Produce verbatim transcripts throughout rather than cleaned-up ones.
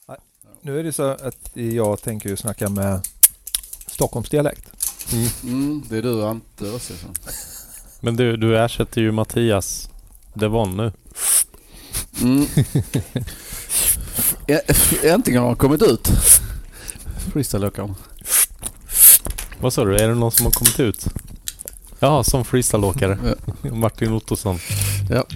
Nu är det så att jag tänker ju snacka med Stockholmsdialekt. Mm. Mm, det är du Ante också. Men du, du ersätter ju Mattias Devon nu. Mm. Äntligen har han kommit ut. Freestyle-åkaren. Vad sa du? Är det någon som har kommit ut? Ja, som freestyle-åkare. Ja. Martin Ottosson. Ja.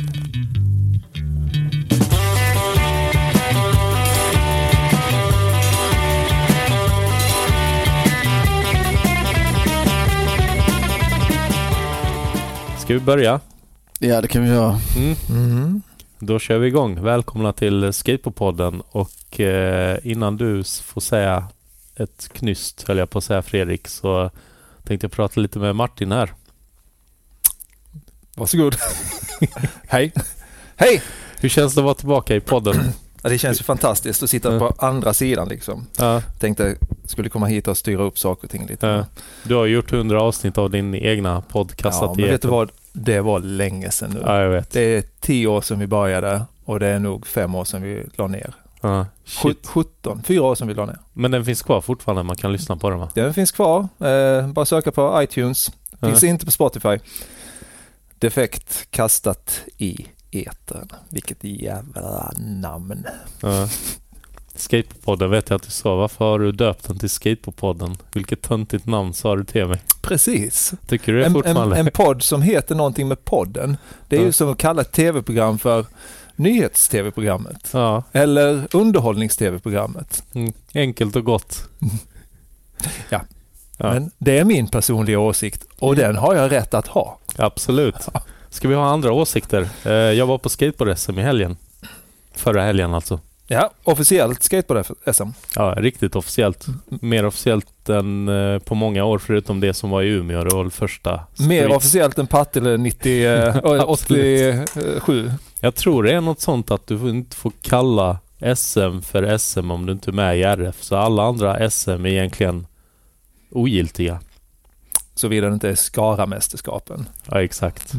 Ska vi börja? Ja, det kan vi göra. Mm. Mm. Då kör vi igång. Välkomna till Skateboardpodden. Och eh, innan du får säga ett knyst, höll jag på att säga Fredrik, så tänkte jag prata lite med Martin här. Varsågod. Hej. Hej! Hur känns det att vara tillbaka i podden? Ja, det känns ju fantastiskt att sitta mm. på andra sidan liksom. Ja. Tänkte skulle komma hit och styra upp saker och ting lite. Ja. Du har gjort hundra avsnitt av din egna podcast. Ja, men vet du vad? Det var länge sedan nu. Ja, jag vet. Det är tio år sedan vi började och det är nog fem år sedan vi la ner. Ja, sjutton, fyra år sedan vi la ner. Men den finns kvar fortfarande, man kan lyssna på den, va? Den finns kvar. Eh, bara söka på iTunes. Finns ja. inte på Spotify. Defekt kastat i etern. Vilket jävla namn. Ja. Skateboardpodden vet jag att du sa. Varför har du döpt den till Skateboardpodden? Vilket töntigt namn sa du till mig? Precis. Tycker du det är en, fortfarande? En, en podd som heter någonting med podden. Det är ja. ju som att kalla ett tv-program för nyhets-tv-programmet. Ja. Eller underhållnings-tv-programmet. Mm. Enkelt och gott. ja. ja. Men det är min personliga åsikt och mm. den har jag rätt att ha. Absolut. Ska vi ha andra åsikter? Jag var på skateboard-S M i helgen. Förra helgen alltså. Ja, officiellt skateboard-S M. Ja, riktigt officiellt. Mer officiellt än på många år förutom det som var i Umeå. Det var det första. Mer street. Officiellt än Partille nittio, åttiosju. Jag tror det är något sånt att du inte får kalla S M för S M om du inte är med i R F. Så alla andra S M är egentligen ogiltiga. Såvida det inte är Skara-mästerskapen. Ja, exakt.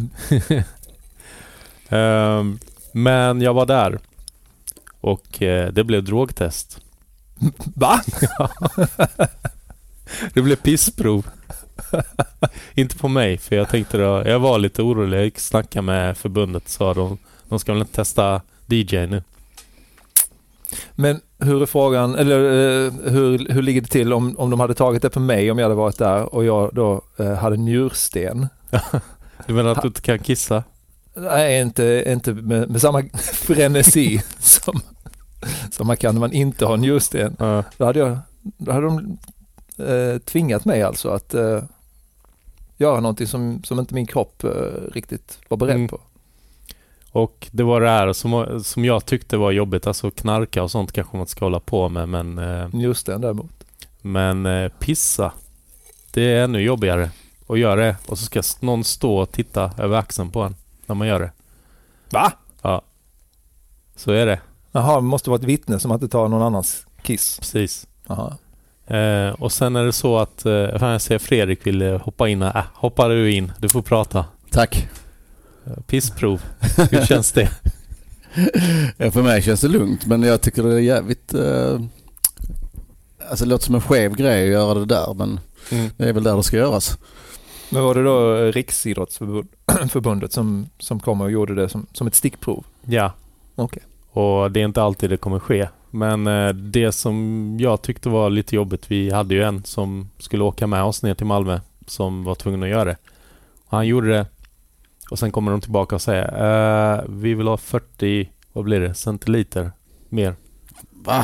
um, men jag var där. Och eh, det blev drogtest. Va? Det blev pissprov. Inte på mig, för jag tänkte då, jag var lite orolig. Jag gick snacka med förbundet, sa de. De ska väl inte testa D J nu. Men hur är frågan, eller eh, hur, hur ligger det till om, om de hade tagit det på mig om jag hade varit där och jag då eh, hade njursten? Du menar att ha, du inte kan kissa? Nej, inte, inte med, med samma frenesi som, som man kan när man inte har njursten. Ja. Då hade, jag, då hade de eh, tvingat mig alltså att eh, göra någonting som, som inte min kropp eh, riktigt var beredd mm. på. Och det var det här som, som jag tyckte var jobbigt, alltså knarka och sånt kanske man ska hålla på med, men eh, njursten däremot. Men eh, pissa, det är ännu jobbigare att göra det. Och så ska någon stå och titta över axeln på en när man gör det. Va? Ja. Så är det. Jaha, det måste vara ett vittne som inte tar någon annans kiss. Precis. Jaha. Eh, och sen är det så att eh, jag ser Fredrik vill hoppa in. Äh, hoppar du in, du får prata. Tack. Pissprov. Hur känns det? Ja, för mig känns det lugnt, men jag tycker det är jävligt eh, alltså det låter som en skev grej att göra det där, men mm. det är väl där det ska göras. Men var det då Riksidrottsförbundet som, som kom och gjorde det som, som ett stickprov? Ja. Okej. Okay. Och det är inte alltid det kommer ske. Men eh, det som jag tyckte var lite jobbigt, vi hade ju en som skulle åka med oss ner till Malmö som var tvungen att göra det. Och han gjorde det. Och sen kommer de tillbaka och säger eh, vi vill ha fyrtio, vad blir det, centiliter mer. Va?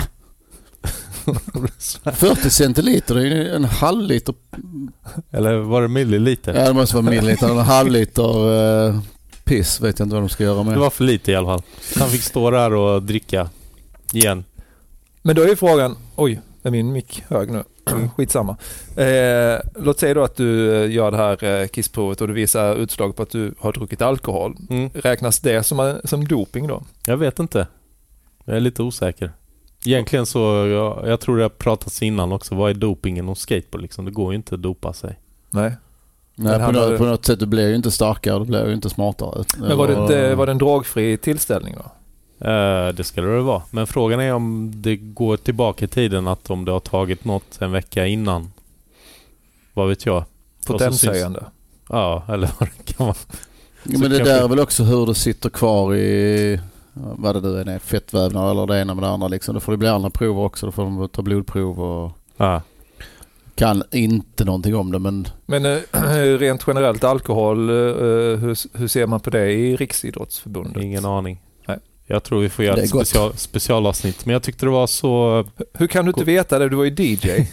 fyrtio centiliter, det är en halv liter. Eller var det milliliter? Ja, det måste vara milliliter. En halv liter eh, piss, vet jag inte vad de ska göra med. Det var för lite i alla fall. Han fick stå där och dricka igen. Men då är ju frågan, oj, är min mick hög nu? Skitsamma. Eh, låt säga då att du gör det här eh, kissprovet och du visar utslag på att du har druckit alkohol. Mm. Räknas det som, som doping då? Jag vet inte. Jag är lite osäker. Egentligen så, jag, jag tror det har pratats innan också. Vad är dopingen och skateboard liksom? Det går ju inte att dopa sig. Nej. Nej, på något, på något sätt du blir ju inte starkare, du blir ju inte smartare. Men var det, det, var det en drogfri tillställning då? Uh, det ska det väl vara. Men frågan är om det går tillbaka i tiden, att om det har tagit något en vecka innan. Vad vet jag? Potenshöjande. Ja, eller vad det kan vara. Ja, men det där är väl också hur det sitter kvar i vad det nu är, fettvävnad eller det ena med det andra. Liksom. Då får det bli andra prover också. Då får de ta blodprov och ja. Kan inte någonting om det. Men, men äh, rent generellt alkohol, äh, hur, hur ser man på det i Riksidrottsförbundet? Ingen aning. Nej. Jag tror vi får göra ett special, specialavsnitt. Men jag tyckte det var så... Hur kan du inte veta det? Du var ju D J.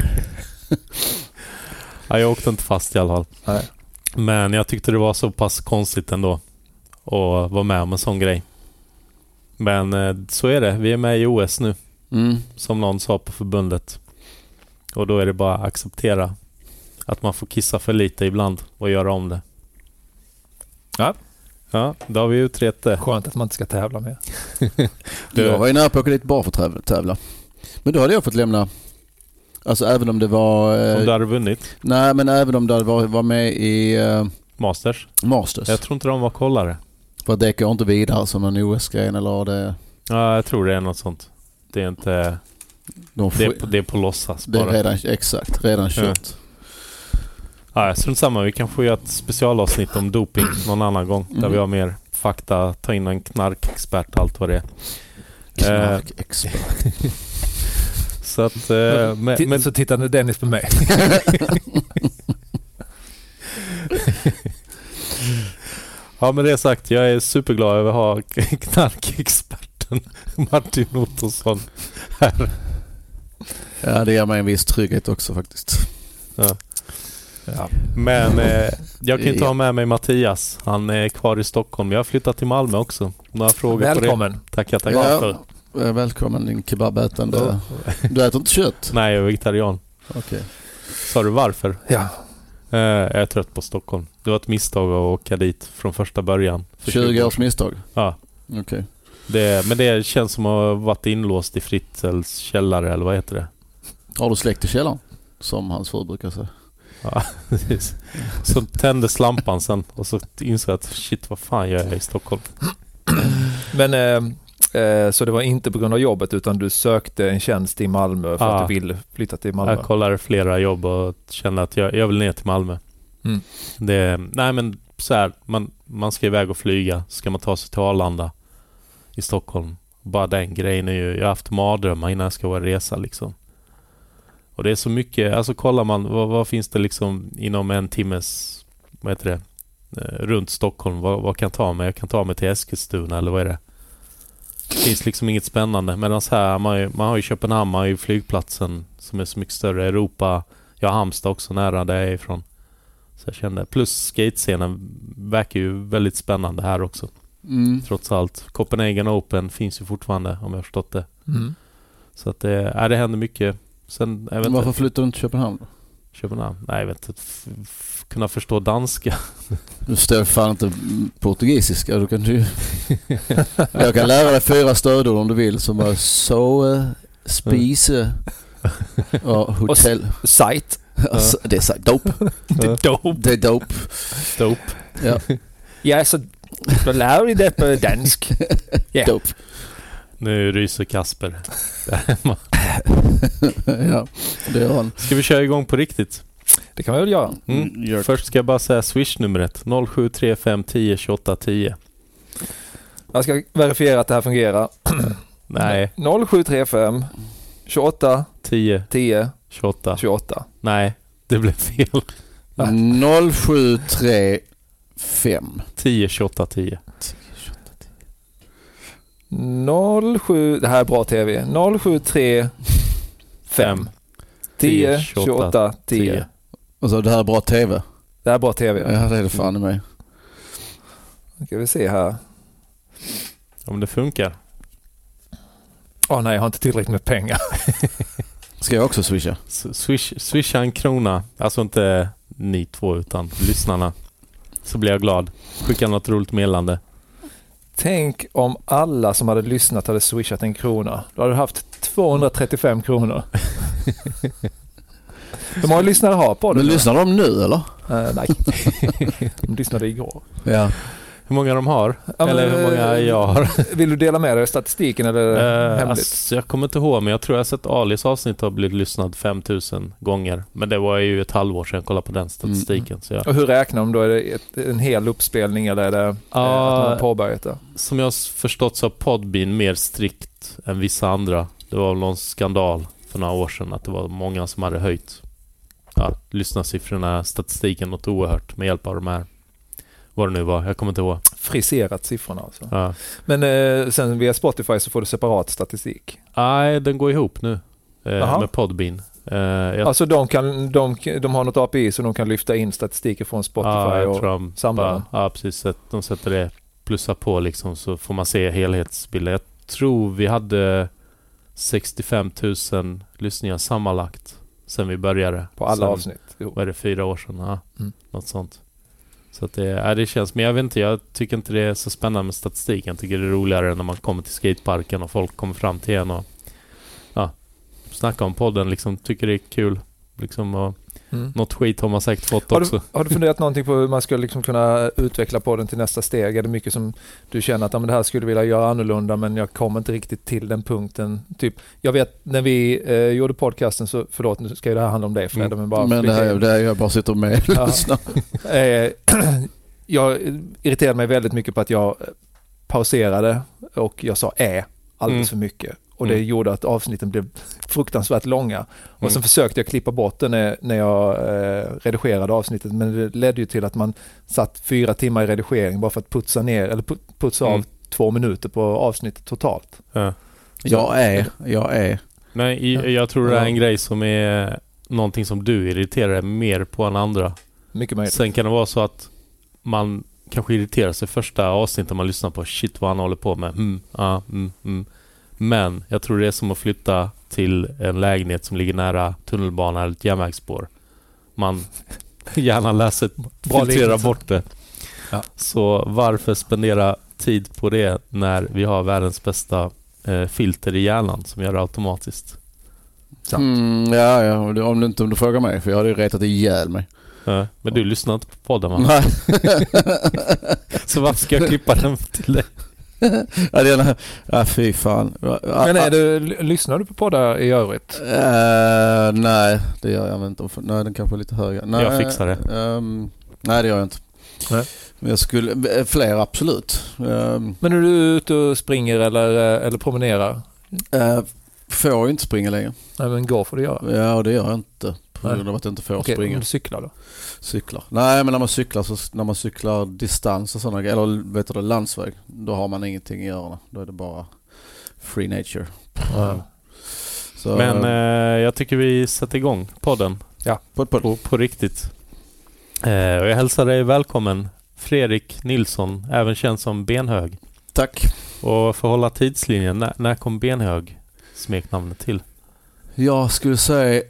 Ja, jag åkte inte fast i alla fall. Nej. Men jag tyckte det var så pass konstigt ändå att vara med om en sån grej. Men eh, så är det. Vi är med i O S nu. Mm. Som någon sa på förbundet. Och då är det bara att acceptera att man får kissa för lite ibland och göra om det. Ja. Ja, då har vi utrett det. Skönt att man inte ska tävla med. Du... Jag var ju nära på att åka dit bara för att tävla. Men då hade jag fått lämna. Alltså även om det var... Om du hade vunnit? Nej, men även om du var, var med i... Uh, Masters? Masters. Jag tror inte de var kollare. För att det går inte vidare som en O S-grej eller det... Ja, jag tror det är något sånt. Det är inte... De får... det, är på, det är på låtsas det är bara. redan, exakt, redan kört. Ja, jag tror samma. Vi kan få göra ett specialavsnitt om doping någon annan gång. Mm. Där vi har mer fakta, ta in en knarkexpert, allt vad det är. Knarkexpert. Eh, så att... Eh, men, T- men så tittar nu Dennis på mig. Ja, men det är sagt. Jag är superglad över att ha knarkexperten Martin Ottosson här. Ja, det ger mig en viss trygghet också faktiskt. Ja. Ja. Men eh, jag kan inte ha med mig Mattias. Han är kvar i Stockholm. Jag har flyttat till Malmö också. Några frågor välkommen. På det. Tackar, tackar ja, för. Välkommen din kebabätande. Ja. Du äter inte kött? Nej, jag är vegetarian. Okej. Okay. Sa du varför? Ja. Eh, jag är trött på Stockholm. Det var ett misstag att åka dit från första början. tjugo års misstag? Ja. Okej. Okay. Det, men det känns som att ha varit inlåst i Fritzels källare, eller vad heter det? Har du släckt i källaren? Som hans fru brukar säga. Ja, precis. Så tände slampan sen och så insåg jag att shit, vad fan gör jag i Stockholm? Men eh, eh, så det var inte på grund av jobbet, utan du sökte en tjänst i Malmö för ja. att du ville flytta till Malmö? Jag kollade flera jobb och kände att jag, jag vill ner till Malmö. Mm. Det, nej men så här, man, man ska iväg och flyga. Ska man ta sig till Arlanda i Stockholm. Bara den grejen är ju, jag har haft mardrömmar innan jag ska vara resa liksom. Och det är så mycket, alltså kollar man, vad, vad finns det liksom inom en timmes, vad heter det, eh, runt Stockholm, vad, vad kan jag ta mig? Jag kan ta mig till Eskilstuna, eller vad är det? Det finns liksom inget spännande. Medan här, man, man har ju Köpenhamn, man har ju flygplatsen som är så mycket större. Europa, jag har Halmstad också nära där jag är ifrån. Så jag kände, plus skatescenen verkar ju väldigt spännande här också. Mm. Trots allt. Copenhagen Open finns ju fortfarande, om jag har förstått det. Mm. Så att det, är, det händer mycket. Sen, jag vet varför inte, flyttar du inte till Köpenhamn då? Köpenhamn? Nej, jag vet inte. F- f- kunna förstå danska. Du förstår fan inte portugisiska. Du kan ju... Jag kan lära dig fyra stödord om du vill. Som bara så, spise och hotell. Och site. Alltså, det är så dope. Det är dope. Det är dope. Dope. Ja. Ja, så då lär vi det på dansk. Yeah. Dope. Nu ryser Kasper. Ja, det är han. Ska vi köra igång på riktigt? Det kan vi väl göra. Mm. Mm. Först ska jag bara säga Swish-numret. noll sju tre fem tio tjugoåtta tio. Jag ska verifiera att det här fungerar. Nej. noll sju tre fem tjugoåtta tio tio tjugoåtta. tjugoåtta. Nej, det blev fel. noll sju tre fem tio tjugoåtta tio. noll sju, det här är bra tv. noll sju tre fem tio tjugoåtta tio. Alltså det här är bra tv. Det här är bra tv. Ja, det är det fan i mig. Ska vi se här. Om det funkar. Åh oh, nej, jag har inte tillräckligt med pengar. Ska jag också swisha? Swish, swisha en krona. Alltså inte ni två utan lyssnarna. Så blir jag glad. Skicka något roligt meddelande. Tänk om alla som hade lyssnat hade swishat en krona. Då hade du haft tvåhundratrettiofem kronor. Hur många lyssnare har på det? Men lyssnar de nu eller? Uh, nej. De lyssnade igår. Ja. Hur många de har? Ja, men, eller hur många jag har? Vill du dela med dig av statistiken eller uh, hemligt? Alltså, jag kommer inte ihåg, men jag tror jag har sett Alis avsnitt har blivit lyssnat femtusen gånger. Men det var ju ett halvår sedan jag kollade på den statistiken. Mm. Så jag... Och hur räknar de då? Är det ett, en hel uppspelning eller är det uh, att man har påbörjat det? Som jag har förstått så har Podbean mer strikt än vissa andra. Det var någon skandal för några år sedan att det var många som hade höjt ja, lyssnarsiffrorna, statistiken något oerhört med hjälp av de här, vad det nu var, jag kommer inte ihåg. Friserat siffrorna alltså. Ja. Men eh, sen via Spotify så får du separat statistik? Nej, den går ihop nu eh, med Podbean. Eh, jag... Alltså de, kan, de, de har något A P I så de kan lyfta in statistiken från Spotify ja, och de, samla den? Ja, precis. De sätter det, plussa på liksom, så får man se helhetsbilden. Jag tror vi hade sextiofem tusen lyssningar sammanlagt sen vi började. På alla sen, avsnitt? Jo. Var det fyra år sedan? Ja, mm. något sånt. Så att det, ja, det känns, men jag vet inte, jag tycker inte det är så spännande med statistiken. Jag tycker det är roligare när man kommer till skateparken och folk kommer fram till en och ja, snackar om podden, liksom, tycker det är kul. Liksom, och mm. något skit har man säkert fått har också. Du, har du funderat någonting på hur man skulle liksom kunna utveckla podden till nästa steg? Är det mycket som du känner att ja, men det här skulle vilja göra annorlunda men jag kommer inte riktigt till den punkten? Typ, jag vet när vi eh, gjorde podcasten så, förlåt nu ska ju det här handla om dig Fred. Mm. Men, bara men det här, det här jag bara sitter med och lyssnar. eh, jag irriterade mig väldigt mycket på att jag pauserade och jag sa ä alldeles mm. för mycket. Och det mm. gjorde att avsnitten blev fruktansvärt långa. Och mm. sen försökte jag klippa bort det när, när jag eh, redigerade avsnittet. Men det ledde ju till att man satt fyra timmar i redigering bara för att putsa ner eller putsa mm. av två minuter på avsnittet totalt. Ja. Jag är, jag är. Nej, jag, jag tror det är en grej som är någonting som du irriterar mer på än andra. Mycket möjligt. Sen kan det vara så att man kanske irriterar sig första avsnittet man lyssnar på. Shit vad han håller på med. Mm, ah, mm, mm. Men jag tror det är som att flytta till en lägenhet som ligger nära tunnelbana eller ett järnvägsspår. Man gärna läser, filtrerar bort det. Ja. Så varför spendera tid på det när vi har världens bästa eh, filter i hjärnan som gör det automatiskt? Mm, ja, ja, om du inte om du frågar mig, för jag hade ju retat ihjäl mig. Ja, men du lyssnar inte på podden, va? Nej. Så varför ska jag klippa den till dig? ja, det är, ja, fy fan. Men är du, lyssnar du på poddar i övrigt? Uh, nej, det gör jag inte. Nej, den kanske är lite högre. Nej, jag fixar det. Um, nej, det gör jag inte. Nej. Men jag skulle, fler absolut. Um, Men är du ute och springer eller, eller promenerar? Uh, får jag inte springa längre. Nej, men går får du göra. Ja, och det gör jag inte. På grund av att jag inte får Okej, springa. Okej, cyklar då? Cyklar. Nej, men när man cyklar så när man cyklar distans och sådana eller vet du, landsväg, då har man ingenting i öronen. Då är det bara free nature. Ja. Så, men eh, jag tycker vi sätter igång podden. Ja, på, på. på, på riktigt. Eh, och jag hälsar dig välkommen Fredrik Nilsson, även känd som Benhög. Tack. Och för att hålla tidslinjen, när, när kom Benhög smeknamnet till? Jag skulle säga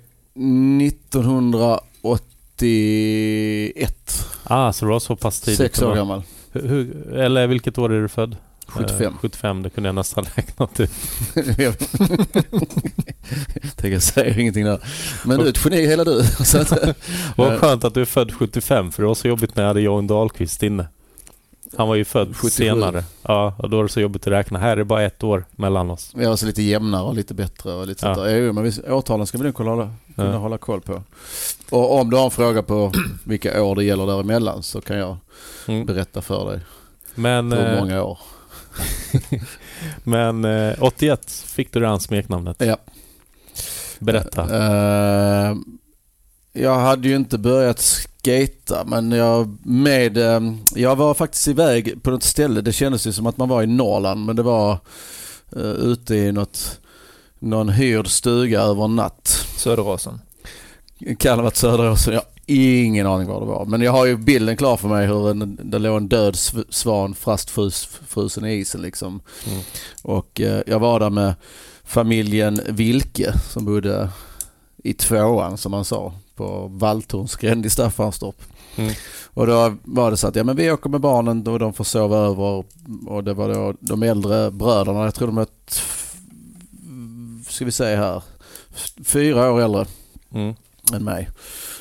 nittonhundraåttioett. Ah, så det var så pass tidigt. Sex år gammal. Hur, hur, eller vilket år är du född? sjuttiofem. Uh, sjuttiofem, det kunde jag nästan räknat ut. Tänker jag säger ingenting där. Men du är ett geni hela du. Vad skönt att du är född sjuttiofem, för det var så jobbigt när jag hade Johan Dahlqvist inne. Han var ju född sjuttiosju senare. Ja, och då var det så jobbigt att räkna. Här är det bara ett år mellan oss. Jag var så lite jämnare och lite bättre. Och lite ja. sånt där. Jo, men vi, årtalen ska vi nog kunna, hålla, kunna ja. hålla koll på. Och om du har en fråga på vilka år det gäller däremellan så kan jag mm. berätta för dig. Men, hur många eh, år. Men eh, åttioett fick du redan smeknamnet. Ja. Berätta. Uh, jag hade ju inte börjat skata, men jag med uh, jag var faktiskt iväg på något ställe. Det kändes ju som att man var i Norrland, men det var uh, ute i något någon hyrd stuga över en natt. Söderåsen. Kan ha varit Söderåsen, jag har ingen aning vad det var. Men jag har ju bilden klar för mig hur en, det låg en död svan fastfrusen i isen liksom. Mm. Och eh, jag var där med familjen Vilke som bodde i tvåan, som man sa, på Valltornsgränd i Staffanstorp. Mm. Och då var det så att ja, men vi åker med barnen och de får sova över, och det var då de äldre bröderna, jag tror de är t- ska vi säga här fyra år äldre mm. än mig.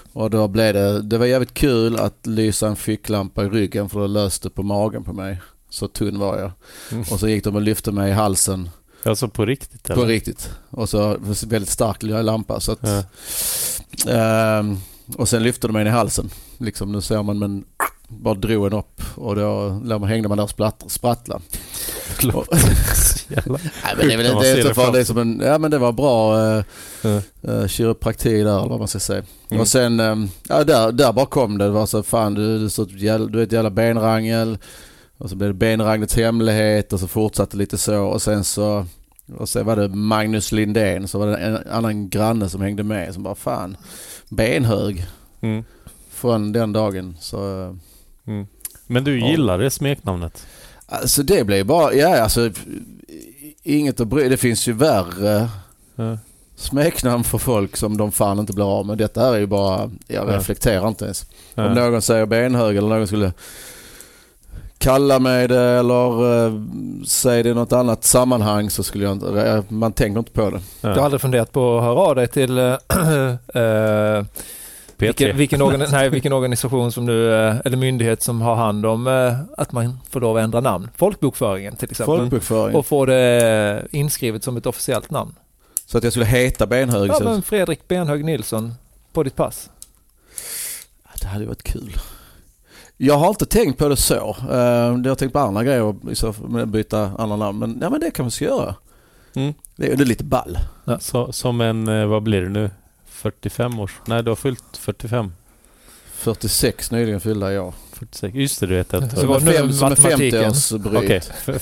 Och då blev det, det var jävligt kul att lysa en ficklampa i ryggen för det löste på magen på mig. Så tunn var jag. Mm. Och så gick de och lyfte mig i halsen. Alltså på riktigt? Eller? På riktigt. Och så väldigt stark lampa. Så att, ja. eh, och sen lyfte de mig in i halsen. Liksom, nu ser man, men bara drog en upp. Och då hängde man där och spratt, sprattla. Och, Nej, men det är väl inte det, för det, som en, ja, men det var bra eh, mm. eh, kiropraktik där, eller vad man ska säga. Mm. Och sen, eh, ja, där, där bara kom det. Det var så, fan, du, du, så, du är ett jävla benrangel. Och så blev det benragnets hemlighet och så fortsatte lite så. Och sen så och sen var det Magnus Lindén, så var det en annan granne som hängde med som bara, fan, benhög. Mm. Från den dagen. Så, mm. Men du gillar ja. det smeknamnet? Alltså det blev bara, ja alltså inget att bry. Det finns ju värre ja. smeknamn för folk som de fan inte blir av med. Detta här är ju bara, jag reflekterar ja. inte ens. Ja. Om någon säger benhög eller någon skulle kalla mig det eller uh, säga det i något annat sammanhang, så skulle jag inte, man tänker inte på det. Ja. Du har aldrig funderat på att höra av dig till uh, uh, vilken, vilken, organi- nej, vilken organisation som nu, eller myndighet som har hand om att man får lov att ändra namn. Folkbokföringen till exempel. Folkbokföring. Och få det inskrivet som ett officiellt namn. Så att jag skulle heta Benhög? Ja, men Fredrik Benhög Nilsson på ditt pass. Det hade varit kul. Jag har inte tänkt på det så. Jag har tänkt på andra grejer med att byta andra namn. Men, ja, men det kan man ska göra. Mm. Det, är, det är lite ball. Ja. Så, som en, vad blir det nu? fyrtiofem års. Nej, du har fyllt fyrtiofem. fyrtiosex nyligen fyllda jag. fyrtiosex. Just det, du vet att så var nu fem, som femtio års bryt. Okay.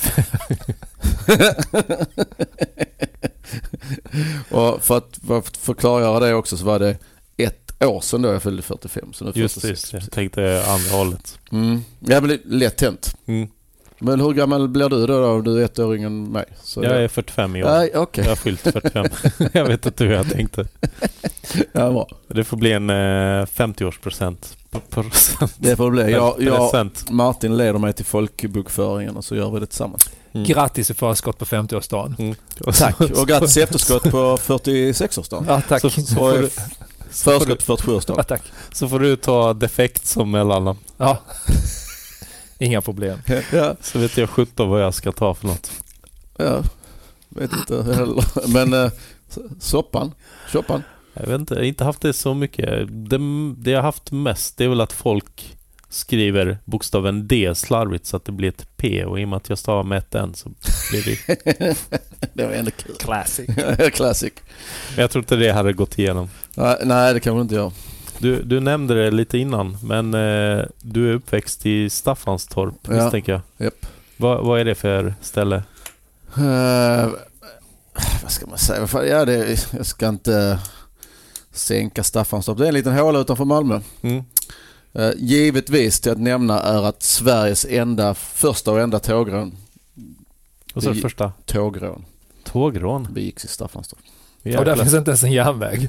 Och för att, för att förklara det också, så var det ett år sedan då jag fyllde fyrtiofem. Så nu just det, jag tänkte andra hållet. Mm. Ja, men det är lätt hänt. Mm. Men hur gammal blir du då? då? Du är ett år yngre än mig. Så jag är fyrtiofem i år. Nej, okay. Jag har fyllt fyrtiofem. Jag vet inte hur jag tänkte. Ja, bra. Det får bli en eh, femtio-årsprocent. Procent. Det får bli. Jag, jag, Martin leder mig till folkbokföringen och så gör vi det tillsammans. Mm. Grattis i förskott på femtio-årsdagen. Mm. Tack. Och grattis i efterskott på fyrtiosex-årsdagen. Ja, tack. Så, så får du, förskott på fyrtiosju-årsdagen. Ja, tack. Så får du ta defekt som mellannamn. Ja. Inga problem. Ja. Så vet jag sjutton vad jag ska ta för något. Ja, vet inte heller. Men eh, soppan, soppan. Jag vet inte, jag har inte haft det så mycket. Det, det jag har haft mest, det är väl att folk skriver bokstaven D slarvigt så att det blir ett P, och i och med att jag stavar med ett N så blir det... Det var ändå kul. Classic. Classic. Men jag tror inte det hade gått igenom. Nej, nej det kan man inte göra. Du, du nämnde det lite innan, men eh, du är uppväxt i Staffanstorp, ja. misstänker jag. Yep. Va, vad är det för ställe? Uh, vad ska man säga? Ja, det, jag ska inte sänka Staffanstorp. Det är en liten håla utanför Malmö. Mm. Uh, givetvis till att nämna är att Sveriges enda, första och enda tågrån. Vad sa du första? Tågrån. Tågrån? Begicks i Staffanstorp. Och där finns inte ens en järnväg.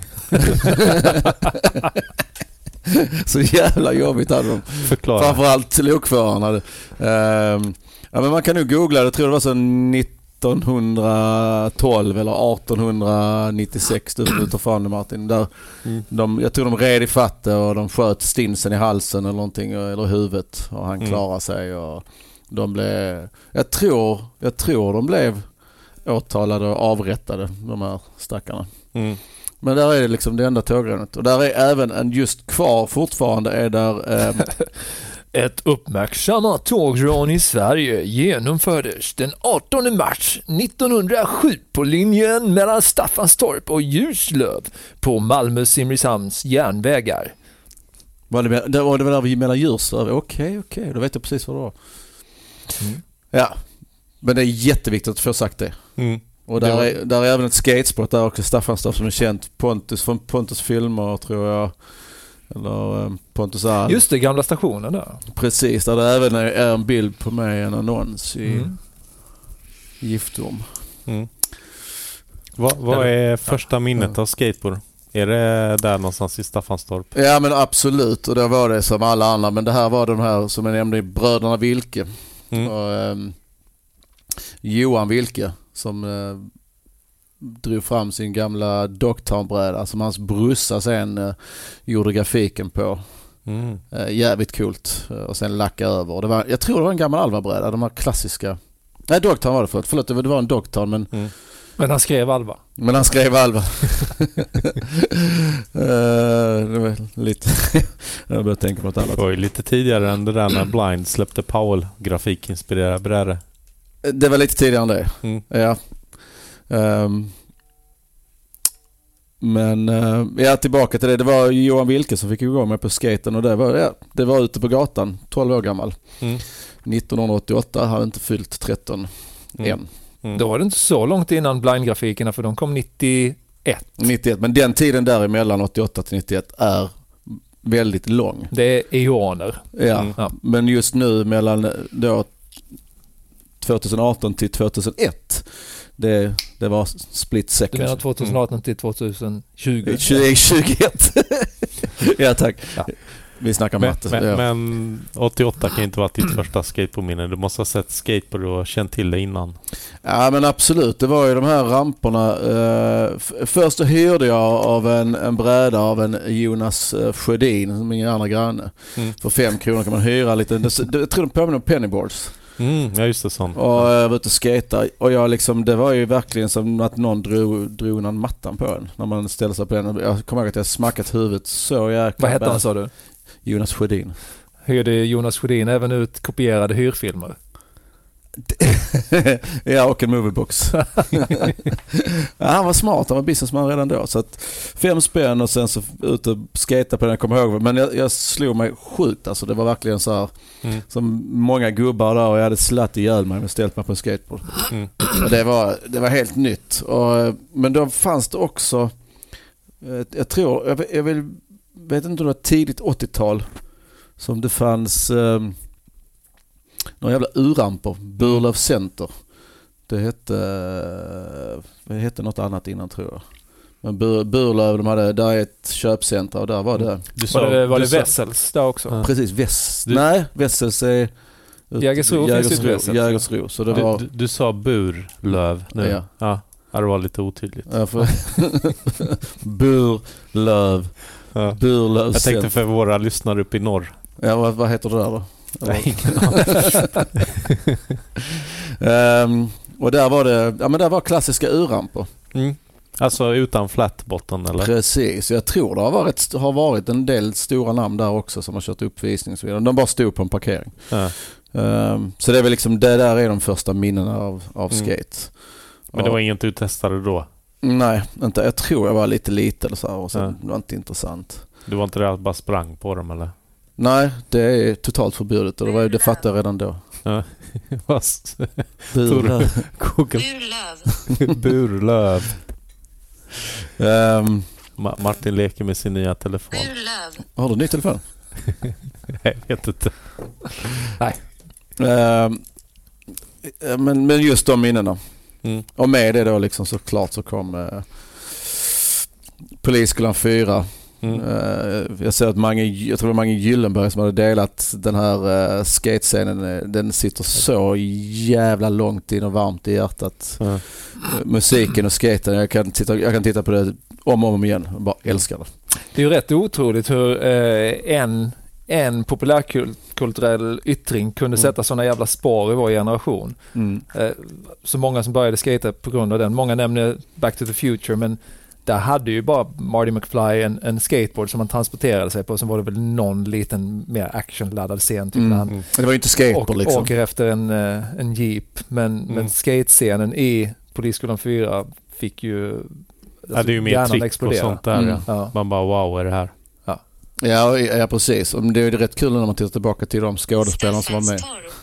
Så jävla jobbigt hade de. Förklara. Framförallt lokförarna. Uh, ja, men man kan nu googla, det tror jag var så nittonhundratolv eller artonhundranittiosex, du tar fram det, Martin. Där mm. de, jag tror de red i fatt och de sköt stinsen i halsen eller någonting, eller i huvudet, och han mm. klarade sig, och de blev, jag tror, jag tror de blev åtalade och avrättade, de här stackarna. Mm. Men där är det liksom det enda tågrånet. Och där är även en just kvar fortfarande är där... Ähm... Ett uppmärksammat tågrån i Sverige genomfördes den artonde mars nittonhundrasju på linjen mellan Staffanstorp och Ljuslöv på Malmö-Simrishamns järnvägar. Var det, det var det där vi mellan Ljuslöv? Okej, okej. Då vet jag precis vad det var. Mm. Ja, men det är jätteviktigt att få sagt det. Mm. Och där, det var... är, där är även ett skatesport där också, Staffanstorp, som är känt. Pontus från Pontus filmer, tror jag. Eller um, Pontus All. Just det, gamla stationen där. Precis, där det även är, är en bild på mig, en annons i mm. Giftorm. Mm. Vad, vad är första minnet av skateboard? Är det där någonstans i Staffanstorp? Ja, men absolut. Och det var det som alla andra. Men det här var de här som jag nämnde, bröderna Wilke. Mm. Och, um, Johan Wilke som uh, drog fram sin gamla Dogtown-bräda som hans brorsa sen uh, gjorde grafiken på. Mm. Uh, jävligt coolt. Uh, och sen lacka över. Det var, jag tror det var en gammal Alva-bräda, de här klassiska. Nej, Dogtown var det förlåt. Förlåt, det var, det var en Dogtown, men... Mm. Men han skrev Alva. Men han skrev Alva. uh, det var lite... jag började tänka på något annat. Det var ju lite tidigare än det där när Blind släppte Powell-grafikinspirerade brädor. Det var lite tidigare än det. Mm. Ja. Um, men uh, ja, tillbaka till det. Det var Johan Wilke som fick igång mig på skaten och det var, ja, det var ute på gatan, tolv år gammal. Mm. nittonhundraåttioåtta, hade inte fyllt tretton mm. än. Mm. Då var det inte så långt innan Blind-grafikerna, för de kom nittioett. nittioett, men den tiden däremellan åttioåtta till nittioett är väldigt lång. Det är eoner. Ja, mm. ja. Men just nu mellan då tjugoarton till tjugohundraett, det, det var split second. Du menar tjugoarton mm. till tjugotjugo? tjugohundratjugoett. Ja, tack. Ja. Vi snackar men, matte. Men, ja. men åttioåtta kan inte vara ditt första skateboardminne. Du måste ha sett skateboard och känt till det innan. Ja, men absolut. Det var ju de här ramporna. Uh, f- först så hyrde jag av en, en bräda av en Jonas uh, Sjödin, min andra granne. Mm. För fem kronor kan man hyra lite. Det, det, jag tror de påminner om pennyboards. Mm, ja, just det, sånt. Och jag var ute och skata. Och jag liksom, det var ju verkligen som att någon drog, drog någon mattan på en. När man ställde sig på den. Jag kommer ihåg att jag smackat huvudet så jäkla. Vad hette han, sa du? Jonas Sjödin. Hyrde Jonas Sjödin även ut kopierade hyrfilmer? Ja, och en moviebox. Ja, han var smart, han var businessman redan då. Så att fem spänn och sen så ut och skata på den, jag kommer ihåg. Men jag, jag slog mig sjukt. Alltså, det var verkligen så här, mm. som många gubbar där, och jag hade slatt ihjäl mig och ställt mig på en skateboard. Mm. Och det var, det var helt nytt. Och, men då fanns det också, jag tror, jag, jag vill vet inte om det var tidigt åttiotal som det fanns eh, några jävla urramper. Burlöv Center. Det hette det hette något annat innan, tror jag. Men Bur, Burlöv, de hade där ett köpcenter och där var det. Du sa, var det, var det Wessels där också? Ja. Precis, Vess. Du, nej, Wessels är Jägersro, Jägersro, Jägersro. Så det du, var du, du sa Burlöv nu. Ja. Ja. Ja, det var lite otydligt. Ja, för Burlöv. Ja. Burlöv. Jag tänkte för våra lyssnare upp i norr. Ja, vad, vad heter det där då? Nej, um, och där var det, ja men där var klassiska urramper. Mm. Alltså utan flatbotten eller? Precis, jag tror det har varit, har varit en del stora namn där också som har kört uppvisning och så vidare. De bara stod på en parkering. Ja. Um, så det är väl liksom, det där är de första minnena av, av skate. Mm. Men det var inget du testade då? Nej, inte. Jag tror jag var lite liten och så här, och så ja. Det var inte intressant. Du var inte det att bara sprang på dem eller? Nej, det är totalt förbjudet och det, var ju, det fattade jag redan då. Ja. Burlöv. Burlöv. Burlöv. um, Ma- Martin leker med sin nya telefon. Burlöv. Har du en ny telefon? Jag vet inte. Nej. Um, men, men just de minnena. Mm. Och med det då liksom såklart så kom eh, Polisskolan fyra. Mm. Eh, jag ser att Mange, jag tror det var Mange Gyllenberg som hade delat den här eh, skatescenen. Den sitter så jävla långt in och varmt i hjärtat. Mm. Musiken och skaten, jag kan, titta, jag kan titta på det om och om igen och bara älskar det. Det är ju rätt otroligt hur eh, en en populärkulturell yttring kunde mm. sätta såna jävla spår i vår generation. Mm. Eh, så många som började skata på grund av den. Många nämner Back to the Future, men där hade ju bara Marty McFly en, en skateboard som man transporterade sig på. Sen var det väl någon liten mer actionladdad scen. Typ, mm. när han det var ju inte skateboard åker, liksom. åker efter en, en jeep. Men, mm. men skatescenen i Polisskolan fyra fick ju alltså, ja, det är ju mer trick explodera. Och sånt där. Mm. Ja. Man bara, wow, är det här? Ja, ja, precis. Det är rätt kul när man tittar tillbaka till de skådespelarna som var med.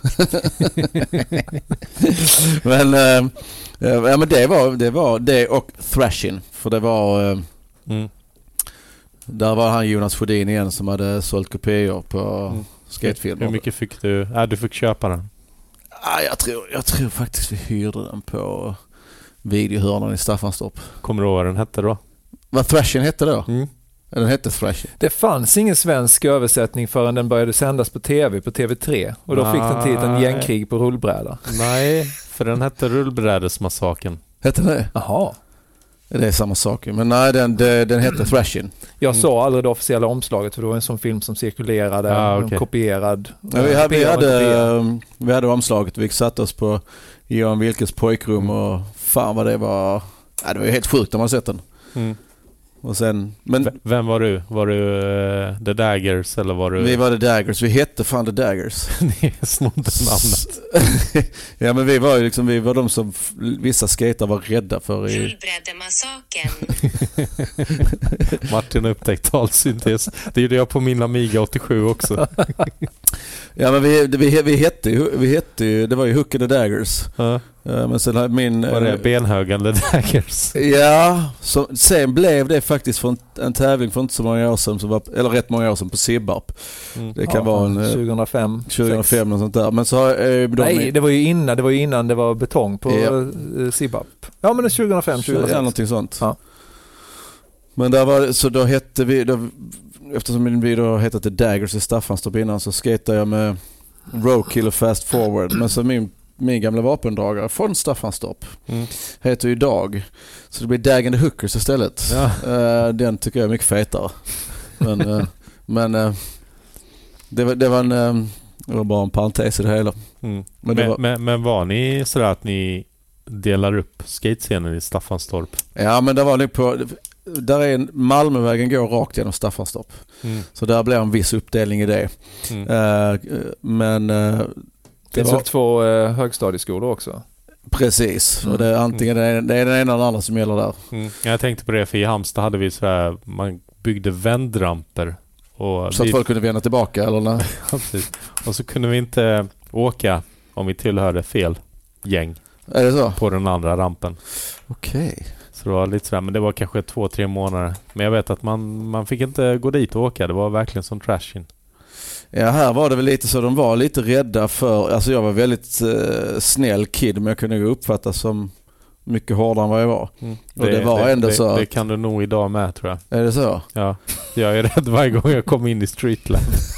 men, äh, ja, men det var det var det och thrashing, för det var äh, mm. där var han Jonas Sjödin igen som hade sålt kopior på mm. skatefilmer. Hur mycket fick du? Ja, du fick köpa den. Ja, jag tror jag tror faktiskt vi hyrde den på videohörnan i Staffanstorp. Kommer du ihåg vad den hette då? Vad thrashing hette då? Mm. Den hette Thrashing. Det fanns ingen svensk översättning förrän den började sändas på tv, på T V tre. Och då Nej. fick den titeln Gängkrig på rullbräda. Nej, för den hette Rullbrädesmassaken. Hette det? Jaha. Det är samma sak. Men nej, den, den, den heter Thrashin. Jag Mm. såg aldrig det officiella omslaget för det var en sån film som cirkulerade, Ah, en okay. kopierad. Ja, vi, hade, vi, hade, kopierad. vi hade omslaget. Vi satt oss på Johan Wilkes pojkrum och fan vad det var. Ja, det var ju helt sjukt när man sett den. Mm. Och sen, men V- Vem var du? Var du uh, The Daggers eller var du... vi var The Daggers. Vi hette fan The Daggers. Ni snodde namnet. Ja, men vi var ju liksom, vi var de som f- vissa skater var rädda för i... Rullbrädemassakern. Martin har upptäckt talsyntes. Det gjorde jag på min Amiga åttiosju också. Ja, men vi, vi, vi hette ju, vi hette ju, det var ju Hook and the Daggers. Ja. Uh, men sen har min... Var det eh, benhögen The Daggers? Ja, så, sen blev det faktiskt för en, en tävling för inte så många år sedan, som var, eller rätt många år sedan på Sibbarp. Mm. Det kan Ja, vara en... eh, tjugohundrafem. tjugohundrafem och sånt där. Men så har eh, de Nej, det var ju innan det var ju innan det var betong på Ja. ja. Sibbarp. Ja, men det är tjugohundrafem, ja, tjugohundrasex. någonting sånt. Ja. Men där var så då hette vi då, eftersom vi då hette The Daggers i Staffanstorp innan, så skatade jag med Roadkill och Fast Forward. Men så min min gamla vapendragare från Staffanstorp Mm. heter ju idag, så det blir Dag and the Hookers istället. Ja. Eh, den tycker jag är mycket fetare. Men, eh, men eh, det, var, det var en eh, det var bara en parentes i det hela. Mm. Men Men, det var- men, men var ni sådär att ni delar upp skatescenen i Staffanstorp? Ja, men det var nog på... Där är en, Malmövägen går rakt genom Staffanstorp. Mm. Så där blir en viss uppdelning i det. Mm. Eh, men eh, Det finns var- väl två eh, högstadieskolor också. precis. Mm. Och det är antingen det, det är den ena eller den andra som gäller där. Mm. Jag tänkte på det, för i Halmstad hade vi sådär, man byggde vändramper. Och Så att vi, folk kunde vända tillbaka eller nej. Ja, precis. Och så kunde vi inte åka om vi tillhörde fel gäng Är det så? på den andra rampen. Okej. Så det var lite sådär, men det var kanske två, tre månader. Men jag vet att man, man fick inte gå dit och åka. Det var verkligen som trashing. Ja, här var det väl lite så. De var lite rädda för... Alltså jag var väldigt eh, snäll kid, men jag kunde ju uppfattas som mycket hårdare än vad jag var. Mm. Och det var ändå det, så att- Det kan du nog idag med, tror jag. Är det så? Ja, jag är rädd varje gång jag kommer in i Streetland.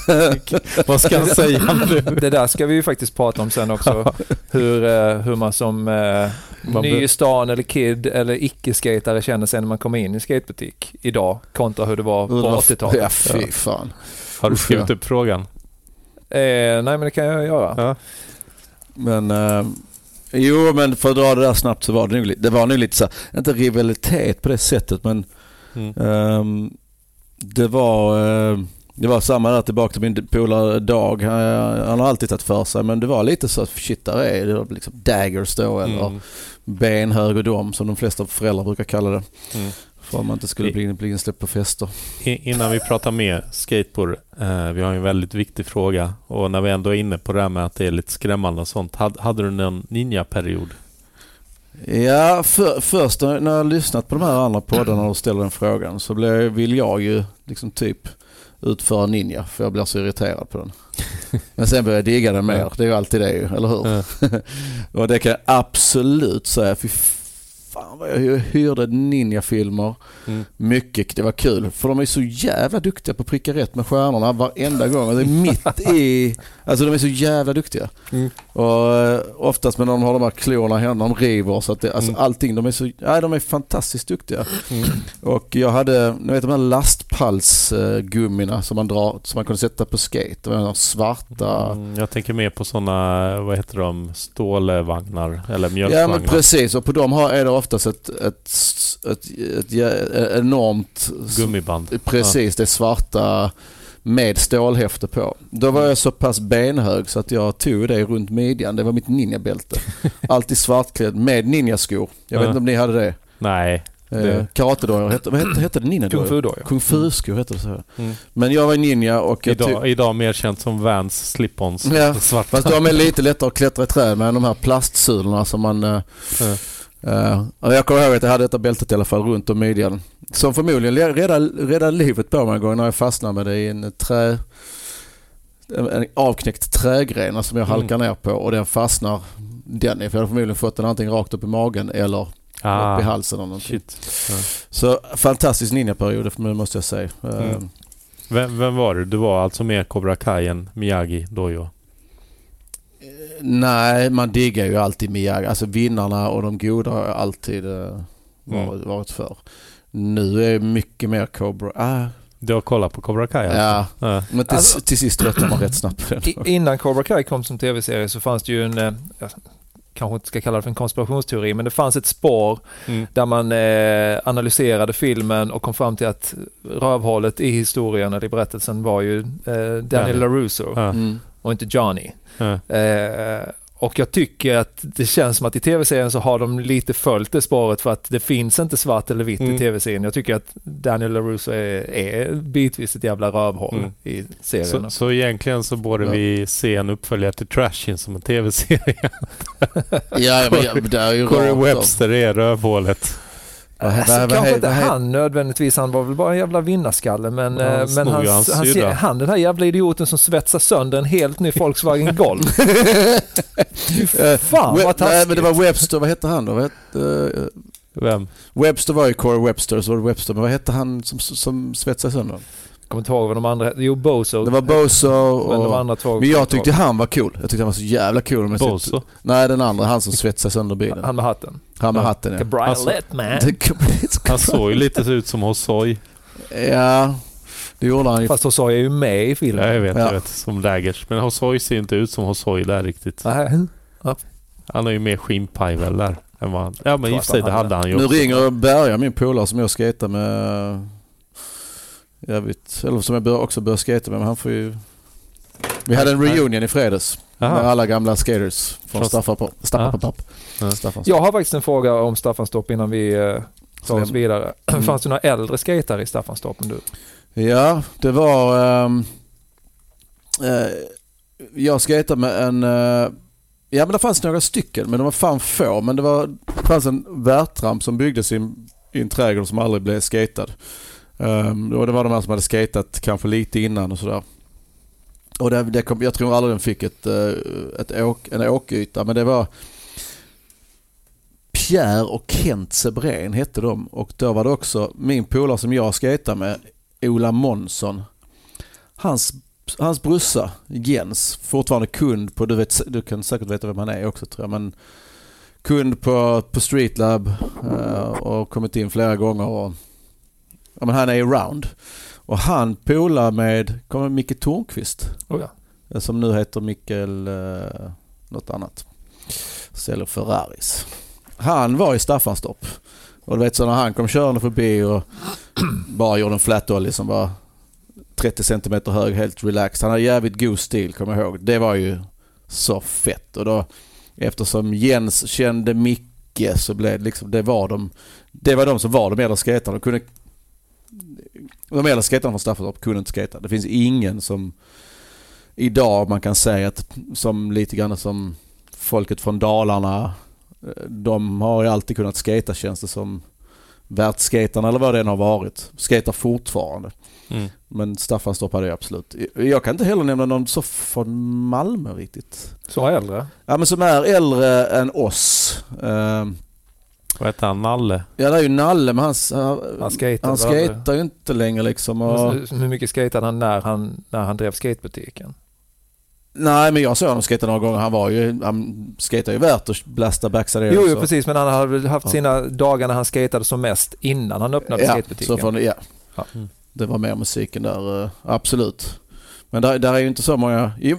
Vad ska jag säga nu? Det där ska vi ju faktiskt prata om sen också. hur, eh, hur man som eh, Man ny be- i stan eller kid eller icke-skatare känner sig när man kommer in i en skatebutik idag kontra hur det var på åttiotalet. Ja, fy fan. Har du Usch, skrivit ja. upp frågan? Eh, nej, men det kan jag göra. Ja. Men eh, jo, men för att dra det där snabbt så var det nog lite, det var nog lite så här, inte rivalitet på det sättet, men Mm. ehm, det var eh, det var samma där, tillbaka till min polare Dag. Han, han har alltid tagit för sig, men det var lite så att shit, där är det liksom Daggers då, eller Mm. benhög och dom som de flesta föräldrar brukar kalla det. Mm. För att man inte skulle bli, bli insläppt på fester. I, innan vi pratar mer skateboard, eh, vi har en väldigt viktig fråga. Och när vi ändå är inne på det här med att det är lite skrämmande och sånt. Had, hade du någon ninja-period? Ja, för, först när när jag har lyssnat på de här andra poddarna och ställer den frågan, så blir, vill jag ju liksom typ utföra ninja, för jag blir så irriterad på den. Men sen börjar jag digga den mer. Det är ju alltid det ju, eller hur? Ja. Och det kan jag absolut säga. Fy fan vad jag hyrde ninja-filmer. Mm. Mycket, det var kul. För de är så jävla duktiga på att pricka rätt med stjärnorna varenda gång. Och det är mitt i... Alltså de är så jävla duktiga. Mm. Och eh, oftast när de har de här klorna i händerna, de river. Så att det, alltså Mm. allting, de är så... Nej, de är fantastiskt duktiga. Mm. Och jag hade, ni vet de här lastpalsgummina som man drar, som man kunde sätta på skate. De här svarta... Mm, jag tänker mer på sådana, vad heter de, stålvagnar eller Ja, mjölkvagnar. men precis. Och på dem har, är det oftast ett, ett, ett, ett, ett enormt... Gummiband. Precis, det svarta med stålhäfte på. Då var jag så pass benhög så att jag tog det runt midjan. Det var mitt ninjabälte. Alltid svartklädd med ninjaskor. Jag vet Ja. inte om ni hade det. Nej. Eh, Det- Karatedojor. Hette, vad hette, hette det? Kung Ninjadojor? Fu då, ja. Kung Fu-skor hette det så. Mm. Men jag var ninja och jag tog... Idag, idag mer känt som Vans slip-ons. Ja, Svarta. fast de är lite lättare att klättra i träd med än de här plastsulorna som man... eh, Ja. Uh, och jag kommer ihåg att jag hade detta bältet i alla fall runt om midjan. Som förmodligen räddade, räddade livet på mig en gång när jag fastnade med det i en trä... En avknäckt trägren som jag Mm. halkar ner på, och den fastnar den i. För jag hade förmodligen fått den antingen rakt upp i magen eller Ah, upp i halsen eller någonting. shit. Ja. Så fantastisk ninjaperiod, måste jag säga. Uh, Mm. Vem, vem var du? Du var alltså med Cobra Kai än Miyagi Dojo? Nej, man diggar ju alltid Miyagi. Alltså vinnarna och de goda har jag alltid uh, varit, Mm. varit för. Nu är mycket mer Cobra. Ah. Du har kollat på Cobra Kai? Alltså? Ja, Ja. men till, Alltså- till sist tröttnar man rätt snabbt på den. I, innan Cobra Kai kom som tv-serie så fanns det ju en, eh, jag kanske inte ska kalla det för en konspirationsteori, men det fanns ett spår Mm. där man eh, analyserade filmen och kom fram till att rövhålet i historien eller i berättelsen var ju eh, Daniel Daniel. LaRusso Ja. Mm. och inte Johnny. Ja. Eh, och jag tycker att det känns som att i tv-serien så har de lite följt det spåret för att det finns inte svart eller vitt Mm. i tv-serien. Jag tycker att Daniel LaRusso är, är bitvis ett jävla rövhål Mm. i serien. Så, så egentligen så borde Ja. vi se en uppföljare till Trashin som en tv-serie. Ja, men, ja, men det är ju Corey rakt av. Webster är rövhålet. Vad- Alltså, vad- vad- kanske inte vad- han nödvändigtvis, han var väl bara en jävla vinnarskalle, men, Ja, han eh, men snor han, ju hans han, syrra. han den här jävla idioten som svetsar sönder en helt ny Volkswagen Golf. Eh, Fan We- vad Nej, taskigt. men det var Webster, vad hette han då? Vad hette, eh, Vem? Webster var ju Corey Webster, så var det Webster, men vad hette han som, som svetsade sönder? Jag kommer inte ihåg vad de andra hette. Jo, Bozo. Det var Bozo Men de och... andra två. Men jag tyckte han var cool. Jag tyckte han var så jävla cool. Om jag sett- Bozo? Nej, den andra, han som svetsade sönder bilen. Han med hatten. Han med Ja. hatten, ja. Cabriolet man. Det- Han såg ju lite ut som Hosoi. Ja, det gjorde han ju. Fast så är jag ju med i filmen. Ja, jag vet, Ja. jag vet. Som Daggers. Men Hosoi ser inte ut som Hosoi där riktigt. Nej. Han är ju mer skinnpaj väl där. Än vad han, ja, men i och för sig, det hade han ju Nu också. ringer Berga, min polare som jag skater med. Jag vet, eller som jag bör, också bör skata med, men han får ju... Vi hade en reunion i fredags. Aha. Med alla gamla skaters från Från- Staffanstorp. Staffanstorp. Ja. Staffanstorp. Jag har faktiskt en fråga om Staffanstorp innan vi eh, tar oss Släm. vidare. Mm. Fanns det några äldre skatare i Staffanstorp än du? Ja, det var... ehm, eh, jag skatade med en... eh, ja, men det fanns några stycken, men de var fan få. Men det, var, det fanns en värtramp som byggdes i en, i en trädgård som aldrig blev skatad. Um, det var de här som hade skatat kanske lite innan och sådär. Och det, det kom, jag tror aldrig den fick ett, eh, ett åk, en åkyta, men det var Pierre och Kent Sebrén hette de. Och då var det också min polare som jag skatade med, Ola Månsson. Hans, hans brorsa Jens, fortfarande kund på, du, vet, du kan säkert veta vem han är också tror jag, men kund på, på Streetlab uh, och kommit in flera gånger. Och, ja, men han är around. Och han polar med, kommer Micke Tornqvist. Oh ja. Som nu heter Mikkel uh, något annat. Säljer Ferraris. Han var i Staffanstorp. Och du vet så när han kom körande förbi och bara gjorde en flat ollie som var trettio centimeter hög, helt relaxed. Han hade jävligt god stil, kommer jag ihåg. Det var ju så fett. Och då, eftersom Jens kände Micke så blev det liksom, det var de, det var de som var de äldre skatarna. De kunde, de äldre skatarna från Staffanstorp kunde inte skata. Det finns ingen som idag man kan säga att som lite grann som folket från Dalarna, de har ju alltid kunnat skata, känns det som. Världsskatarna eller vad det än har varit. Skatar fortfarande. Mm. Men Staffanstorp hade jag absolut. Jag kan inte heller nämna någon så från Malmö riktigt. Så äldre? Ja, men som är äldre än oss. Uh, Vad heter han? Nalle? ja, det är ju Nalle, men han, Han skater, han skatar ju inte längre liksom. Och, hur mycket skatade han när han, när han drev skatebutiken? nej, men jag såg honom skata några gånger. Han var ju, han skatar ju värt att blasta backside. Jo, jo precis, men han hade väl haft sina dagar när han skatade som mest innan han öppnade ja, skatebutiken. så från, ja. Ja. Mm. Det var mer musiken där, uh, absolut. Men där, där är ju inte så många. Jo,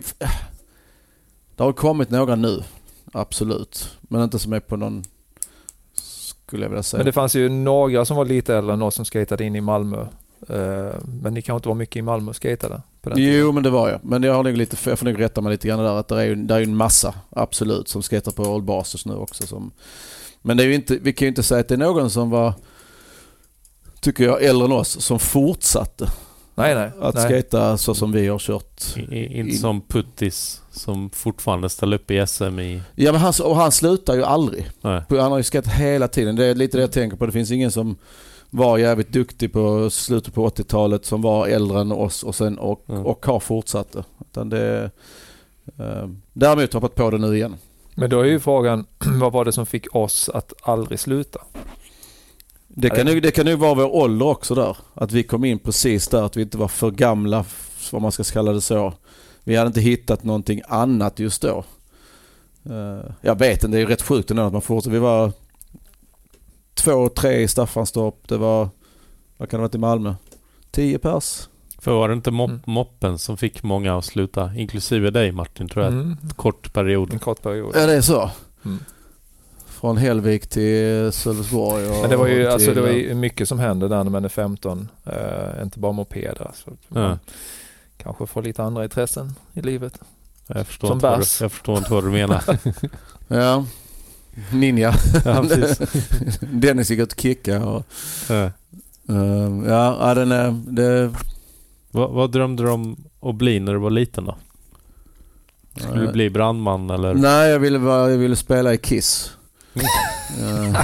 det har kommit några nu, absolut. Men inte som är på någon, skulle jag vilja säga. Men det fanns ju några som var lite äldre än oss som skatade in i Malmö. Uh, men ni kanske inte var mycket i Malmö och skatade på den Jo, tiden. men det var jag. Men jag har nog lite, jag får nog rätta mig lite grann där. Att det är ju, det är ju en massa, absolut, som skatar på Old Bastards nu också. Som, men det är ju inte, vi kan ju inte säga att det är någon som var, tycker jag, äldre än oss, som fortsatte Nej, nej. att nej. skata så som vi har kört. I, i, inte In- som Puttis som fortfarande ställer upp i S M i... Ja, men han, och han slutar ju aldrig. Nej. Han har ju skatat hela tiden. Det är lite det jag tänker på. Det finns ingen som var jävligt duktig på slutet på åttiotalet som var äldre än oss och sen och, Mm. och har fortsatt det. Utan det eh, däremot hoppat på det nu igen. Men då är ju frågan, vad var det som fick oss att aldrig sluta? Det kan, nu, det kan nu vara vår ålder också där. Att vi kom in precis där, att vi inte var för gamla, vad man ska kalla det så. Vi hade inte hittat någonting annat just då. Uh, jag vet inte, det är ju rätt sjukt ändå att man fortsätter. Vi var två, tre i Staffanstorp. Det var, vad kan det ha varit i Malmö? Tio pers. För var det inte mop- Mm. moppen som fick många att sluta? Inklusive dig Martin, tror jag. Mm. En kort period. En kort period. Ja, det är så. Mm. Från Hellvik till Sölvesborg. Och Men det var ju till, alltså, det var ju mycket som hände där när man är femton. Uh, inte bara mopeder. Så Ja. kanske får lite andra intressen i livet. Jag förstår, Som inte vad, du, bärs. jag förstår inte vad du menar. Ja. Ninja. Ja, precis. Dennis gick ut och kicka. Och, Ja. uh, ja, ja, den är... Det, Vad, vad drömde du om att bli när du var liten då? Skulle du bli brandman eller? Nej, jag ville, bara, jag ville spela i Kiss. Ja.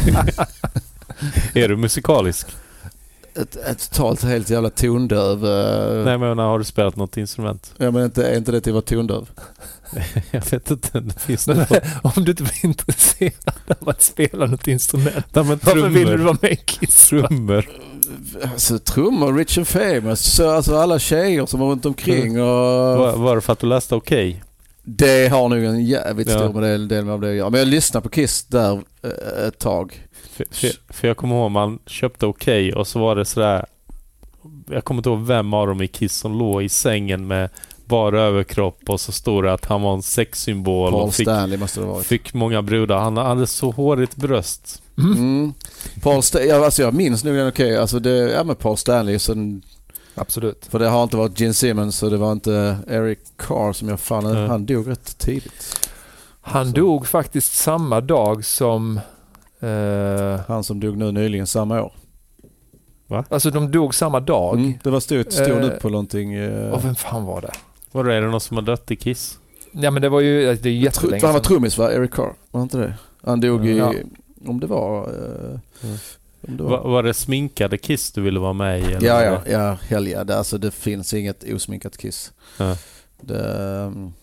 Är du musikalisk? Ett, ett totalt helt jävla tondöv. Uh, Nej, men har du spelat något instrument? Ja, men inte, är inte det till att vara tondöv? Jag vet inte. Det finns Men, något. om du inte blir intresserad av att spela något instrument. Nej, men Varför trummor. vill du vara med i Kiss? Trummor. Alltså trummor, Rich and Famous, så, alltså alla tjejer som var runt omkring och... Var, var det för att du läste okej? Det har nog en jävligt Ja. stor del, del av det att göra. Men jag lyssnade på Kiss där eh, ett tag. För, för, för jag kommer ihåg man köpte okej och så var det sådär. Jag kommer inte ihåg vem av dem i Kiss som låg i sängen med bara överkropp och så stod det att han var en sexsymbol. Paul och fick, Stanley måste det ha varit. fick många brudar. Han hade så hårigt bröst. Mm. Paul Sta- ja, alltså jag minns nog den okej. Alltså det, ja men Paul Stanley, sen, Absolut. för det har inte varit Gene Simmons och det var inte Eric Carr som jag fann. Mm. Han dog rätt tidigt. Han Så. dog faktiskt samma dag som... Eh, Han som dog nu nyligen samma år. alltså de dog samma dag. Mm. Det var stort, stod Eh, upp på någonting. Eh, Och vem fan var det? Var det, är det någon som har dött i Kiss? Ja men det var ju, det är jättelänge han var sedan. trummis va? Eric Carr, var inte det? Han dog i... Ja. Om det var... Eh, Mm. om det var Var, var det sminkade Kiss du ville vara med i? Eller ja, var ja, det- ja, hell ja. Det, alltså, det finns inget osminkat Kiss. Ja. Det, um,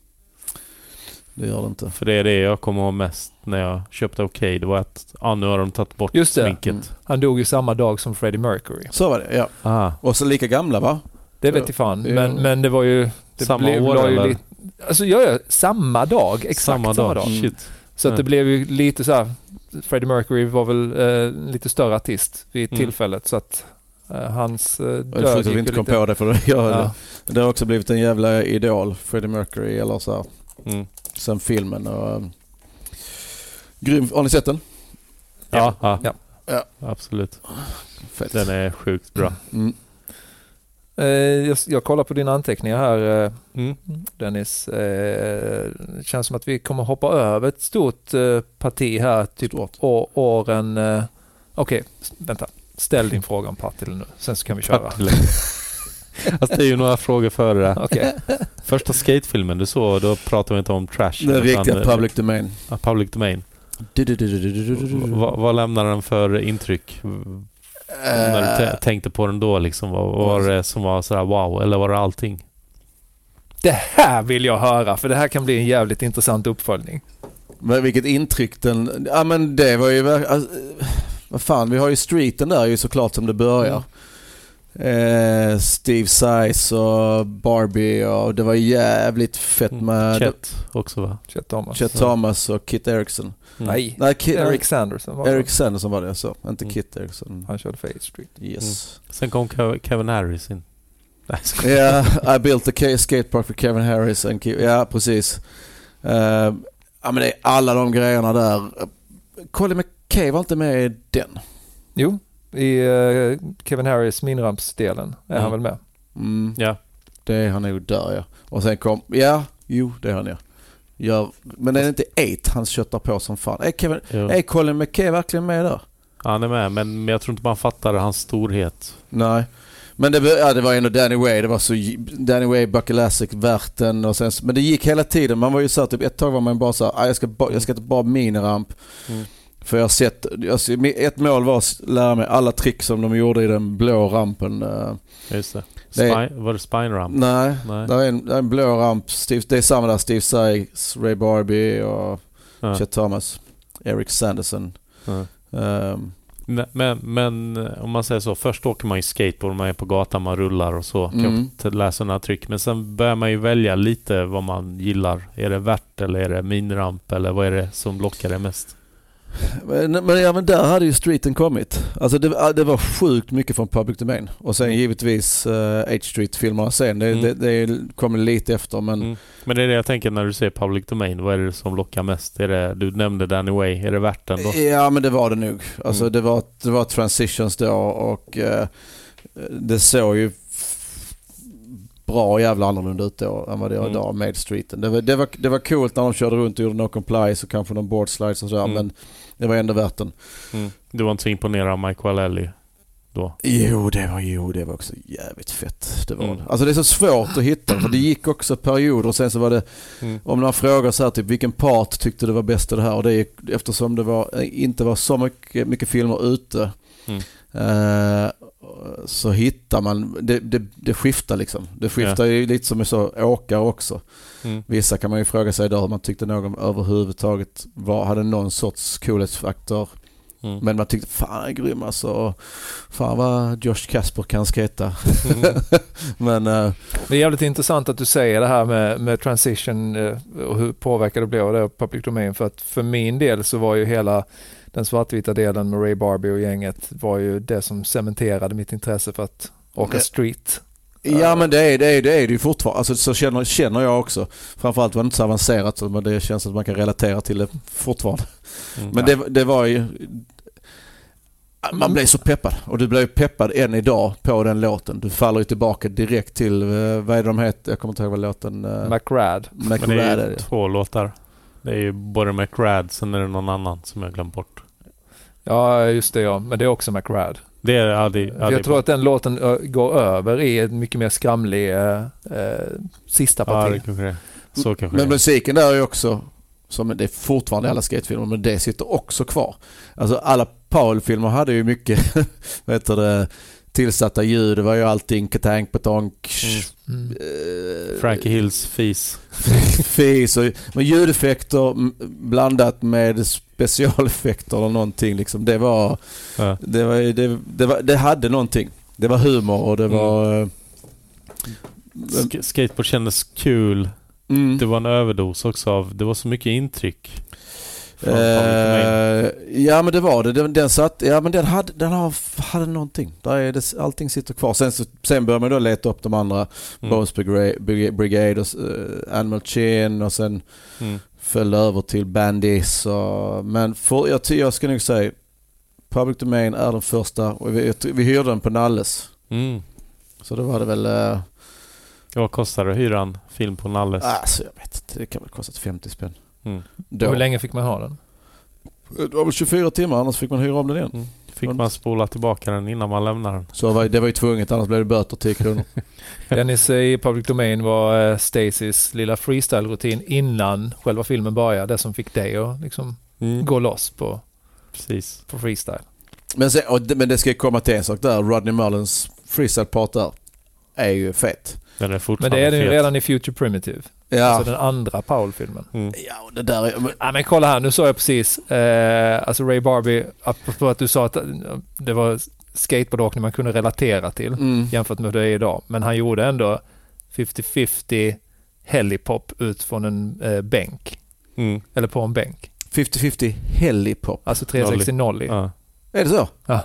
det gör det inte. För det är det jag kommer ihåg mest när jag köpte okej. Det var att ah, nu har de tagit bort Just det. sminket. Mm. Han dog ju samma dag som Freddie Mercury. Så var det, ja. Ah. Och så lika gamla va? Det vet Ja. jag fan. Ja. Men, men det var ju... Det Samma blev, år, la ju eller? Lite, alltså ja, ja, samma dag. Exakt samma, Samma dag. dag. Mm. Shit. Så att Ja. det blev ju lite så här... Freddie Mercury var väl eh, lite större artist vid Mm. tillfället. Så att eh, hans eh, Jag död tror att vi gick inte ju kom lite... på det för det, gör Ja. det. Det har också blivit en jävla idol, Freddie Mercury eller så här. Mm. Sen filmen och... Um, grym. Har ni sett den? Ja, ja. Ja. Ja. Absolut. Fett. Den är sjukt bra. Mm. Eh, jag, jag kollar på dina anteckningar här eh, Mm. Dennis. Eh, det känns som att vi kommer hoppa över ett stort eh, parti här. Typ Stort. å, åren... Eh, Okej, s- vänta. Ställ din fråga om Partille nu. Sen så kan vi köra. Partille. Alltså det är ju några frågor före det. Okej. Första skatefilmen du såg, då pratar vi inte om trash. Den utan, riktiga eh, public domain. ja, public domain. Va, vad lämnar den för intryck? När du Eh, t- tänkte på den då liksom, vad vad var det som var sådär wow, eller var det allting? Det här vill jag höra, för det här kan bli en jävligt intressant uppföljning. Men vilket intryck den... Ja men det var ju... ver- Alltså, vad fan, vi har ju streeten där ju såklart som det börjar. Eh, Steve Size och Barbie och det var jävligt fett med Chet också va? Chet Thomas. Chet Thomas och Kit Erickson. Mm. Nej, Nej, Kit, Eric Sanderson var det. Eric Sanderson var det så, inte Mm. Kit Erickson. Han körde Fade Street. Yes. Sen kom Kev- Kevin Harris in. Nej, jag skojar. Yeah, I built a ca- skatepark for Kevin Harris. And Ke- ja, precis. Uh, ja, men det är alla de grejerna där. Uh, Colin McKay var inte med i den. Jo, i eh, Kevin Harris minrampsdelen är Mm. han väl med. Mm, Ja. det är han nog där, ja. Och sen kom... Ja, jo, det är han, ja. Gör, men det är inte eight han köttar på som fan. Är, Kevin, Jo. är Colin McKay verkligen med där? Han är med, men men jag tror inte man fattar hans storhet. Nej. Men det, ja, det var ändå Danny Way. Det var så Danny Way, Buckalassic, värten och sen, men det gick hela tiden. Man var ju så här, typ ett tag var man bara så här, ah, jag ska ba, jag ska inte bara miniramp. Mm. För jag har sett, jag, ett mål var att lära mig alla trick som de gjorde i den blå rampen. Uh, Just det. Det är- Spine, var det Spine Ramp? nej, Nej. det är en, det är en blå ramp. Steve, det är samma där. Steve Sykes, Ray Barbie och Ja. Chet Thomas, Eric Sanderson. Ja. Um, Men, men, men om man säger så, först åker man ju skateboard, man är på gatan, man rullar och så, Mm. kan t- läsa några tryck. Men sen börjar man ju välja lite vad man gillar. Är det värt eller är det minramp eller vad är det som lockar det mest? Men, men, ja, men där hade ju streeten kommit. Alltså det, det var sjukt mycket från Public Domain. Och sen givetvis uh, H-Street-filmerna sen. Det, mm. det, det kom lite efter. Men... Mm. men det är det jag tänker när du säger Public Domain. Vad är det som lockar mest? Är det, du nämnde Danny Way. Är det värt den då? Ja, men det var det nog. Alltså mm. det, var, det var transitions då. Och uh, det såg ju bra jävla annorlunda ut då än vad det gör mm. idag med streeten. Det var, det, var, det var coolt när de körde runt och gjorde no complies och kanske någon board slides och sådär, mm. men det var ändå värt den. Mm. Du var inte så imponerad av Mike Wallelli då? Jo, det var, jo, det var också jävligt fett. Det var mm. Alltså det är så svårt att hitta, för det gick också perioder och sen så var det, mm. om någon frågar så här typ, vilken part tyckte du var bäst i det här? Och det är eftersom det var, inte var så mycket, mycket filmer ute mm. uh, så hittar man, det, det, det skiftar liksom. Det skiftar ja. ju lite som är så åkare också. Mm. Vissa kan man ju fråga sig idag hur man tyckte någon överhuvudtaget var, hade någon sorts coolhetsfaktor. Mm. Men man tyckte fan är grym alltså. Fan vad Josh Casper kan skata. Mm. Men uh, det är jävligt intressant att du säger det här med, med transition uh, och hur påverkad det blev av det Public Domain, för att för min del så var ju hela den svartvita delen med Ray Barbee och gänget var ju det som cementerade mitt intresse för att åka street. Ja, men det är det, är, det, är det ju fortfarande. Alltså, så känner, känner jag också. Framförallt var det inte så avancerat, men det känns att man kan relatera till det fortfarande. Mm, men det, det var ju... Man blev så peppad. Och du blev ju peppad än idag på den låten. Du faller ju tillbaka direkt till... Vad är de heter? Jag kommer inte ihåg vad låten... McRad. McRad. Men det är ju två låtar. Det är ju både McRad, sen är det någon annan som jag glömt bort. Ja, just det, ja. Men det är också McRad. Det är, ja, det, ja, jag det tror att den låten ö, går över i en mycket mer skramlig äh, sista parti. Ja, det så kanske men musiken där är ju också, som det är fortfarande alla skatefilmer, men det sitter också kvar. Alltså alla Paul-filmer hade ju mycket vad heter det, tillsatta ljud. Det var ju allting katank, petonk, mm. äh, Frankie Hills fis. fis och med ljudeffekter blandat med specialeffekter eller någonting liksom. Det var, ja. det, var det, det var det hade någonting. Det var humor och det var mm. Sk- skateboard kändes kul. Mm. Det var en överdos också av, det var så mycket intryck. Uh, ja, men det var det. Den, den satt, ja, men den hade den har, hade någonting. Där är det, allting sitter kvar. Sen så, sen börjar man då leta upp de andra mm. Bones Brigade, Brigade och uh, Animal Chin och sen mm. föll över till Bandits och, men för, jag, jag ska nog säga Public Domain är den första och vi, vi hyrde den på Nalles. Mm. Så då var det väl uh, vad kostar det att hyra en film på Nalles? Alltså jag vet inte, det kan väl kosta femtio spänn. Mm. Hur länge fick man ha den? Det var väl tjugofyra timmar, annars fick man hyra om den igen. Mm. Fick man spola tillbaka den innan man lämnar den? Så var, det var ju tvunget, annars blev det böter tio kronor. Dennis i Public Domain var uh, Stacys lilla freestyle-rutin innan själva filmen började. Det som fick dig att liksom mm. gå loss på, precis. på freestyle. Men, sen, och, men det ska komma till en sak där. Rodney Mullins freestyle-part där är ju fett. Den är men det är den ju redan i Future Primitive. Ja. Alltså den andra Paul-filmen. Mm. Ja, det där är... Men... Ja, men kolla här, nu såg jag precis eh, alltså Ray Barbee, apropå att du sa att det var skateboardåkning man kunde relatera till mm. jämfört med det är idag. Men han gjorde ändå femtio femtio helipop ut från en eh, bänk. Mm. Eller på en bänk. femtio femtio helipop? Alltså trehundrasextio nollie. Ja. Är det så? Ja.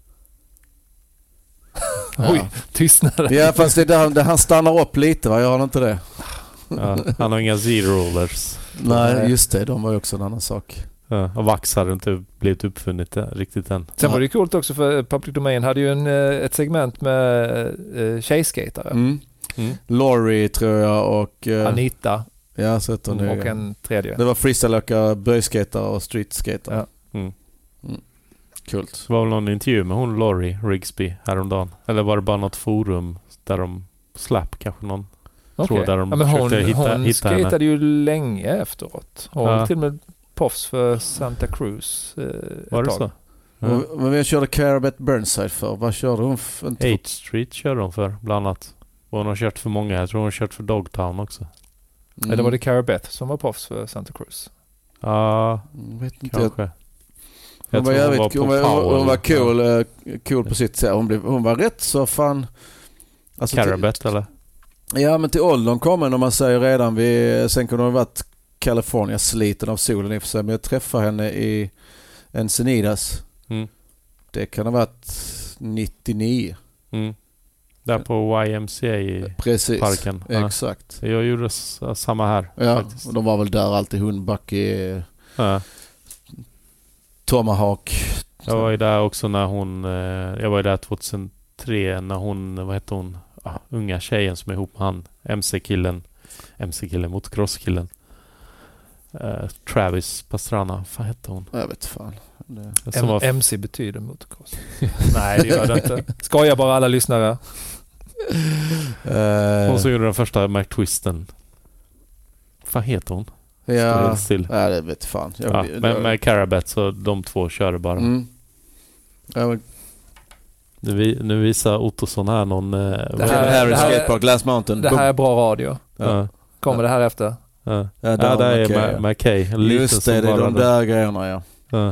Oj, ja. Tystnade. Ja, fast det är där, där han stannar upp lite, va? Jag har inte det. Ja, han har inga Z-rollers. Nej, just det. De var ju också en annan sak. Ja, och Vax hade inte blivit uppfunnit det, riktigt än. Sen var det coolt också för Public Domain hade ju en, ett segment med uh, tjejskatare. Mm. Mm. Laurie tror jag och... Uh, Anita. Ja, så heter hon. Och en tredje. Det var freestyle-åkare, böjskatare och streetskatare. Ja. Mm. Mm. Kult. Det var väl någon intervju med hon Laurie Rigsby häromdagen. Eller var det bara något forum där de slapp kanske någon. Okay. Tror där de ja, men hon hitta, hon hitta skatade henne. ju länge efteråt. Hon ja. till och med Puffs för Santa Cruz eh, var det tag. så? Ja. Och, men vi körde Carabet Burnside för. Vad körde hon för? eighth Street körde hon för bland annat. Och hon har kört för många. Jag tror hon har kört för Dogtown också. Mm. Eller var det Carabet som var Puffs för Santa Cruz? Ja, mm, vet inte. kanske. Jag Jag hon var, hon, var, hon, var, hon var cool, uh, cool på sitt sätt. Hon, blev, hon var rätt så fan... Alltså Carabet till, eller? Ja, men till åldern kommer när man säger redan vi, sen kunde hon ha varit California sliten av solen i och för sig, men jag träffade henne i Encinitas. Mm. Det kan ha varit nittionio. Mm. Där på Y M C A i Precis. parken. Exakt. Ja. Jag gjorde s- samma här. Ja, faktiskt. och de var väl där alltid Hundbacke, Ja. Tomahawk. Jag var ju där också när hon... Eh, jag var ju där tjugohundratre när hon... Vad hette hon? Ah, unga tjejen som är ihop med han. M C-killen. M C-killen, motocross-killen. Eh, Travis Pastrana. Vad fan hette hon? Jag vet fan. Det... Som M- var... M C betyder motocross. Nej, det gör det inte. Skojar bara alla lyssnare. Uh, Hon som gjorde den första McTwisten. Vad heter hon? Står ja, helt still. ja, det vet fan. Jag, Ja, jag, men med Carabet så de två körde bara. Mm. Ja, men, Nu, vi, nu visar Ottosson här någon... Eh, Det vad- här- Harry det här- Skatepark, Glass Mountain. Det här är bra radio. ja, Kommer det här efter? ja. Ja, Ja, där där är McKay, Ma- ja. McKay. En liten Just som det, det är bara de den. där grejerna, ja. Ja.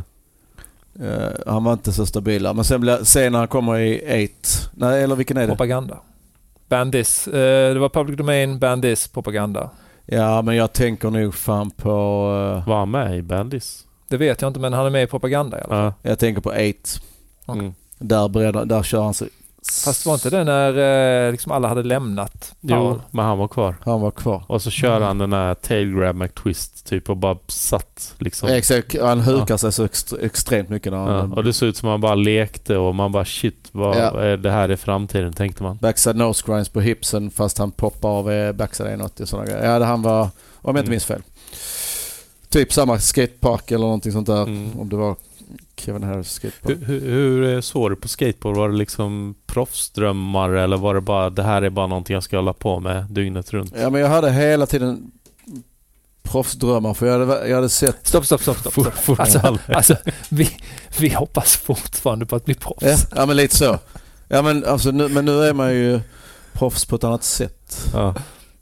Uh, han var inte så stabila. Men sen, blir, sen när han kommer i eight. Nej, eller vilken är det? Propaganda. Bandis. Eh, det var Public Domain, Bandis, propaganda. Ja, men jag tänker nog fan på... Uh, Var han med i Bandis? Det vet jag inte, men han är med i propaganda i alla fall. Ja. jag tänker på eight. Okej. Mm. Där, bredda, där kör han sig. Fast var inte det när eh, liksom alla hade lämnat? Jo, Paul? men han var kvar. Han var kvar. Och så kör han den här tail grab McTwist typ och bara satt liksom. Exakt, han hukar sig så ext- extremt mycket när han... Ja, och det såg ut som man bara lekte och man bara shit, vad Ja. är det här i framtiden, tänkte man. Backside nose grinds på hipsen fast han poppar av eh, backside enåttio och sådana grejer. Ja, det han var, om jag inte Mm. minns fel. Typ samma skatepark eller någonting sånt där. Mm. Om det var Kevin Harris skatepark. Hur, hur, hur såg du på skateboard? Var det liksom proffsdrömmar eller var det bara det här är bara någonting jag ska hålla på med dygnet runt? Ja, men jag hade hela tiden proffsdrömmar för jag hade, jag hade sett... Stopp, stopp, stopp. stopp, For- stopp. for- Alltså, alltså vi, vi hoppas fortfarande på att bli proffs. Ja, ja men lite så. Ja, men, alltså, nu, men nu är man ju proffs på ett annat sätt. Ja.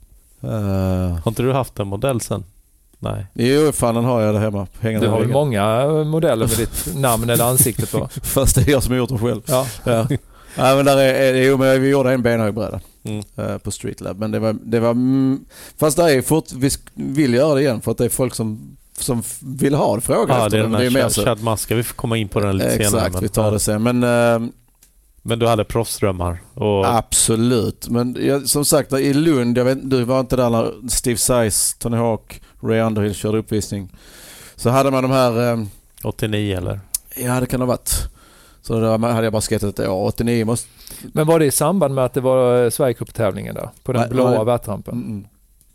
Uh, Har inte du haft en modell sen? Nej. jo, fan den har jag där hemma. Hängande Du har i väl väggen. många modeller med ditt namn eller ansikte på? Fast det är jag som har gjort dem själv. Ja. Ja. Ja, men där är, är, jo, men vi gjorde en benhögbräda Mm. uh, på Street Lab. Men det var... Det var mm, fast det är fort, vi sk- vill göra det igen för att det är folk som, som f- vill ha det. Fråga Ja, efter det är det. den Men det är här mer Chad, så. Chad Maska. Vi får komma in på den lite Exakt, senare. Men, vi tar det sen. Men uh, men du hade proffsdrömmar. Och, absolut. Men jag, som sagt, i Lund, jag vet, du var inte där när Steve Size, Tony Hawk, Ray Underhill körde uppvisning. Så hade man de här... Um, åttionio eller? ja, det kan ha varit. Så då hade jag bara skatat ett år. åttionio måste... Men var det i samband med att det var Sverigecup-tävlingen då? På den Nej, blåa nej. värtrampen? Mm.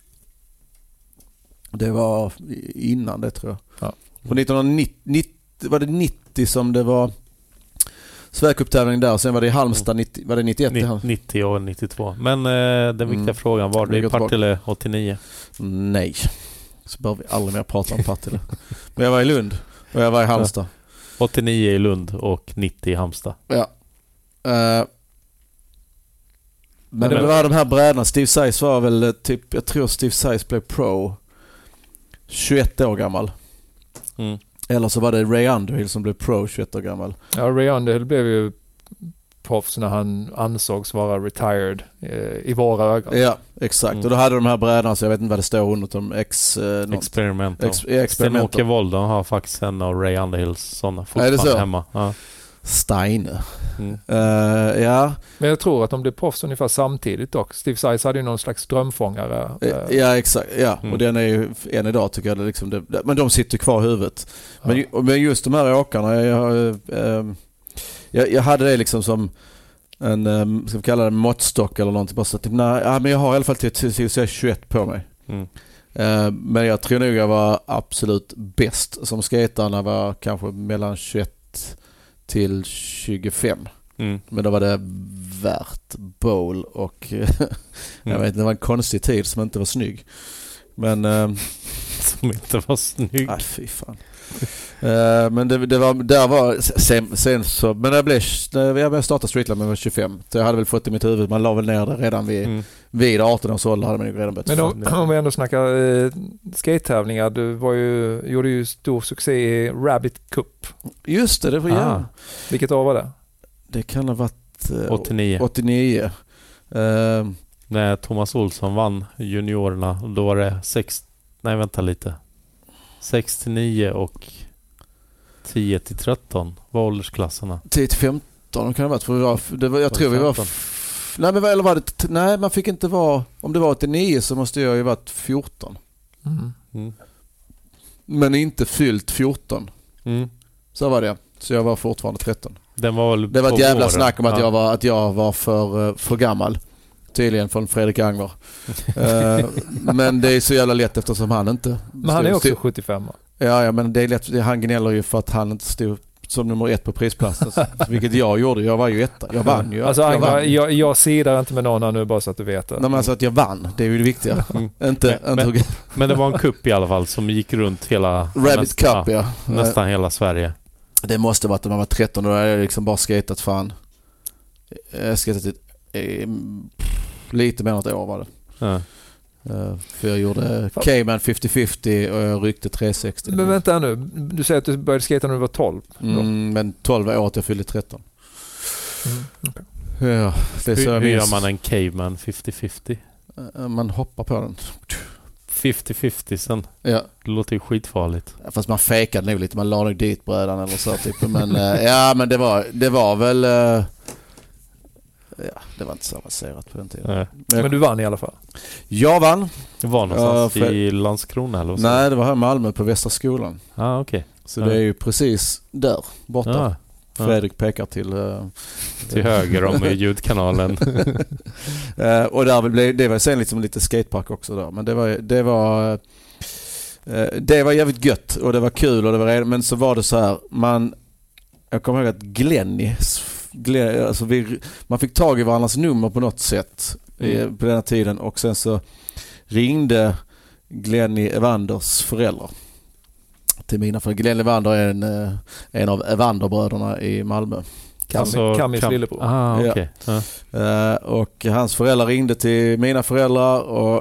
Det var innan det, tror jag. Ja. På nittonhundranittio var det nittio som det var Sverigecup-tävling där. Sen var det i Halmstad, nittio, var det nittioett? i Halmstad? nittio och nittiotvå. Men eh, den viktiga Mm. frågan, var det Vi i går tillbaka. Partille åttionio? Nej. Så behöver vi aldrig mer prata om Partille. Men jag var i Lund och jag var i Halmstad. åttionio i Lund och nittio i Halmstad. Ja. Uh, men det det var- var de här brädorna. Steve Size var väl eh, typ, jag tror Steve Size blev pro tjugoett år gammal. Mm. Eller så var det Ray Underhill som blev pro tjugoett år gammal. Ja, Ray Underhill blev ju proffs när han ansågs vara retired eh, i våra ögon. Ja, exakt. Mm. Och då hade de här brädorna, så jag vet inte vad det står under dem. Ex... Eh, något. Experimental. Ex, ja, experimenter. Sten-Åke Woldon har faktiskt en av Ray Underhills sådana är det fortfarande så? hemma. Ja. Steine. Mm. Uh, ja. Men jag tror att de blev proffs ungefär samtidigt dock. Steve Size hade ju någon slags drömfångare. Eh, eh, Ja, exakt. Ja. Mm. Och den är ju än idag, tycker jag. Det liksom det, men de sitter kvar i huvudet. Men, Ja. ju- men just de här åkarna, jag, jag, ehm, jag, jag hade det liksom som en, um, ska vi kalla det måttstock eller någonting. Bara så att, nej, ja, men jag har i alla fall till, till, till, till tjugoett på mig. Mm. Eh, men jag tror nog jag var absolut bäst som skaterna var kanske mellan tjugoett till tjugofem. Mm. Men då var det värt bowl och jag Mm. vet inte, det var en konstig tid som inte var snygg. Men eh, Som inte var snygg. nej, fy fan. Eh, men det, det var där var sen, sen så, men när jag blev när jag startade Street Lab när jag var tjugofem, så jag hade väl fått i mitt huvud, man la väl ner det redan vid, Mm. vid arton års ålder hade man ju redan börjat. Men om, om vi ändå snackar eh, skate-tävlingar, du var ju, gjorde ju stor succé i Rabbit Cup. Just det, det var ja. Ah. Vilket år var det? Det kan ha varit eh, åttionio. åttionio. Eh, När Thomas Olsson vann juniorerna, då var det sex... Nej, vänta lite. sextionio och tio till tretton var åldersklasserna. tio till femton kan det vara. För det var, det var, jag tror vi var... F- nej, men eller var det... Nej, man fick inte vara... Om det var åttionio så måste jag ju varit fjorton. Mm. Mm. Men inte fyllt fjorton. Mm. Så var det. Så jag var fortfarande tretton. Den var väl Det var ett jävla åren. snack om att, Ja. jag var, att jag var för, för gammal. Tydligen från Fredrik Angvar. uh, men det är så jävla lätt eftersom han inte... Men han är också stod, sjuttiofem. ja, ja, men det är lätt. Han gnäller ju för att han inte stod som nummer ett på prisplatsen. Vilket jag gjorde. Jag var ju etta. Jag vann ju. Alltså, jag, Angvar, vann. jag, jag sidar inte med någon här nu bara så att du vet det. Nej, men alltså att jag vann. Det är ju det viktiga. Mm. inte, Men- inte Men det var en kupp i alla fall som gick runt hela... Rabbit näst- Cup, ja, ja. nästan hela Sverige. Det måste varit när man var tretton. Då hade jag liksom bara skatat fan. Jag har skatat ett, eh, lite mer än ett år var det. Ja. Uh, för jag gjorde Cayman femtio femtio och jag ryckte trehundrasextio. Men vänta nu, du säger att du började skata när du var tolv. Mm, men tolv var året jag fyllde tretton. Mm, okay. Ja, det är så Hur, jag hur gör minns. man en caveman femtio femtio? Uh, man hoppar på den. femtio femtio sen. Ja, Det låter ju skitfarligt. fast man fejkade nog lite. Man la nog dit brädan eller så typ. Men uh, ja, men det var, det var väl... Uh, ja, det var inte så avancerat på den tiden. Nej. Men, Men du vann i alla fall. jag vann. Det var någonstans Ja, för- i Landskrona eller så? Nej, det var här i Malmö på Västra skolan. Ja, ah, okej. Så Ja. det är ju precis där borta. Ja, Fredrik pekar till... Uh, till höger om ljudkanalen. uh, och där blev, det var sen liksom lite skatepark också där. Men det var... Det var uh, det var jävligt gött och det var kul och det var, men så var det så här, man, jag kommer ihåg att Glenny, Glenny alltså vi, man fick tag i varandras nummer på något sätt mm. på den här tiden och sen så ringde Glenny Evanders föräldrar till mina föräldrar. Glenny Evander är en, en av Evanderbröderna i Malmö. Kam, Alltså, Kamis Kam- lillebror. Ah, Ja. okej. Ja. Uh, och hans föräldrar ringde till mina föräldrar och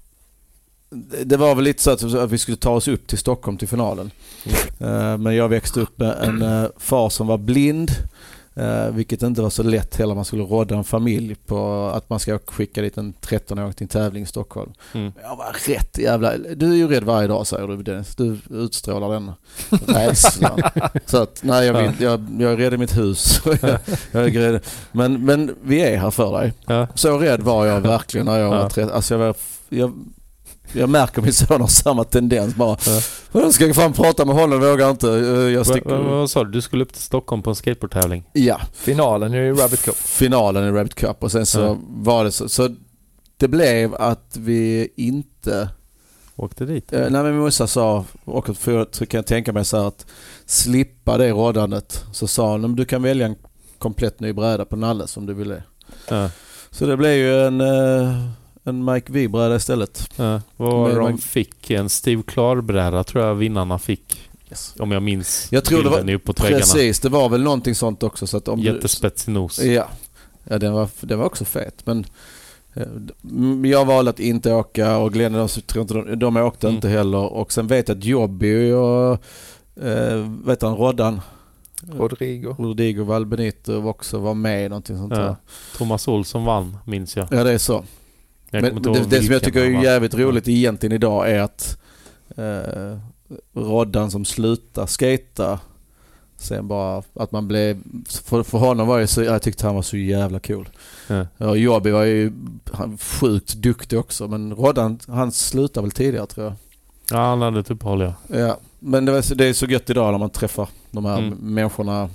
det var väl lite så att, att vi skulle ta oss upp till Stockholm till finalen. Mm. Uh, men jag växte upp med en uh, far som var blind, uh, vilket inte var så lätt heller. Man skulle råda en familj på att man ska skicka dit en tretton-åring till en tävling i Stockholm. Mm. Jag var rätt jävla... Du är ju rädd varje dag, säger du Dennis. Du utstrålar den rädslan. Så att, nej, jag, vill, jag, jag är rädd i mitt hus. jag, jag är rädd. Men, men vi är här för dig. Ja. Så rädd var jag verkligen när jag var Ja. tre. Alltså jag var... Jag, jag märker min son har samma tendens. Bara, Ja. jag ska fan prata med honom, vågar inte. Jag sticker... Vad, vad sa du? Du skulle upp till Stockholm på en skateboardtävling? Ja. Finalen är ju Rabbit Cup. Finalen i Rabbit Cup. Och sen så Ja. var det så... Så det blev att vi inte... Åkte dit? Eh, när min morsa sa, och för jag kan jag tänka mig så här att slippa det rådandet, så sa hon, men du kan välja en komplett ny bräda på Nalle som du vill det. Ja. Så det blev ju en, eh, en Mike V-bräda istället. Ja. Vad var Men de man- fick? En Steve Clark-bräda tror jag vinnarna fick. Yes. Om jag minns Jag tror det bilden var, uppåt väggarna. precis, det var väl någonting sånt också. Så att om Jättespetsig nos. du, ja, ja den, var, den var också fet. Men eh, jag valde att inte åka och Glenn, de, tror inte de, de åkte Mm. inte heller. Och sen vet jag att Jobby och eh, vet han, Roddan Rodrigo. Rodrigo Valbenito också var med i någonting sånt där. Ja. Thomas Olsson vann, minns jag. Ja, det är så. jag Men kommer inte det, ihåg det som jag vilken tycker han är vann. jävligt roligt egentligen idag är att eh, Roddan som slutar skata sen bara att man blev, för, för honom var ju så, jag tyckte han var så jävla cool. Ja. Ja, Jobby var ju han, sjukt duktig också, men Roddan, han slutade väl tidigare tror jag. Ja, han hade ett uppehåll, ja. Ja, men det, var, så- det är så gött idag när man träffar de här Mm. människorna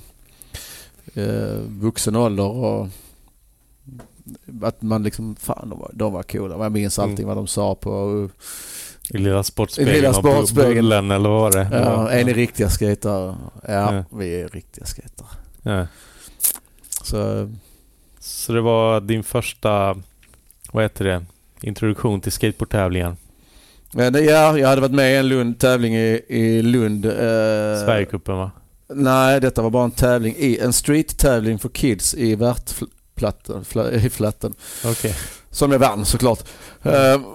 eh, vuxen ålder och att man liksom, fan de var, de var coola. Jag minns allting Mm. vad de sa på I lilla sportspegeln. I lilla och Bu- sportspegeln. Bullen eller vad var det? ja, är ni riktiga skatare? Ja, Ja. vi är riktiga skatare. Ja. Så Så det var din första, vad heter det, introduktion till skateboardtävlingen? men, ja, jag hade varit med i en Lund, tävling i, i Lund. Eh, Sverigecupen, va? Nej, detta var bara en tävling i en street-tävling för kids i Värtplatten, i Flatten. Okej. Som jag vann såklart. Uh,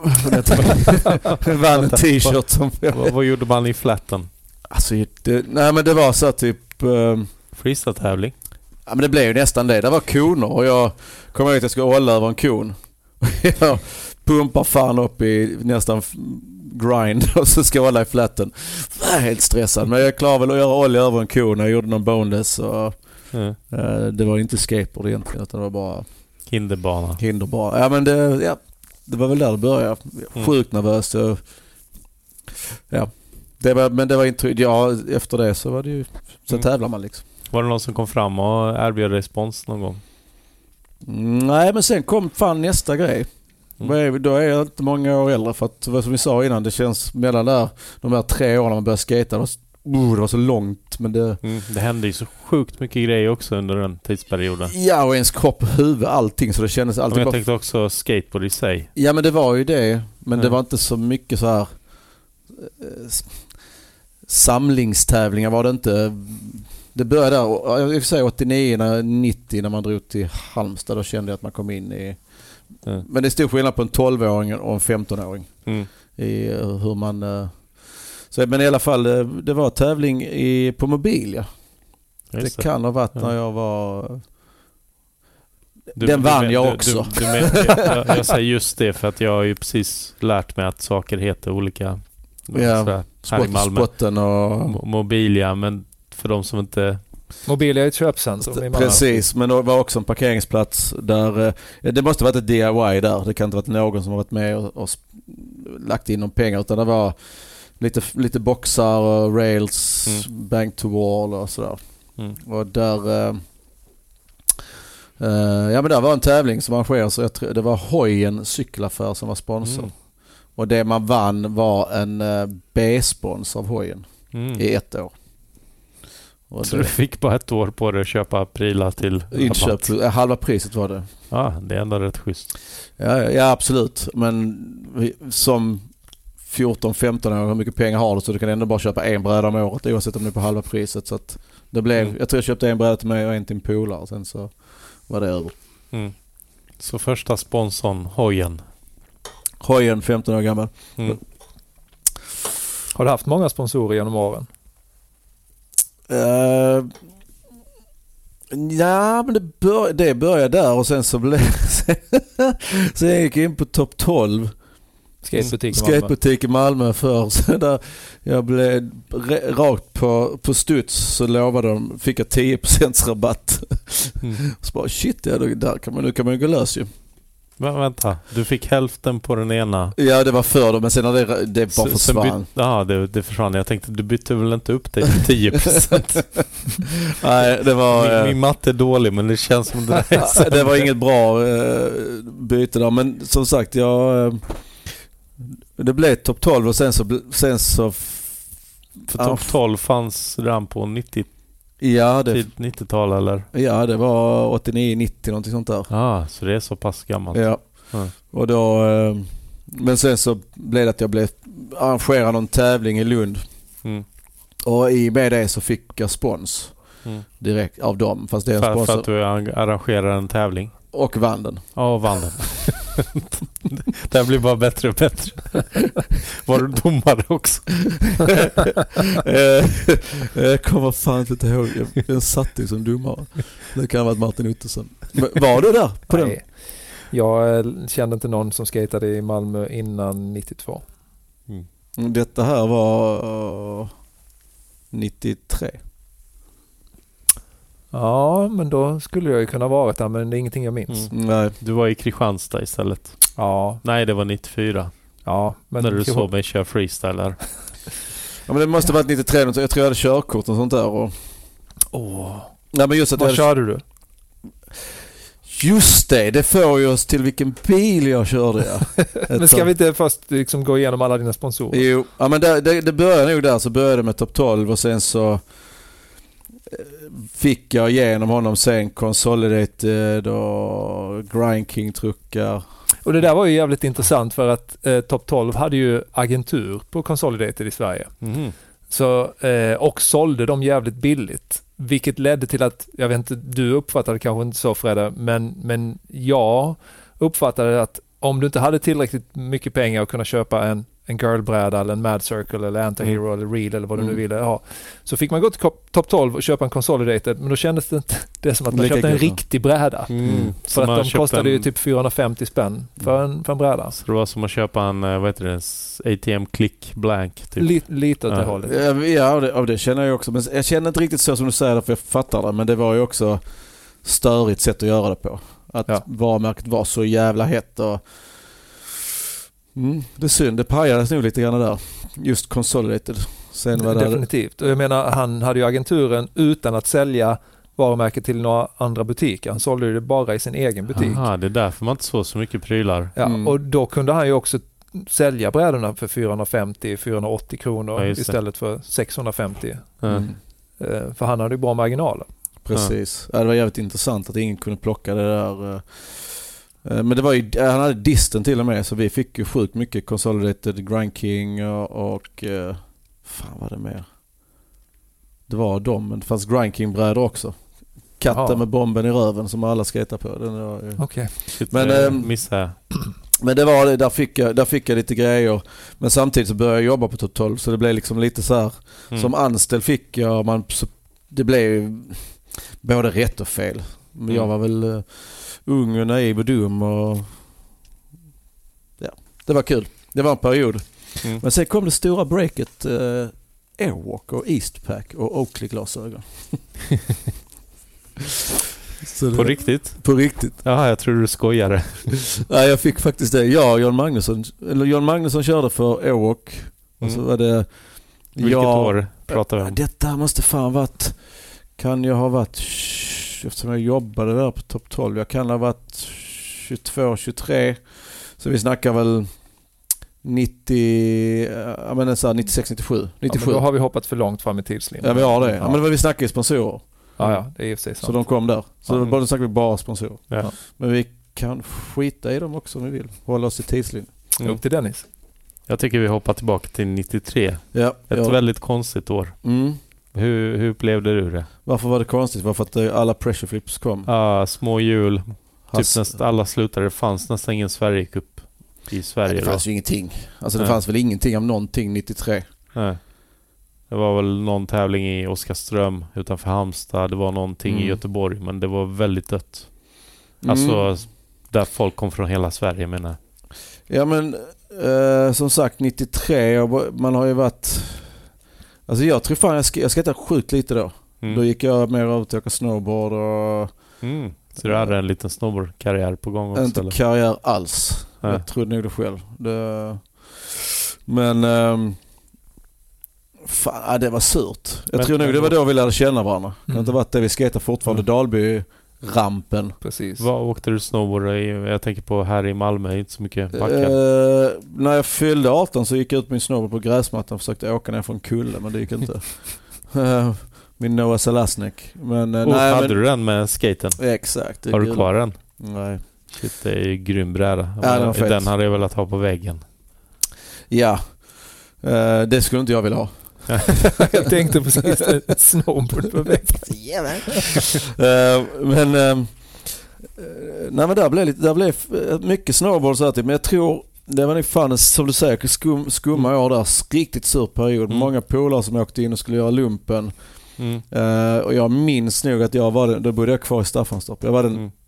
jag vann en t-shirt som... vad, vad gjorde man i flatten? Alltså, det, nej men det var så typ... Uh, Freestyle-tävling? ja men det blev ju nästan det. Det var koner och jag kom ihåg att jag skulle hålla över en kon. jag pumpar fan upp i nästan grind och så ska jag hålla i flatten. Jag är helt stressad, men jag klarar väl att göra olja över en ko när jag gjorde någon boneless. Och, Mm. eh, det var inte skateboard egentligen, utan det var bara Hinderbana. hinderbara. Ja, men det, ja, det var väl där det började. Sjukt nervöst. Och, ja, det var, men det var inte... Ja, efter det så var det ju... Så Mm. tävlar man liksom. Var det någon som kom fram och erbjöd respons någon gång? Mm, nej, men sen kom fan nästa grej. Mm. Då är jag inte många år äldre, för att vad som vi sa innan, det känns mellan där, de här tre åren när man började skata, det var, så, uh, det var så långt, men det... Mm. Det hände ju så sjukt mycket grejer också under den tidsperioden. Ja, och ens kropp, huvud, allting, så det kändes alltid Men jag bara... tänkte också skateboard i sig. Ja, men det var ju det, men Mm. det var inte så mycket så här eh, samlingstävlingar var det inte. Det började där, jag vill säga åttionio nittio när man drog till Halmstad, då kände jag att man kom in i... Mm. Men det är stor skillnad på en tolv-åring och en femton-åring Mm. i uh, hur man... Uh, så, men i alla fall, uh, det var tävling i, på mobil, ja. Just Det kan ha varit Ja. när jag var... Du- Den du vann men- jag du- också. Du, du men, jag, jag säger just det för att jag har ju precis lärt mig att saker heter olika Ja, sådär, här i Malmö. Spotten och... Mo- Mobilia, men för de som inte... Mobilia är ett köpcentrum i Malmö. Precis, men det var också en parkeringsplats där... eh, Det måste ha varit ett D I Y där. Det kan inte ha varit någon som har varit med och, och sp- lagt in någon pengar, utan det var lite, lite boxar och rails, Mm. bank to wall och sådär. Mm. Och där... eh, eh, ja, men där var en tävling som arrangerades, så jag tror, det var Hojen cykelaffär som var sponsor. Mm. Och det man vann var en eh, B-spons av Hojen Mm. i ett år. Och Så det, du fick bara ett år på dig att köpa prylar till inköp, rabatt. eh, halva priset var det. Ja, det är ändå rätt schysst. Ja, ja, ja, absolut. Men vi, som fjorton femton år, hur mycket pengar har du, så du kan ändå bara köpa en bräda om året oavsett om det är på halva priset. Så att det blev, Mm. jag tror jag köpte en bräda till mig och en till en polare, sen så var det över. Mm. Så första sponsorn, Hojen. Hojen, femton år gammal. Mm. Har du haft många sponsorer genom åren? Uh, ja, men det, bör, det började där och sen så blev sen jag gick in på topp tolv. Skatebutik i Malmö. Skatebutik i Malmö för så där jag blev re, rakt på, på studs, så lovade de, fick jag tio procent rabatt. Mm. Så bara shit, ja, då, där kan man, nu kan man ju gå lös ju. Men vänta, du fick hälften på den ena. Ja, det var för dem, men sen när det, det bara S- sen försvann. byt- Ja, det, det försvann. Jag tänkte, du bytte väl inte upp dig till tio procent? Nej, det var... min, eh, min matte är dålig, men det känns som det där är så. det var inget bra eh, byte där, men som sagt, jag... Eh, det blev topp tolv och sen så... bl- Sen så För topp tolv fanns redan på nittio, ja, det, tid, nittiotal eller? ja, det var åttionio nittio någonting sånt där. Ja, ah, så det är så pass gammalt. Ja. Ja. Och då, eh, men sen så blev det att jag blev arrangerad någon tävling i Lund. Mm. Och i med det så fick jag spons Mm. direkt av dem. Fast det är en För, sponsor. för att du arrangerar en tävling. Och vann den. Ja, och vann den. Det här blir bara bättre och bättre. Var du domare också? Eh, jag kommer fan inte ihåg. Jag, jag satt ju som domare. Det kan ha varit Martin Ottosson. Men var du där på den? Nej. Jag eh, kände inte någon som skatade i Malmö innan nittiotvå. Detta här var uh, nittiotre. Ja, men då skulle jag ju kunna varit där, men det är ingenting jag minns. Mm. Nej. Du var i Kristianstad istället. Ja, Nej, det var nittiofyra. ja. Men när du såg mig köra freestyler. Ja, men det måste ha varit nittiotre. Jag tror jag hade körkort och sånt där. Och... Åh. Nej, men just att Vad jag... körde du? Just det, det får ju oss till vilken bil jag körde. Ja. Men ska vi inte först liksom gå igenom alla dina sponsorer? Jo, ja, men det, det, det började nog där, så började det med topp tolv och sen så eh, fick jag igenom honom sen Consolidated och Grind King-truckar. Och det där var ju jävligt intressant för att eh, Top tolv hade ju agentur på Consolidated i Sverige. Mm. Så, eh, och sålde dem jävligt billigt. Vilket ledde till att, jag vet inte, du uppfattade kanske inte så Fredde, men, men jag uppfattade att om du inte hade tillräckligt mycket pengar att kunna köpa en, en girlbräda eller en Mad Circle eller Anti-Hero Mm. eller Real eller vad du Mm. nu ville ha. Så fick man gå till Top tolv och köpa en Consolidated, men då kändes det inte det som att man Lika köpte en gött, ja. riktig bräda. Mm. För Som att man de köpte kostade ju en- typ fyrahundrafemtio spänn för en, för en bräda. Så det var som att köpa en, eh, vad heter det, A T M Click Blank typ. Lite, lite åt Ja. det hållet. Ja, ja och det, och det känner jag också. Men jag känner inte riktigt så som du säger, för jag fattar det. Men det var ju också störigt sätt att göra det på. Att Ja. varumärket var så jävla hett. Och mm, det är synd, det pajades nog lite grann där. Just Consolidated. Sen var det, Definitivt. Och jag menar, han hade ju agenturen utan att sälja varumärket till några andra butiker. Han sålde det bara i sin egen butik. Aha, det är därför man inte såg så mycket prylar. Ja, Mm. och då kunde han ju också sälja brädorna för fyrahundrafemtio till fyrahundraåttio kronor Ja, just det. istället för sexhundrafemtio. Mm. Eh, För han hade ju bra marginaler. precis. Ja. Det var jävligt intressant att ingen kunde plocka det där. eh. Eh, Men det var ju, han hade disten till och med, så vi fick ju sjukt mycket Consolidated, Grind King och, och eh, fan vad det mer? Det var dem, men det fanns Grind King-brädor också. Katten Ja. med bomben i röven som alla skater på. Den var ju... Okej. Shit, Men, men, ehm, missade jag. Men det var det, där fick, jag, där fick jag lite grejer. Men samtidigt så började jag jobba på Top tolv, så det blev liksom lite så här. Mm. Som anställd fick jag, man, så, det blev både rätt och fel. Men jag Mm. var väl uh, ung och naiv och dum och ja, det var kul. Det var en period. Mm. Men sen kom det stora breaket uh, Airwalk och Eastpak och Oakley-glasögon. Så det- På riktigt? På riktigt. Jaha, jag tror du skojade. Nej, jag fick faktiskt det. Jag och John Magnusson, eller John Magnusson körde för Airwalk. Och så Mm. var det... Vilket jag, år pratar vi Ja, om? detta måste fan varit... Kan jag ha varit... Eftersom jag jobbade där på Top tolv. Jag kan ha varit tjugotvå, tjugotre. Så vi snackar väl nittio... Jag menar så här nittiosex, nittiosju. Ja, men nittiosju. då ja, har vi hoppat för långt fram i tidslinjen. vi har det. Ja. Ja. Men det var vi snackade i sponsorer. Ja, ja, det är i och för sig Så sant. de kom där. Så Ja. då bara snackade vi bara sponsorer. Ja. Men vi kan skita i dem också om vi vill. Hålla oss i tidslinjen. Mm. Upp till Dennis. Jag tycker vi hoppar tillbaka till nittiotre. Ja, Ett ja. väldigt konstigt år. Mm. Hur, hur upplevde du det? Varför var det konstigt? Varför att eh, alla pressure flips kom? Ah, små hjul. Typ Hass- nästan alla slutade. Det fanns nästan ingen Sverigecup i Sverige Nej, det då. fanns ju ingenting. Alltså det Nej. fanns väl ingenting om någonting nittiotre. Nej. Det var väl någon tävling i Oskarström utanför Halmstad. Det var någonting Mm. i Göteborg, men det var väldigt dött. Mm. Alltså där folk kom från hela Sverige menar jag. Ja men eh, som sagt nittiotre, jag, man har ju varit... Alltså jag tror fan jag, sk- jag skejtade sjukt lite då. Mm. Då gick jag mer över till att åka snowboard och Mm. Så du hade en liten snowboardkarriär på gång också? inte eller? karriär alls. Nej. Jag trodde nog det själv. Det, men ehm, fan, ja, det var surt. Jag Men- tror nog det var då vi lärde känna varandra. Det har Mm. inte varit det vi skejtade fortfarande. Mm. Dalby-rampen. Precis. Vad åkte du snowboard i? Jag tänker på här i Malmö, inte så mycket backar. Eh, när jag fyllde arton så gick jag ut min snowboard på gräsmattan och försökte åka ner från kulle, men det gick inte. Eh, min Noah Salasnik. Men, eh, oh, nej, hade men, du den med skaten? exakt. det är Har du kul. kvar den? Nej. Shit, det är ju grym bräda. Ja, den var fet. Den hade jag velat ha på väggen. Ja, eh, det skulle inte jag vilja ha. Jag tänkte precis ett snowboard på väggen. Eh, men eh, nej, men där blev lite, där blev mycket snowboard så här, typ. Men jag tror det var nog fan, som du säger, skum, skumma år där, riktigt sur period. Mm. Många polare som åkte in och skulle göra lumpen. Mm. Eh, och jag minns nog att jag var den, då bodde jag kvar i Staffanstorp. Jag var den Mm.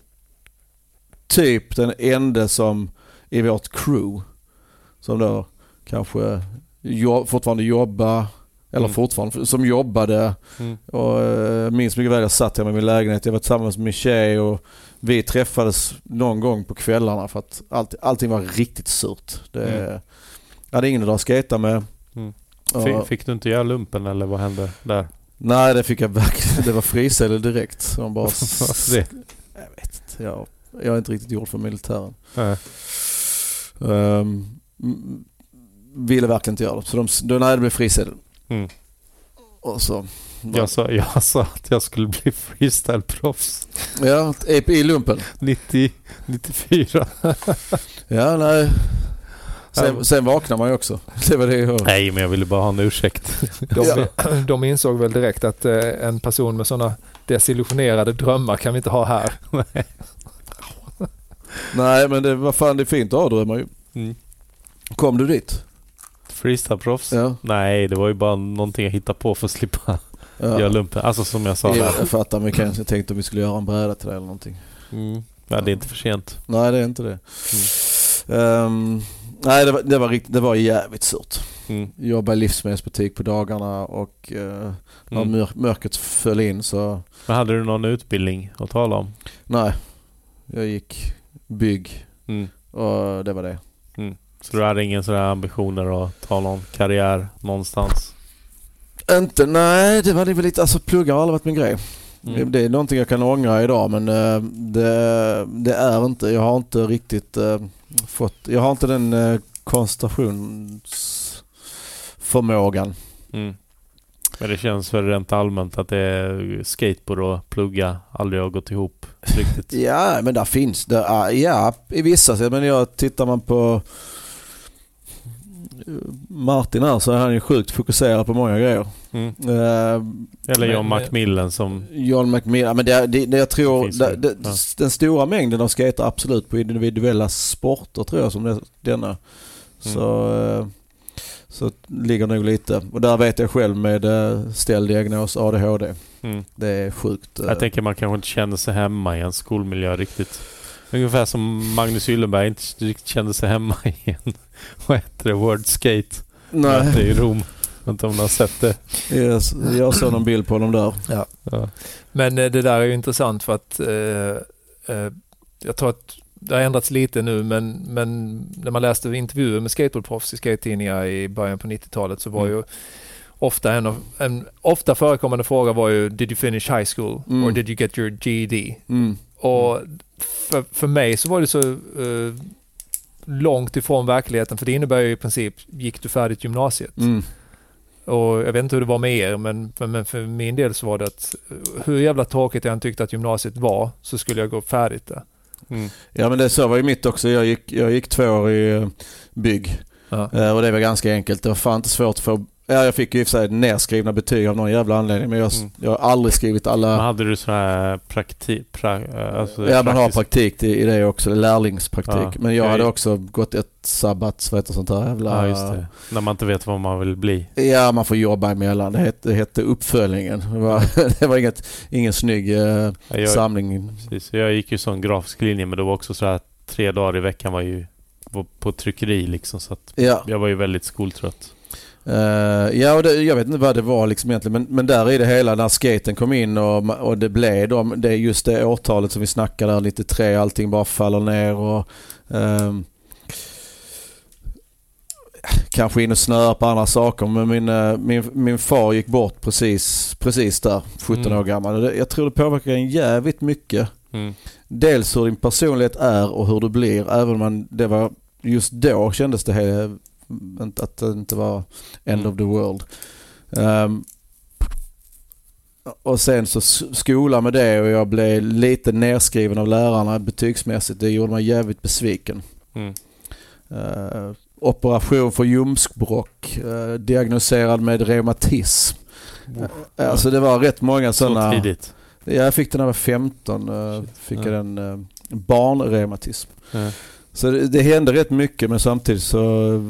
typ den enda som i vårt crew som då kanske jo, fortfarande jobba eller Mm. fortfarande som jobbade. Mm. Och uh, minns mycket väl, jag satt hemma i min lägenhet. Jag var tillsammans med min tjej och vi träffades någon gång på kvällarna för att allt, allting var riktigt surt. Det, Mm. jag hade ingen att dra och skejta med. Mm. Och, Fick, fick du inte göra lumpen eller vad hände där? nej, det fick jag verkligen. Det var friställe direkt. Så man bara, Varför det? jag vet inte. Jag, jag är inte riktigt gjord för militären. Nej. Um, m- ville verkligen inte göra det. Så de, då när det blev friställe. Mm. Och så... Jag, sa, jag sa att jag skulle bli freestyle-proffs Ja, i lumpen. nittio, nittiofyra. Ja, nej. Sen, sen vaknar man ju också. Det var det jag... Nej, men jag ville bara ha en ursäkt. De, de insåg väl direkt att eh, en person med sådana desillusionerade drömmar kan vi inte ha här. Nej, men det var fan det är fint att ha drömmar ju. Mm. Kom du dit? Freestyle-proffs? Ja. Nej, det var ju bara någonting jag hittade på för att slippa Ja. göra lumpen. Alltså som jag sa Jag, där. jag fattar, men kanske jag tänkte om vi skulle göra en bräda till det eller någonting. Mm. Ja, det är inte för sent. Nej, det är inte det. Mm. Um, nej, det var, det var riktigt, det var jävligt surt. Mm. Jobba i livsmedelsbutik på dagarna och uh, när Mm. mör, mörkret föll in så... Men hade du någon utbildning att tala om? Nej, jag gick bygg Mm. och det var det. Mm. Så du hade ingen sådär ambitioner att ta någon karriär någonstans? Inte, nej, det var väl lite, alltså plugga har aldrig varit min grej. Mm. Det är någonting jag kan ångra idag, men uh, det, det är inte, jag har inte riktigt uh, fått, jag har inte den uh, koncentrationsförmågan. Mm. Men det känns för rent allmänt att det är skateboard och plugga aldrig har gått ihop riktigt. Ja, men där finns det, uh, ja, i vissa sätt, men jag tittar man på Martin här så är han ju sjukt fokuserad på många grejer. Mm. Uh, Eller John men- Macmillan som... John McMillan, men det, det, det jag tror Finns det, det, det, ja. den stora mängden av skater absolut på individuella sporter tror jag som det, denna. Så, eh, så ligger nog lite. Och där vet jag själv med eh, ställd diagnos A D H D. Mm. Det är sjukt. eh. Jag tänker man kanske inte känner sig hemma i en skolmiljö riktigt. Ungefär som Magnus Gyllenberg inte riktigt kände sig hemma i en, vad heter det, World Skate möte Nej, i Rom. Jag vet inte om du har sett det. yes, jag såg någon bild på honom där. Ja. Ja. Men eh, det där är ju intressant för att eh, eh, jag tror att det har ändrats lite nu, men, men när man läste intervjuer med skateboardproffs i skate-tidningar i början på nittiotalet så var Mm. ju ofta en, av, en ofta förekommande fråga var ju did you finish high school Mm. or did you get your G E D? Mm. Och för, för mig så var det så eh, långt ifrån verkligheten, för det innebär ju i princip gick du färdigt gymnasiet. Mm. Och jag vet inte hur det var med er, men, men för min del så var det att hur jävla tråkigt jag än tyckte att gymnasiet var så skulle jag gå färdigt där. Mm. Ja, men det så var ju mitt också. Jag gick, jag gick två år i eh, bygg. Ja. Eh, och det var ganska enkelt. Det var fan inte svårt att få... Ja, jag fick ju i och för sig nedskrivna betyg av någon jävla anledning, men jag, Mm. jag har aldrig skrivit alla... Men hade du sån här praktik? Pra, alltså Ja, man har praktisk- praktik i, i det också, lärlingspraktik. Ja, men jag jag- hade också gått ett sabbat, vad heter sånt där jävla... Ja, just det. När man inte vet vad man vill bli. Ja, man får jobba emellan. Det hette, det hette uppföljningen. Det var, det var inget, ingen snygg eh, Ja, jag, samling. precis. Jag gick ju sån grafisk linje, men det var också så här tre dagar i veckan var ju var på tryckeri liksom, så att Ja, jag var ju väldigt skoltrött. uh, ja och det, jag vet inte vad det var liksom egentligen, men, men där i det hela när skaten kom in och, och det blev de, det är just det årtalet som vi snackar där, nittiotre, allting bara faller ner och um, kanske in och snöa på andra saker, men min, uh, min, min far gick bort precis, precis där, sjutton Mm. år gammal. Och det, jag tror det påverkar en jävligt mycket. Mm. Dels hur din personlighet är och hur du blir, även om man, det var just då kändes det här, att det inte var end Mm. of the world. Um, och sen så skola med det och jag blev lite nedskriven av lärarna betygsmässigt. Det gjorde mig jävligt besviken. Mm. Uh, operation för ljumskbråck, uh, diagnoserad med reumatism. Uh, alltså det var rätt många sådana... Så tidigt. Jag fick den när jag var femton. Uh, fick Ja. jag den uh, barnreumatism. Ja. Så det, det hände rätt mycket, men samtidigt så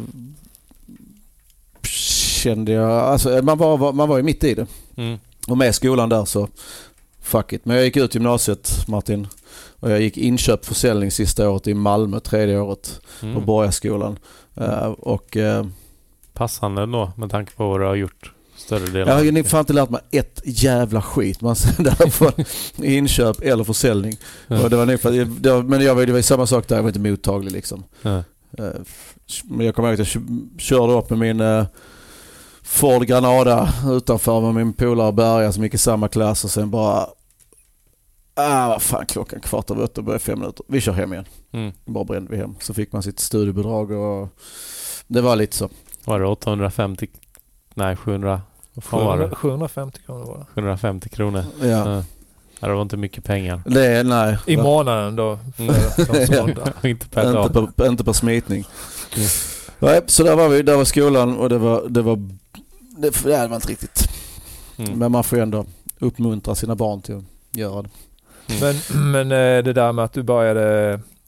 kände jag... Alltså man var, man var ju mitt i det. Mm. Och med skolan där så fuck it. Men jag gick ut gymnasiet, Martin. Och jag gick inköp försäljning sista året i Malmö, tredje året Mm. på Borgaskolan. Uh, och uh, Passande då, med tanke på vad du har gjort större delen. jag har ju fan inte lärt mig ett jävla skit. Man där från inköp eller försäljning. Ja. Och det var nog för, det var, men jag var, det var ju samma sak där, jag var inte mottaglig liksom. Ja. Uh, men jag kommer ihåg att jag körde upp med min uh, Ford Granada utanför med min polare Berga som gick i samma klass och sen bara ah vad fan, klockan kvart över åtta, började fem minuter. Vi kör hem igen. Mm. Bara brände vi hem. Så fick man sitt studiebidrag och det var lite så. Var det åttahundrafemtio? Nej, sjuhundra. Vad fan var det? sjuhundrafemtio kronor var det. sjuhundrafemtio kronor. Ja. Ja. Ja, det var inte mycket pengar. Det är, nej. I månaden då. För de som undrar. Inte per dag. Inte på, inte på smitning. Mm. Nej, så där var vi, där var skolan och det var det var det, det var inte riktigt. Mm. Men man får ju ändå uppmuntra sina barn till att göra det. Men, men eh, det där med att du började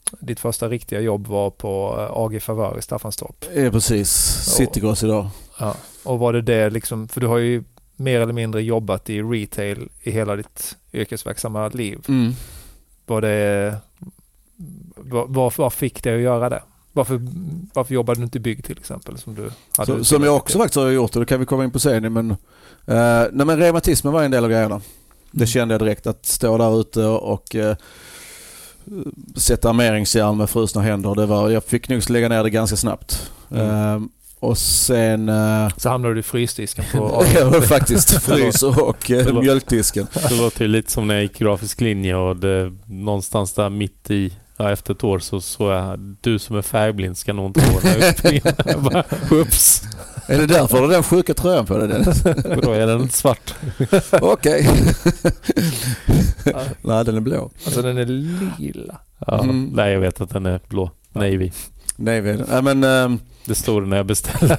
ditt första riktiga jobb var på A G Favör i Staffanstorp. Ja, precis. Citygross idag. Ja. Och var det det liksom, för du har ju mer eller mindre jobbat i retail i hela ditt yrkesverksamma liv. Mm. Var det, var, var fick det att göra det? Varför, varför jobbade du inte i bygg till exempel? Som, du hade Så, som jag också faktiskt har gjort, och det kan vi komma in på sen. Men, uh, nej, men reumatismen var en del av grejerna. Det mm. kände jag direkt, att stå där ute och uh, sätta armeringsjärn med frusna händer. Det var, jag fick nog lägga ner det ganska snabbt. Mm. Uh, och sen... Uh, så hamnade du i frysdisken på... ja, faktiskt. Frys och uh, mjölkdisken. Det låter ju lite som när jag gick grafisk linje och det, någonstans där mitt i, ja, efter ett år så såg jag, du som är färgblind ska nog inte få det. Bara, ups. Är det därför du har den sjuka tröjan på dig? Då är den svart. Okej. Nej, den är blå. Alltså den är lila. Ja, mm. Nej, jag vet att den är blå. Navy. Navy. Ja, men... Um, det står när jag beställer.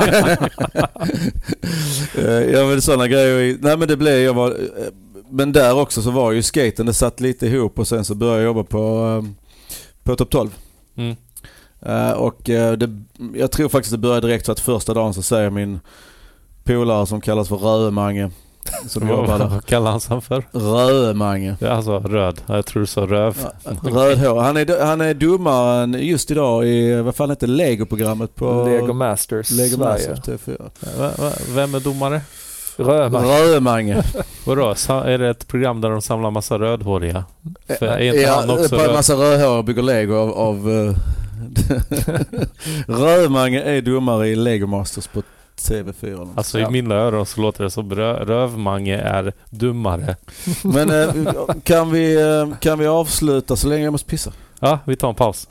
ja, men sådana grejer. Nej, men det blev jag var... Men där också så var ju skaten, det satt lite ihop och sen så började jag jobba på, på Top tolv. Mm. Uh, och uh, det, jag tror faktiskt det började direkt så att första dagen så säger min polare som kallas för Rödmange. Så vad kallar han sig för? Rödmange. Ja, alltså röd. Jag tror du sa röv. Ja, rödhår. Han är, han är dummare just idag i, vad fan heter Lego-programmet på... Lego Masters. Lego Masters T fyra. Va, va, vem är domare? Rödmange. Rödmange. Vadå? Är det ett program där de samlar massa rödhåriga? För är inte ja, han också på en massa rödhår och bygger Lego av... av uh, Rödmange är domare i Lego Masters på T V fyra. Alltså ja. I mina öron så låter det som rö- Rövmange är dummare. Men uh, kan, vi, uh, kan vi avsluta så länge jag måste pissa? Ja, vi tar en paus.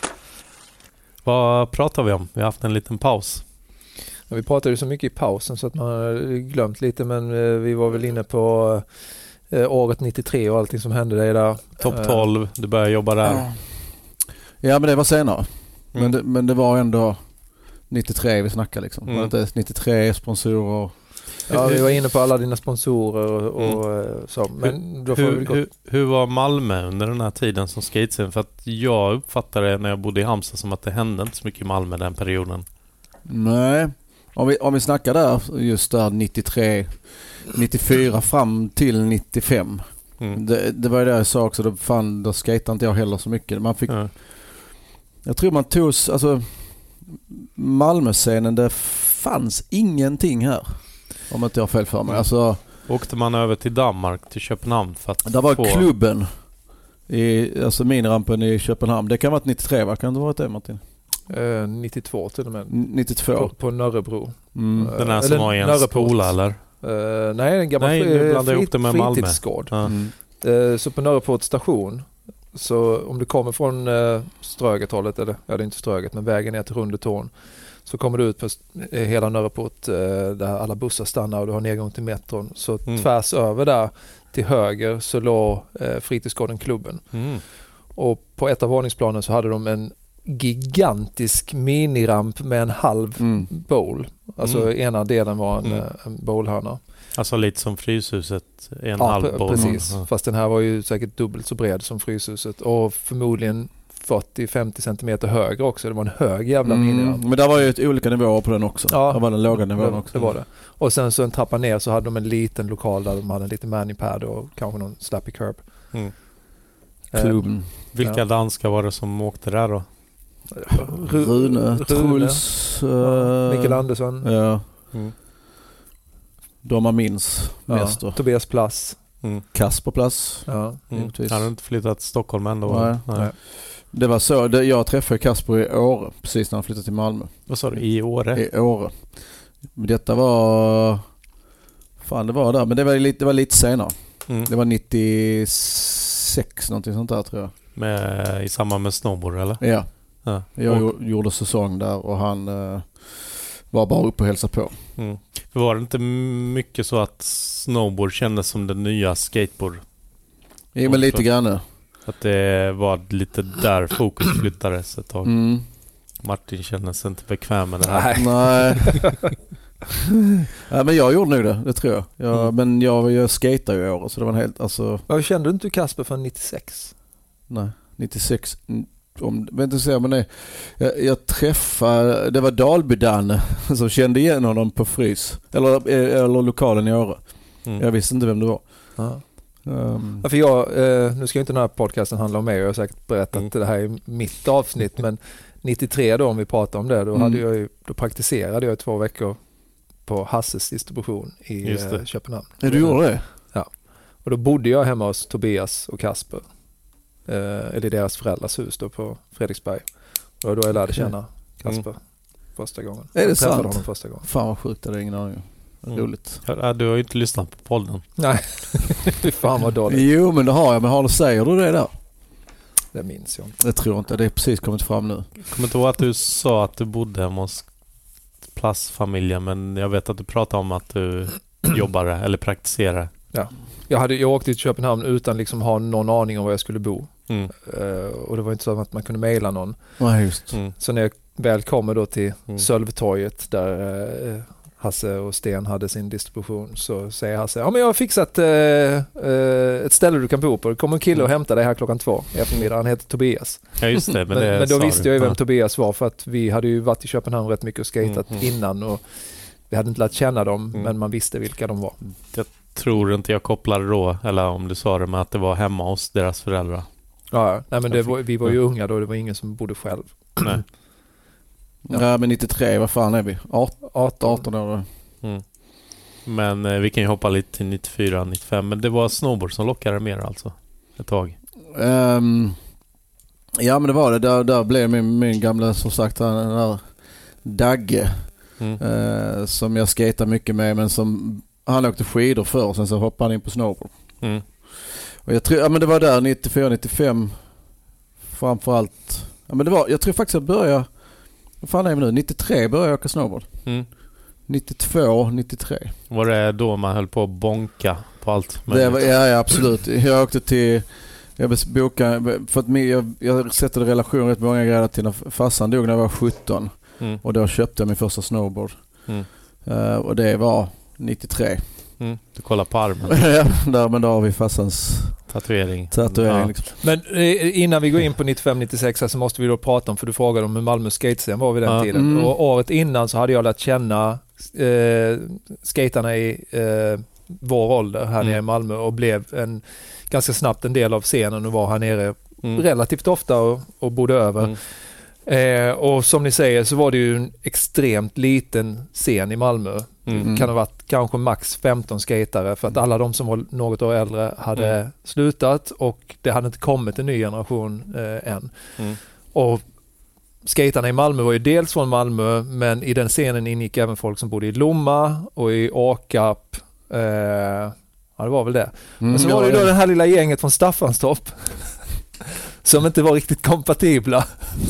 Vad pratar vi om? Vi har haft en liten paus. Ja, vi pratade ju så mycket i pausen så att man har glömt lite, men uh, vi var väl inne på uh, året nittiotre och allting som hände där. där. Topp tolv, du började jobba där. Ja, ja men det var senare. Mm. Men, det, men det var ändå nittiotre vi snackade liksom. Mm. Det nittiotre sponsorer. Ja, vi var inne på alla dina sponsorer och, och mm. så. Men då får hur, vi gå. Hur, hur var Malmö under den här tiden som skatescen? För att jag uppfattade det när jag bodde i Halmstad som att det hände inte så mycket i Malmö den perioden. Nej. Om vi, om vi snackar där just där nittiotre, nittiofyra fram till nittiofem. Mm. Det, det var ju det jag sa också. Då, fan, då skatade inte jag heller så mycket. Man fick... Mm. Jag tror man tog... Alltså, Malmö-scenen, det fanns ingenting här. Om inte jag har fel för mig. Alltså, åkte man över till Danmark, till Köpenhamn för att där var få... klubben i, alltså minirampen i Köpenhamn. Det kan vara ett nittiotre, va? Kan det vara ett det, Martin? Uh, nittiotvå till och med. nittiotvå. På, på Nörrebro. Mm. Den här som var i en skola, eller? Uh, nej, en gammal nej, fri, blandade ihop det med fritidsgård. Mm. Uh, så på Nörreports station, så om du kommer från uh, Ströget-hållet, eller ja, det är inte Ströget, men vägen ner till Rundetorn, så kommer du ut på hela Nörreport uh, där alla bussar stannar och du har nedgång till metron. Så mm. tvärs över där till höger så låg uh, fritidsgården Klubben. Mm. Och på ett av våningsplanen så hade de en gigantisk miniramp med en halv mm. bowl. Alltså mm. ena delen var en, mm. en bowlhörna. Alltså lite som Fryshuset, en ja, halv p- bowl. Precis, mm. fast den här var ju säkert dubbelt så bred som Fryshuset och förmodligen fyrtio till femtio centimeter högre också. Det var en hög jävla mm. miniramp. Men där var ju ett olika nivåer på den också. Ja, det var den låga nivån det, också. Det var det. Och sen så en trappa ner så hade de en liten lokal där de hade en liten manipad och kanske någon slappy curb. Mm. Klubben. Eh, vilka ja. danskar var det som åkte där då? Rune, Rune Truls, uh, Mikael Andersson. Ja. Mm. De man minns ja. mest då. Tobias Plass. Mm. Kasper Plass. Ja. Mm. Han hade inte flyttat till Stockholm ändå. Nej. Nej. Det var så. Det, jag träffade Kasper i Åre precis när han flyttade till Malmö. Vad sa du? I Åre? I Åre. Detta var... Fan, det var där. Men det var lite, det var lite senare. Mm. Det var nittiosex, någonting sånt där tror jag. Med, i samband med snowboard, eller? Ja. Ja. Jag och, gjorde säsong där och han uh, var bara uppe och hälsade på. Mm. Var det inte mycket så att snowboard kändes som den nya skateboard? Ja, men lite grann. Att det var lite där fokus flyttades ett tag. Mm. Martin kände sig inte bekväm med det här. Nej. Ja, men jag gjorde nog det, det tror jag. jag mm. Men jag, jag skater ju i år så det var en helt... Alltså... Ja, kände du inte Kasper från nittiosex? Nej, nittiosex... om, vet inte säga, men nej, jag, jag träffade, det var Dalby-Danne som kände igen honom på Frys. Eller, eller lokalen i Åre. Mm. Jag visste inte vem det var. Ja. Um. Ja, för jag, eh, nu ska inte den här podcasten handla om mig, jag har säkert berättat mm. det här i mitt avsnitt, men nittiotre då, om vi pratar om det, då, mm. hade jag ju, då praktiserade jag två veckor på Hasses distribution i eh, Köpenhamn. Ja, du gjorde det? Ja. Och då bodde jag hemma hos Tobias och Kasper. Eh, eller deras föräldrars hus då på Fredriksberg. Och då jag lärde känna Kasper mm. första gången. Är det sant? Honom första gången. Fan vad sjukt, det är ingen aning. Mm. Roligt. Ja, du har ju inte lyssnat på podden. Nej, fan vad dåligt. Jo, men det har jag. Men har du, säger du det där? Det minns jag inte. Jag tror inte. Det är precis kommit fram nu. Jag kommer inte ihåg att du sa att du bodde hemma hos Plastfamiljen, men jag vet att du pratade om att du jobbar eller praktiserar. Ja. Jag, hade, jag åkte till Köpenhamn utan liksom ha någon aning om var jag skulle bo. Mm. Uh, och det var inte så att man kunde mejla någon. Ja, just. Mm. Så när jag väl kommer då till mm. Sölvtorget där uh, Hasse och Sten hade sin distribution, så säger Hasse, ja men jag har fixat uh, uh, ett ställe du kan bo på. Det kommer en kille och hämtar dig här klockan två i eftermiddag. Han heter Tobias. Ja just det. Men, men, det men då visste jag ju vem ja. Tobias var, för att vi hade ju varit i Köpenhamn rätt mycket och skatat mm, mm. innan, och vi hade inte lärt känna dem, mm. men man visste vilka de var. Jag tror inte jag kopplade då, eller om du sa det, med att det var hemma hos deras föräldrar. Ja, nej men det var, vi var ju unga då, det var ingen som bodde själv. Nej. Ja. ja men nittiotre, vad fan är vi? arton år. Mm. Men eh, vi kan ju hoppa lite till nittiofyra nittiofem, men det var snowboard som lockade mer alltså ett tag. Um, ja men det var det, där, där blev min, min gamla, som sagt, den där Dagge mm. uh, som jag skater mycket med, men som han åkte skidor för och sen så hoppade han in på snowboard. Mm. Och jag tror, ja men det var där nittiofyra nittiofem framförallt. Ja men det var, jag tror faktiskt jag började, vad fan är det nu, nittiotre började jag åka snowboard. Mm. nittiotvå nittiotre. Var det då man höll på att bonka på allt? Det var, ja, ja absolut. Jag åkte till, jag bokade, för att jag, jag sätter i relation rätt många grejer till när farsan dog när jag var sjutton. Mm. Och då köpte jag min första snowboard. Mm. Uh, och det var nittiotre. Mm. Du kollar på armen. Ja, där, men då har vi farsans tatuering. tatuering ja. liksom. Men eh, innan vi går in på nittiofem nittiosex så måste vi då prata om, för du frågade om hur Malmö skatescen var vid den ja. tiden. Mm. Och året innan så hade jag lärt känna eh, skaterna i eh, vår ålder här mm. nere i Malmö och blev en, ganska snabbt en del av scenen och var här nere mm. relativt ofta och, och bodde över. Mm. Eh, och som ni säger så var det ju en extremt liten scen i Malmö. Mm. Kan ha varit kanske max femton skatare, för att alla de som var något år äldre hade mm. slutat och det hade inte kommit en ny generation eh, än. Mm. Och skaterna i Malmö var ju dels från Malmö, men i den scenen ingick även folk som bodde i Lomma och i Åkarp. Eh, ja, det var väl det. Mm, men så var det ju då det här lilla gänget från Staffanstorp som inte var riktigt kompatibla.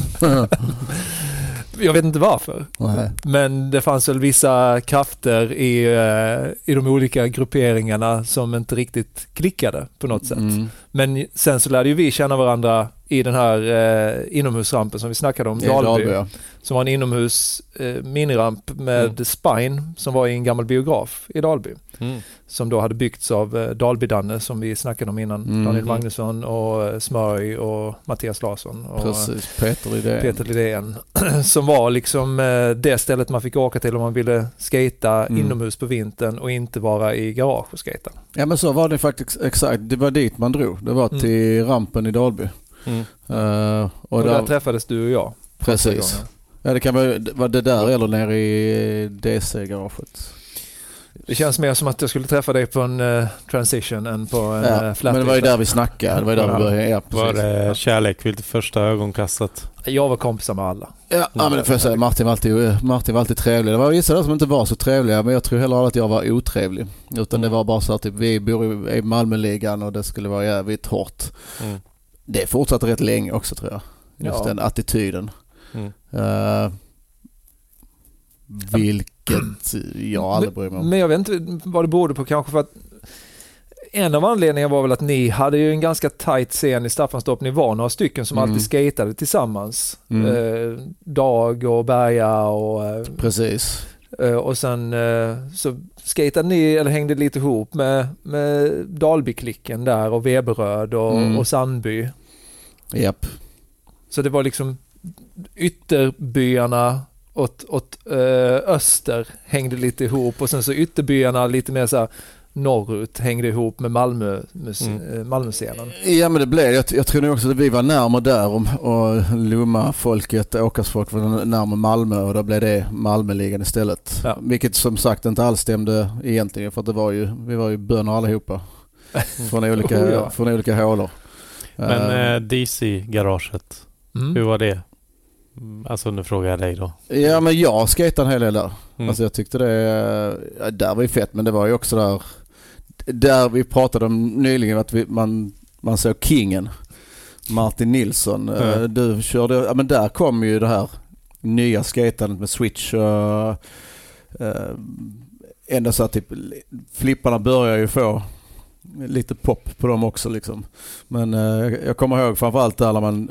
Jag vet inte varför. Nej. Men det fanns väl vissa krafter i, i de olika grupperingarna som inte riktigt klickade på något sätt. Mm. Men sen så lärde ju vi känna varandra i den här eh, inomhusrampen som vi snackade om, Dalby, Dalby ja. Som var en inomhus eh, miniramp med mm. Spine som var i en gammal biograf i Dalby. Mm. Som då hade byggts av eh, Dalby-Danne som vi snackade om innan. Mm. Daniel Magnusson och eh, Smörj och Mattias Larsson och precis, Peter Lidén. Peter Lidén. Som var liksom eh, det stället man fick åka till om man ville skata mm. inomhus på vintern och inte vara i garage och skata. Ja men så var det faktiskt exakt. Det var dit man drog. Det var till mm. rampen i Dalby. Mm. Uh, och och där, där träffades du och jag. Precis. Ja, det kan vara, var det där eller nere i D C-garaget. Det känns mer som att jag skulle träffa dig på en uh, transition än på en ja, uh, flat. Men det var ju där vi snackade. Det var ju där ja. vi började. Ja, var det kärlek vid det första ögonkastet? Jag var kompisar med alla. Ja, mm. ja men det får jag säga. Martin var alltid, Martin var alltid trevlig. Det var vissa där som inte var så trevliga, men jag tror heller att jag var otrevlig. Utan mm. det var bara så att typ, vi bor i Malmöligan och det skulle vara jävligt hårt. Mm. Det fortsatte rätt länge också tror jag. Just ja. den attityden. Mm. Uh, vilket jag aldrig bryr mig om. Men jag vet inte vad det berodde på, kanske för att en av anledningarna var väl att ni hade ju en ganska tight scen i Staffanstorp. Ni var några stycken som mm. alltid skatade tillsammans. Mm. Uh, Dag och Berga och... Uh, Precis. Uh, och sen uh, så skatade ni, eller hängde lite ihop med, med Dalby-klicken där och Weberöd och, mm. och Sandby. Japp. Så det var liksom ytterbyarna åt, åt eh, öster hängde lite ihop och sen så ytterbyarna lite mer så här norrut hängde ihop med Malmö, mm. Malmöscenen. Ja, men det blev, jag, jag tror nog också att vi var närmare där och, och Lomma folket, Åkersfolk var närmare Malmö och då blev det Malmöligan istället. Ja. Vilket som sagt inte alls stämde egentligen för att det var ju, vi var ju bönor allihopa från olika, oh, ja. från olika hålor. Men uh, D C-garaget, mm. hur var det? Alltså nu frågar jag dig då. Ja, men jag skejtade en hel del där. Mm. Alltså jag tyckte det, ja, där var ju fett, men det var ju också där där vi pratade om nyligen att vi, man, man såg Kingen Martin Nilsson. Mm. Du körde, ja, men där kom ju det här nya skejtandet med switch och uh, ändå så att typ flipparna börjar ju få lite pop på dem också liksom. Men uh, jag kommer ihåg framförallt där när man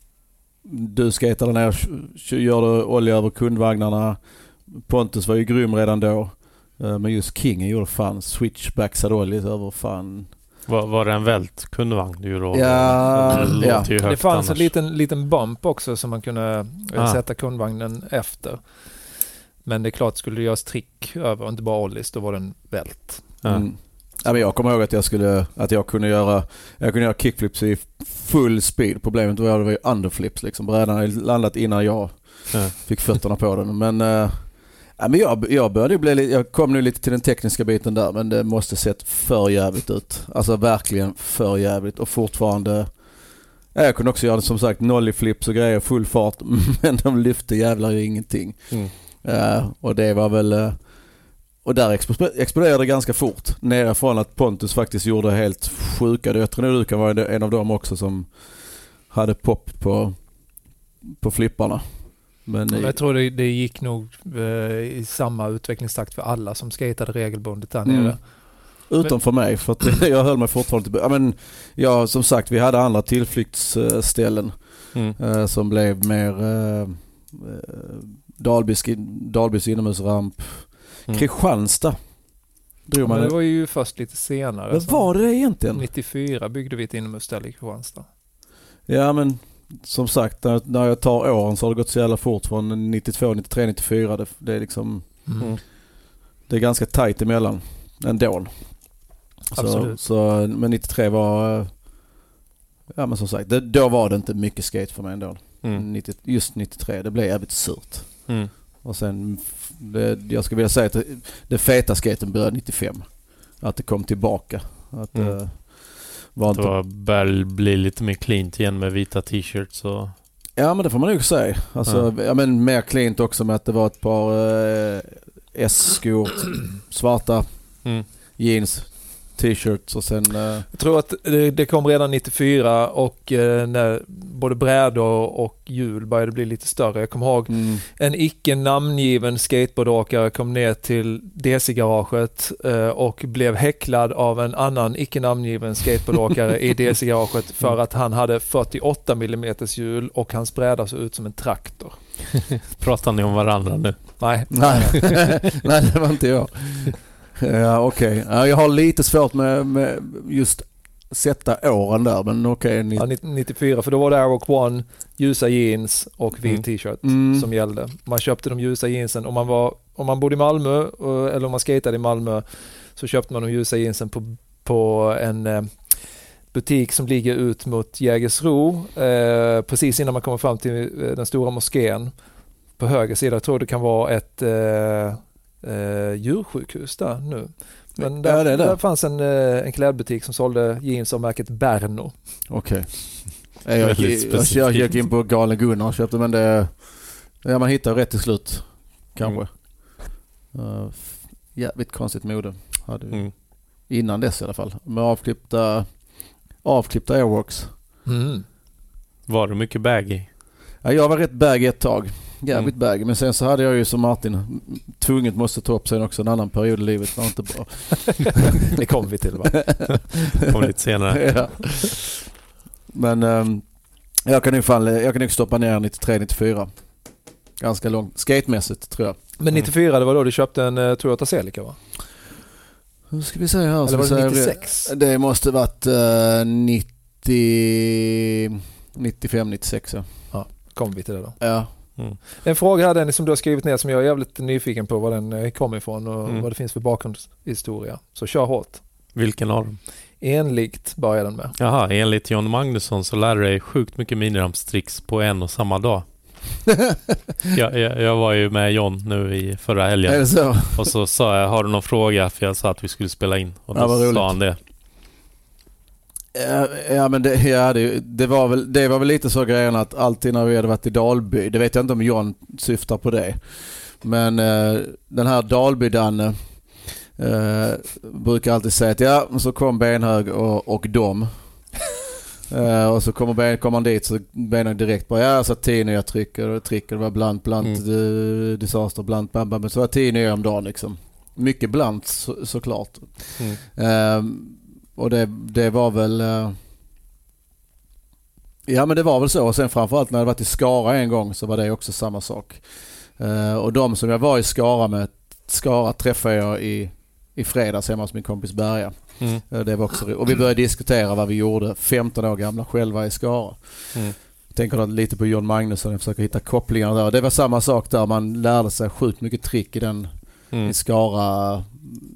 du skejtade ner, gjorde olja över kundvagnarna. Pontus var ju grym redan då. Men just Kingen gjorde fan switchbacksade olja över fan. Var, var det en vält kundvagn du gjorde? Ja, det, ja. det fanns annars. en liten, liten bump också som man kunde ah. sätta kundvagnen efter. Men det är klart, skulle det göras trick över, inte bara ollies, då var det en vält. Mm. Mm. Ja, men jag kommer ihåg att jag skulle att jag kunde göra jag kunde göra kickflips i full speed. Problemet var att det var ju underflips liksom. Brädan hade landat innan jag ja. fick fötterna på den. Men äh, ja, men jag jag började bli jag kom nu lite till den tekniska biten där, men det måste sett för jävligt ut. Alltså verkligen för jävligt och fortfarande ja, jag kunde också göra som sagt nolly flips och grejer full fart, men de lyfte jävlar ju ingenting. Mm. Uh, och det var väl uh, och där exploderade det ganska fort. Nerifrån att Pontus faktiskt gjorde helt sjuka. Jag tror du kan vara en av dem också som hade pop på, på flipparna. Men ja, jag tror det, det gick nog eh, i samma utvecklingstakt för alla som skatade regelbundet där nere. Mm. Utom men, för mig, för att jag höll mig fortfarande till, ja, men ja, som sagt, vi hade andra tillflyktsställen mm. eh, som blev mer eh, Dalbys, Dalbys inomhusramp. Mm. Kristianstad. Ja, men det var ju först lite senare. Vad var det egentligen? nittiofyra byggde vi ett inomhusställe i Kristianstad. Ja, men som sagt, när, när jag tar åren så har det gått så jävla fort från nittiotvå, nittiotre, nittiofyra. Det, det är liksom mm. det är ganska tajt emellan ändå. Absolut. Så, så, men nittiotre var ja, men som sagt, det, då var det inte mycket skate för mig ändå. Mm. nittio, just nittiotre, det blev jävligt surt. Mm. Och sen, det, jag skulle vilja säga att det, det feta skaten började nittiofem. Att det kom tillbaka. Att mm. det var inte... Det började bli lite mer cleant igen med vita t-shirts och... Ja, men det får man nog säga. Alltså, ja. Ja, men mer cleant också med att det var ett par eh, S-skor, svarta mm. jeans, t-shirts och sen... Eh... Jag tror att det, det kom redan nittiofyra och eh, när både brädor och hjul började bli lite större. Jag kommer ihåg mm. en icke namngiven skateboardåkare kom ner till D C-garaget eh, och blev häcklad av en annan icke namngiven skateboardåkare i D C-garaget för att han hade fyrtioåtta millimeter hjul och hans bräda såg ut som en traktor. Pratar ni om varandra nu? Nej. Nej, Nej det var inte jag. Ja, okej. Okay. Ja, jag har lite svårt med, med just sätta åren där, men okej. Okay, ja, nittiofyra, för då var det Airwalk One, ljusa jeans och vit mm. t-shirt mm. som gällde. Man köpte de ljusa jeansen. Om man, var, om man bodde i Malmö eller om man skatade i Malmö så köpte man de ljusa jeansen på, på en eh, butik som ligger ut mot Jägersro eh, precis innan man kommer fram till eh, den stora moskén. På höger sida, jag tror det kan vara ett eh, Uh, djursjukhus där nu. Men där, ja, det det. där fanns en, uh, en klädbutik som sålde jeans av märket Berno. Okej. Okay. Jag, jag, jag, jag gick in på Galen Gunnar och köpte, men det ja, man hittar rätt till slut kanske. Mm. Uh, jävligt konstigt mode hade vi. Mm. Innan dess i alla fall. Med avklippta avklippta Airwalks. Mm. Var du mycket baggy? Ja, jag var rätt baggy ett tag. Jävligt mm. baggy. Men sen så hade jag ju som Martin tvunget måste ta upp sen också en annan period i livet. Var inte bra. Det kom vi till, va? Det kom lite senare. Ja. Men um, jag kan nog fan, jag kan nog stoppa ner nittiotre nittiofyra. Ganska långt. Skatemässigt tror jag. Men nittiofyra, det var då du köpte en uh, Toyota Celica, va? Hur ska vi säga här? Eller var det nittiosex? Det måste varit uh, nittio... nittiofem nittiosex, ja. Ja, kom vi till det då. Ja. Mm. En fråga här, Dennis, som du har skrivit ner som jag är jävligt nyfiken på var den kom ifrån och mm. vad det finns för bakgrundshistoria. Så kör hårt. Vilken av dem? Enligt börjar den med. Jaha, enligt John Magnusson så lär dig sjukt mycket miniramstricks på en och samma dag. jag, jag, jag var ju med John nu i förra helgen. Är det så? Och så sa jag, har du någon fråga? För jag sa att vi skulle spela in. Och då ja, sa han det. Ja, ja men det, ja, det, det, var väl, det var väl lite så grejen att alltid när vi hade varit i Dalby, det vet jag inte om John syftar på det, men eh, den här Dalby-Danne eh, brukar alltid säga att ja, så kom Benhög och, och dem eh, och så kommer, ben, kommer han dit så Benhög direkt bara, ja så tio nya trycker och trycker, det var bland, bland mm. disaster, bland, bland, bland, så var tio nya om dagen liksom. Mycket bland så, såklart. Mm. Eh, Och det, det var väl... Ja, men det var väl så. Och sen framförallt när jag varit i Skara en gång så var det också samma sak. Och de som jag var i Skara med, Skara träffade jag i, i fredags hemma hos min kompis Berga. Mm. Det var också, och vi började diskutera vad vi gjorde femton år gamla själva i Skara. Mm. Jag tänker lite på John Magnusson och försöker hitta kopplingar där. Det var samma sak där. Man lärde sig sjukt mycket trick i den mm. i Skara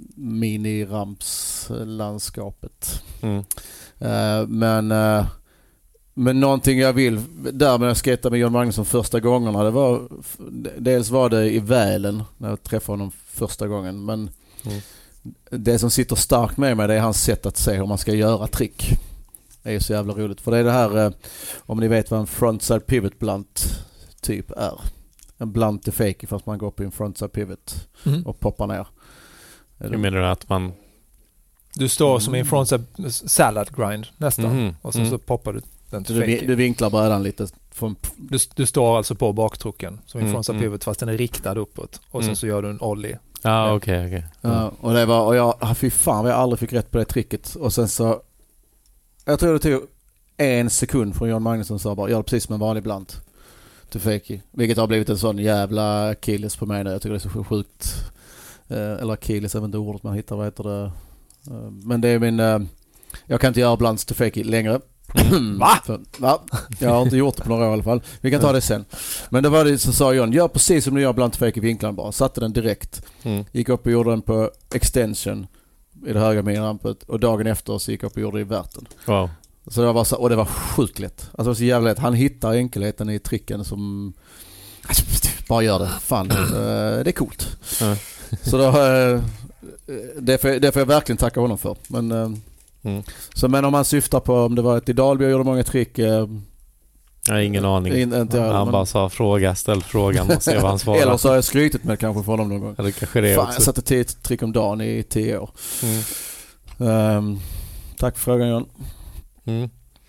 mini-rampslandskapet. Mm. Uh, men uh, men någonting jag vill där med att skejta med John Magnusson första gångerna, det var dels var det i Välen när jag träffade honom första gången, men mm. det som sitter starkt med mig, det är hans sätt att se hur man ska göra trick. Det är ju så jävla roligt, för det är det här uh, om ni vet vad en frontside pivot blunt typ är. En blunt till fake fast man går på en frontside pivot mm. och poppar ner. Hur menar du att man... Du står mm. som i en frontside salad grind nästan. Mm. Och så, mm. så poppar du den till du, du vinklar brädan lite. Från... Du, du står alltså på baktrucken som i en frontside pivot fast den är riktad uppåt. Och sen mm. så gör du en ollie. Ja, okej, okej. Och det var... Och jag... Fy fan, jag aldrig fick rätt på det tricket. Och sen så... Jag tror det tog en sekund från John Magnusson sa bara, gör det precis som en vanlig blant. Till fakey. Vilket har blivit en sån jävla killes på mig nu. Jag tycker det är så sjukt... eller Achilles, jag vet inte ordet man hittar, vad heter det? Men det är min... Jag kan inte göra blunts to fake längre. Va? För, va? Jag har inte gjort det på några år i alla fall. Vi kan ta det sen. Men det var det så sa John, gör precis som du gör blunt to fake i vinklarna bara. Satte den direkt. Mm. Gick upp och gjorde den på extension i det höga minirampet. Och dagen efter så gick jag upp och gjorde det i värten. Wow. Så det var så, och det var sjukt lätt. Alltså det var så jävla lätt. Han hittar enkelheten i tricken som... Bara gör det. Fan, det är coolt. Mm. Så då, det, får, det får jag verkligen tacka honom för. Men, mm. så, men om man syftar på om det var ett i Dalby och gjorde många trick... Jag har ingen aning. In, inte jag, han men... bara sa fråga, ställ frågan och se vad han svarar. Eller så har jag skrytit med kanske för honom någon gång. Eller kanske det Fan, också. Jag satte tio trick om dagen i tio år. Mm. Um, tack för frågan, John. Mm.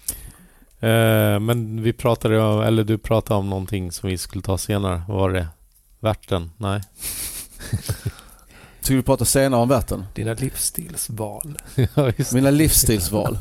Uh, men vi pratade om, eller du pratade om någonting som vi skulle ta senare. Vad var det? Värten? Nej. Ska vi prata senare om värten? Dina livsstilsval. Ja, just. Mina livsstilsval.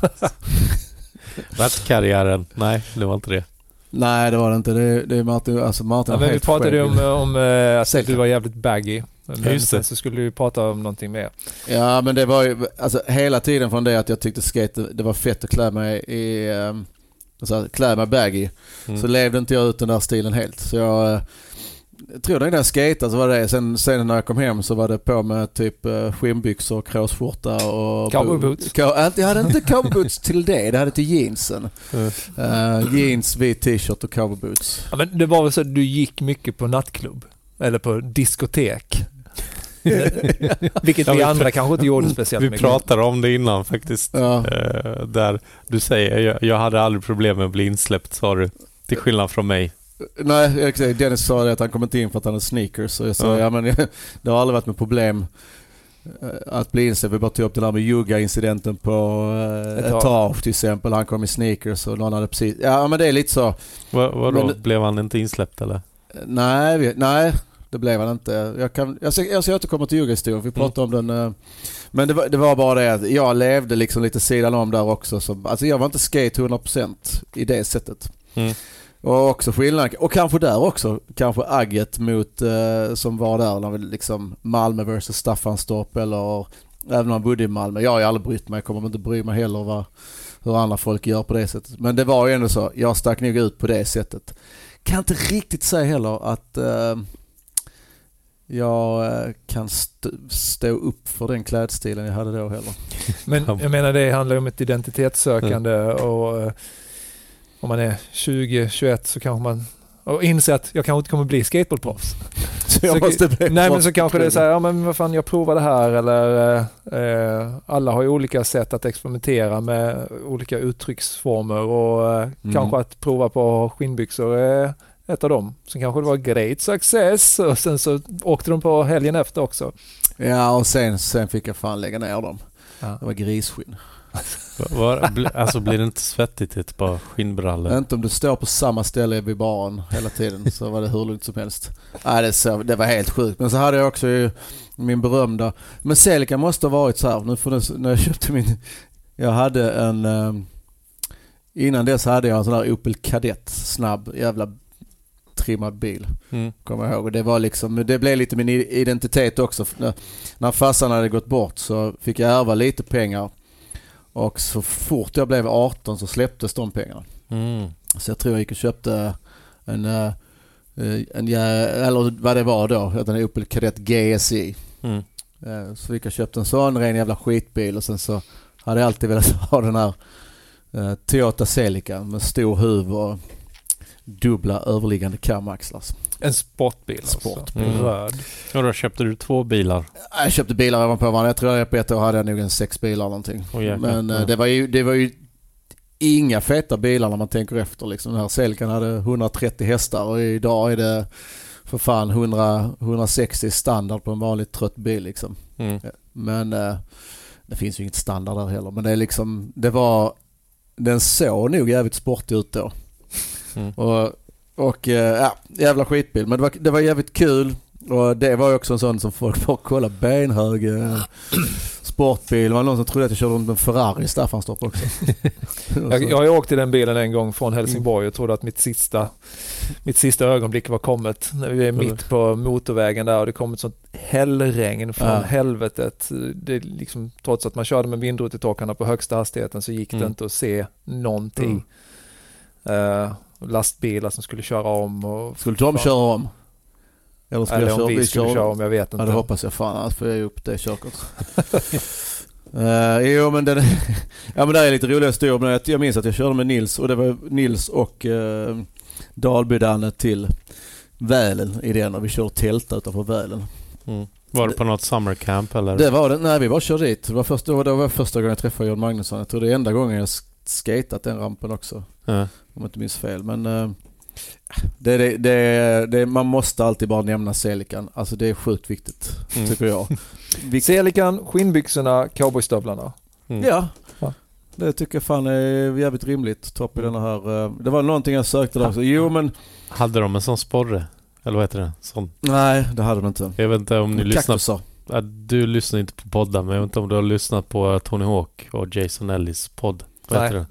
Värtkarriären. Nej, det var inte det. Nej, det var det inte. Det, det är Martin, alltså Martin ja, men vi pratade ju om, om äh, att du var jävligt baggy. Men just det. Så skulle vi prata om någonting mer. Ja, men det var ju alltså, hela tiden från det att jag tyckte skate, det var fett att klä mig i um, alltså, klä mig baggy. Mm. Så levde inte jag ut den där stilen helt. Så jag Jag tror det när jag skatade så var det sen, sen när jag kom hem så var det på med typ uh, skinnbyxor och kråsskjorta och cowboyboots. Jag hade inte cowboyboots till det, det hade till jeansen. Mm. Uh, jeans, vit t-shirt och cowboyboots. Ja, men det var väl så att du gick mycket på nattklubb eller på diskotek. Vilket ja, vi, vi andra kanske inte gjorde speciellt vi mycket. Vi pratade om det innan faktiskt. Ja. Uh, där du säger jag, jag hade aldrig problem med att bli insläppt, sa du. Till skillnad från mig. Nej, Dennis sa det att han kom inte in för att han är sneakers. Och jag sa, ja, ja men det har aldrig varit med problem att bli insläppt. Vi bara tog upp den här med yoga-incidenten på ett etage till exempel. Han kom i sneakers och någon hade precis... Ja, men det är lite så... Vad, vadå? Men, blev han inte insläppt eller? Nej, vi, nej det blev han inte. Jag, kan, jag, ska, jag ska återkomma till yoga-historien. Vi pratade mm. om den... Men det var, det var bara det att jag levde liksom lite sidan om där också. Så, alltså jag var inte skate hundra procent i det sättet. Mm. Och också skillnad. Och kanske där också. Kanske agget mot eh, som var där när vi liksom Malmö versus Staffanstorp eller även om man bodde i Malmö. Jag har ju aldrig brytt mig. Jag kommer inte bry mig heller vad, hur andra folk gör på det sättet. Men det var ju ändå så, jag stack nog ut på det sättet. Kan inte riktigt säga heller att uh, jag uh, kan st- stå upp för den klädstilen jag hade då heller. Men jag menar, det handlar om ett identitetssökande mm. och uh, om man är tjugo tjugoett så kanske man och inser att jag kanske inte kommer bli skateboardproffs. Så jag så, måste bli nej men så kanske det är så här, ja men vad fan, jag provar det här eller eh, alla har ju olika sätt att experimentera med olika uttrycksformer och eh, mm. kanske att prova på skinnbyxor är ett av dem. Sen kanske det var great success och sen så åkte de på helgen efter också. Ja, och sen, sen fick jag fan lägga ner dem. Ja. Det var grisskinn. Var, alltså blir det inte svettigt ett par skinnbrallor? Inte om du står på samma ställe vid baren hela tiden, så var det hur lugnt som helst. Nej, det, så, det var helt sjukt. Men så hade jag också ju min berömda, men Celica måste ha varit så här, nu får det, när jag köpte min, jag hade en um, innan dess hade jag en sån där Opel Kadett, snabb jävla trimmad bil. Mm. Kommer jag ihåg. Det var liksom, det blev lite min identitet också. När, när farsan hade gått bort så fick jag ärva lite pengar. Och så fort jag blev arton så släpptes de pengarna. Mm. Så jag tror jag gick och köpte en, en, en eller vad det var då, en Opel Kadett G S I. Mm. Så gick jag och köpte en sån ren jävla skitbil och sen så hade jag alltid velat ha den här uh, Toyota Celica med stor huv och dubbla överliggande kamaxlar. En sportbil. Sportbil. Mm. Röd. Och då köpte du två bilar? Jag köpte bilar över på varandra. Jag tror att på ett år hade jag nog en sex bilar eller någonting. Oh, men ja. det, var ju, det var ju inga feta bilar när man tänker efter. Liksom. Den här Celican hade hundratrettio hästar och idag är det för fan hundra, hundrasextio standard på en vanligt trött bil. Liksom. Mm. Men äh, det finns ju inget standard där heller. Men det är liksom, det var, den såg nog jävligt sportig ut då. Mm. Och Och ja, jävla skitbil. Men det var, det var jävligt kul. Och det var ju också en sån som folk bara kolla benhög eh, sportbil. Det var någon som trodde att jag körde runt med en Ferrari i Staffanstorp också. jag, jag har ju åkt i den bilen en gång från Helsingborg och trodde att mitt sista, mitt sista ögonblick var kommet. När vi är mitt på motorvägen där och det kom ett sånt hällregn från ja. helvetet. Det liksom, trots att man körde med vindrutetorkarna på högsta hastigheten så gick mm. det inte att se någonting. Mm. Uh, lastbilar som skulle köra om. Och skulle de köra om? Eller, skulle Eller jag om köra, vi skulle köra, köra om, jag vet inte. Ja, det hoppas jag fan, annars får jag upp det körkort. uh, jo, men det, ja, men det är lite roliga historier. Men jag minns att jag körde med Nils och det var Nils och uh, Dalbydanne till Välen i den och vi körde tält utanför Välen. Mm. Var det på något summer camp eller? Det var det. Nej, vi bara körde dit. Det var första, det var första gången jag träffade John Magnusson. Jag tror det är enda gången jag skatat den rampen också. Ja. Om jag inte minns fel. Men uh, det, det, det, det, man måste alltid bara nämna Celican. Alltså det är sjukt viktigt, mm. tycker jag. Vi... Celican, skinnbyxorna, cowboystövlarna. Mm. Ja. ja, det tycker jag fan är jävligt rimligt. Topp i mm. den här. Uh, det var någonting jag sökte där också. Jo, men... Hade de en sån sporre? Eller vad heter det? Sån... Nej, det hade de inte. Jag vet inte om ni Kaktusar. lyssnar... Du lyssnar inte på poddar, men jag vet inte om du har lyssnat på Tony Hawk och Jason Ellis podd. Vad heter det?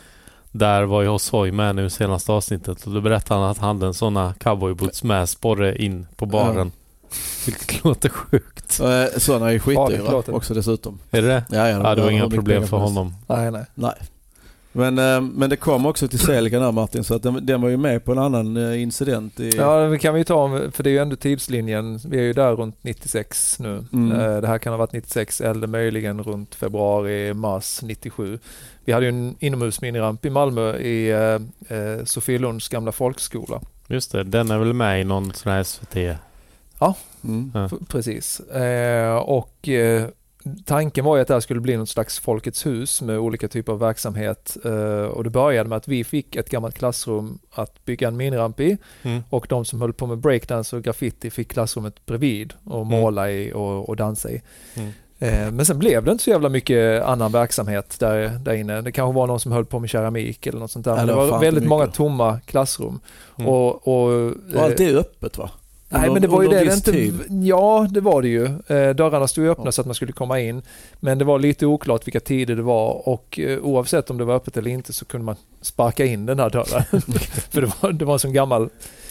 Där var jag hos Hoj med nu senaste avsnittet och då berättade han att han hade en såna cowboyboots med sporre in på baren. Ja. Vilket låter sjukt. Sådana är ju skitdyra också dessutom. Är det det? Ja, ja, ja det var inga problem för honom. Nej, nej. nej. Men, men det kom också till Celican där, Martin, så att den, den var ju med på en annan incident. I... Ja, det kan vi ju ta, för det är ju ändå tidslinjen. Vi är ju där runt nittiosex nu. Mm. Det här kan ha varit nittiosex eller möjligen runt februari, mars nittiosju. Vi hade ju en inomhusminiramp i Malmö i eh, Sofielunds gamla folkskola. Just det, den är väl med i någon sån här S V T? Ja, mm. ja. F- precis. Eh, och eh, tanken var ju att det här skulle bli något slags Folkets hus med olika typer av verksamhet. Uh, och det började med att vi fick ett gammalt klassrum att bygga en miniramp i. Mm. Och de som höll på med breakdance och graffiti fick klassrummet bredvid och måla mm. i och, och dansa i. Mm. Uh, men sen blev det inte så jävla mycket annan verksamhet där, där inne. Det kanske var någon som höll på med keramik eller något sånt där. Men det var, var väldigt många tomma klassrum. Mm. Och, och, och allt är öppet, va? Nej, men det var ju det. det inte, ja, det var det ju. Eh, dörrarna stod ju öppna ja. så att man skulle komma in. Men det var lite oklart vilka tider det var. Och eh, oavsett om det var öppet eller inte så kunde man sparka in den här dörren. För det var, det var en sån gammal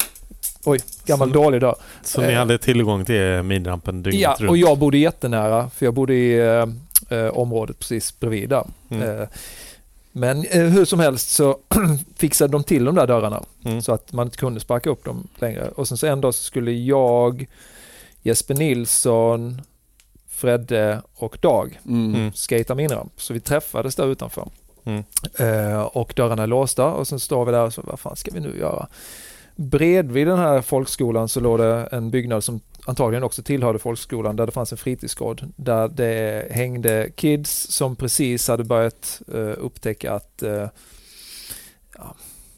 oj, gammal så, dålig dörr. Så eh, ni hade tillgång till minirampen dygnet ja, runt? Ja, och jag bodde jättenära. För jag bodde i eh, området precis bredvid där. Mm. Eh, Men eh, hur som helst så fixade de till de där dörrarna Mm. så att man inte kunde sparka upp dem längre. Och sen så en dag så skulle jag, Jesper Nilsson, Fredde och Dag Mm. Mm. skata minramp. Så vi träffades där utanför. Mm. Eh, och dörrarna är låsta och sen står vi där och så, vad fan ska vi nu göra? Bredvid den här folkskolan så låg det en byggnad som antagligen också tillhörde folkskolan där det fanns en fritidsgård där det hängde kids som precis hade börjat uh, upptäcka att uh, ja,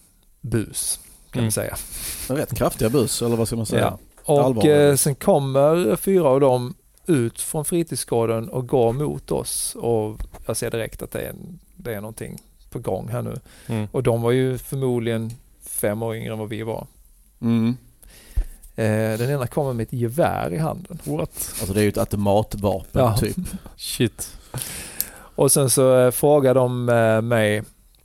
bus kan Mm. man säga. Rätt kraftiga bus, eller vad ska man säga? Ja. Och Allvarligt. uh, sen kommer fyra av dem ut från fritidsgården och går mot oss och jag ser direkt att det är, det är någonting på gång här nu. Mm. Och de var ju förmodligen fem år yngre än vad vi var. Mm. Eh, den ena kommer med ett gevär i handen. What? Alltså det är ju ett automatvapen Ja. typ. Shit. Och sen så eh, frågar de eh, mig,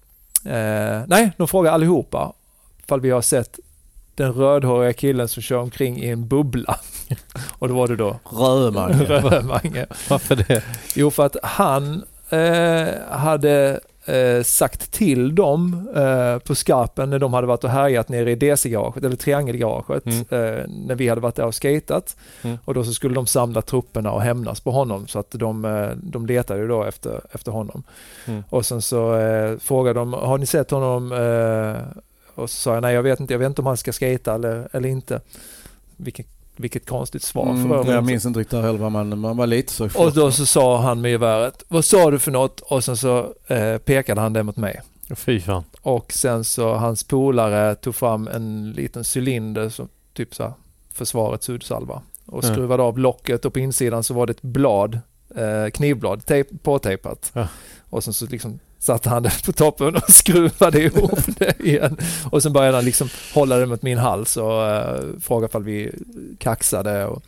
eh, nej, de frågar allihopa ifall vi har sett den rödhåriga killen som kör omkring i en bubbla. Och då var det då Rödmange. Rödmange. Varför det? Jo, för att han eh, hade eh, sagt till dem eh, på skarpen när de hade varit och härjat nere i D C-garaget eller triangelgaraget Mm. eh, när vi hade varit där och skatat. Mm. Och då så skulle de samla trupperna och hämnas på honom så att de, eh, de letade ju då efter, efter honom. Mm. Och sen så eh, frågade de, har ni sett honom? Eh, och så sa jag, nej jag vet inte, jag vet inte om han ska skata eller, eller inte. Vilket, vilket konstigt svar för Mm, övrigt. jag minns inte riktigt heller, men man var lite så. Och då så sa han med geväret, vad sa du för något? Och sen så eh, pekade han det mot mig. Fy fan. Och sen så hans polare tog fram en liten cylinder som typ så här, försvarets hudsalva. Och Mm. skruvade av locket och på insidan så var det ett blad, eh, knivblad, tejp, påtejpat. Ja. Och sen så liksom satte han det på toppen och skruvade ihop det igen. Och sen började han liksom hålla det mot min hals och eh, fråga ifall vi kaxade. Och,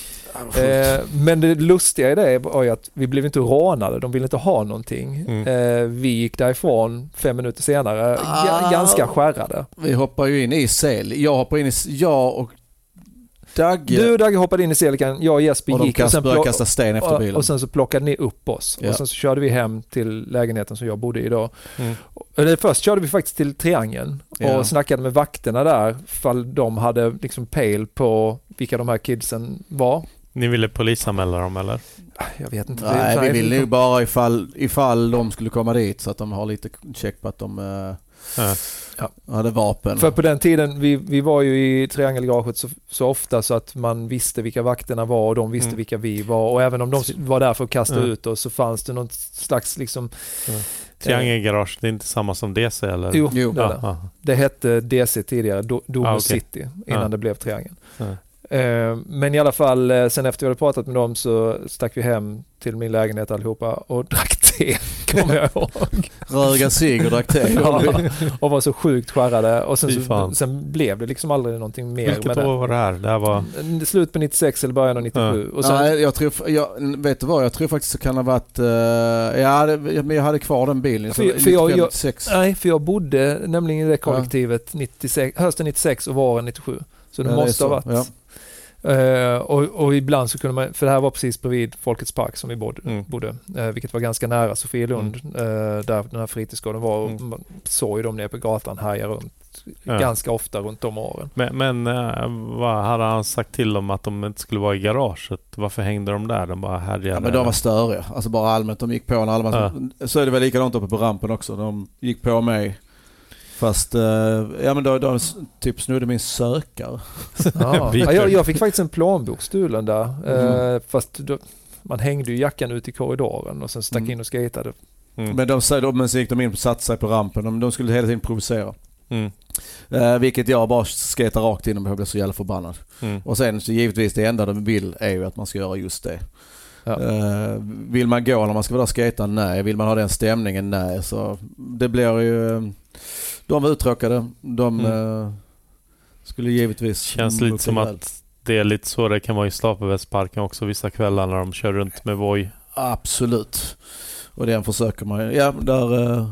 eh, men det lustiga i det var ju att vi blev inte rånade, de ville inte ha någonting. Mm. Eh, vi gick därifrån fem minuter senare, Ah. g- ganska skärrade. Vi hoppar ju in i sel. Jag hoppar in i... Jag och Dagge. Du och Dagge hoppade in i Celican, jag och Jesper och de gick och kast, sen, började plock- kasta sten efter bilen. och, och sen så plockade ni upp oss. Ja. Och sen så körde vi hem till lägenheten som jag bodde i då. Mm. Eller först körde vi faktiskt till Triangeln och Ja. snackade med vakterna där fall de hade liksom pejl på vilka de här kidsen var. Ni ville polisanmäla dem eller? Jag vet inte. Nej, vi vill ju bara ifall, ifall de skulle komma dit så att de har lite check på att de uh, Ja. Ja. hade vapen. För på den tiden, vi, vi var ju i triangelgaraget så, så ofta så att man visste vilka vakterna var och de visste Mm. vilka vi var. Och även om de var där för att kasta Ja. ut oss så fanns det något slags liksom... Triangelgarage, det är inte samma som D C eller? Jo, Jo. det, är Ja, det. ja. det hette D C tidigare, Do- Domus Ah, okej. City, innan Ja. det blev Triangeln. Ja. Eh, Men i alla fall, eh, sen efter vi hade pratat med dem så stack vi hem till min lägenhet allihopa och drack te, kommer jag ihåg. Röga cigg och drack te. Ja, och var så sjukt skärrade. Och sen, Fy så, fan. sen blev det liksom aldrig någonting mer Vilket med år var det här? Det här var... det. Slut på nittiosex eller början av nittiosju. Och sen, Nej, jag tror, jag, vet du vad, jag tror faktiskt det kan ha varit, uh, ja, det, men jag hade kvar den bilen. Så För- för jag- jag- nittiosex. nej, för jag bodde nämligen i det kollektivet nittiosex, hösten nittiosex och våren nittiosju. Så det Ja, det är måste ha så, varit. Eh, och, och ibland så kunde man, för det här var precis bredvid Folkets park som vi bodde, Mm. bodde uh, vilket var ganska nära Sofielund, uh, där den här fritidsgården var. Och Mm. man såg ju dem nere på gatan härja runt Ja. ganska ofta runt de åren. Men, men äh, vad hade han sagt till dem att de inte skulle vara i garaget? Varför hängde de där? De bara härjade. Ja, men de var störiga. Alltså bara allmänt. De gick på en allmänt. Så är det väl likadant uppe på rampen också. De gick på mig. Fast, uh, ja men de, de typ snodde min sökare. Ja. Victor. Ja, jag, jag fick faktiskt en plånbok stulen där. Mm. Eh, fast då, man hängde ju jackan ut i korridoren och sen stack Mm. in och skatade. Mm. Men de, så, men så gick de in och satte sig på rampen. De, de skulle hela tiden provocera. Mm. Uh, vilket jag bara skatar rakt in och jag blev så jävla förbannad. Mm. Och sen så givetvis det enda de vill är ju att man ska göra just det. Ja. Uh, vill man gå när man ska vara där och skata? Nej. Vill man ha den stämningen? Nej. Så det blir ju... De var uttråkade. De Mm. uh, skulle givetvis... Känns lite som väl. att det är lite så det kan vara i Slapeväsparken också vissa kvällar när de kör runt med voj. Absolut. Och den försöker man... Ja, där... Uh,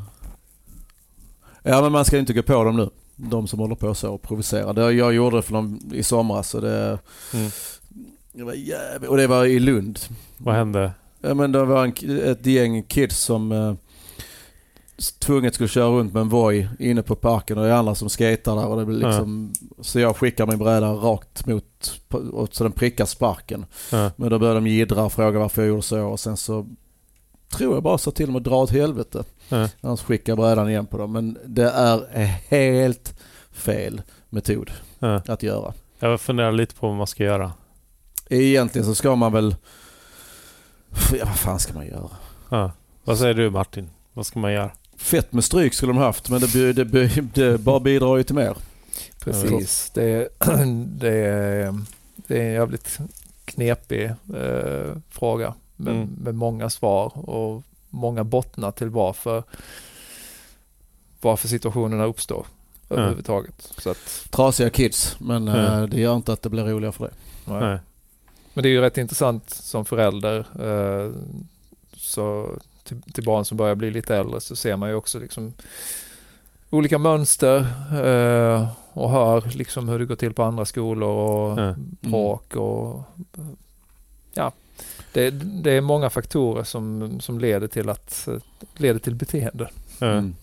ja, men man ska inte gå på dem nu. De som håller på så och provocerar. Det jag gjorde det för dem i somras. Så det, Mm. det var jävligt... Och det var i Lund. Vad hände? Ja, men det var en, ett gäng kids som... Uh, tvunget skulle köra runt med en voj inne på parken och det är andra som skater där och det blir liksom, ja. Så jag skickar min bräda rakt mot så den prickar sparken. Ja. Men då började de jiddra och fråga varför jag gjorde så och sen så tror jag bara så till dem att dra åt helvete. Ja. Annars skickar brädan igen på dem. Men det är helt fel metod ja. Att göra. Jag funderar lite på vad man ska göra. Egentligen så ska man väl... Ja, vad fan ska man göra? Ja. Vad säger du Martin? Vad ska man göra? Fett med stryk skulle de haft, men det, det, det, det bara bidrar ju till mer. Precis. Det, det, är, det är en jävligt knepig eh, fråga med, mm. med många svar och många bottnar till varför, varför situationerna uppstår mm. överhuvudtaget. Så att, trasiga kids, men mm. eh, det gör inte att det blir roligare för det. Nej. Nej. Men det är ju rätt intressant som förälder eh, så till, till barn som börjar bli lite äldre så ser man ju också liksom olika mönster eh, och hör liksom hur det går till på andra skolor och mm. bråk och ja, det, det är många faktorer som, som leder till att leder till beteende. Mm.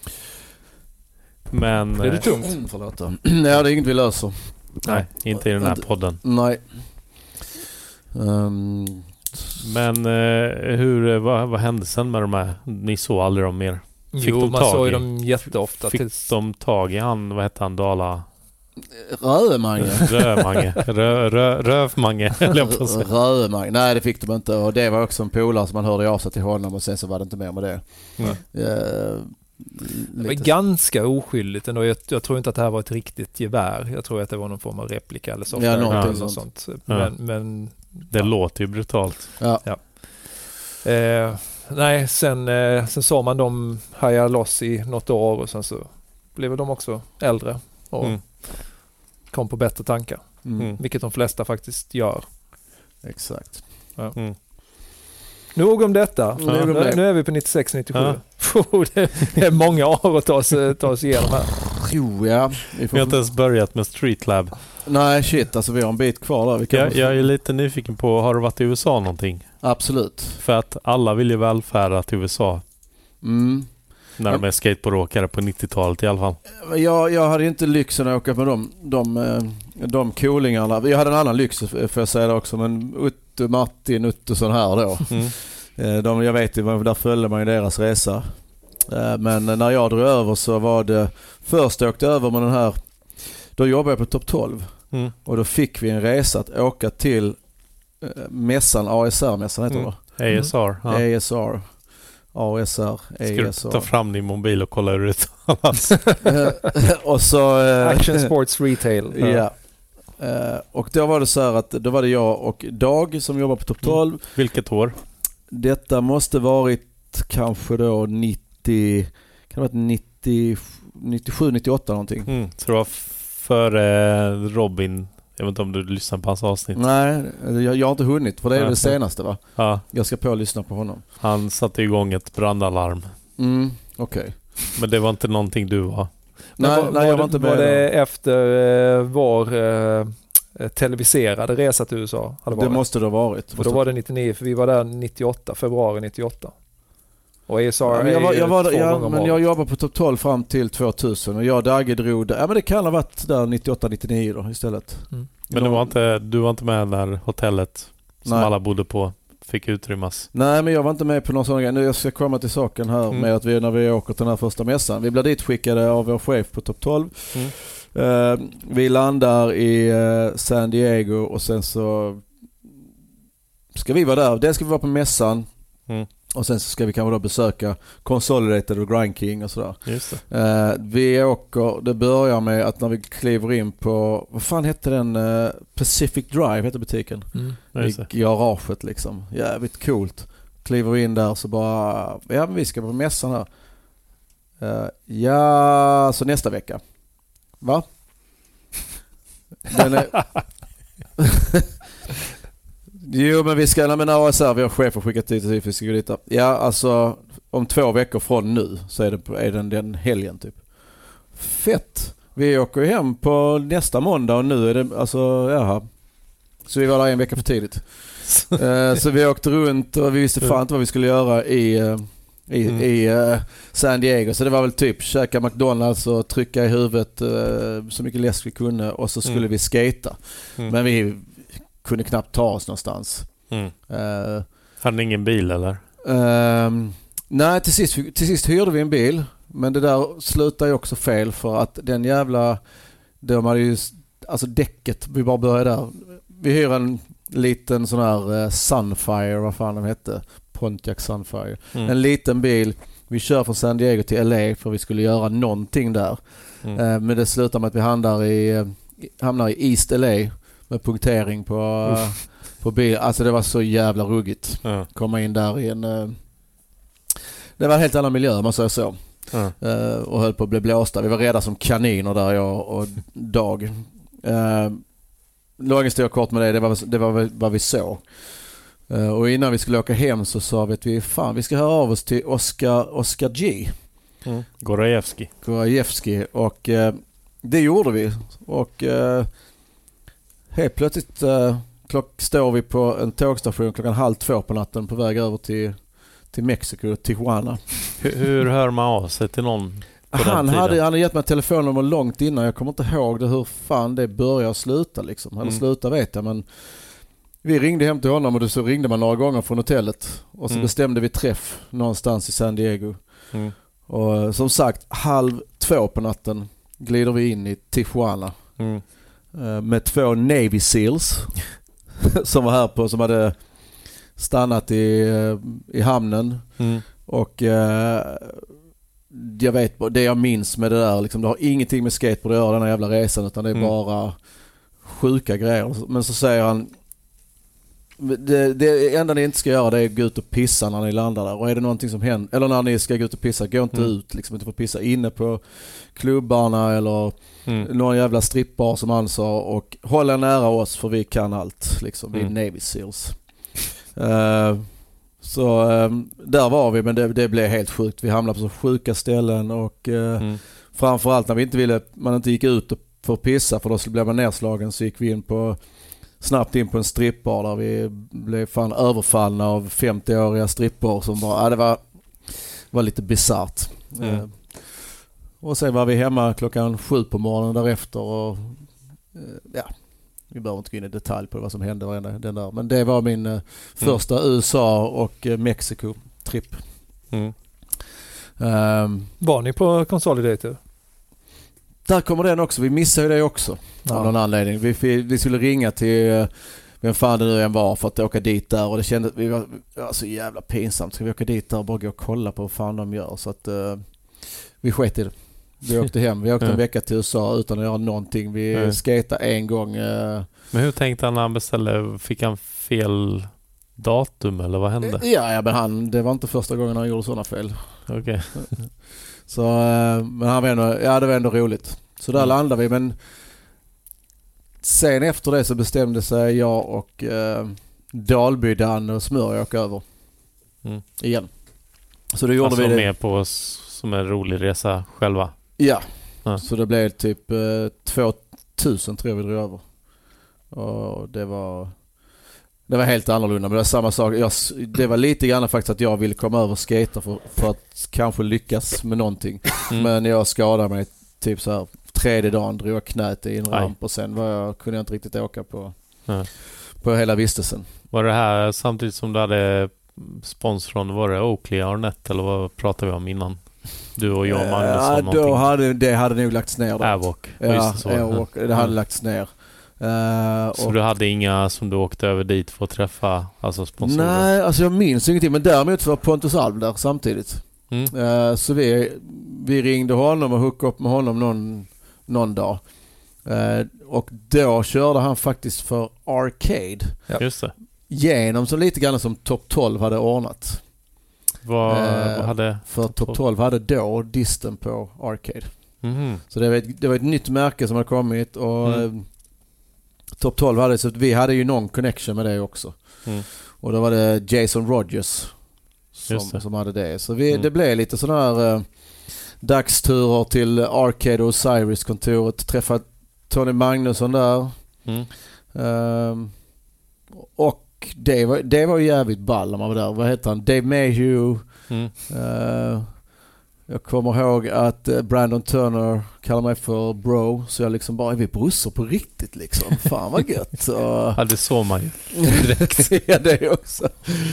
Men är det tungt? Mm, förlåt. Ja, det är inget vi löser. Nej, inte i den här podden. Nej. Um, Men eh, hur, vad, vad hände sen med de här? Ni såg aldrig dem mer? Fick jo, de man såg dem jätteofta. Fick tills... de tag i han, vad hette han, Dala? Rödmange. Rödmange. Rö, rö, rövmange. Rödmange. Nej, det fick de inte. Och det var också en polare som man hörde av sig till honom och sen så var det inte mer med det. Mm. Uh, det var ganska oskyldigt ändå. Jag, jag tror inte att det här var ett riktigt gevär. Jag tror att det var någon form av replika eller software. Ja, någonting eller sånt. sånt. Men, ja. men det ja. låter ju brutalt. Ja. ja. Eh, nej, sen, eh, sen såg man dem haja loss i något år och sen så blev de också äldre och mm. kom på bättre tankar. Mm. Vilket de flesta faktiskt gör. Exakt. Ja. Mm. Nog om detta. Ja. Nu, nu, nu är vi på nittiosex nittiosju. Ja. Det är många år att ta oss, ta oss igenom här. Jo, ja. Vi, får... vi har inte ens börjat med Street Lab. Nej, shit. Alltså vi har en bit kvar där. Vi kan... jag, jag är lite nyfiken på, har du varit i U S A någonting? Absolut. För att alla vill ju välfärda till U S A. Mm. När de är skateboardåkare på nittiotalet i alla fall. Jag, jag hade inte lyxen att åka med de, de, de coolingarna. Jag hade en annan lyx, får jag säga det också. Men Uttu, Martin, Uttusson här då. Mm. De, jag vet ju, där följde man ju deras resa. Men när jag drog över så var det... Först jag åkte över med den här... Då jobbade jag på topp tolv. Mm. Och då fick vi en resa att åka till mässan, A S R-mässan heter mm. det. A S R. Ja. A S R. A S R. Ska du ta fram din mobil och kolla hur det uttalas? Och så... Uh, Action Sports Retail. Ja. Yeah. Uh, och då var det så här att då var det jag och Dag som jobbar på topp tolv. Mm. Vilket år? Detta måste varit kanske då nittio... Kan det ha varit nittio, nittiosju nittioåtta någonting. Mm. Så det var före Robin... Jag vet inte om du lyssnar på hans avsnitt. Nej, jag, jag har inte hunnit. För det är ja, det senaste va? Ja. Jag ska på och lyssna på honom. Han satte igång ett brandalarm. Mm, okej. Okay. Men det var inte någonting du var. Nej, var, nej jag var det, inte med. Var det efter eh, vår eh, televiserade resa till U S A? Hade det varit. Måste det ha varit. För då var det nittionio, för vi var där nittioåtta, februari nittioåtta. Och A S R ja, men jag var, jag var, två ja, gånger men jag jobbade på topp tolv fram till tvåtusen och jag och Dagge drog där. Ja, men det kan ha varit där nittioåtta nittionio då istället. Mm. Men det var inte, du var inte med när hotellet som Nej. alla bodde på fick utrymmas? Nej, men jag var inte med på någon sån grej. Nu jag ska komma till saken här mm. med att vi när vi åker till den här första mässan. Vi blir dit skickade av vår chef på topp tolv. Mm. Uh, vi landar i uh, San Diego och sen så ska vi vara där. Det ska vi vara på mässan. Mm. Och sen så ska vi kanske då besöka Consolidated och Grind King och sådär. Just det. Uh, vi åker, det börjar med att när vi kliver in på, vad fan hette den? Uh, Pacific Drive heter butiken. Mm. I garaget liksom. Jävligt coolt. Kliver in där så bara, ja men vi ska på mässan här. Uh, ja, så nästa vecka. Va? Den är... Jo, men vi ska med A S R, vi har chefer skickat dit och vi ska gå dit. Ja, alltså om två veckor från nu så är, det, är den den helgen typ. Fett! Vi åker hem på nästa måndag och nu är det, alltså, jaha. Så vi var där en vecka för tidigt. uh, så vi åkte runt och vi visste fan inte vad vi skulle göra i, uh, i, mm. i uh, San Diego. Så det var väl typ käka McDonalds och trycka i huvudet uh, så mycket läsk vi kunde och så skulle mm. vi skata. Mm. Men vi kunde knappt ta oss någonstans. Mm. Uh, Hade ni ingen bil eller? Uh, nej, till sist, till sist hyrde vi en bil. Men det där slutade ju också fel för att den jävla... De hade ju, alltså däcket, vi bara började där. Vi hyr en liten sån här uh, Sunfire, vad fan de hette. Pontiac Sunfire. Mm. En liten bil. Vi kör från San Diego till L A för vi skulle göra någonting där. Mm. Uh, men det slutar med att vi hamnar i, uh, hamnar i East L A med punktering på, uh, på bil. Alltså det var så jävla ruggigt. Mm. Komma in där i en... Uh, det var en helt annan miljö, man säger så. Mm. Uh, och höll på att bli blåsta. Vi var rädda som kaniner där, jag och Dag. Uh, lång historia kort med det, det var, det var vad vi såg. Uh, och innan vi skulle åka hem så sa vi att vi, fan, vi ska höra av oss till Oskar, Oskar G. Mm. Gorajevski. Gorajevski. Och uh, det gjorde vi. Och uh, helt plötsligt uh, klock, står vi på en tågstation klockan halv två på natten på väg över till till Mexiko, Tijuana. Hur, hur hör man av sig till någon på han den hade, tiden? han hade gett mig ett telefonnummer långt innan. Jag kommer inte ihåg det, hur fan det började sluta liksom. Eller mm. sluta vet jag, men vi ringde hem till honom och så ringde man några gånger från hotellet. Och så mm. bestämde vi träff någonstans i San Diego. Mm. Och som sagt, halv två på natten glider vi in i Tijuana. Mm. Med två Navy Seals som var här på, som hade stannat i, i hamnen. Mm. Och eh, jag vet, det jag minns med det där liksom, det har ingenting med skateboard att göra, den här jävla resan, utan det är mm. bara sjuka grejer. Men så säger han, det, det enda ni inte ska göra, det är att gå ut och pissa när ni landar där. Och är det någonting som händer, eller när ni ska gå ut och pissa, gå inte mm. ut liksom, inte få pissa inne på klubbarna eller mm. någon jävla strippbar som han sa, och hålla nära oss för vi kan allt liksom, vi är mm. Navy Seals. Uh, så uh, där var vi, men det, det blev helt sjukt. Vi hamnade på så sjuka ställen och uh, mm. framförallt när vi inte ville, man inte gick ut för att pissa för då skulle bli man nedslagen, så gick vi in på snabbt in på en strippbar där vi blev fan överfallna av femtio-åriga strippbar som bara, ja, det var, var lite bizarrt. Mm. Uh, och sen var vi hemma klockan sju på morgonen därefter och uh, ja, vi behöver inte gå in i detalj på vad som hände den där. Men det var min uh, första mm. U S A och uh, Mexiko-tripp. Mm. Um, var ni på Consolidated? Där kommer den också. Vi missade ju det också. Ja. Av någon anledning. Vi, vi skulle ringa till uh, vem fan det nu än var för att åka dit där. Och det kändes, vi var, det var så jävla pinsamt. Ska vi åka dit där och bara gå och kolla på vad fan de gör? Så att uh, vi sket i det. Vi åkte hem. Vi åkte en vecka till U S A utan att göra någonting. Vi mm. skatade en gång. Uh... Men hur tänkte han när han beställde? Fick han fel datum eller vad hände? Ja, ja men han, det var inte första gången han gjorde sådana fel. Okej. Okay. Så, uh, men han var ändå, ja, det var ändå roligt. Så där mm. landade vi. Men sen efter det så bestämde sig jag och uh, Dalby, Dan och Smör åka över. Mm. Igen. Så då gjorde alltså vi det. Med på oss som en rolig resa själva. Ja, ja. Så det blev typ eh, tvåtusen tror jag vi drog över. Och det var det var helt annorlunda, men det var samma sak. Jag, det var lite grann faktiskt att jag ville komma över och skata för, för att kanske lyckas med någonting. Mm. Men jag skadade mig typ så här tredje dagen, drog jag knät i en ramp och sen var jag, kunde jag inte riktigt åka på, ja. på hela vistelsen. Var det här samtidigt som du hade spons från, var det Oakley, Arnett eller vad pratade vi om innan? Du och jag, Magnus. Ja, då hade, det hade nog lagts ner. Airwalk. Ja, Airwalk. Det hade mm. lagts ner. Uh, så och, du hade inga som du åkte över dit för att träffa, alltså sponsorer? Nej, alltså jag minns ingenting. Men däremot var Pontus Alm där samtidigt. Mm. Uh, så vi, vi ringde honom och hookade upp med honom någon, någon dag. Uh, och då körde han faktiskt för Arcade. Ja. Just det. Genom så lite grann som Top tolv hade ordnat. Vad, eh, vad hade för Top tolv hade då disten på Arcade. Mm. Så det var, ett, det var ett nytt märke som hade kommit och mm. eh, Top tolv hade, så vi hade ju någon connection med det också. Mm. Och då var det Jason Rogers som, som hade det. Så vi, mm. det blev lite sådana här eh, dagsturer till Arcade och Osiris-kontoret. Träffade Tony Magnusson där. Mm. Eh, och det var, det var ju jävligt ball när man var där. Vad heter han? Dave Mayhew, Mm. Uh, jag kommer ihåg att Brandon Turner kallar mig för bro, så jag liksom bara, är vi brorsor på riktigt liksom? Fan vad gött. Och... ja, det såg man ju. ja, det också.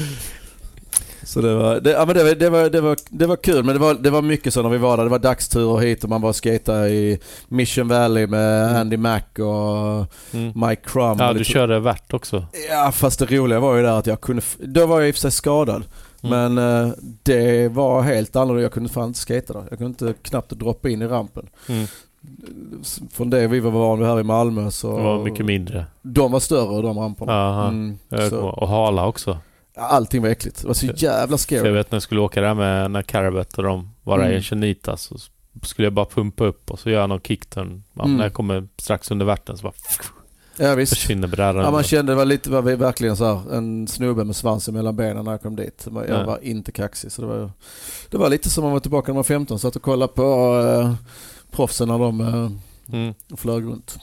Så det var det, ja, men det, var, det, var, det, var, det var kul, men det var, det var mycket så när vi var där. Det var dagsturer hit och man bara skejtade i Mission Valley med mm. Andy Mack och mm. Mike Crum. Ja, du lite... körde värt också. Ja, fast det roliga var ju där att jag kunde, då var jag i och för sig skadad. Mm. Men uh, det var helt annorlunda. Jag kunde fan inte skejta där. Jag kunde inte knappt droppa in i rampen. Mm. Från det vi var vana här i Malmö så... Det var mycket mindre. De var större, de ramperna. Mm, och hala också. Allting var äckligt. Det var så jävla scary. För jag vet när jag skulle åka där med när Carabet och de var där mm. i Chenita, så skulle jag bara pumpa upp och så gör jag någon kickturn. Ja, mm. När jag kommer strax under värten så bara ja, visst. försvinner brädan. Ja, man kände det var lite var vi verkligen så här, en snubbe med svansen mellan benen när jag kom dit. Jag ja. var inte kaxig. Så det, var, det var lite som man var tillbaka när man var femton. Satt och kollade på uh, proffsen när de uh, mm. flög runt.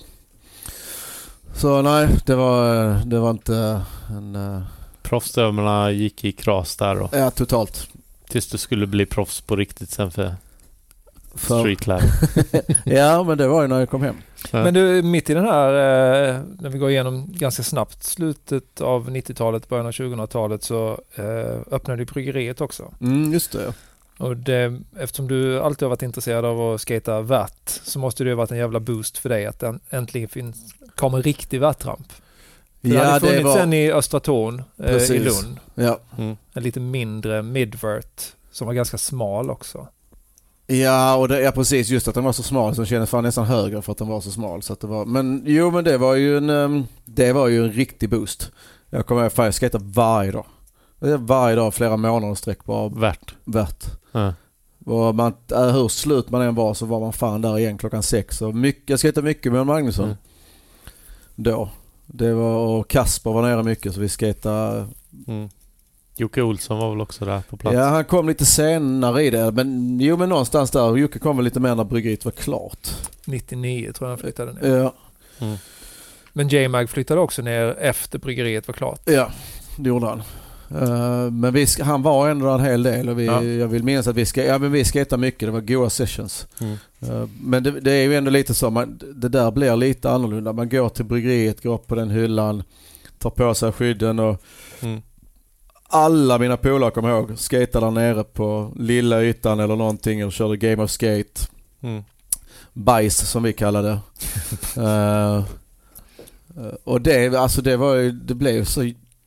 Så nej, det var, det var inte en... Uh, proffsdömarna gick i kras där då. Ja, totalt. Tills du skulle bli proffs på riktigt sen för, för... Street Lab. Ja, men det var ju när jag kom hem. Ja. Men du, mitt i den här, eh, när vi går igenom ganska snabbt slutet av nittiotalet, början av tjugohundratalet, så eh, öppnade du bryggeriet också. Mm, just det. Och det, eftersom du alltid har varit intresserad av att skata värt, så måste det ju ha varit en jävla boost för dig att äntligen finns, kommer en riktig värtramp. För ja, det hade funnits var... en i Östra Torn eh, i Lund. Ja. Mm. En lite mindre midvert som var ganska smal också. Ja, och det, ja, precis. Just att den var så smal så kändes fan nästan högre för att den var så smal. Så att det var, men jo, men det var ju en, um, det var ju en riktig boost. Jag kommer ihåg att jag skejtade varje dag. Varje dag, flera månader sträck bara värt. värt. Ja. Och man, hur slut man än var så var man fan där igen klockan sex. Och mycket, jag skejtade mycket med Magnusson. Mm. Då. Det var, och Kasper var nere mycket så vi skejtade... Mm. Jocke Olsson var väl också där på plats? Ja, han kom lite senare i det. Men jo, men någonstans där. Jocke kom väl lite mer när bryggeriet var klart. nittionio tror jag han flyttade ner. Ja. Mm. Men J-Mag flyttade också ner efter bryggeriet var klart. Ja, det gjorde han. Uh, men vi, han var ändå en hel del och vi, ja. jag vill minnas att vi ska, ja, men vi skejtade mycket. Det var goa sessions. Mm. Uh, men det, det är ju ändå lite så. Man, det där blir lite annorlunda. Man går till bryggeriet, går upp på den hyllan, tar på sig skydden och mm. alla mina polare, kommer ihåg, skejtade där nere på lilla ytan eller någonting och körde Game of Skate. Mm. Bajs som vi kallade det. uh, och det, alltså det var ju, det blev så,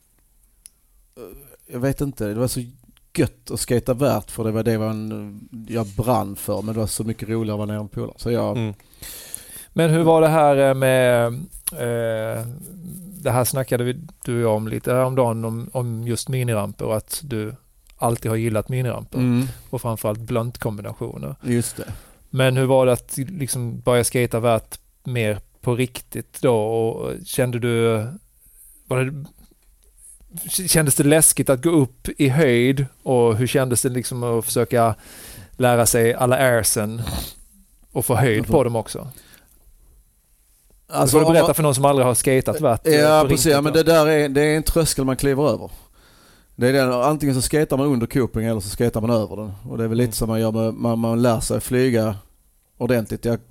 jag vet inte, det var så gött att skejta värt för det var det var en, jag brann för, men det var så mycket roligare att vara nere med polare. Så jag... Mm. Men hur var det här med eh, det här snackade vi, du och jag om lite häromdagen om, om just miniramper och att du alltid har gillat miniramper mm. och framförallt blunt-kombinationer. Just det. Men hur var det att liksom börja skata värt mer på riktigt då, och kände du var det, kändes det läskigt att gå upp i höjd, och hur kändes det liksom att försöka lära sig alla airsen och få höjd på dem också? Alltså, får du berätta för någon som aldrig har skatat värt? Ja, precis. Ja, men det där är, det är en tröskel man kliver över. Det är den, antingen så skatar man under coping eller så skatar man över den. Och det är väl lite mm. som man gör med, man, man lär sig flyga ordentligt. Jag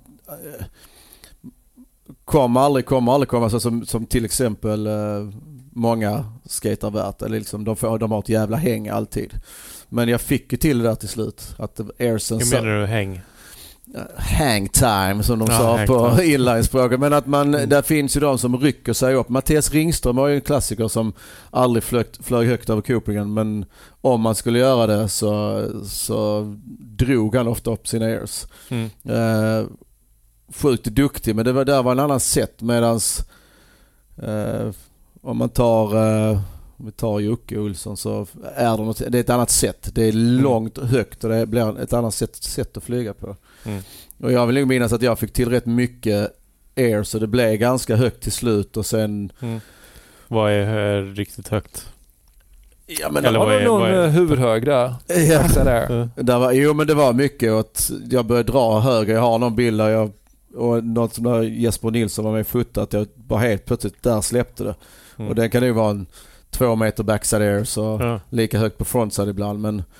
kommer aldrig, kommer aldrig komma så som, som till exempel eh, många skatar värt. Eller liksom, de, får, de har ett jävla häng alltid. Men jag fick ju till det där till slut. Att airsen... Hur menar du häng? Hang time som de ja, sa på inline-språket, men att man, mm. där finns ju de som rycker sig upp. Mattias Ringström var ju en klassiker som aldrig flög, flög högt över copingen, men om man skulle göra det så, så drog han ofta upp sina airs. Mm. Uh, sjukt duktig, men det var, där var en annan sätt, medans uh, om man tar uh, om vi tar Jocke Olsson så är det, något, det är ett annat sätt. Det är långt och högt och det blir ett annat sätt, sätt att flyga på. Mm. Och jag vill nog minnas att jag fick till rätt mycket air så det blev ganska högt till slut och sen... Mm. Vad är riktigt högt? Ja, men det var är, någon är... huvudhög där. Ja. Där. Där var, jo, men det var mycket att jag började dra högre. Jag har någon bild där jag och något som där Jesper Nilsson var med i fotot att jag bara helt plötsligt där släppte det. Mm. Och den kan ju vara en två meter backside air så ja. Lika högt på frontside ibland, men ja.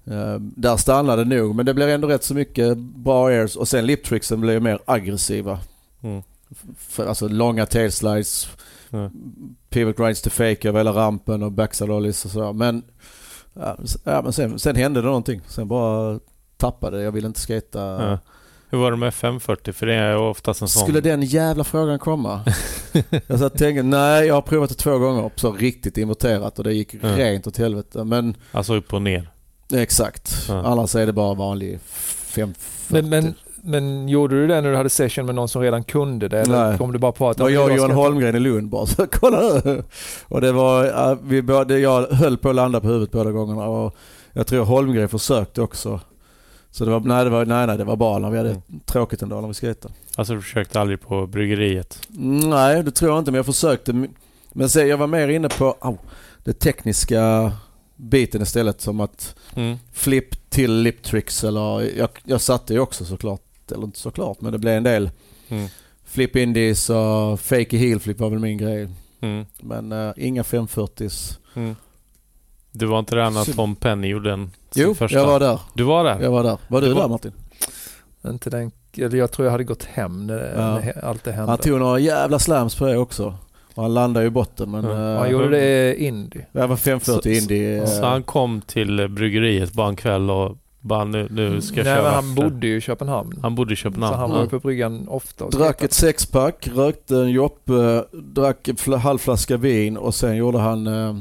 Uh, där stannade det nog, men det blir ändå rätt så mycket bra airs och sen liptricksen blir mer aggressiva. Mm. För, alltså långa tailslides, mm. pivot grinds to fake över hela rampen och backside ollies och så. Men, ja, ja, men sen, sen hände det någonting. Sen bara tappade jag ville inte skata. Ja. Hur var det med fem fyrtio? För det är oftast en sån. Skulle den jävla frågan komma? Jag så tänkte, nej, jag har provat det två gånger så riktigt inverterat och det gick mm. rent åt helvete. Men, alltså upp och ner. Exakt. Mm. Annars är det bara vanlig fem fyrtio. Men, men, men gjorde du det när du hade session med någon som redan kunde det? Eller nej. Kom du bara på att... Och jag och Johan Holmgren i Lund bara, så kolla nu. Och det var, vi både, jag höll på att landa på huvudet båda gångerna och jag tror Holmgren försökte också. Så det var, nej, det var, nej, nej, det var bara när vi hade mm. tråkigt ändå när vi skejtade. Alltså du försökte aldrig på bryggeriet? Nej, det tror jag inte, men jag försökte. Men så, jag var mer inne på oh, det tekniska biten istället, som att mm. flip till lip tricks. Eller, jag, jag satte ju också såklart, eller inte såklart, men det blev en del mm. flip indies och fake heel flip var väl min grej. Mm. Men uh, inga fem fyrtios. Mm. Du var inte där när Tom Penny gjorde en Jo, första. jag var där. Du var där? Jag var där. Var du, du var... där, Martin? Inte den, jag tror jag hade gått hem när, ja. när allt det hände. Han tog några jävla slams på det också. Och han landade i botten. Men, mm. uh, han gjorde det Indy. Jag var fem fyrtio Indy. Så, uh, så han kom till bryggeriet bara en kväll och bara nu, nu ska jag Nej, köra. Men han bodde ju i Köpenhamn. Han bodde i Köpenhamn. Så han var ja. på bryggan ofta. Och drack ett sexpack, rökte en jopp, uh, drack en fl- halvflaska vin och sen gjorde han... Uh,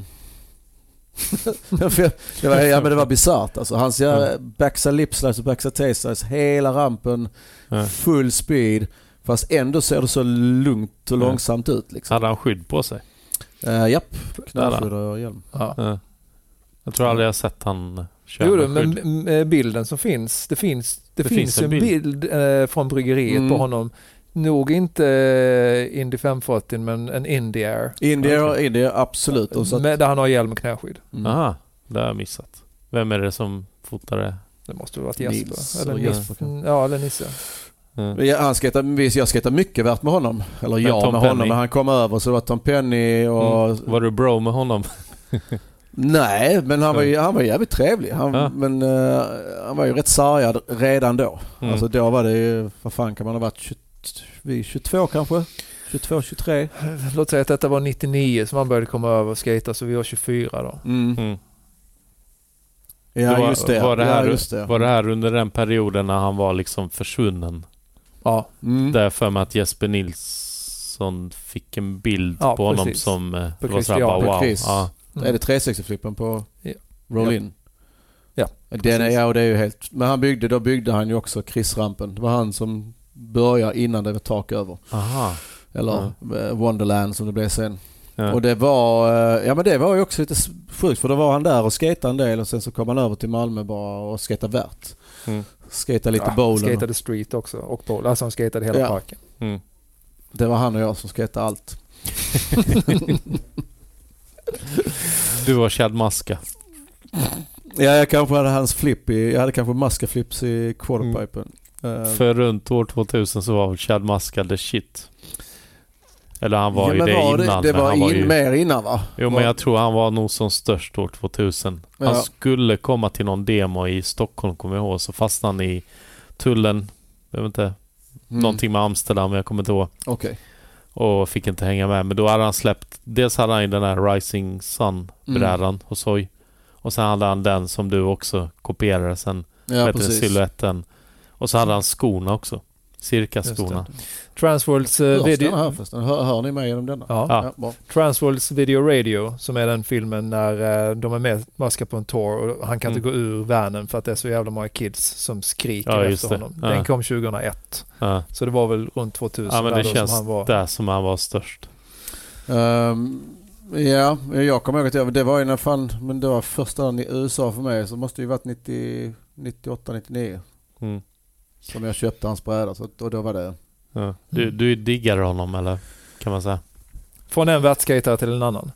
det var, ja, men det var bizarrt alltså. Hans ja, backside lip slice och backside tail slice, hela rampen ja. full speed, fast ändå ser det så lugnt och ja. långsamt ut liksom. Hade han skydd på sig? Uh, japp, knallskydd och hjälm. Ja. Ja. Jag tror aldrig jag sett han köra jo, med skydd. Men bilden som finns, det finns det, det finns, finns en bild, bild eh, från bryggeriet mm. på honom. Nog inte Indy fem fyrtio, men en Indy Air. Indy Air, Indy Air, absolut. Och så att... Med, där han har hjälm och knäskydd. Mm. Aha, det har jag missat. Vem är det som fotar det? Det måste vara Jesper. Nils, eller Jesper. Nils. Ja, eller Nisse. Mm. Jag, han skejtade, jag skejtade mycket värt med honom. Eller jag med Penny. honom. Men han kom över så det var Tom Penny och... Mm. Var du bro med honom? Nej, men han var ju, han var jävligt trevlig. Han, ja. Men uh, han var ju rätt sargad redan då. Mm. Alltså då var det ju, vad fan kan man ha varit, tjugotvå kanske? tjugotvå tjugotre. Låt säga att detta var nittionio som han började komma över och skejta, så vi var tjugofyra då. Mm. Mm. Ja, var, just det. Var det, här, ja, just det. Var det här under den perioden när han var liksom försvunnen? Ja. Mm. Därför med att Jesper Nilsson fick en bild ja, på precis. honom som på var såhär bara wow. Ja. Mm. Är det trehundrasextio-flippen på ja. roll-in? Ja. Den är, ja, och det är ju helt... Men han byggde, då byggde han ju också Chris-rampen. Det var han som började innan det var tak över. Aha. Eller ja. Wonderland som det blev sen. Ja. Och det var... Ja, men det var ju också lite sjukt, för då var han där och skatade en del och sen så kom han över till Malmö bara och skatade värt. Mm. Skatade lite ja, bowlen. Skatade street också och bowl. Alltså han skatade hela ja. parken. Mm. Det var han och jag som skatade allt. Du var Chad Maska. Ja, jag kanske hade hans flip i, jag hade kanske Maska flips i quarterpipen. Mm. Uh, För runt år tvåtusen så var väl Chad Maska the shit. Eller han var ja, ju det var innan. Det, det var, han in, var ju, mer innan va? Jo, men jag tror han var nog som störst år tvåtusen. Ja. Han skulle komma till någon demo i Stockholm, kommer jag ihåg. Så fastnade han i tullen. Jag vet inte. Mm. Någonting med Amsterdam, jag kommer inte ihåg. Okej. Okay. Och fick inte hänga med. Men då hade han släppt, dels hade han den här Rising Sun-brädan mm. hos Hoj. Och sen hade han den som du också kopierade sen. Ja, precis. Silhuetten. Och så hade han skorna också. Cirka-skorna. Transworlds uh, video... Här förresten. Hör, hör ni mig genom denna? Ja. ja Transworlds Video Radio, som är den filmen när uh, de är med maska på en tour och han kan mm. inte gå ur vanen för att det är så jävla många kids som skriker ja, efter honom. Ja. Den kom tjugohundraett. Ja. Så det var väl runt tvåtusen. Ja, men det där känns som han var... där som han var störst. Um, ja, jag kommer ihåg att jag, det var i alla fall, men det var första dagen i U S A för mig, så måste det ju varit nittio, nittioåtta nittionio. Mm. Som jag köpte hans bräda, så och då var det. Ja. Du, du diggar honom, eller kan man säga? Från en världskejtare till en annan.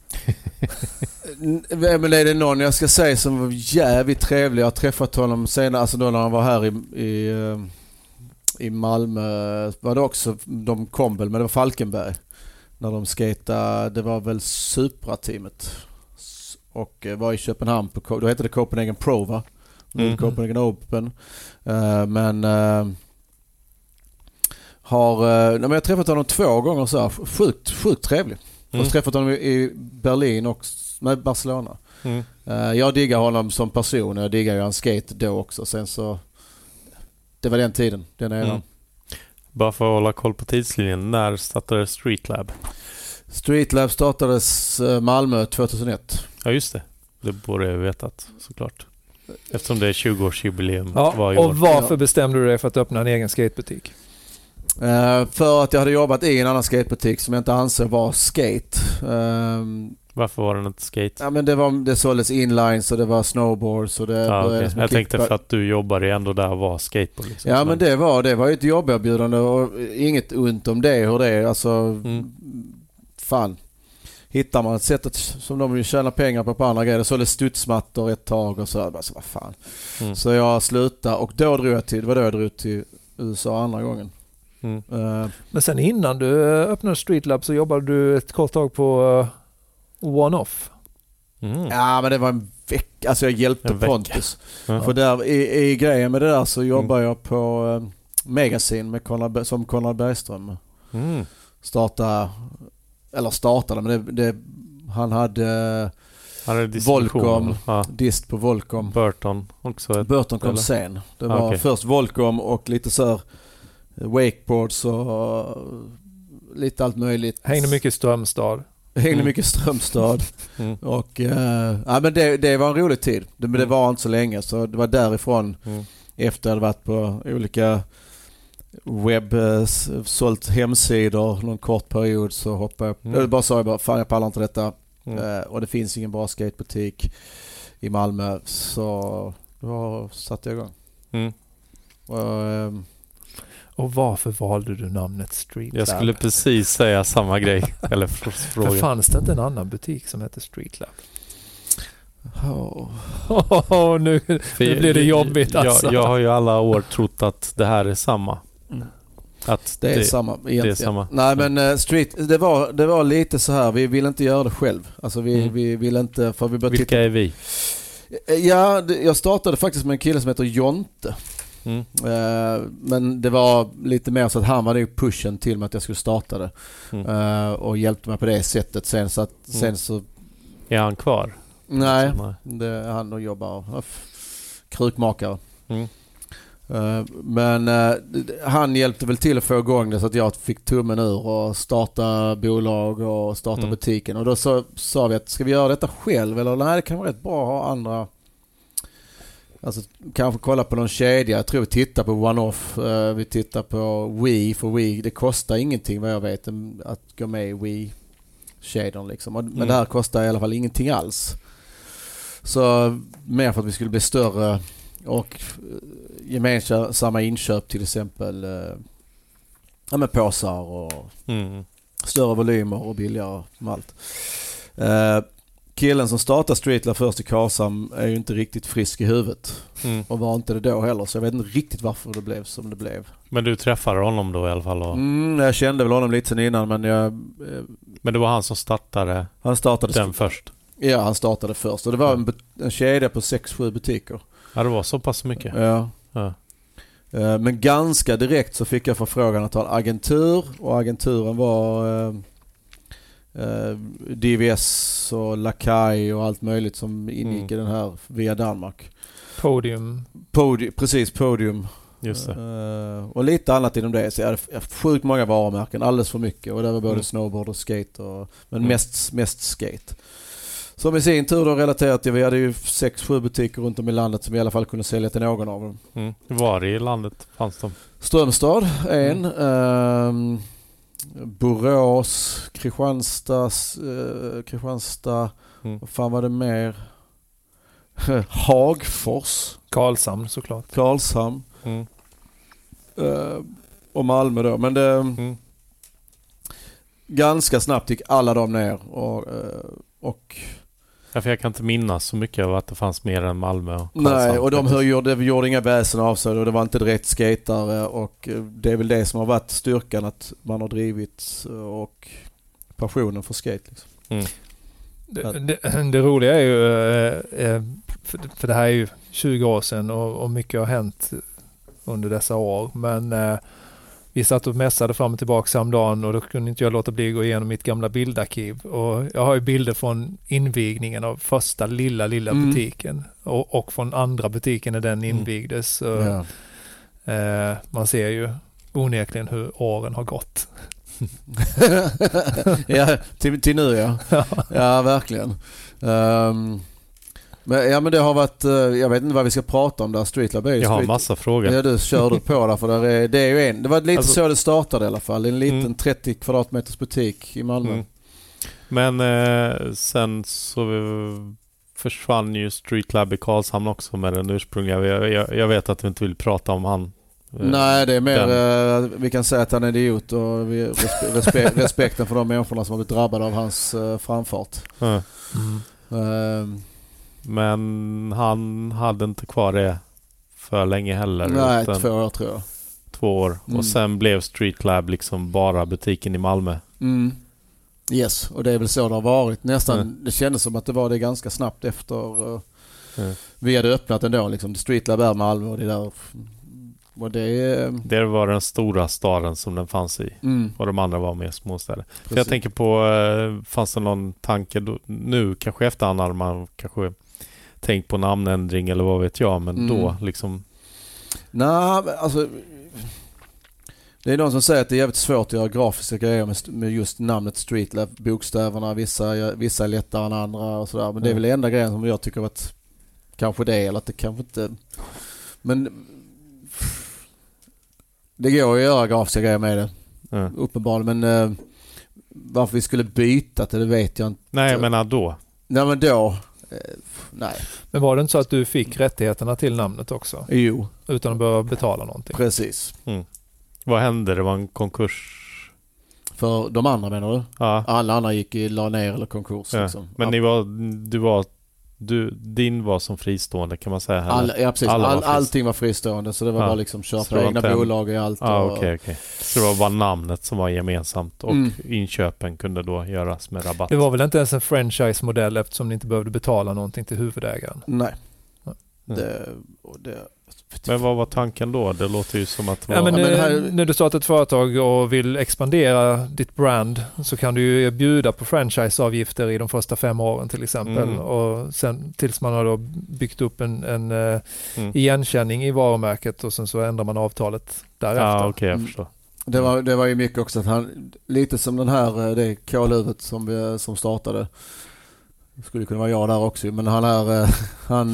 Men är det någon jag ska säga som var jävligt trevlig? Jag har träffat honom senare, alltså då när han var här i, i, i Malmö. Var det också, de kom väl, men det var Falkenberg. När de skatade, det var väl Supra-teamet. Och var i Köpenhamn, på, då hette det Copenhagen Pro va? mm. Copenhagen Open. Uh, men uh, har uh, jag har träffat honom två gånger så här, sjukt, sjukt trevlig. Mm. Jag har träffat honom i Berlin och nej, Barcelona. Mm. Uh, jag diggar honom som person, jag diggar ju hans skate då också. Sen så det var den tiden, den eran. Mm. Bara för att hålla koll på tidslinjen, när startade Street Lab? Street Lab startades Malmö tjugohundraett. Ja, just det. Det borde jag vetat, såklart. Eftersom det är tjugoårsjubileum ja, varje och år. Och varför bestämde du dig för att öppna en egen skatebutik? Uh, för att jag hade jobbat i en annan skatebutik som jag inte ansåg var skate. Uh, Varför var den inte skate? Ja, men det var det såldes inlines och det var snowboards och det ja, okay. Jag kickbar. tänkte för att du jobbade ändå där och var skateboard. Liksom. Ja, men det var det var ju ett jobberbjudande och inget ont om det hur det är. Alltså, mm. fan. Hittar man ett sätt att, som de vill tjäna pengar på på andra grejer. Så är det studsmattor ett tag och så. Alltså, vad fan. Mm. Så jag slutade och då drog jag till, det var då jag drog till U S A andra gången. Mm. Uh, men sen innan du öppnade Street Lab så jobbade du ett kort tag på uh, One-Off. Mm. Ja, men det var en vecka. Alltså jag hjälpte Pontus. Mm. För där i, i grejen med det där så jobbar mm. jag på uh, Magasin med Conrad, som Conrad Bergström. Mm. Starta eller startade men det, det han hade uh, Volcom, ja. Dist på Volcom. Burton också. Ett, Burton kom eller? Sen. Det var okay. Först Volcom och lite så här wakeboards och lite allt möjligt. Hängde mycket Strömstad. Hängde mm. mycket Strömstad. mm. Och uh, ja, men det, det var en rolig tid. Det, men det mm. var inte så länge så det var därifrån mm. efter att jag varit på olika webb sålt hemsidor någon kort period så hoppade jag. Mm. Bara sa jag bara fan jag pallar inte detta. Mm. Uh, och det finns ingen bra skatebutik i Malmö så då satte jag igång. Mm. Och, um, Och varför valde du namnet Street Lab? Jag skulle precis säga samma grej. Eller fråga. För fanns det inte en annan butik som heter Street Lab? Oh. Oh, nu, nu blir det jobbigt alltså. Jag, jag har ju alla år trott att det här är samma. Mm. Att det, det är samma egentligen. Det är samma. Nej men uh, Street, det var, det var lite så här. Vi vill inte göra det själv. Alltså vi, mm. vi vill inte... För vi Vilka titta. Är vi? Ja, det, jag startade faktiskt med en kille som heter Jonte. Mm. Uh, men det var lite mer så att han var ju pushen till mig att jag skulle starta det mm. uh, och hjälpte mig på det sättet sen så att mm. sen så är han kvar? Nej, det, han och jobbar uh, krukmakare mm. uh, men uh, han hjälpte väl till att få igång det så att jag fick tummen ur och starta bolag och starta mm. butiken och då så, sa vi att ska vi göra detta själv eller nej det kan vara rätt bra att ha andra. Alltså kanske kolla på någon kedja. Jag tror vi tittar på One-Off. Uh, vi tittar på Wii. För Wii, det kostar ingenting vad jag vet att gå med i Wii-kedjan liksom. Men mm. det här kostar i alla fall ingenting alls. Så mer för att vi skulle bli större och gemensamma inköp till exempel uh, ja, med påsar och mm. större volymer och billigare malt. Uh, Killen som startade Street Lab först i Karlshamn är ju inte riktigt frisk i huvudet. Mm. Och var inte det då heller. Så jag vet inte riktigt varför det blev som det blev. Men du träffade honom då i alla fall? Och... Mm, jag kände väl honom lite sen innan. Men, jag, men det var han som startade, han startade den först? Ja, han startade först. Och det var en, en kedja på sex sju butiker. Ja, det var så pass mycket? Ja. ja. Men ganska direkt så fick jag förfrågan att ha en agentur. Och agenturen var... Uh, D V S och Lakai och allt möjligt som ingick mm. i den här via Danmark. Podium. Podium precis, Podium. Just det. Uh, och lite annat inom det. Så jag hade sjukt många varumärken, alldeles för mycket. Och det var både mm. snowboard och skate. Och, men mm. mest, mest skate. Som i sin tur då relaterat till, vi hade ju sex sju butiker runt om i landet som i alla fall kunde sälja till någon av dem. Mm. Var i landet fanns de? Strömstad, en. Mm. Uh, Borås, Kristianstad, eh, Kristianstad, mm. vad fan var det mer? Hagfors. Karlshamn såklart. Karlshamn. Mm. Eh, och Malmö då. Men det, mm. ganska snabbt gick alla de ner. Och, och ja, för jag kan inte minnas så mycket av att det fanns mer än Malmö och Karlshamn. Nej, och de hör, gjorde, gjorde inga väsen av sig och det var inte direkt skatare och det är väl det som har varit styrkan att man har drivit och passionen för skate. Liksom. Mm. Det, det, det roliga är ju, för, för det här är ju tjugo år sedan och, och mycket har hänt under dessa år. Men eh, vi satt och mässade fram och tillbaka samdagen och då kunde inte jag låta bli att gå igenom mitt gamla bildarkiv. Och jag har ju bilder från invigningen av första lilla, lilla mm. butiken och, och från andra butiken när den invigdes. Mm. Så, ja. eh, man ser ju onekligen hur åren har gått. ja, till, till nu ja. ja. Ja, verkligen. Um, men, ja, men det har varit, jag vet inte vad vi ska prata om där. Street Lab är ju Jag har street. massa frågor. Ja, du körde på där för där är, det är ju en. Det var lite alltså, så det startade i alla fall. En liten mm. trettio kvadratmeters butik i Malmö. Mm. Men eh, sen så försvann ju Street Lab i Karlshamn också med den ursprungliga. Jag, jag, jag vet att vi inte vill prata om han. Nej, det är mer uh, vi kan säga att han är idiot och vi respe- respe- respekten för de människorna som har blivit drabbade av hans uh, framfart. Mm. Uh, Men han hade inte kvar det för länge heller. Nej, två år tror jag. Två år. Mm. Och sen blev Street Lab liksom bara butiken i Malmö. Mm. Yes, och det är väl så det har varit. Nästan, mm. det kändes som att det var det ganska snabbt efter uh, mm. vi hade öppnat ändå. Liksom. Street Lab är Malmö och det där... Och det, det var den stora staden som den fanns i. Mm. Och de andra var mer småstäder. För jag tänker på, fanns det någon tanke då, nu kanske efterhand när man kanske tänkt på namnändring eller vad vet jag, men mm. då liksom... Nej, alltså... Det är någon som säger att det är jävligt svårt att göra grafiska grejer med, med just namnet Street Lab, bokstäverna, vissa, vissa är lättare än andra och sådär. Men mm. det är väl enda grejen som jag tycker att kanske det är, eller att det kanske inte... Men... Det går att göra grafiska grejer med det. Mm. Uppenbarligen. Men uh, varför vi skulle byta till det vet jag inte. Nej, jag menar då. Nej, men då. Uh, nej. Men var det inte så att du fick rättigheterna till namnet också? Jo. Utan att behöva betala någonting? Precis. Mm. Vad hände? Det var en konkurs? För de andra menar du? Ja. Alla andra gick i la ner eller konkurs. Ja. Liksom. Men ja. ni var, du var... Du, din var som fristående kan man säga. All, ja, precis. All, var allting var fristående så det var ja. bara liksom köpa egna fem. bolag i allt. Ja, och, okay, okay. Så det var bara namnet som var gemensamt och mm. inköpen kunde då göras med rabatt. Det var väl inte ens en franchise-modell eftersom ni inte behövde betala någonting till huvudägaren? Nej. Ja. Det, och det, men vad var tanken då? Det låter ju som att... Var... Ja, men, ja, men här... När du startar ett företag och vill expandera ditt brand så kan du ju bjuda på franchiseavgifter i de första fem åren till exempel. Mm. Och sen tills man har då byggt upp en, en mm. igenkänning i varumärket och sen så ändrar man avtalet därefter. Ja, okej, okay, jag förstår. Mm. Det var, det var ju mycket också att han, lite som den här, det K-luvet som, vi, som startade. Det skulle kunna vara jag där också, men han är han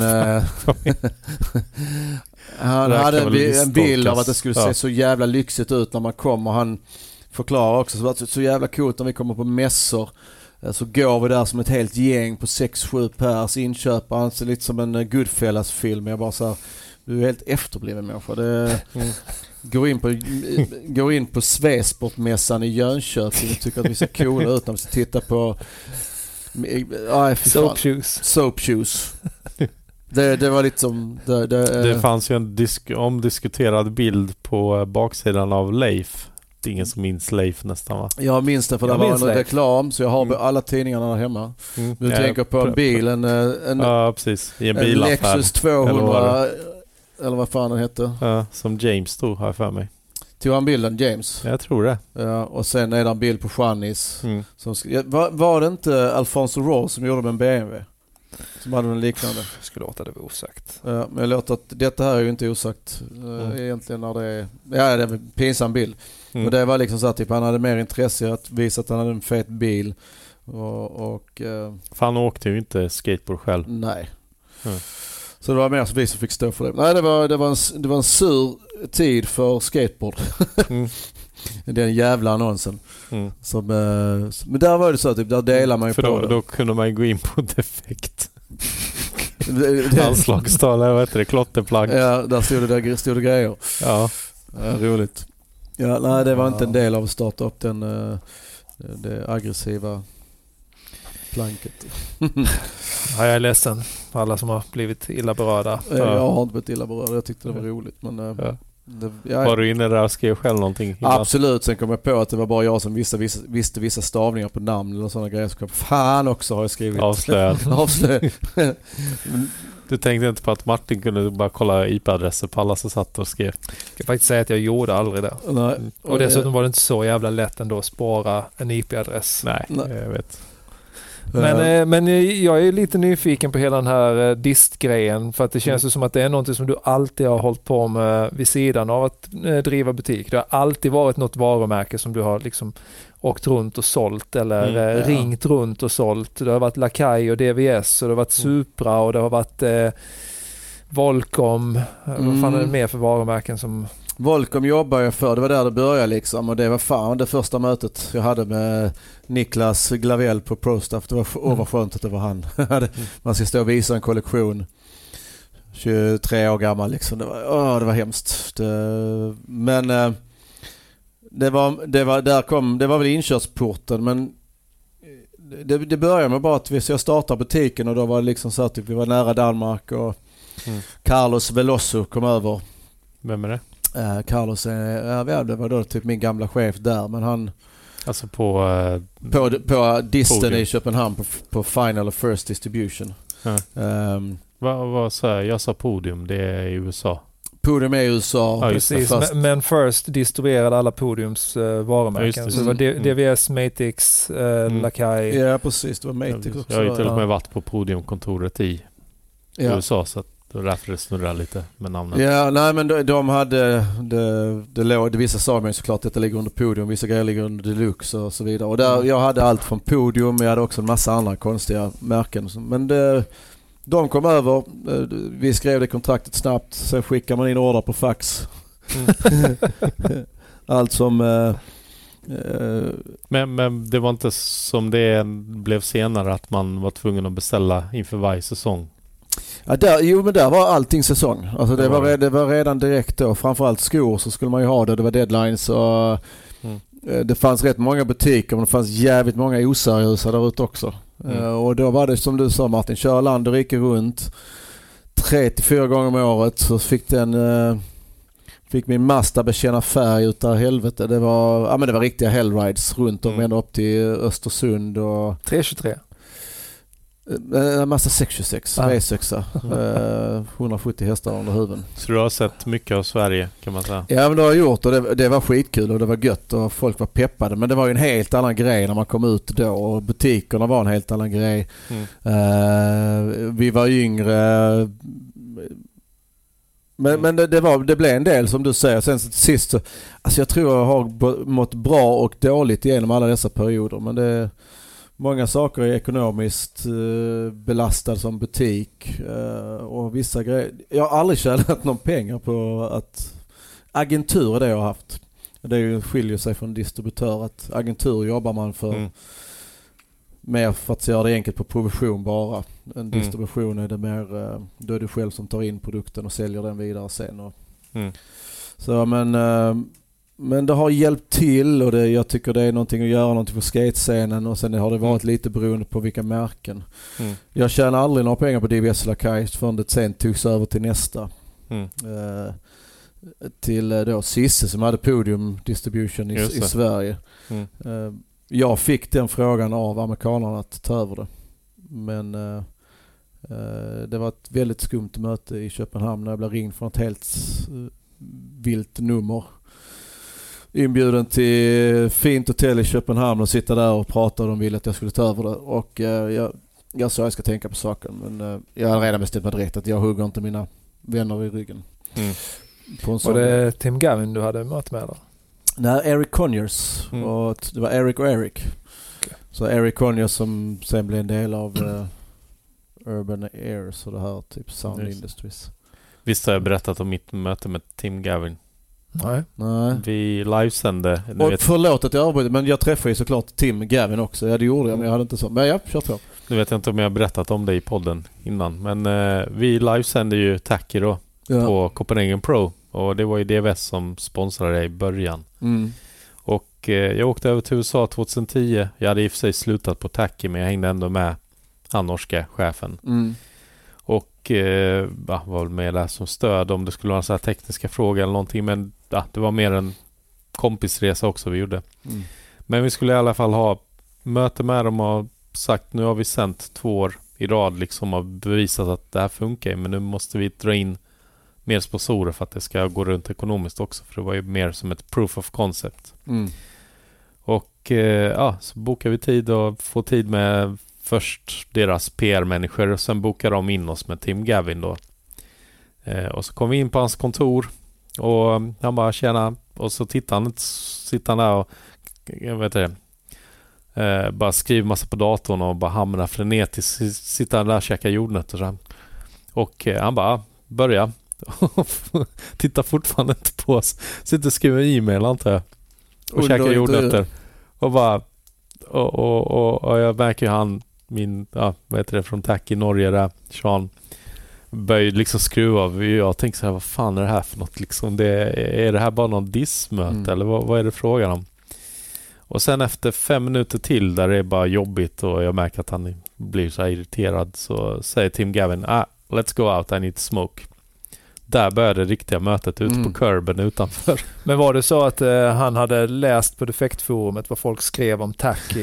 han hade en, en bild av att det skulle ja. se så jävla lyxigt ut när man kom och han förklarar också så att det så jävla coolt när vi kommer på mässor så går vi där som ett helt gäng på sex sju pers inköpare, han ser lite som en Goodfellas film. Jag bara så här, du är helt efterbliven människa. Det mm. går in på går in på Svesportmässan i Jönköping och tycker att vi ser coola ut när vi ska titta på Aj, soap shoes. Soap shoes. Det, det var lite som... Det, det, det fanns ju en disk, omdiskuterad bild på baksidan av Leif. Det är ingen som minns Leif nästan, va? Jag minns det för det var en Leif. reklam så jag har mm. alla tidningarna där hemma. Mm. Du ja, tänker på en bil, en, en, ja, precis. I en, en bilaffär. Lexus tvåhundra eller, eller vad fan den hette. Ja, som James tog här för mig. Tog han bilden James? Jag tror det. Ja, och sen är det en bild på Juanis. Mm. Som, var, var det inte Alfonso Roll som gjorde med en B M W? Som hade en liknande? Jag skulle låta det vara osagt. Ja, men jag låter att detta här är ju inte osagt mm. äh, egentligen när det är... Ja, det är en pinsam bild. Mm. Och det var liksom så att typ, han hade mer intresse att visa att han hade en fet bil. Och... och äh, för han åkte ju inte skateboard själv. Nej. Mm. Så det var mer som vi som fick stå för det. Nej, det var, det var, en, det var en sur tid för skateboard. Mm. Den jävla annonsen. Mm. Som, eh, men där var det så typ, där delar man ju för på då, det. Då kunde man gå in på defekt. Anslagstal, vad heter det? Klotterplagg. Ja, där stod det, där stod det grejer. Ja. Ja, roligt. Ja, nej, det var inte en del av att starta upp den, uh, det aggressiva planket. Ja, jag är ledsen för alla som har blivit illa berörda. Jag har inte blivit illa berörd. Jag tyckte det var roligt. Men, uh, ja. Det, ja, var du inne där och skrev själv någonting? Absolut, sen kom jag på att det var bara jag som visste vissa, visste vissa stavningar på namn eller sådana grejer. Så kom, fan också har jag skrivit. Avslöjad. Avslöjad. Du tänkte inte på att Martin kunde bara kolla I P-adresser på alla som satt och skrev? Jag kan faktiskt säga att jag gjorde aldrig det. Nej. Och dessutom var det inte så jävla lätt ändå att spara en I P-adress. Nej, Nej. jag vet. Men, uh, men jag är lite nyfiken på hela den här uh, distgrejen, för att det känns mm. som att det är något som du alltid har hållit på med vid sidan av att uh, driva butik. Det har alltid varit något varumärke som du har liksom åkt runt och sålt eller mm, uh, ja. ringt runt och sålt. Det har varit Lakai och D V S och det har varit Supra och det har varit uh, Volcom. Mm. Vad fan är det mer för varumärken som... Volcom jobbar jag för, det var där det började liksom, och det var fan det första mötet jag hade med Niklas Glavell på ProStuff. Det var mm. oh, skönt att det var han. Man ska stå och visa en kollektion tjugotre år gammal liksom. Det var, oh, det var hemskt. Det, men eh, det var, det var där kom, det var väl inkörsporten, men det, det började med bara att vi, så jag startade butiken och då var det liksom så att vi var nära Danmark och mm. Carlos Veloso kom över. Vem är det? Uh, Carlos är, ja, det var då typ min gamla chef där, men han alltså på uh, på, på Disten i Köpenhamn på, på Final och First Distribution. Ja. Um, vad vad sa jag? Jag sa Podium, det är i U S A. Podium är i U S A. Ja, precis. Fast... Men, men First distribuerade alla Podiums uh, varumärken. Ja, det. Så det var D- mm. DVS, Matix, uh, mm. Lakai. Ja, precis. Det var Matix ja, också. Jag har ju till och med varit på Podiumkontoret i ja. U S A, så att då därför det snurrar lite med namnet. Ja, nej men de, de hade det, det låg, det vissa sa mig såklart detta ligger under Podium, vissa grejer ligger under Deluxe och så vidare. Och där, jag hade allt från Podium, jag hade också en massa andra konstiga märken. Men det, de kom över, vi skrev det kontraktet snabbt, sen skickar man in order på fax. Mm. Allt som... Eh, eh, men, men det var inte som det blev senare att man var tvungen att beställa inför varje säsong? Ja, där, jo men där var allting säsong. Alltså det, var, det var redan direkt då. Framförallt skor så skulle man ju ha det. Det var deadlines och mm. det fanns rätt många butiker, men det fanns jävligt många oseriösa där ute också. Mm. Uh, och då var det som du sa Martin, kör land och rike runt tre till fyra gånger om året, så fick den uh, fick min Mazda bekänna färg utav helvete. Det var, ja men det var riktiga hellrides runt om mm. ända upp till Östersund och tre tjugotre. En massa sex tjugosex, V sex, uh, hundrasjuttio hästar under huven. Så du har sett mycket av Sverige kan man säga? Ja, men det har jag gjort och det, det var skitkul och det var gött och folk var peppade. Men det var ju en helt annan grej när man kom ut då och butikerna var en helt annan grej. Mm. Uh, vi var yngre. Men, mm. men det, det, var, det blev en del som du säger. Sen till sist så, alltså jag tror jag har mått bra och dåligt genom alla dessa perioder. Men det många saker är ekonomiskt uh, belastade som butik uh, och vissa grejer. Jag har aldrig tjänat någon pengar på att agentur är det jag har haft. Det är ju, skiljer sig från distributör att agentur jobbar man för mm. mer för att göra det enkelt på provision bara. En distribution mm. är det mer uh, då är du själv som tar in produkten och säljer den vidare sen. Och, mm. Så men uh, Men det har hjälpt till och det, jag tycker det är någonting att göra någonting för skatescenen och sen har det varit mm. lite beroende på vilka märken. Mm. Jag tjänar aldrig några pengar på D V S Lakai förrän det sen togs över till nästa. Mm. Uh, till uh, då Sisse som hade Podium Distribution i, i Sverige. Mm. Uh, jag fick den frågan av amerikanerna att ta över det. Men uh, uh, det var ett väldigt skumt möte i Köpenhamn när jag blev ringd från ett helt uh, vilt nummer. Inbjuden till fint hotell i Köpenhamn och sitta där och prata och de ville att jag skulle ta över det. Och uh, jag, jag sa att jag ska tänka på saken. Men uh, jag har redan bestämt mig direkt att jag hugger inte mina vänner i ryggen. Mm. Var det Tim Gavin du hade mött med då? Nej, Eric Conyers. Mm. Och det var Eric och Eric. Okay. Så Eric Conyers som sen blev en del av uh, Urban Airs och det här typ Sound Just. Industries. Visst har jag berättat om mitt möte med Tim Gavin? Nej. Nej. Vi livesände. Och vet... Förlåt att jag avbryter, men jag träffade ju såklart Tim Gavin också. Ja, det gjorde jag, men jag hade inte så. Men ja, kör på. Nu vet jag inte om jag har berättat om det i podden innan. Men uh, vi livesände ju Tacky då ja. på Copenhagen Pro. Och det var ju D V S som sponsrade det i början. Mm. Och uh, jag åkte över till U S A tjugohundratio. Jag hade i och för sig slutat på Tacky, men jag hängde ändå med han norska chefen. Mm. Och och eh, ja, var väl med där som stöd om det skulle vara så här tekniska frågor eller någonting. Men ja, det var mer en kompisresa också vi gjorde. Mm. Men vi skulle i alla fall ha möte med dem och sagt nu har vi sänt två år i rad liksom och bevisat att det här funkar. Men nu måste vi dra in mer sponsorer för att det ska gå runt ekonomiskt också. För det var ju mer som ett proof of concept. Mm. Och eh, ja, så bokar vi tid och får tid med först deras P R-människor och sen bokar de in oss med Tim Gavin då. Eh, och så kom vi in på hans kontor och han bara tjena och så tittar han, sitter han där och jag vet inte, eh, bara skriver massa på datorn och bara hamnar frenetiskt, sitter han där och käkar jordnötter så. Och eh, han bara börja tittar fortfarande inte på oss, sitter och skriver e-mail antar jag och Under käkar jordnötter och bara och, och, och, och jag märker ju han min, ja, vad heter det, från Tack i Norge där, Sean börjar liksom skruva av. Jag tänker så här, vad fan är det här för något liksom? Det, är det här bara någon dissmöte mm. eller vad, vad är det frågan om? Och sen efter fem minuter till där det är bara jobbigt och jag märker att han blir så här irriterad så säger Tim Gavin, ah, let's go out, I need to smoke. Där började det riktiga mötet ute mm. på kurben utanför. Men var det så att eh, han hade läst på Defektforumet vad folk skrev om Tacky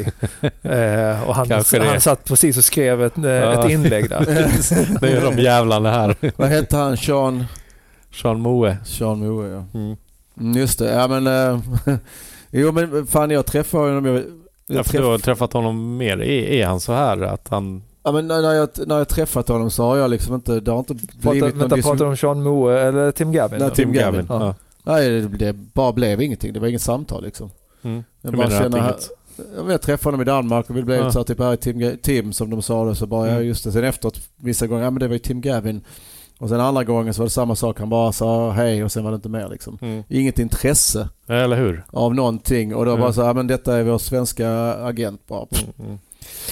eh, och han, han satt precis och skrev ett, eh, ja. ett inlägg där. Det är de jävlarna här. Vad hette han? Sean? Sean Moe. Sean Moe, ja. Mm. Just det. Ja, men äh, jo, men fan jag träffade honom. Jag, jag ja, för träff... du har träffat honom mer. Är, är han så här att han... Ja, men när jag, när jag träffat honom så har jag liksom inte, det har inte blivit Prata, någon... Vänta, pratar du om Sean Moe eller Tim Gavin? Nej, Tim Gavin. Ja. Ja. Nej, det, det bara blev ingenting. Det var inget samtal liksom. Mm. Jag bara känner här, jag träffade honom i Danmark och vi blev ja. så typ här Tim, Tim som de sa det så bara, mm. ja just det. Sen efteråt vissa gånger, ja men det var ju Tim Gavin. Och sen andra gången så var det samma sak. Han bara sa hej och sen var det inte mer liksom. Mm. Inget intresse. Eller hur? Av någonting. Och då mm. bara så ja men detta är vår svenska agent bara. Mm. Mm.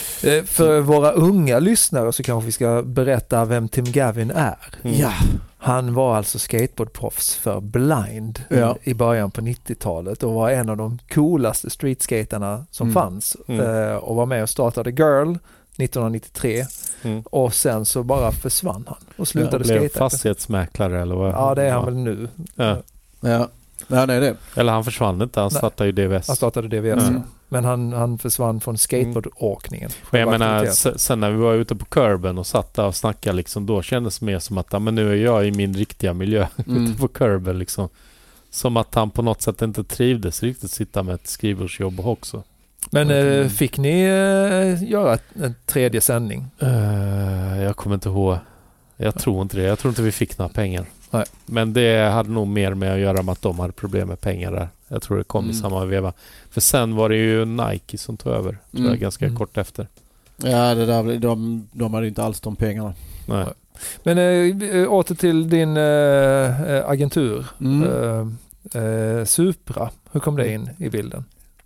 För våra unga lyssnare så kanske vi ska berätta vem Tim Gavin är. Mm. Ja. Han var alltså skateboardproffs för Blind ja. i början på nittiotalet och var en av de coolaste streetskaterna som mm. fanns. Mm. Och var med och startade Girl nittonhundranittiotre mm. och sen så bara försvann han och slutade ja, skata. Blev fastighetsmäklare eller vad? Ja, det är han väl nu. Ja. Ja. Ja, nej, det. Eller han försvann inte, han startade ju D V S. Han startade D V S, mm. men han, han försvann från skateboardåkningen. Men jag menar, sen när vi var ute på kurben och satt där och snackade liksom, då kändes det mer som att ja, men nu är jag i min riktiga miljö mm. ute på kurben liksom. Som att han på något sätt inte trivdes riktigt sitta med ett skrivbordsjobb också. Men mm. fick ni äh, göra en tredje sändning? Uh, jag kommer inte ihåg. Jag tror inte det. Jag tror inte vi fick några pengar. Nej. Men det hade nog mer med att göra med att de hade problem med pengar där. Jag tror det kom mm. i samma veva. För sen var det ju Nike som tog över. Tror mm. jag, ganska mm. kort efter. Ja, det där, de, de hade inte alls de pengarna. Nej. Men äh, åter till din äh, agentur. Mm. Äh, äh, Supra. Hur kom det in i bilden?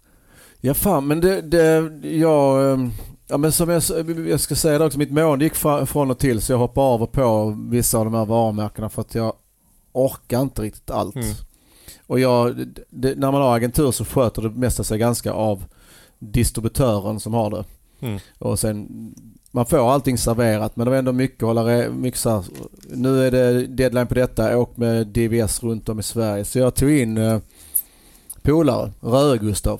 Ja fan, men det, det jag... Ja, men som jag, jag ska säga det också, mitt mående gick från och till så jag hoppar av och på vissa av de här varumärkena för att jag orkar inte riktigt allt. Mm. Och jag, det, när man har agentur så sköter det mesta sig ganska av distributören som har det. Mm. Och sen, man får allting serverat men det var ändå mycket att hålla, mycket så här, nu är det deadline på detta, åk med D V S runt om i Sverige. Så jag tog in eh, polare, Röde-Gustav.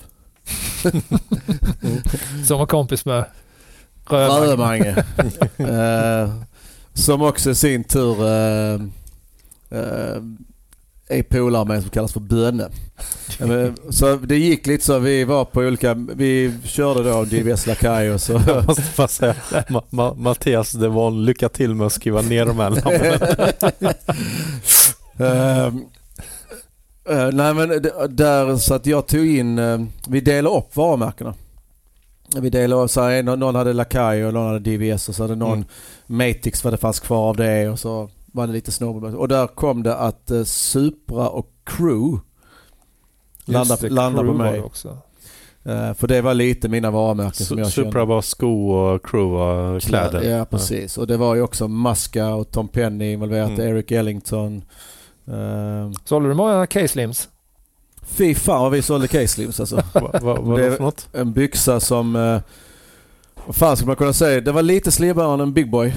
Som var kompis med Rödmange. uh, som också i sin tur uh, uh, är polare med som kallas för Böne. uh, så det gick lite så, vi var på olika, vi körde då D V S Lakai och så. Jag måste bara säga, Ma- Ma- Mattias, det var en lycka till med att skriva ner de här namnen. uh, Uh, nej men d- där så att jag tog in uh, vi delade upp varumärkena. Vi delade upp så här, någon, någon hade Lakai och någon hade D V S och så hade någon mm. Matix vad det fanns kvar av det och så var det lite snobb. Och där kom det att uh, Supra och Crew landade landa på mig också. Uh, för det var lite mina varumärken som jag Supra kände. Var sko och Crew var kläder. Ja, ja precis. Ja. Och det var ju också Masca och Tom Penny involverat, mm. Eric Ellington. Uh, sålde du många K-slims? Fy fan vad vi sålde K-slims alltså. Vad va, va, det är för något? En byxa som uh, Vad fan ska man kunna säga? Det var lite slibbarare än en Big Boy.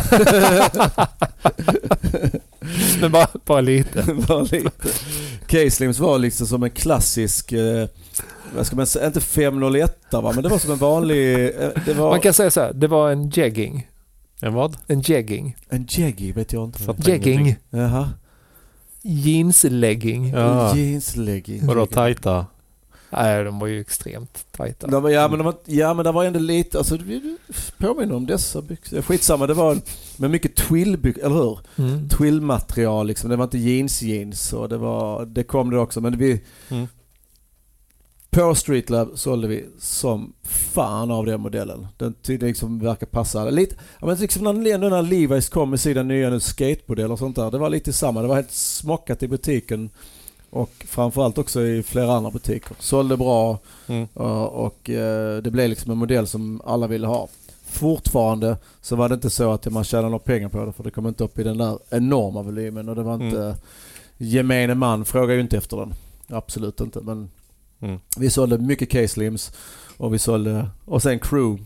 Men bara, bara lite. bara lite. K-Slims var liksom som en klassisk, eh, vad ska man säga, inte fem noll ett va, men det var som en vanlig... Eh, det var... Man kan säga så här, det var en jegging. En vad? En jegging. En jeggy vet jag inte. Jegging. Jaha. Jeanslegging. Ja. Jeanslegging. Vadå tajta? Nej, de var ju extremt tajta. De var, ja, men de var, ja, men det var ändå lite... Alltså, du påminner om dessa byxor. Skitsamma, det var med mycket twillbyxor, eller hur? Mm. Twillmaterial liksom. Det var inte jeans jeans och det var... Det kom det också, men vi... Mm. På Streetlab sålde vi som fan av den modellen. Den tydligen liksom verkar passa lite. Ja, men liksom när, när Levi's kom med sina nya skateboardmodeller och sånt där. Det var lite samma. Det var helt smockat i butiken. Och framförallt också i flera andra butiker. Sålde bra mm. och, och eh, det blev liksom en modell som alla ville ha. Fortfarande så var det inte så att man tjänade några pengar på det, för det kom inte upp i den där enorma volymen och det var inte... Mm. Gemene man frågar ju inte efter den. Absolut inte, men mm. vi sålde mycket K-Slims och vi sålde... Och sen Crew.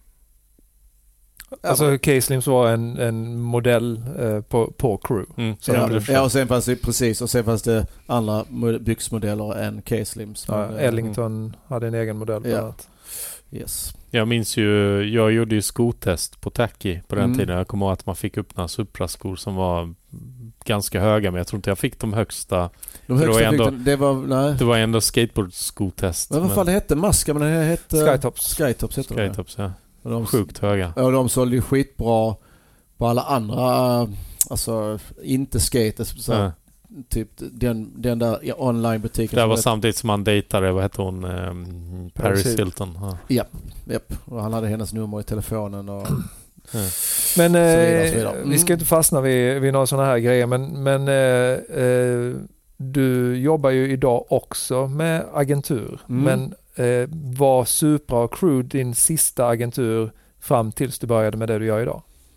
Alltså K-Slims var en, en modell eh, på, på Crew. Mm. Ja, ja, och sen fanns det precis och sen fanns det andra byxmodeller än K-Slims. Ja, Ellington mm. hade en egen modell. Ja. Yes. Jag minns ju, jag gjorde ju skotest på Tacky på den mm. tiden. Jag kommer ihåg att man fick upp några Supra-skor som var ganska höga, men jag tror inte jag fick de högsta. De högsta det, var ändå, de, det var nej. Det var ändå skateboard-skotest. Men vad fan det hette? Maska, men det hette... Skytops. Skytops heter det. Skytops, ja. Och de, sjukt höga. Och de sålde ju skitbra på alla andra, alltså inte skate, så ja. Typ den, den där online-butiken. Det var samtidigt som han dejtade, vad hette hon? Um, Paris Hilton. Ja. Ja, japp. Och han hade hennes nummer i telefonen och... Mm. Men eh, så vidare, så vidare. Mm. vi ska inte fastna vid, vid några sådana här grejer, men, men eh, eh, du jobbar ju idag också med agentur. Mm. Men eh, var Supra och Crew din sista agentur fram tills du började med det du gör idag?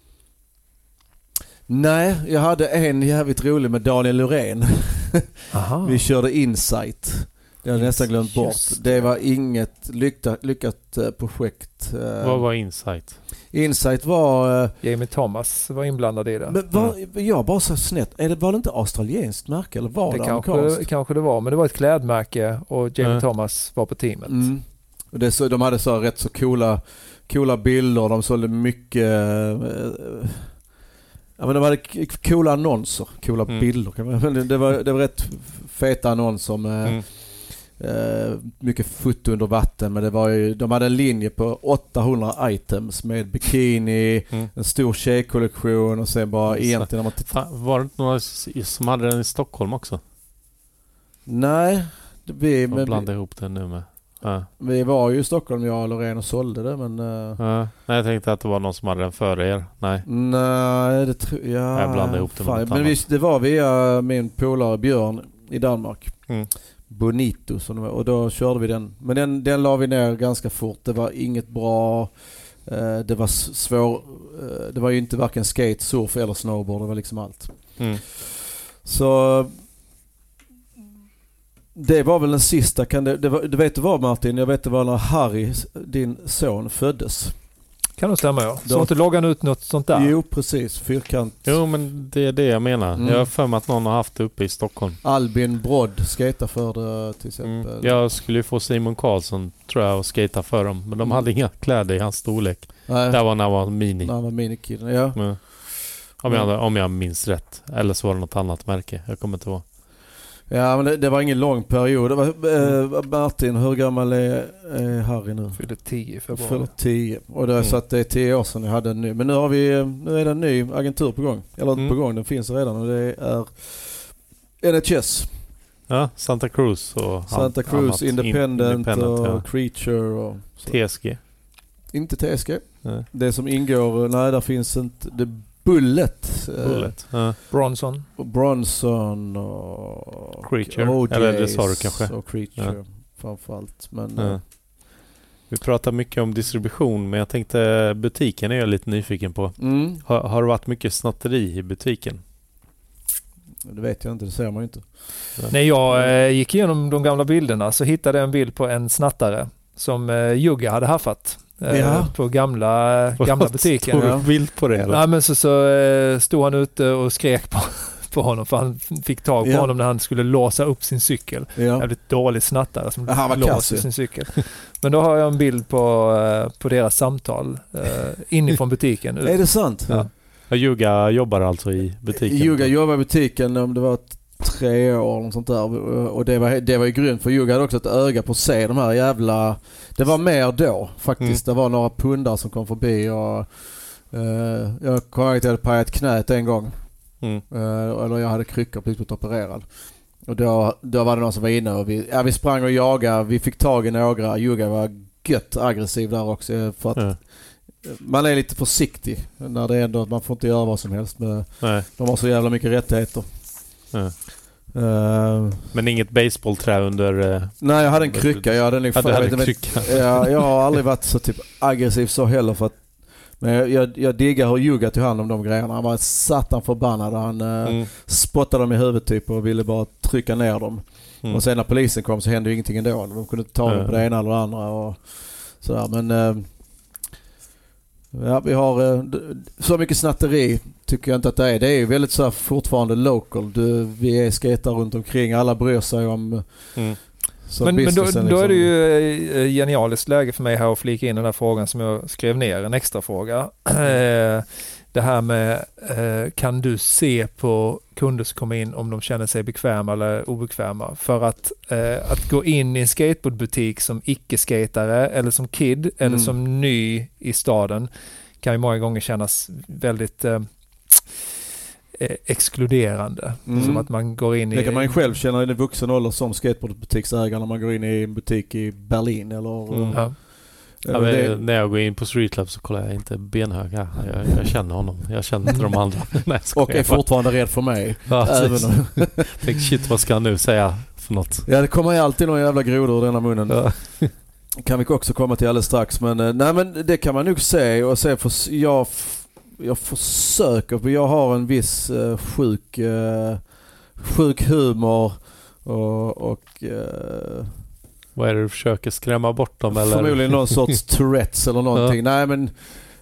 Nej, jag hade en jävligt rolig med Daniel Loreen. Aha. Vi körde Insight. Det har jag nästan glömt bort. Just. Det var inget lyckat, lyckat projekt. Vad var Insight? Insight var... Jamie Thomas var inblandad i det. Men var, mm. Jag bara så snett. Är det, var det inte australienskt märke eller var det, det amerikanskt? kanske, kanske det var, men det var ett klädmärke och Jamie mm. Thomas var på teamet. Mm. Och det så, de hade så rätt så coola, coola bilder. De sålde mycket... Eh, ja, men de hade coola annonser. Coola mm. bilder. Men det, var, det var rätt feta annonser med... Mm. Uh, mycket foto under vatten, men det var ju, de hade en linje på åttahundra items med bikini, mm. en stor tjejkollektion och sen bara mm. egentligen när man t- Fan, var det inte några som hade den i Stockholm också? Nej, vi men blanda ihop den nu med. Ja. Vi var ju i Stockholm, jag och Loreen, och sålde det, men uh, ja. Nej, jag tänkte att det var någon som hade den före er. Nej. Nej, det tror jag. Jag blandade ihop det med något men annat. visst, det var via min polare Björn i Danmark. Mm. Bonito som det var, och då körde vi den. Men den, den la vi ner ganska fort. Det var inget bra. Eh, det var svår. Eh, det var ju inte varken skate, surf eller snowboard. Det var liksom allt. Mm. Så det var väl den sista. Kan det, det var, du vet vad Martin? Jag vet det var när Harry, din son, föddes. Kan det stämma, ja. Så har inte loggat ut något sånt där? Jo, precis. Fyrkant. Jo, men det är det jag menar. Mm. Jag har för mig att någon har haft det uppe i Stockholm. Albin Brodd skater för det till exempel. Mm. Jag skulle ju få Simon Karlsson, tror jag, att skata för dem. Men de mm. hade inga kläder i hans storlek. Nej. Det var när han var mini. När han var minikillen, ja. Men, om, jag, om jag minns rätt. Eller så var det något annat märke. Jag kommer inte ihåg. Ja, men det, det var ingen lång period. Det var, eh, Martin, hur gammal är, är Harry nu? Fyllde tio för bara. Fyllde tio. Och det är mm. så att det är tio år sedan jag hade en ny. Men nu har vi, nu är det en ny agentur på gång. Eller mm. på gång, den finns redan. Och det är N H S. Ja, Santa Cruz och Santa Cruz, Independent, Independent och ja. Creature och så. T S G. Inte T S G. Nej. Det som ingår, nej, där finns inte det. Bullet. Bullet. Uh, Bronson. Och Bronson och Creature. O Js eller det sa du kanske. Och Creature ja. framförallt. Men, ja. uh. Vi pratar mycket om distribution, men jag tänkte butiken är jag lite nyfiken på. Mm. Har, har det varit mycket snatteri i butiken? Det vet jag inte, det ser man ju inte. Ja. När jag eh, gick igenom de gamla bilderna så hittade jag en bild på en snattare som eh, Jugge hade haffat. eh, Ja. på gamla, gamla butiken. Tog du bild på det eller? Ja, men så, så eh, stod han ute och skrek på, på honom för han fick tag på Ja. honom när han skulle låsa upp sin cykel. Ja. Jävligt dålig snattare som Ja, han var låser kass. sin cykel. Men då har jag en bild på, eh, på deras samtal eh, inifrån butiken. Är det sant? Ja. Ja, Juga jobbar alltså i butiken. Juga jobbade i butiken om det var tre år eller sånt där. Och det var, det var ju grymt för Juga hade också ett öga på att se de här jävla... Det var mer då faktiskt. Mm. Det var några pundar som kom förbi och uh, jag kommer ihåg att jag hade pajat knät en gång. Mm. Uh, eller jag hade kryckor, precis blivit opererad. Och då, då var det någon som var inne och vi, ja, vi sprang och jagade. Vi fick tag i några. Juga var gött aggressiv där också för att Ja. man är lite försiktig när det är ändå att man får inte göra vad som helst. Med, Nej. de har så jävla mycket rättigheter. Ja. Uh, Men inget baseballträ under... Uh, nej, jag hade en krycka. Jag hade, en, ja, du jag, hade vet, en inte, krycka. jag, jag har aldrig varit så typ aggressiv så heller för att, men jag, jag, jag diggar hur Juga tog hand om de grejerna. Han var satan förbannad och han uh, Mm. spottade dem i huvudet typ och ville bara trycka ner dem. Mm. Och sen när polisen kom så hände ju ingenting ändå. De kunde ta dem Mm. på det ena eller det andra och sådär. Men uh, ja, vi har uh, så mycket snatteri tycker jag inte att det är. Det är ju väldigt så här fortfarande local. Du, vi är skater runt omkring. Alla bryr sig om Mm. Men, men då, liksom. då är det ju eh, genialiskt läge för mig här att flika in den här frågan som jag skrev ner, en extra fråga. Eh, det här med eh, kan du se på kunder som kommer in om de känner sig bekväma eller obekväma? För att, eh, att gå in i en skateboardbutik som icke-skatare eller som kid Mm. eller som ny i staden kan ju många gånger kännas väldigt eh, eh, exkluderande. Mm. Som att man går in i... Det kan man ju själv känna i vuxen ålder som skateboardbutiksägare när man går in i en butik i Berlin eller... Mm. Ja. Ja, men när jag går in på Streetlab så kollar jag inte benhög. Ja, jag, jag känner honom. Jag känner inte de andra. Nej, och är fortfarande rädd för mig. Ja, även om... Tänk shit, vad ska han nu säga för något? Ja, det kommer ju alltid någon jävla grodor ur denna munnen. Ja. Kan vi också komma till alldeles strax. Men, nej, men det kan man nog se. Och se för jag, jag försöker. För jag har en viss uh, sjuk, uh, sjuk humor. Och... och uh, Vad är det du försöker skrämma bort dem? Eller? Förmodligen någon sorts Tourettes eller någonting. Ja. Nej, men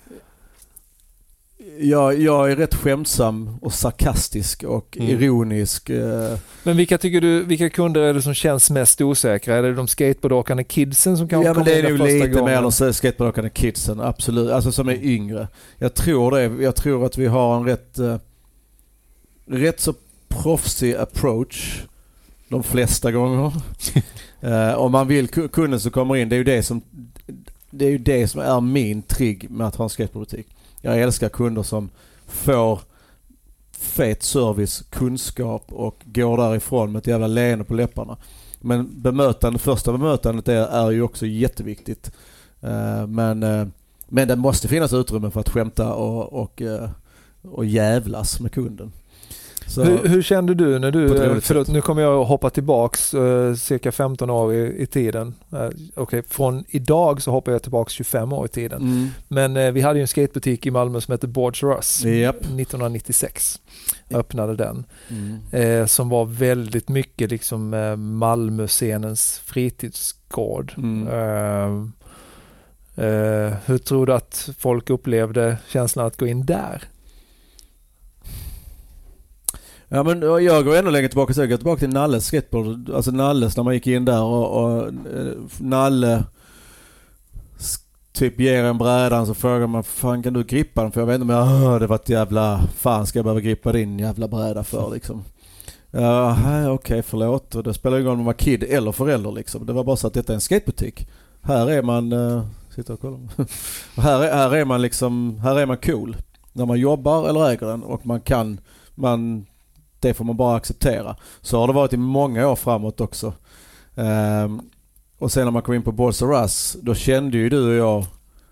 jag, jag är rätt skämtsam och sarkastisk och mm. ironisk. Men vilka tycker du, vilka kunder är det som känns mest osäkra? Är det de skateboardåkande kidsen som kanske ja, kommer in där första gången? Ja, men det är nog lite mer de skateboardåkande kidsen, absolut. Alltså som är yngre. Jag tror det. Jag tror att vi har en rätt uh, rätt så proffsig approach de flesta gånger. uh, om man vill kunden som kommer in, det är ju det som det är ju det som är min trigg med att ha en skateboardbutik. Jag älskar kunder som får fet service, kunskap och går därifrån med ett jävla leende på läpparna. Men bemötande, första bemötandet är, är ju också jätteviktigt. Uh, men, uh, men det måste finnas utrymme för att skämta och, och, uh, och jävlas med kunden. Så, hur, hur kände du när du, förlåt, sätt. nu kommer jag att hoppa tillbaks uh, cirka femton år i, i tiden. Uh, okay, från idag så hoppar jag tillbaks tjugofem år i tiden. Mm. Men uh, vi hade ju en skatebutik i Malmö som hette Boards R Us. Yep. nittonhundranittiosex öppnade den. Mm. Uh, som var väldigt mycket liksom uh, Malmö-scenens fritidsgård. Mm. Uh, uh, hur tror du att folk upplevde känslan att gå in där? Ja, men jag går ännu längre tillbaka, så jag går tillbaka till Nalles skateboard. Alltså Nalles, när man gick in där och, och Nalle typ ger en brädan, så frågar man, fan kan du grippa den? För jag vet inte om jag, det var ett jävla, fan ska jag behöva grippa din jävla bräda för liksom. Ja, okej, okay, förlåt. Och det spelar ingen roll om man var kid eller förälder liksom. Det var bara så att detta är en skatebutik. Här är man, uh, sitter och kollar. här, är, här är man liksom, här är man cool. När man jobbar eller äger den och man kan, man det får man bara acceptera. Så har det varit i många år framåt också. Um, och sen när man kom in på Boards R Us, då kände ju du och jag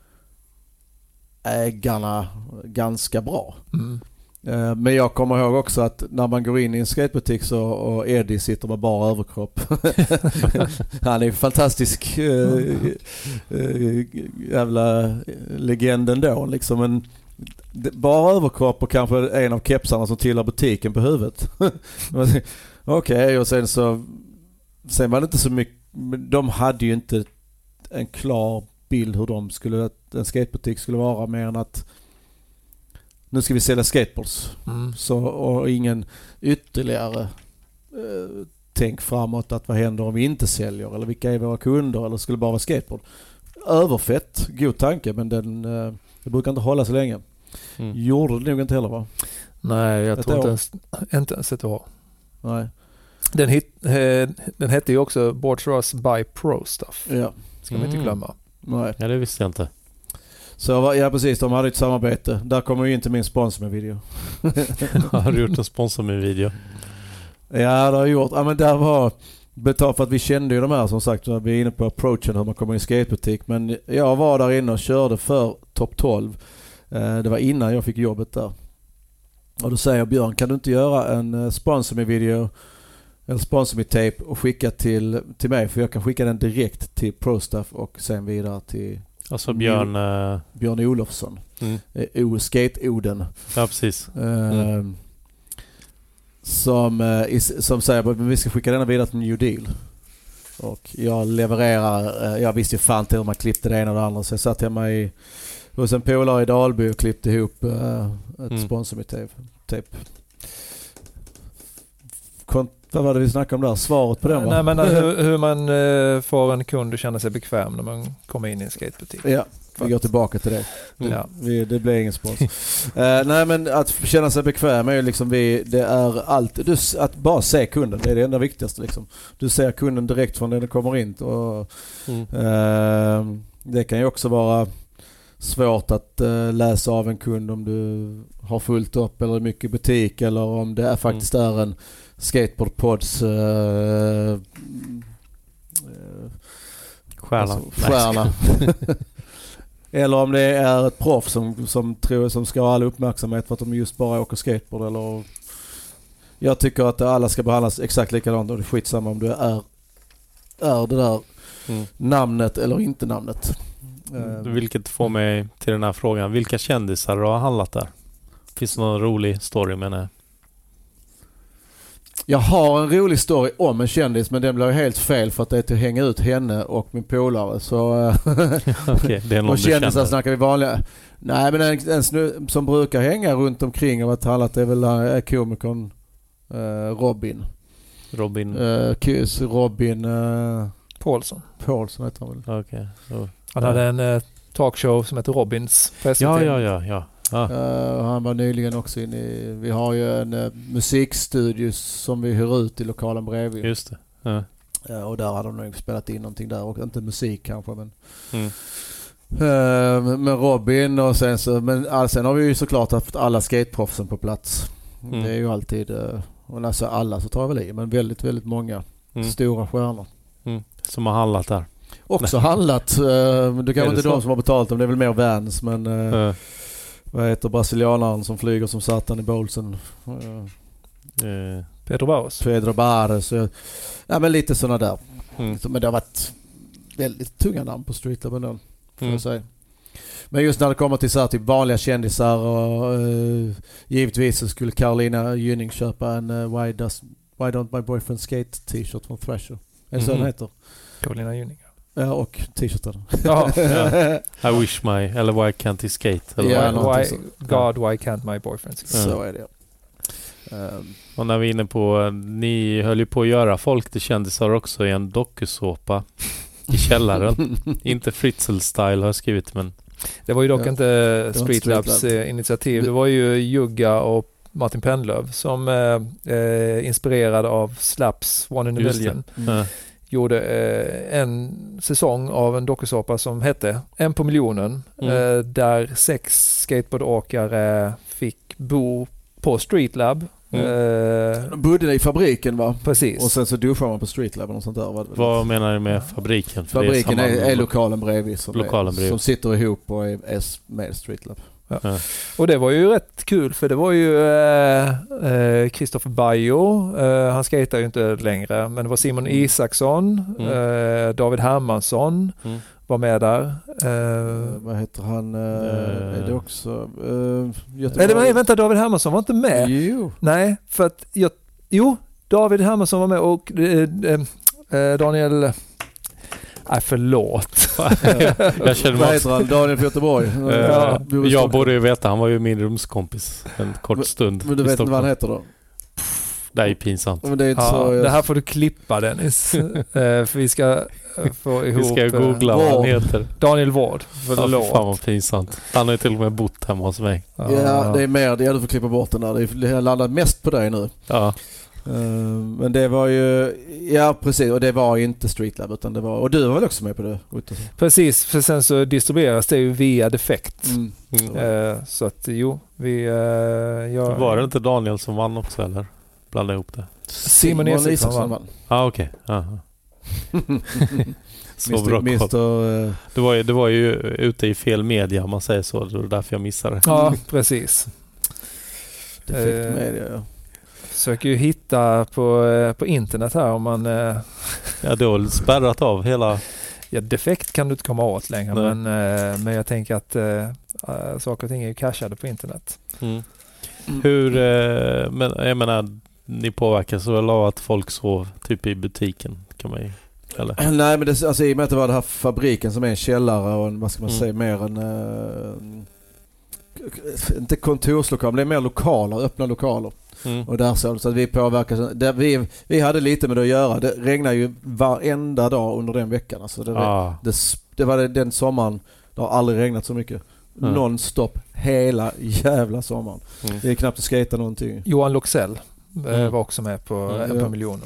ägarna ganska bra. Mm. Uh, men jag kommer ihåg också att när man går in i en skatebutik så, och Eddie sitter med bara överkropp. Han är ju fantastisk uh, uh, jävla legenden då liksom. Men bara överkropp och kanske en av kepsarna som tillhör butiken på huvudet. Okej, okay, och sen så sen var det inte så mycket, de hade ju inte en klar bild hur de skulle, att en skatebutik skulle vara, mer än att nu ska vi sälja skateboards. Mm. Så, och ingen ytterligare eh, tänk framåt att vad händer om vi inte säljer, eller vilka är våra kunder, eller skulle bara vara skateboard. Överfett, god tanke, men den eh, det brukar inte hålla så länge. Mm. Gjorde det nog inte heller, va? Nej, jag ett tror inte år. ens, inte ens ett år. Nej. Den, hit, eh, den hette ju också Boards Us by Pro Stuff. Ja. Ska man inte Mm. glömma. Nej. Ja, det visste jag inte. Så ja, precis, de hade ett samarbete. Där kommer ju inte min sponsor med video. Har du gjort en sponsor med video? Ja, det har jag gjort. Ja, men där var betalt för att vi kände ju de här, som sagt, vi är inne på approachen hur man kommer i en skatebutik. Men jag var där inne och körde för topp tolv. Det var innan jag fick jobbet där. Och då säger Björn, kan du inte göra en sponsor med video eller sponsor med tape och skicka till, till mig? För jag kan skicka den direkt till ProStuff och sen vidare till Alltså Björn... Uh... Björn Olofsson. Mm. O Skate-Oden. Ja, precis. Mm. Uh, som, uh, som säger att vi ska skicka den vidare till New Deal. Och jag levererar, uh, jag visste ju fan inte hur man klippte det ena och det andra, så jag satt hemma i hos en polare i Dalby och klippte ihop uh, ett mm. sponsor med tape. tape. Kont- vad var det vi snackade om där? Svaret på den, va? Nej, men hur, hur man uh, får en kund att känna sig bekväm när man kommer in i en skatebutik. Ja, vi går tillbaka till det. Mm. Ja. Vi, det blir ingen sponsor. uh, nej, men att känna sig bekväm är ju liksom vi, det är allt, du, att bara se kunden, det är det enda viktigaste liksom. Du ser kunden direkt från när den kommer in och mm. uh, det kan ju också vara svårt att uh, läsa av en kund om du har fullt upp eller mycket butik, eller om det är faktiskt mm. är en skateboardpods uh, uh, stjärna. Alltså, stjärna. Eller om det är ett proff som, som, tror, som ska ha all uppmärksamhet för att de just bara åker skateboard. Eller, jag tycker att alla ska behandlas exakt likadant, och det är skitsamma om du är, är det där mm. namnet eller inte namnet. Mm. Vilket får mig till den här frågan. Vilka kändisar har handlat där? Finns det någon rolig story, menar jag? Jag har en rolig story om en kändis, men den blir helt fel för att det är till att hänga ut henne och min polare. Så okay, det är någon och kändisar du snackar vi vanliga. Nej, men en, en snu, som brukar hänga runt omkring och att handlat är väl är komikern uh, Robin. Robin. Uh, Kys, Robin uh, Paulsson. Paulsson heter han väl. Okay. Så, han hade en uh, talkshow som heter Robins. Ja, ja, ja, ja. Ah. Uh, han var nyligen också inne i, vi har ju en uh, musikstudio som vi hyr ut i lokalen bredvid. Just det. Ja. Uh, och där hade de nog spelat in någonting där, och inte musik kanske, men mm. uh, med Robin och sen så, men uh, sen har vi ju såklart haft alla skateproffsen på plats. Mm. Det är ju alltid uh, och alltså alla så tar jag väl i, men väldigt väldigt många mm. stora stjärnor mm. som har handlat där. också handlat uh, du kan inte så? De som har betalat dem, det är väl mer Vans, men uh, uh. vad heter brasilianaren som flyger som satan i Bolsen? Uh, uh. Pedro Barros. Pedro Barros. Ja, men lite sådana där. Mm. Men det har varit väldigt tunga namn på Streetlab ändå, får mm. jag säga. Men just när det kommer till så här typ vanliga kändisar och uh, givetvis så skulle Carolina Gynning köpa en uh, why, does, why Don't My Boyfriend Skate t-shirt från Thrasher. Är det så den heter? Carolina Gynning. Ja, och t-shirten. Ja. I wish my, eller why can't he skate? Eller yeah, why, why, God, why can't my boyfriend skate? Så är det. Um, och när vi är inne på, ni höll ju på att göra folk till kändisar också i en dokusåpa i källaren. Inte Fritzl-style har jag skrivit, men... Det var ju dock ja. inte Streetlabs Street initiativ. Det var ju Jugga och Martin Pennlöv som eh, eh, inspirerad av Slaps One in a Million mm. gjorde eh, en säsong av en dokusåpa som hette En på miljonen mm. eh, där sex skateboardåkare fick bo på Streetlab. Mm. Uh, bodde i fabriken, va? Precis. Och sen så duschade man på Streetlab och sånt där. Vad menar du med fabriken? För fabriken är, är, är lokalen bredvid som, lokalen är, bredvid. som sitter ihop och är, är med Streetlab. Ja. Ja. Och det var ju rätt kul, för det var ju Kristoffer äh, äh, Bajo, äh, han skater ju inte längre, men det var Simon mm. Isaksson, mm. äh, David Hermansson mm. var med där. Uh, vad heter han? Uh, är det också uh, Nej, det var, vänta, David Hermansson var inte med. Jo. Nej, för att jag, jo, David Hermansson var med och uh, uh, Daniel Nej, förlåt. Jag känner Vad mig heter han? Daniel från Göteborg? Ja, jag borde ju veta, han var ju min rumskompis en kort stund. Men du vet inte vad han heter då? Det är pinsamt. Men det är inte Ja, så, det här får du klippa, Dennis. eh, för vi ska få ihop... Vi ska googla vad han heter. Daniel Ward. Förlåt. Ja, fan vad pinsamt. Han har ju till och med bott hemma hos mig. ja, det är mer det. Du får klippa bort den där. Det landar mest på dig nu. Ja. Uh, men det var ju... Ja, precis. Och det var inte Streetlab utan det var... Och du var väl också med på det? Precis, för sen så distribueras det ju via Defekt. Mm. Mm. Uh, så att jo, vi... Uh, jag... Var det inte Daniel som vann också eller? Blanda ihop det. Simon Isaksson vann. Ja, ah, okej. Okay. Så mister, bra koll. mister, uh... det, var ju, det var ju ute i fel media om man säger så. Det var därför jag missade det. Ja, precis. Defekt uh, media, ja. Försöker ju hitta på, uh, på internet här om man... Uh... ja, det har spärrat av hela... Ja, Defekt kan du inte komma åt längre. Nej. Men, uh, men jag tänker att uh, uh, saker och ting är ju cashade på internet. Mm. Hur... Uh, men jag menar... Ni påverkas väl av att folk sov typ i butiken kan man ju, eller? Nej, men det, alltså, i och med att det var den här fabriken som är en källare och en, vad ska man mm. säga, mer en uh, inte kontorslokal, men det är mer lokaler, öppna lokaler. Mm. Och där så, så att vi påverkas, där vi, vi hade lite med det att göra. Det regnar ju varenda dag under den veckan. Alltså det, ah. det, det var det, den sommaren, det har aldrig regnat så mycket. Mm. Non-stop hela jävla sommaren. Mm. Det är knappt att skata någonting. Johan Loxell Mm. var också med på mm, en ja. på miljonen.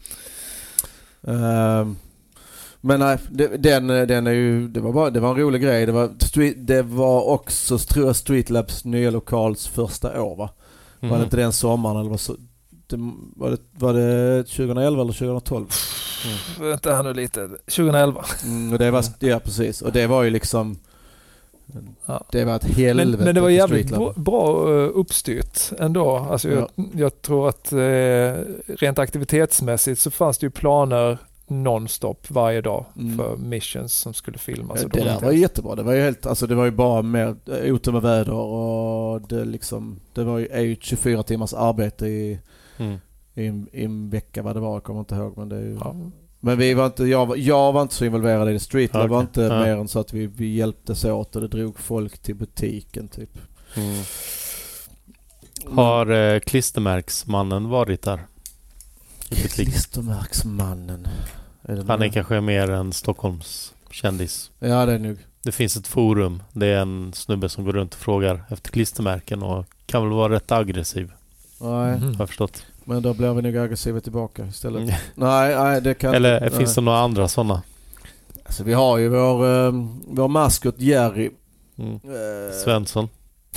Uh, men nej, det, den, den är ju, det var bara, det var en rolig grej. Det var, street, det var också, tror jag, Streetlabs nya lokals första år, va? Mm. Var det inte den sommaren eller var, så, det, var, det, var det tjugoelva eller tjugotolv? Mm. Vänta här nu lite. tjugoelva. Mm, och det var, ja, precis. Och det var ju liksom... Ja. Det var ett helvete. Men, men det var jävligt bra, bra uppstyrt ändå. Alltså ja. jag, jag tror att eh, rent aktivitetsmässigt så fanns det ju planer nonstop varje dag mm. för missions som skulle filmas. Ja, det där var jättebra. Det var ju helt, alltså det var ju bara mer otur väder och det liksom, det var ju, är ju tjugofyra timmars arbete i, mm. i, en, i en vecka vad det var, jag kommer inte ihåg, men det är ju... Ja. Men vi var inte, jag, jag var inte så involverad i det. Streetlab okay. var inte ja. mer än så att vi, vi hjälptes åt och det drog folk till butiken typ. Mm. Har eh, klistermärksmannen varit där? Klistermärksmannen? Är Han är kanske mer en Stockholms kändis. Ja, det är nog. Det finns ett forum. Det är en snubbe som går runt och frågar efter klistermärken och kan väl vara rätt aggressiv. Nej. Mm. Har jag förstått. Men då blir vi nog aggressiva tillbaka istället. Mm. nej, nej, det kan Eller nej. finns det några andra sådana? Alltså, vi har ju vår, uh, vår maskot Jerry. Mm. Uh, Svensson.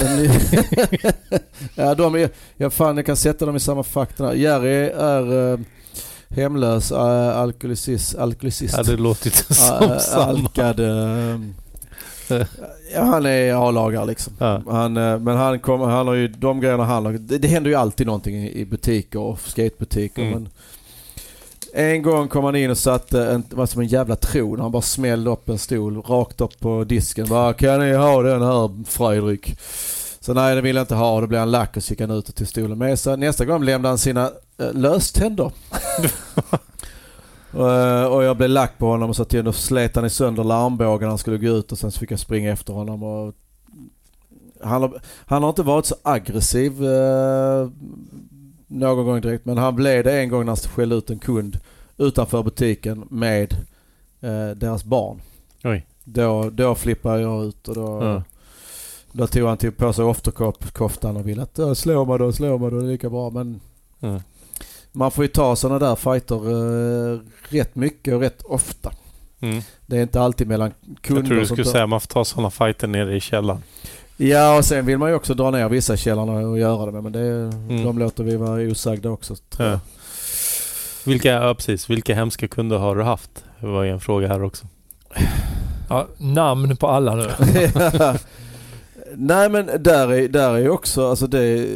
ja, de är, ja, fan, jag kan sätta dem i samma fakta. Jerry är uh, hemlös uh, alkoholicist. alkoholicist. Ja, det låter inte som uh, samma. Alkad... Uh, ja, han är A-lagare liksom. Ja. Han, men han, kom, han har ju de grejerna han har, det, det händer ju alltid någonting i, i butiker och skatebutiker. Mm. Men en gång kom han in och satte en, vad som en jävla tron. Han bara smällde upp en stol rakt upp på disken. Bara, kan ni ha den här, Fredrik? Så nej, det vill jag inte ha. Då blev han lack och så gick han ut och till stolen med sig. Nästa gång lämnade han sina äh, löständer. Och jag blev lack på honom och så till och slet han i sönder larmbågen. Han skulle gå ut och sen så fick jag springa efter honom. Och han, har, han har inte varit så aggressiv eh, någon gång direkt, men han blev det en gång när han skällde ut en kund utanför butiken med eh, deras barn. Oj. Då, då flippade jag ut och då, mm. då tog han typ på sig ofterkoftan och ville att slå mig då, slå mig då, det är lika bra, men mm. man får ju ta sådana där fighter uh, rätt mycket och rätt ofta. Mm. Det är inte alltid mellan kunder. Jag tror du skulle säga att man får ta sådana fighter nere i källaren. Ja, och sen vill man ju också dra ner vissa källarna och göra det med, men det är, mm. de låter vi vara osagda också. Ja. Vilka, ja, precis. Vilka hemska kunder har du haft? Det var ju en fråga här också. Ja, namn på alla nu. Nej, men där är, där är också, alltså det...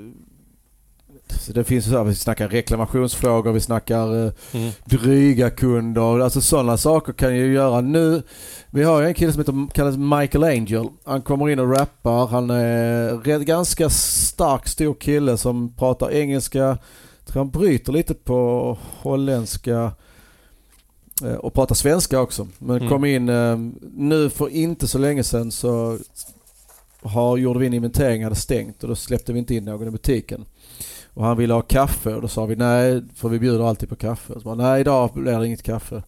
Så det finns så här, vi snackar reklamationsfrågor, vi snackar uh, mm. dryga kunder, alltså sådana saker kan jag ju göra nu. Vi har ju en kille som heter, kallas Michael Angel. Han kommer in och rappar. Han är rätt, ganska stark, stor kille som pratar engelska. Han bryter lite på holländska. och pratar svenska också. Men mm. kom in nu för inte så länge sedan så har, gjorde vi en inventering, hade stängt och då släppte vi inte in någon i butiken. Och han ville ha kaffe och då sa vi nej, för vi bjuder alltid på kaffe. Och så bara, nej, idag blir det inget kaffe.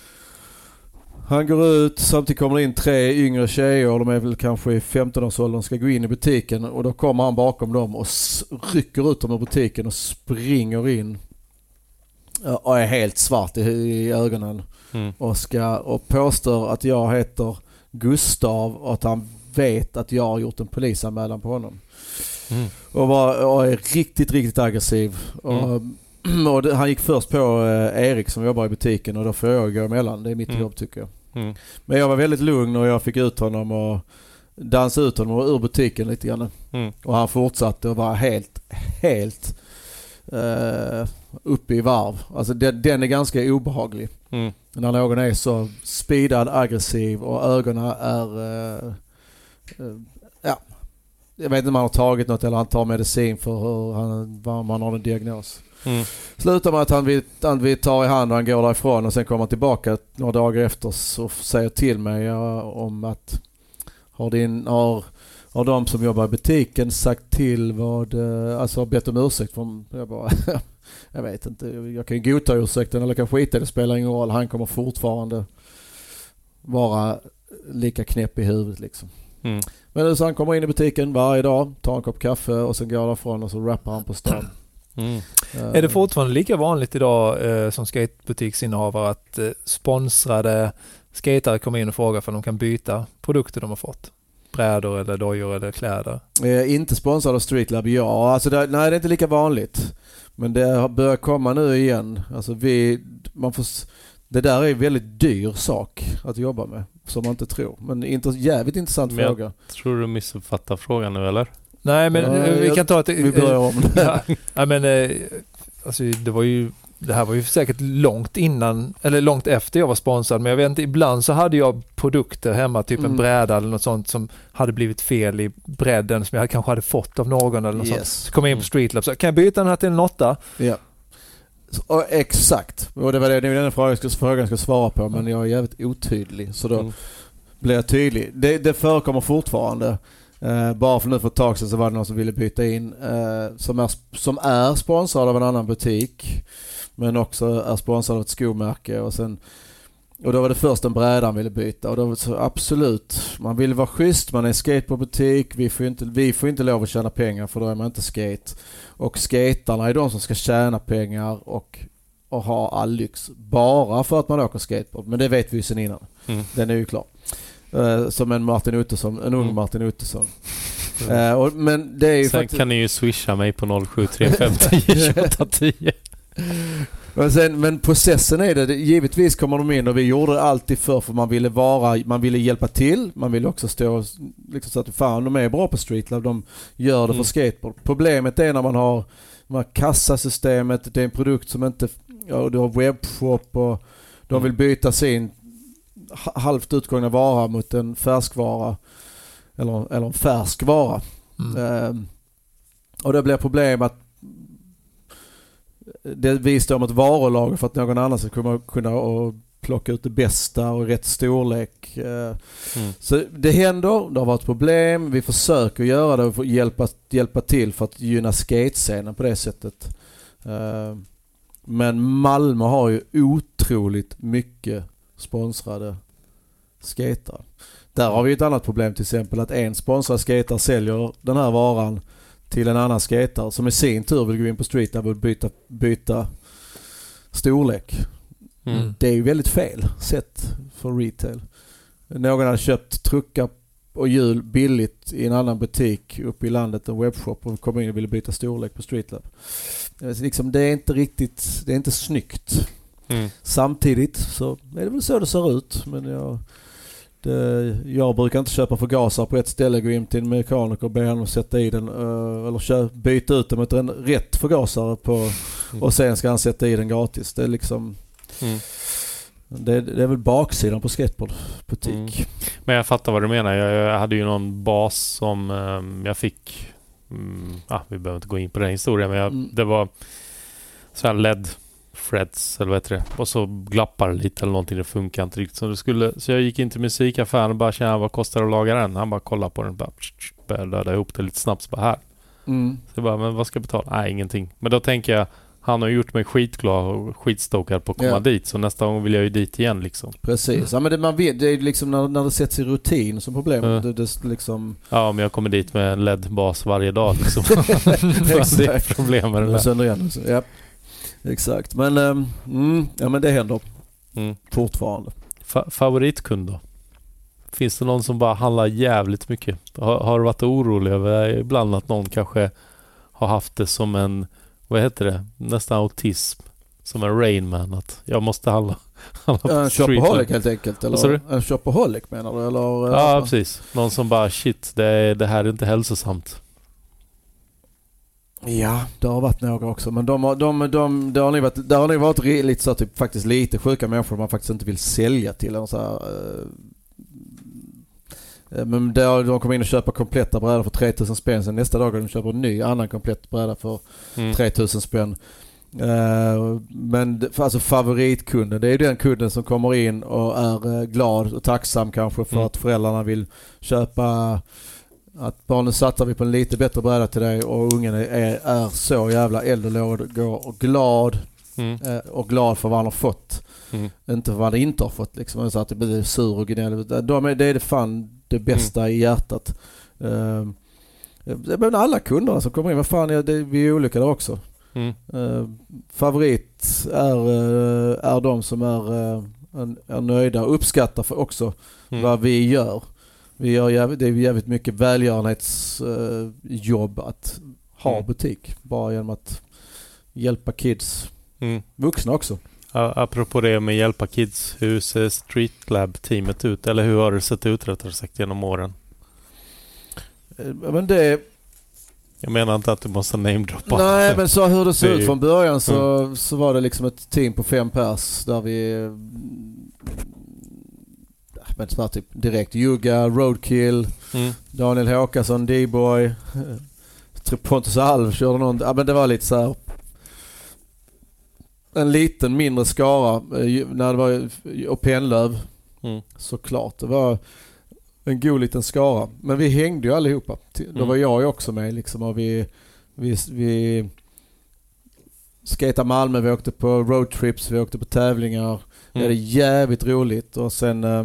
Han går ut, samtidigt kommer det in tre yngre tjejer, de är väl kanske i femton-årsåldern, ska gå in i butiken och då kommer han bakom dem och rycker ut dem ur butiken och springer in och är helt svart i, i ögonen mm. och, ska, och påstår att jag heter Gustav och att han vet att jag har gjort en polisanmälan på honom. Mm. Och, var, och är riktigt, riktigt aggressiv. Mm. Och, och det, han gick först på eh, Erik som jobbar i butiken och då får jag gå emellan. Det är mitt mm. jobb tycker jag. Mm. Men jag var väldigt lugn och jag fick ut honom och dansa ut honom ur butiken lite grann. Mm. Och han fortsatte och var helt, helt uh, uppe i varv. Alltså den, den är ganska obehaglig. Mm. När någon är så speedad, aggressiv och ögonen är... Uh, uh, ja. Jag vet inte om han har tagit något eller han tar medicin för hur han, vad man har en diagnos. Mm. Slutar med att han vill, han vill ta i hand och han går därifrån och sen kommer han tillbaka några dagar efter och säger till mig ja, om att har, din, har, har de som jobbar i butiken sagt till vad, alltså bett om ursäkt för, jag bara, jag vet inte, jag kan ju godta ursäkten eller kan skita, det spelar ingen roll, han kommer fortfarande vara lika knäpp i huvudet liksom. Mm. Men så han kommer in i butiken varje dag, tar en kopp kaffe och sen går därifrån och så rappar han på stan. Mm. Uh, är det fortfarande lika vanligt idag uh, som skatebutiksinnehavare att uh, sponsrade skatare kommer in och frågar för de kan byta produkter de har fått? Brädor eller dojor eller kläder? Uh, inte sponsrade av Streetlab, ja. Alltså det, nej, det är inte lika vanligt. Men det har börjat komma nu igen. Alltså vi, man får, det där är en väldigt dyr sak att jobba med. Som man inte tror. Men inter, jävligt intressant men fråga. Jag tror du missuppfattar frågan nu, eller? Nej, men ja, vi jag, kan ta ett... Vi börjar om. ja, ja, men alltså, det var ju... Det här var ju säkert långt innan, eller långt efter jag var sponsrad. Men jag vet inte, ibland så hade jag produkter hemma, typ mm. en bräda eller något sånt som hade blivit fel i bredden som jag kanske hade fått av någon eller något yes. sånt. Så kom jag in på Streetlab så kan jag byta den här till en åtta? Ja. Och exakt. Och det var det, det var den frågan jag, frågan jag ska svara på, men jag är jävligt otydlig. Så då mm. blir jag tydlig. Det, det förekommer fortfarande. Uh, bara för nu för ett tag sedan så var det någon som ville byta in uh, som, är, som är sponsrad av en annan butik men också är sponsrad av ett skomärke och sen och då var det först en bräda han ville byta och då var det så absolut, man vill vara schysst, man är skateboardbutik, vi får inte vi får inte lov att tjäna pengar för då är man inte skate och skaterna är de som ska tjäna pengar och, och ha all lyx bara för att man åker skateboard, men det vet vi ju sen innan. Mm. Den är ju klar. Uh, som en Martin Ottosson, en ung mm. Martin Ottosson. Mm. Uh, och, men det är ju sen faktiskt... kan ni ju swisha mig på noll sju tre fem tio tjugoåtta tio. Men, sen, men processen är det, det, givetvis kommer de in och vi gjorde det alltid för för man ville vara, man ville hjälpa till, man ville också stå liksom så att fan, de är bra på Streetlab, de gör det mm. för skateboard. Problemet är när man har, man har kassasystemet, det är en produkt som inte, ja, du har webbshop och de mm. vill byta sin halvt utgångna vara mot en färskvara eller, eller en färsk vara. Mm. Ehm, och det blir problem att det visar om ett varulager för att någon annan ska kunna, kunna och plocka ut det bästa och rätt storlek. Ehm, mm. Så det händer, det har varit problem, vi försöker göra det och hjälpa, hjälpa till för att gynna skatescenen på det sättet. Ehm, men Malmö har ju otroligt mycket sponsrade skater. Där har vi ett annat problem till exempel att en sponsrad skater säljer den här varan till en annan skater som i sin tur vill gå in på Streetlab och byta, byta storlek. Mm. Det är ju väldigt fel sätt för retail. Någon har köpt truckar och hjul billigt i en annan butik uppe i landet, en webbshop, och kommer in och vill byta storlek på Streetlab. Liksom, det är inte riktigt, det är inte snyggt. Mm. Samtidigt så är det väl så det ser ut, men jag, det, jag brukar inte köpa förgasare på ett ställe, gå in till en mekaniker och be honom sätta i den uh, eller köpa, byta ut den mot en rätt förgasare på, mm. och sen ska han sätta i den gratis. Det är liksom mm. det, det är väl baksidan på skateboardbutik. Mm. Men jag fattar vad du menar. Jag, jag hade ju någon bas som um, jag fick um, ah, vi behöver inte gå in på den historien, men jag, mm. det var så här L E D frets eller vad heter det. Och så glappar det lite eller någonting. Det funkar inte riktigt som det skulle. Så jag gick in till musikaffären och bara kände vad kostar det att laga den? Han bara kollade på den och bara började döda ihop det lite snabbt. Så bara här. Mm. Så jag bara, men vad ska jag betala? Nej, ingenting. Men då tänker jag, han har gjort mig skitglad och skitstokad på att komma Ja. dit. Så nästa gång vill jag ju dit igen liksom. Precis. Ja, men det, man vet, det är liksom när, när det sätts i rutin som problem. Mm. Det, det liksom... Ja, men jag kommer dit med en L E D-bas varje dag liksom. Det är problem med det Och där. sen igen. Så, ja. Exakt. Men, um, mm, ja, men det händer Mm. fortfarande. Fa- favoritkund då? Finns det någon som bara handlar jävligt mycket? Har, har du varit orolig över ibland att någon kanske har haft det som en, vad heter det, nästan autism, som en Rain Man, att jag måste handla, handla på En street shopaholic life. helt enkelt. Vad sa du? Eller en shopaholic menar du? Eller, Ja, alltså- precis. Någon som bara shit, det, det här är inte hälsosamt. Ja, det har varit några också. Men de har, de, de, det har nog varit, det har nog varit lite så typ, faktiskt lite sjuka människor man faktiskt inte vill sälja till. Eller så här, eh, men där de kommer in och köper kompletta brädor för tre tusen spänn. Sen nästa dag de köper en ny annan komplett bräda för Mm. tre tusen spänn. Uh, men för, alltså favoritkunden, det är ju den kunden som kommer in och är uh, glad och tacksam kanske för Mm. att föräldrarna vill köpa, att barnen satsar vi på en lite bättre bräda till dig och ungen är, är, är så jävla eldlåg och glad Mm. uh, och glad för vad han har fått. Mm. Inte för vad han inte har fått liksom, så att det blir sur och gnäll. De är, det är det fan det bästa mm. i hjärtat. Uh, men alla kunderna som kommer in, vad fan är det, vi är olika där också. Mm. Uh, favorit är, uh, är de som är, uh, är nöjda och uppskattar för också Mm. vad vi gör. Vi gör jävligt, det är jävligt mycket välgörenhetsjobb uh, att ha Mm. butik. Bara genom att hjälpa kids. Mm. Vuxna också. Ja, apropå det med hjälpa kids, hur ser Street Lab-teamet ut? Eller hur har det sett ut rättare sagt genom åren? Uh, men det Jag menar inte att du måste namedroppa. Nej, men så hur det såg Det är ut ju- från början så, mm. så var det liksom ett team på fem pers där vi men så här typ direkt Jugga, Roadkill, Mm. Daniel Håkansson, D-boy, Pontus Alv körde någon. Ja, men det var lite så här en liten mindre skara eh, när det var och Penlöv Mm. såklart. Det var en god liten skara. Men vi hängde ju allihopa. Då Mm. var jag ju också med liksom, och vi vi, vi skatade Malmö, vi åkte på roadtrips, vi åkte på tävlingar. Det Mm. är jävligt roligt och sen eh,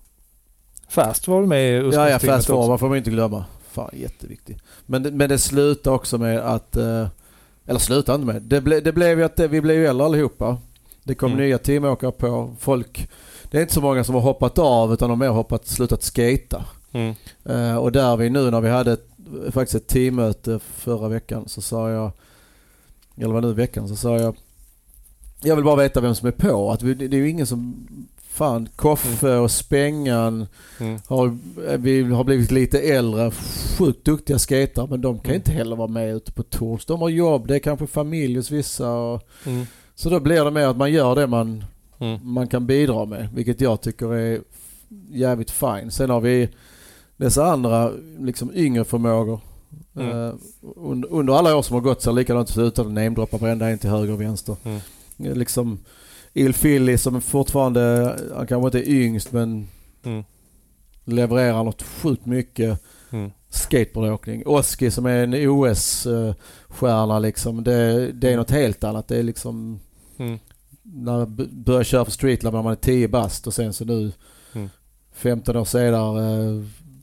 Fast var du med i ja, ja, Oscarsteamet fast också. forward får man inte glömma. Fan, jätteviktigt. Men det, men det slutar också med att eh, eller slutar inte med. Det, ble, det blev ju att det, vi blev ju äldre allihopa. Det kom Mm. nya teamåkare på. Folk, det är inte så många som har hoppat av utan de har mer hoppat slutat skata. Mm. Uh, och där vi nu när vi hade ett, faktiskt ett teammöte förra veckan så sa jag, eller var nu veckan så sa jag, jag vill bara veta vem som är på. Att vi, det är ju ingen som, fan, Koffe och Spengan Mm. har, vi har blivit lite äldre, sjukt duktiga skater men de kan Mm. inte heller vara med ute på tours. De har jobb, det är kanske familj hos vissa. Och, Mm. så då blir det mer att man gör det man, Mm. man kan bidra med, vilket jag tycker är jävligt fine. Sen har vi dessa andra liksom yngre förmågor. Mm. Uh, under, under alla år som har gått så likadant så utan att namedroppa varenda en till höger och vänster. Mm. Uh, liksom Il Philly som fortfarande, han kanske inte är yngst men Mm. levererar något sjukt mycket Mm. skateboardåkning. Oski som är en O S-stjärna liksom, det, det är något helt annat. Det är liksom Mm. när man b- börjar köra för Street Lab när man är tio bast och sen så nu Mm. femton år senare eh,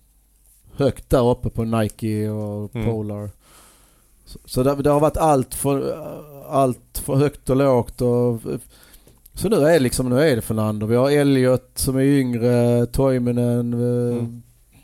högt där uppe på Nike och Mm. Polar. Så, så det, det har varit allt för, allt för högt och lågt och så nu är det liksom, nu är det Fernando. Vi har Elliot som är yngre, Toiminen, eh, Mm.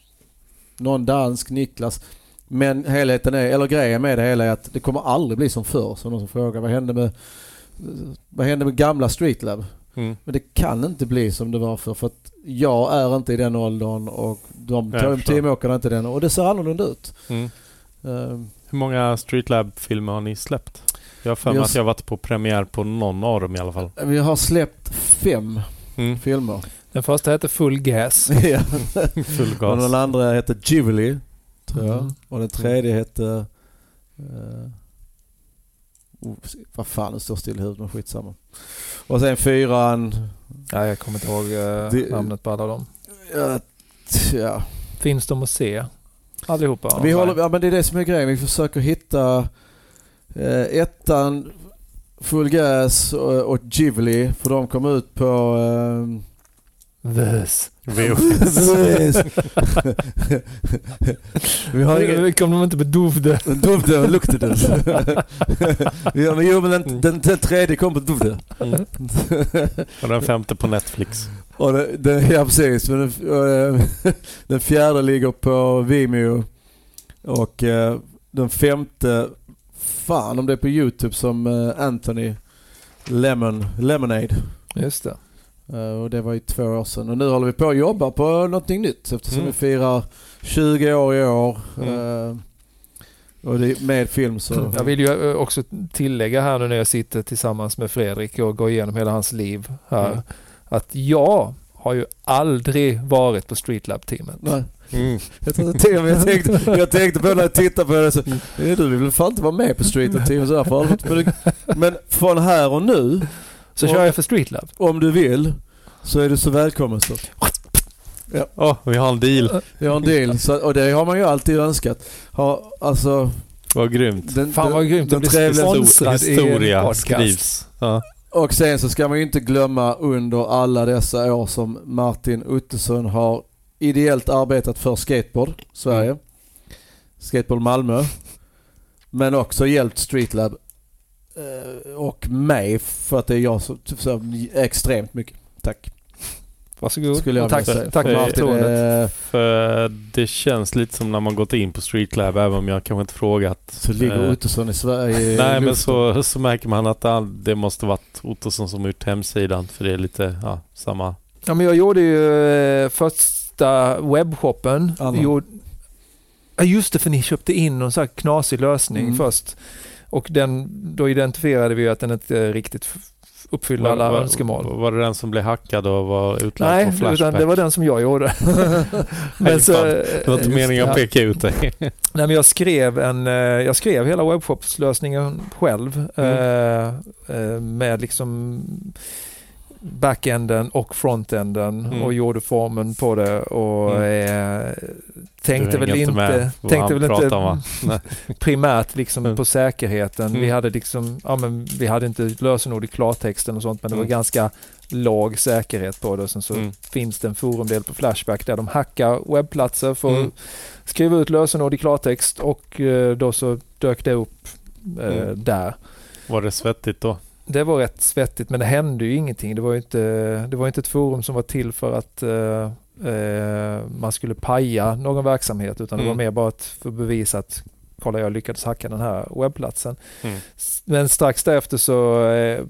någon dansk, Niklas. Men helheten är, eller grejen med det hela är att det kommer aldrig bli som förr. Så någon som frågar, vad hände med vad hände med gamla Street Lab? Mm. Men det kan inte bli som det var för för att jag är inte i den åldern och de Jag förstår. teamåkarna är inte i den och det ser annorlunda ut. Mm. Uh, Hur många Street Lab-filmer har ni släppt? Jag har för mig Jag att jag har varit på premiär på någon av dem i alla fall. vi har släppt fem Mm. filmer. Den första heter Full Gas. Ja. Full Och gas. den andra heter Ghibli, tror jag. Mm. Och den tredje heter uh, oh, vad fan, det står still i huvudet, men skitsamma. Och sen fyran... Ja, jag kommer inte ihåg uh, det, namnet på alla dem. Ja, ja. Finns de att se? Allihopa? Vi håller, ja, men det är det som är grejen. Vi försöker hitta eh, ettan, Full Gas och, och Ghibli, för de kom ut på... Eh, Väs. Väs. Vi har ingen... Kom de inte med Dovde? Dovde och luktade. Ja, men jo, men den, den, den tredje kom på Dovde. Mm. Och den femte på Netflix. Och det, det, ja, precis. Men den, den fjärde ligger på Vimeo. Och uh, den femte, fan om det är på YouTube, som uh, Anthony Lemon, Lemonade. Just det. Uh, och det var ju två år sedan. Och nu håller vi på att jobba på någonting nytt, eftersom mm. vi firar tjugo år i år. Mm. Uh, och det är med film så... Jag vill ju också tillägga här nu när jag sitter tillsammans med Fredrik och går igenom hela hans liv här. Mm. Att jag har ju aldrig varit på Streetlab-teamet. Nej. Mm. Jag, tänkte, jag, tänkte, jag tänkte på när jag tittade på det så, du vill väl fan inte vara med på Streetlab-teamet så men, men från här och nu så och, kör jag för Streetlab. Om du vill så är du så välkommen så. Ja, oh, vi har en deal. Vi har en deal så, och det har man ju alltid önskat. Ha, alltså, vad grymt. Den, Fan vad grymt. Den, den trevliga historia skrivs. Ja. Och sen så ska man ju inte glömma under alla dessa år som Martin Ottosson har ideellt arbetat för Skateboard Sverige, mm. Skateboard Malmö, men också hjälpt Streetlab eh, och mig, för att det är jag som så extremt mycket. Tack. Varsågod. Skulle jag tack säga. tack Martin. För, för det känns lite som när man gått in på Streetlab, även om jag kanske inte frågat. Så ligger eh, Ottosson i Sverige. Nej, men så, så märker man att det måste varit Ottosson som gjort hemsidan, för det är lite ja, samma. Ja, men jag gjorde ju eh, första webbshoppen. Gjorde, ja, just det, för ni köpte in någon sån här knasig lösning mm. först. Och den, då identifierade vi att den inte riktigt uppfyllde alla var, önskemål. Var, var det den som blev hackad och var utlagd på Flashback? Nej, utan det var den som jag gjorde. men så, det var inte meningen att peka ut dig. Nej, men jag skrev en jag skrev hela webbshopslösningen själv mm. eh, med liksom backenden och frontenden mm. och gjorde formen på det och mm. eh, tänkte väl inte, inte tänkte väl inte primärt liksom mm. på säkerheten. Mm. Vi hade liksom ja, men vi hade inte lösenord i klartexten och sånt, men det var mm. ganska låg säkerhet på det. Sen så mm. finns det en forumdel på Flashback där de hackar webbplatser för mm. att skriva ut lösenord i klartext, och eh, då så dök det upp eh, mm. där. Var det svettigt då? Det var rätt svettigt, men det hände ju ingenting. Det var ju inte, det var inte ett forum som var till för att uh, uh, man skulle paja någon verksamhet, utan mm. det var mer bara att för bevisa att kolla, jag lyckades hacka den här webbplatsen. Mm. Men strax därefter så uh,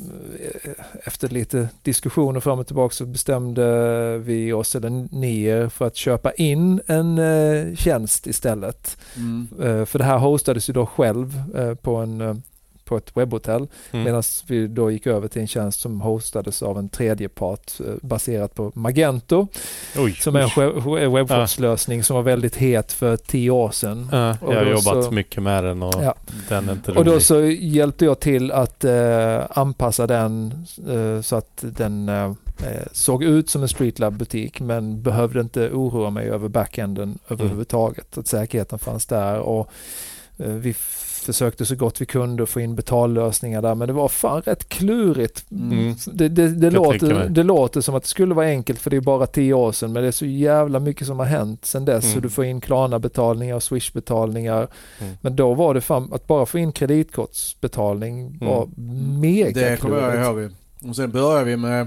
efter lite diskussioner fram och tillbaka så bestämde vi oss, eller ni, för att köpa in en uh, tjänst istället. Mm. Uh, för det här hostades ju då själv uh, på en uh, på ett webbhotell, mm. medan vi då gick över till en tjänst som hostades av en tredje part eh, baserat på Magento. Oj, som är en webbshopslösning ja. som var väldigt het för tio år sedan. Ja, jag har jobbat så, mycket med den och ja. den är inte rolig. Och då så hjälpte jag till att eh, anpassa den eh, så att den eh, såg ut som en Streetlab-butik, men behövde inte oroa mig över backenden mm. överhuvudtaget. Att säkerheten fanns där, och eh, vi försökte så gott vi kunde få in betallösningar där, men det var fan rätt klurigt. Mm. Det, det, det, låter, det låter som att det skulle vara enkelt, för det är bara tio år sedan, men det är så jävla mycket som har hänt sedan dess. Mm. Så du får in Klarna-betalningar och Swish-betalningar. Mm. Men då var det fan, att bara få in kreditkortsbetalning mm. var mega klurigt. Det kommer jag ihåg. Och sen började vi med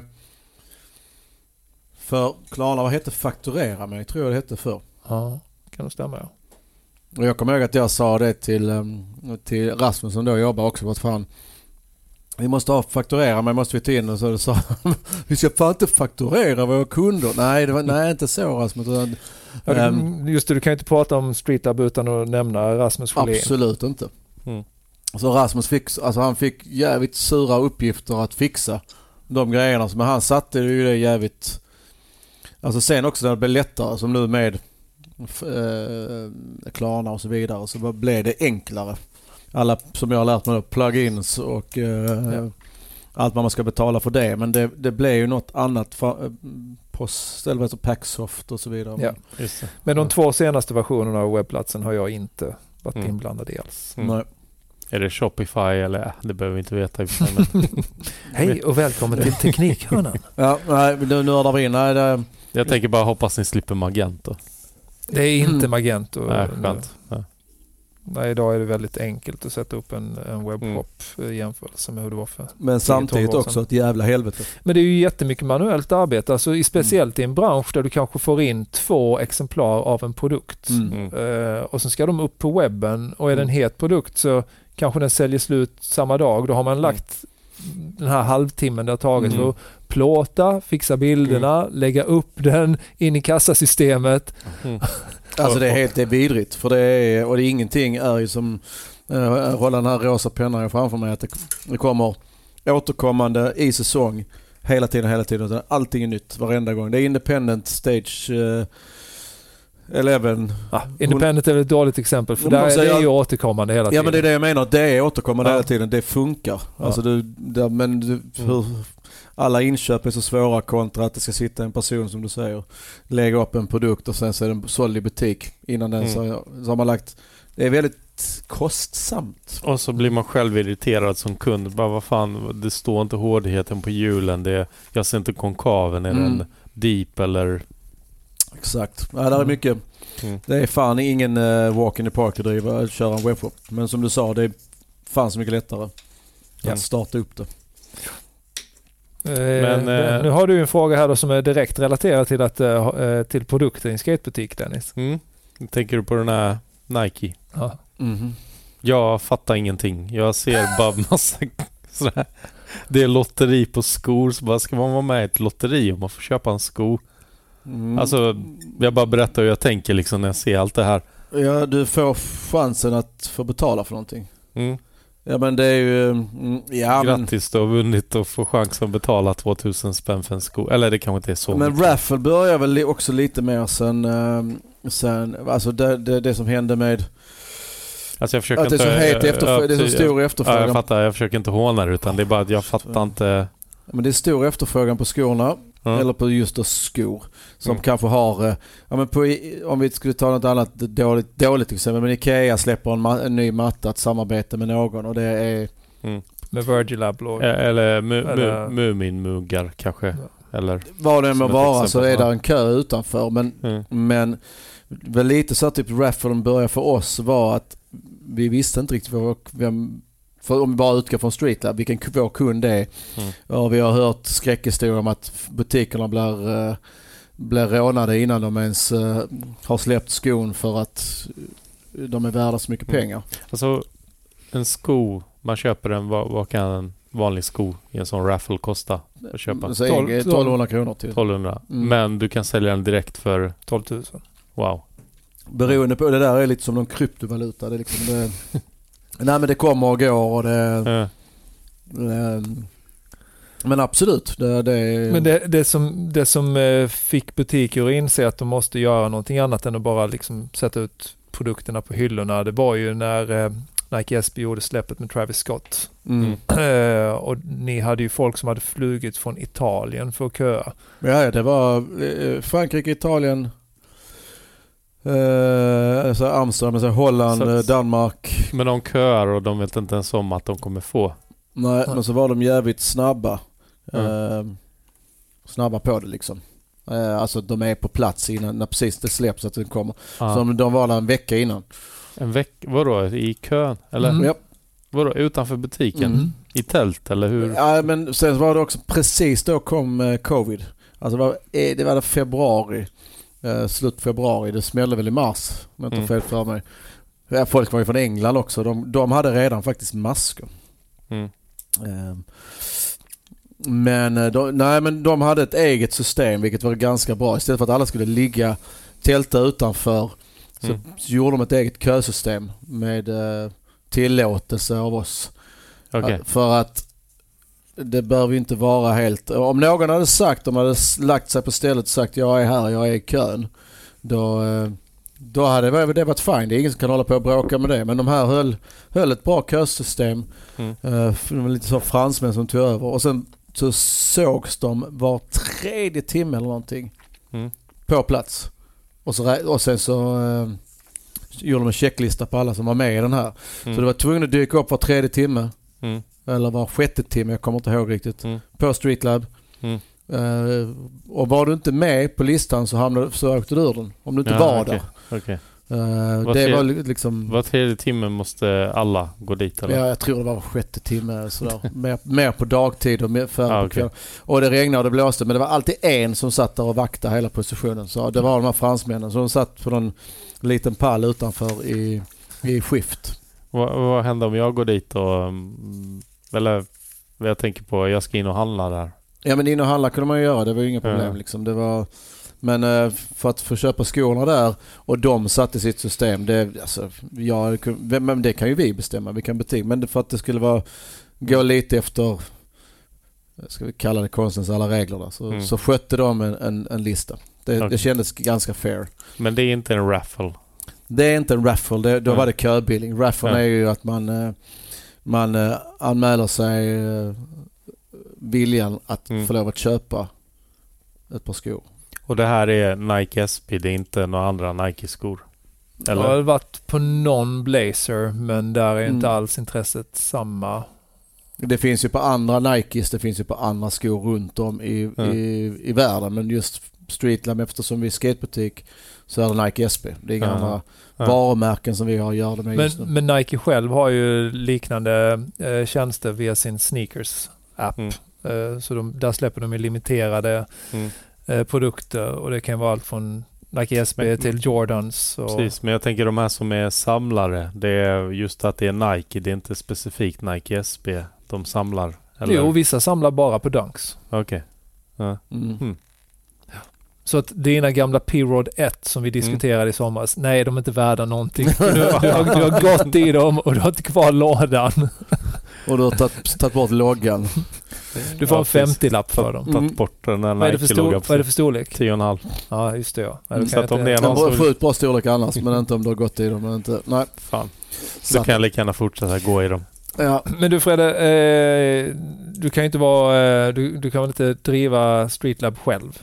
för Klarna, vad hette fakturera mig, tror jag det hette för. Ja, kan det stämma, ja. Och jag kommer ihåg att jag sa det till, till Rasmus som då jobbar också, vad fan, vi måste ha fakturera, men måste vi ta in, och så sa vi ska fan inte fakturera våra kunder. Nej, det var nej, inte så, Rasmus. Ja, du, just det, du kan ju inte prata om Streetlab utan att nämna Rasmus Sjölin. Absolut inte. Mm. Så Rasmus fick, alltså han fick jävligt sura uppgifter att fixa de grejerna, men han satte ju det jävligt, alltså sen också när det blev lättare, som nu med Klarna och så vidare, så blev det enklare alla som jag har lärt mig då, plugins och eh, Ja. allt vad man ska betala för det. Men det, det blev ju något annat för, på stället för Packsoft och så vidare. Ja. Just det. Men de Ja. två senaste versionerna av webbplatsen har jag inte varit Mm. inblandad i alls. Mm. Nej. Är det Shopify eller? Äh, det behöver vi inte veta. i och för sig, men Hej och välkommen till Teknikhörnan. Ja, nej, nu nördar vi in. Nej, det, jag tänker bara hoppas ni slipper Magento. Det är inte Magento. Nej, skönt. Ja. Nej, idag är det väldigt enkelt att sätta upp en, en webbshop i jämförelse med hur det var för. men samtidigt tolv år också sedan. ett jävla helvete. Men det är ju jättemycket manuellt arbete, alltså i speciellt i en bransch där du kanske får in två exemplar av en produkt. Mm. Mm. Eh, och sen ska de upp på webben och är det en het produkt så kanske den säljer slut samma dag. Då har man lagt den här halvtimmen det har tagit Mm. för att plåta, fixa bilderna, lägga upp den in i kassasystemet. Mm. Alltså det är helt det är vidrigt. För det är, och det är ingenting är ju som uh, hålla den här rosa pennan framför mig att det, det kommer återkommande i säsong hela tiden, hela tiden. Allting är nytt varenda gång. Det är Independent Stage uh, elva. Ah, Independent är väl ett dåligt exempel för Men där de är säger det ju att- återkommande hela tiden. Ja men det är det jag menar. Det är återkommande Ja. hela tiden. Det funkar. Ja. Alltså du, det, men du, hur, alla inköp är så svåra kontra att det ska sitta en person som du säger lägga upp en produkt och sen så är den såld i butik innan den Mm. så, så har man lagt. Det är väldigt kostsamt. Och så blir man själv irriterad som kund. Bara vad fan, det står inte hårdheten på hjulen. Det är, jag ser inte konkaven. Är Mm. den deep eller... Exakt. Ja, där är mycket. Mm. Det är fan ingen uh, walk in the park att driva att köra en webbshop. Men som du sa, det är fan så mycket lättare Mm. att starta upp det. Eh, Men, men, eh, nu har du en fråga här då som är direkt relaterad till, att, eh, till produkten i en skatebutik, Dennis. Mm. Tänker du på den här Nike? Ja. Mhm. Jag fattar ingenting. Jag ser bara massa sådär. Det är lotteri på skor. Så bara ska man vara med i ett lotteri om man får köpa en sko? Mm. Alltså, jag bara berättar hur jag tänker liksom när jag ser allt det här. Ja, du får chansen att få betala för någonting. Mm. Ja men det är ju... mm, Ja, men, Grattis, du har vunnit och får chans att betala tvåtusen spänn för en sko. Eller det kanske inte är så men mycket. raffle börjar väl li- också lite mer sen... ehm, sen alltså det, det, det som hände med... Alltså jag försöker Att det är så inte... het efterfrågan. Det är så precis. stor Ja, efterfrågan. jag fattar. Jag försöker inte håna det utan det är bara att jag fattar inte... Men det är stor efterfrågan på skorna. Ja. Eller på just då skor. Som Mm. kanske har... eh, Ja, men på, i- om vi skulle ta något annat dåligt, dåligt exempel. Men Ikea släpper en, ma- en ny matta att samarbeta med någon. Och det är... Mm. Med Virgil Abloh. Eller, mu, Eller- mu, Muminmuggar kanske. Eller... Vad det än må Som ett vara så exempel, är ja. det en kö utanför. Men, Mm. men väl lite så att typ rafflen började för oss var att vi visste inte riktigt vad, vem... För om vi bara utgår från Streetlab, vilken k- vår kund är. Mm. Ja, vi har hört skräckhistorier om att butikerna blir, uh, blir rånade innan de ens uh, har släppt skon för att de är värda så mycket Mm. pengar. Alltså en sko, man köper den, vad, vad kan en vanlig sko i en sån raffle kosta att köpa? Så Tolv- en- tolvhundra kronor till. tolvhundra. Mm. Men du kan sälja den direkt för, tolv tusen. wow. Beroende på, det där är lite som någon kryptovaluta. Det är liksom det, nej men det kommer och går och det... Eh, eh, men absolut. Det, det är, Men det, det som, det som eh, fick butiker att inse att de måste göra någonting annat än att bara liksom sätta ut produkterna på hyllorna. Det var ju när eh, Nike S B gjorde släppet med Travis Scott. mm. Eh, och ni hade ju folk som hade flugit från Italien för att köa. Ja, ja, det var eh, Frankrike, Italien, eh, alltså Amsterdam, alltså Holland, Så- eh, Danmark. men de köar och de vet inte ens om att de kommer få. Nej, Ja. men så var de jävligt snabba. Mm. Eh, snabba på det liksom. Eh, alltså de är på plats innan, när precis det släpps att det kommer. Ah. Så de var där en vecka innan. En vecka, vadå? I kön? Eller Mm. Ja. vadå? Utanför butiken? Mm. I tält eller hur? Ja, men sen var det också precis då kom eh, covid. Alltså det var, eh, det var februari. Eh, slut februari. Det smällde väl i mars. Om jag inte har Mm. fel för mig. Ja, folk var ju från England också. De, de hade redan faktiskt masker. Mm. Eh, men, eh, de, nej, men de hade ett eget system vilket var ganska bra. Istället för att alla skulle ligga tälta utanför så, Mm. så gjorde de ett eget kösystem med eh, tillåtelse av oss. Okej. För att det behöver ju inte vara helt... Om någon hade sagt, de hade lagt sig på stället och sagt jag är här, jag är i kön. Då, eh, då hade det varit fine. Det är ingen som kan hålla på och bråka med det. Men de här höll, höll ett bra kösystem. Mm. Uh, det var lite så fransmän som tog över. Och sen så sågs de var tredje timme eller någonting mm. på plats. Och, så, och sen så uh, gjorde de en checklista på alla som var med i den här. Mm. Så det var tvungen att dyka upp var tredje timme. Mm. Eller var sjätte timme, jag kommer inte ihåg riktigt. Mm. På Streetlab. Mm. Uh, och var du inte med på listan så, hamnade, så åkte du ur den. Om du inte ja, var okay. där. Okay. Uh, det tredje, var liksom... Var tredje timme måste alla gå dit? Eller? Ja, jag tror det var sjätte timme. Sådär. mer, mer på dagtid och mer för ah, på kväll. Och det regnade och det blåste. Men det var alltid en som satt där och vaktade hela positionen. Så det var de här fransmännen. Så de satt på någon liten pall utanför i, i skift. Vad, vad händer om jag går dit och... Eller vad jag tänker på, jag ska in och handla där. Ja, men in och handla kunde man ju göra. Det var ju inga problem. Ja. Liksom. Det var... Men uh, för att få köpa skorna där och de satte sitt system, det, alltså, ja, men det kan ju vi bestämma, vi kan betyga, men för att det skulle vara gå lite efter, ska vi kalla det konstens alla regler där, så, mm. så skötte de en, en, en lista. Det, okay. det kändes ganska fair. Men det är inte en raffle? Det är inte en raffle, det, då mm. var det köbilling. Raffle mm. är ju att man, uh, man uh, anmäler sig uh, viljan att mm. få lov att köpa ett par skor. Och det här är Nike S P, det är inte några andra Nike-skor? Eller? Jag har varit på någon Blazer, men där är mm. inte alls intresset samma. Det finns ju på andra Nikes, det finns ju på andra skor runt om i, mm. i, i världen. Men just Streetlab, eftersom vi är skatebutik, så är det Nike S P. Det är inga mm. andra mm. varumärken som vi har att göra det med men, just nu. Men Nike själv har ju liknande eh, tjänster via sin Sneakers-app. Mm. Eh, så de, där släpper de ju limiterade... Mm. produkter, och det kan vara allt från Nike S P men, till Jordans. Och... Precis, men jag tänker de här som är samlare, det är just att det är Nike, det är inte specifikt Nike S P de samlar. Eller? Jo, vissa samlar bara på Dunks. Okej. Okay. Ja. Mm. Mm. Så att dina gamla P-Rod ett som vi diskuterade mm. i somras, nej, de är inte värda någonting. Du, du, har, du har gått i dem och du har inte kvar lådan. Och du har tagit, tagit bort loggan. Du får ja, en femtio-lapp för dem. Tagit bort den där vad, är det för stor, vad är det för storlek? tio och en halv. Ja, just det. Ja. Mm. Så att om det är någon som... Sjukt bra storlek annars, men inte om du har gått i dem. Men inte, nej. Fan. Så kan jag lika gärna fortsätta gå i dem. Ja. Men du Fredde, eh, du kan ju inte vara... Eh, du, du kan väl inte driva Streetlab själv?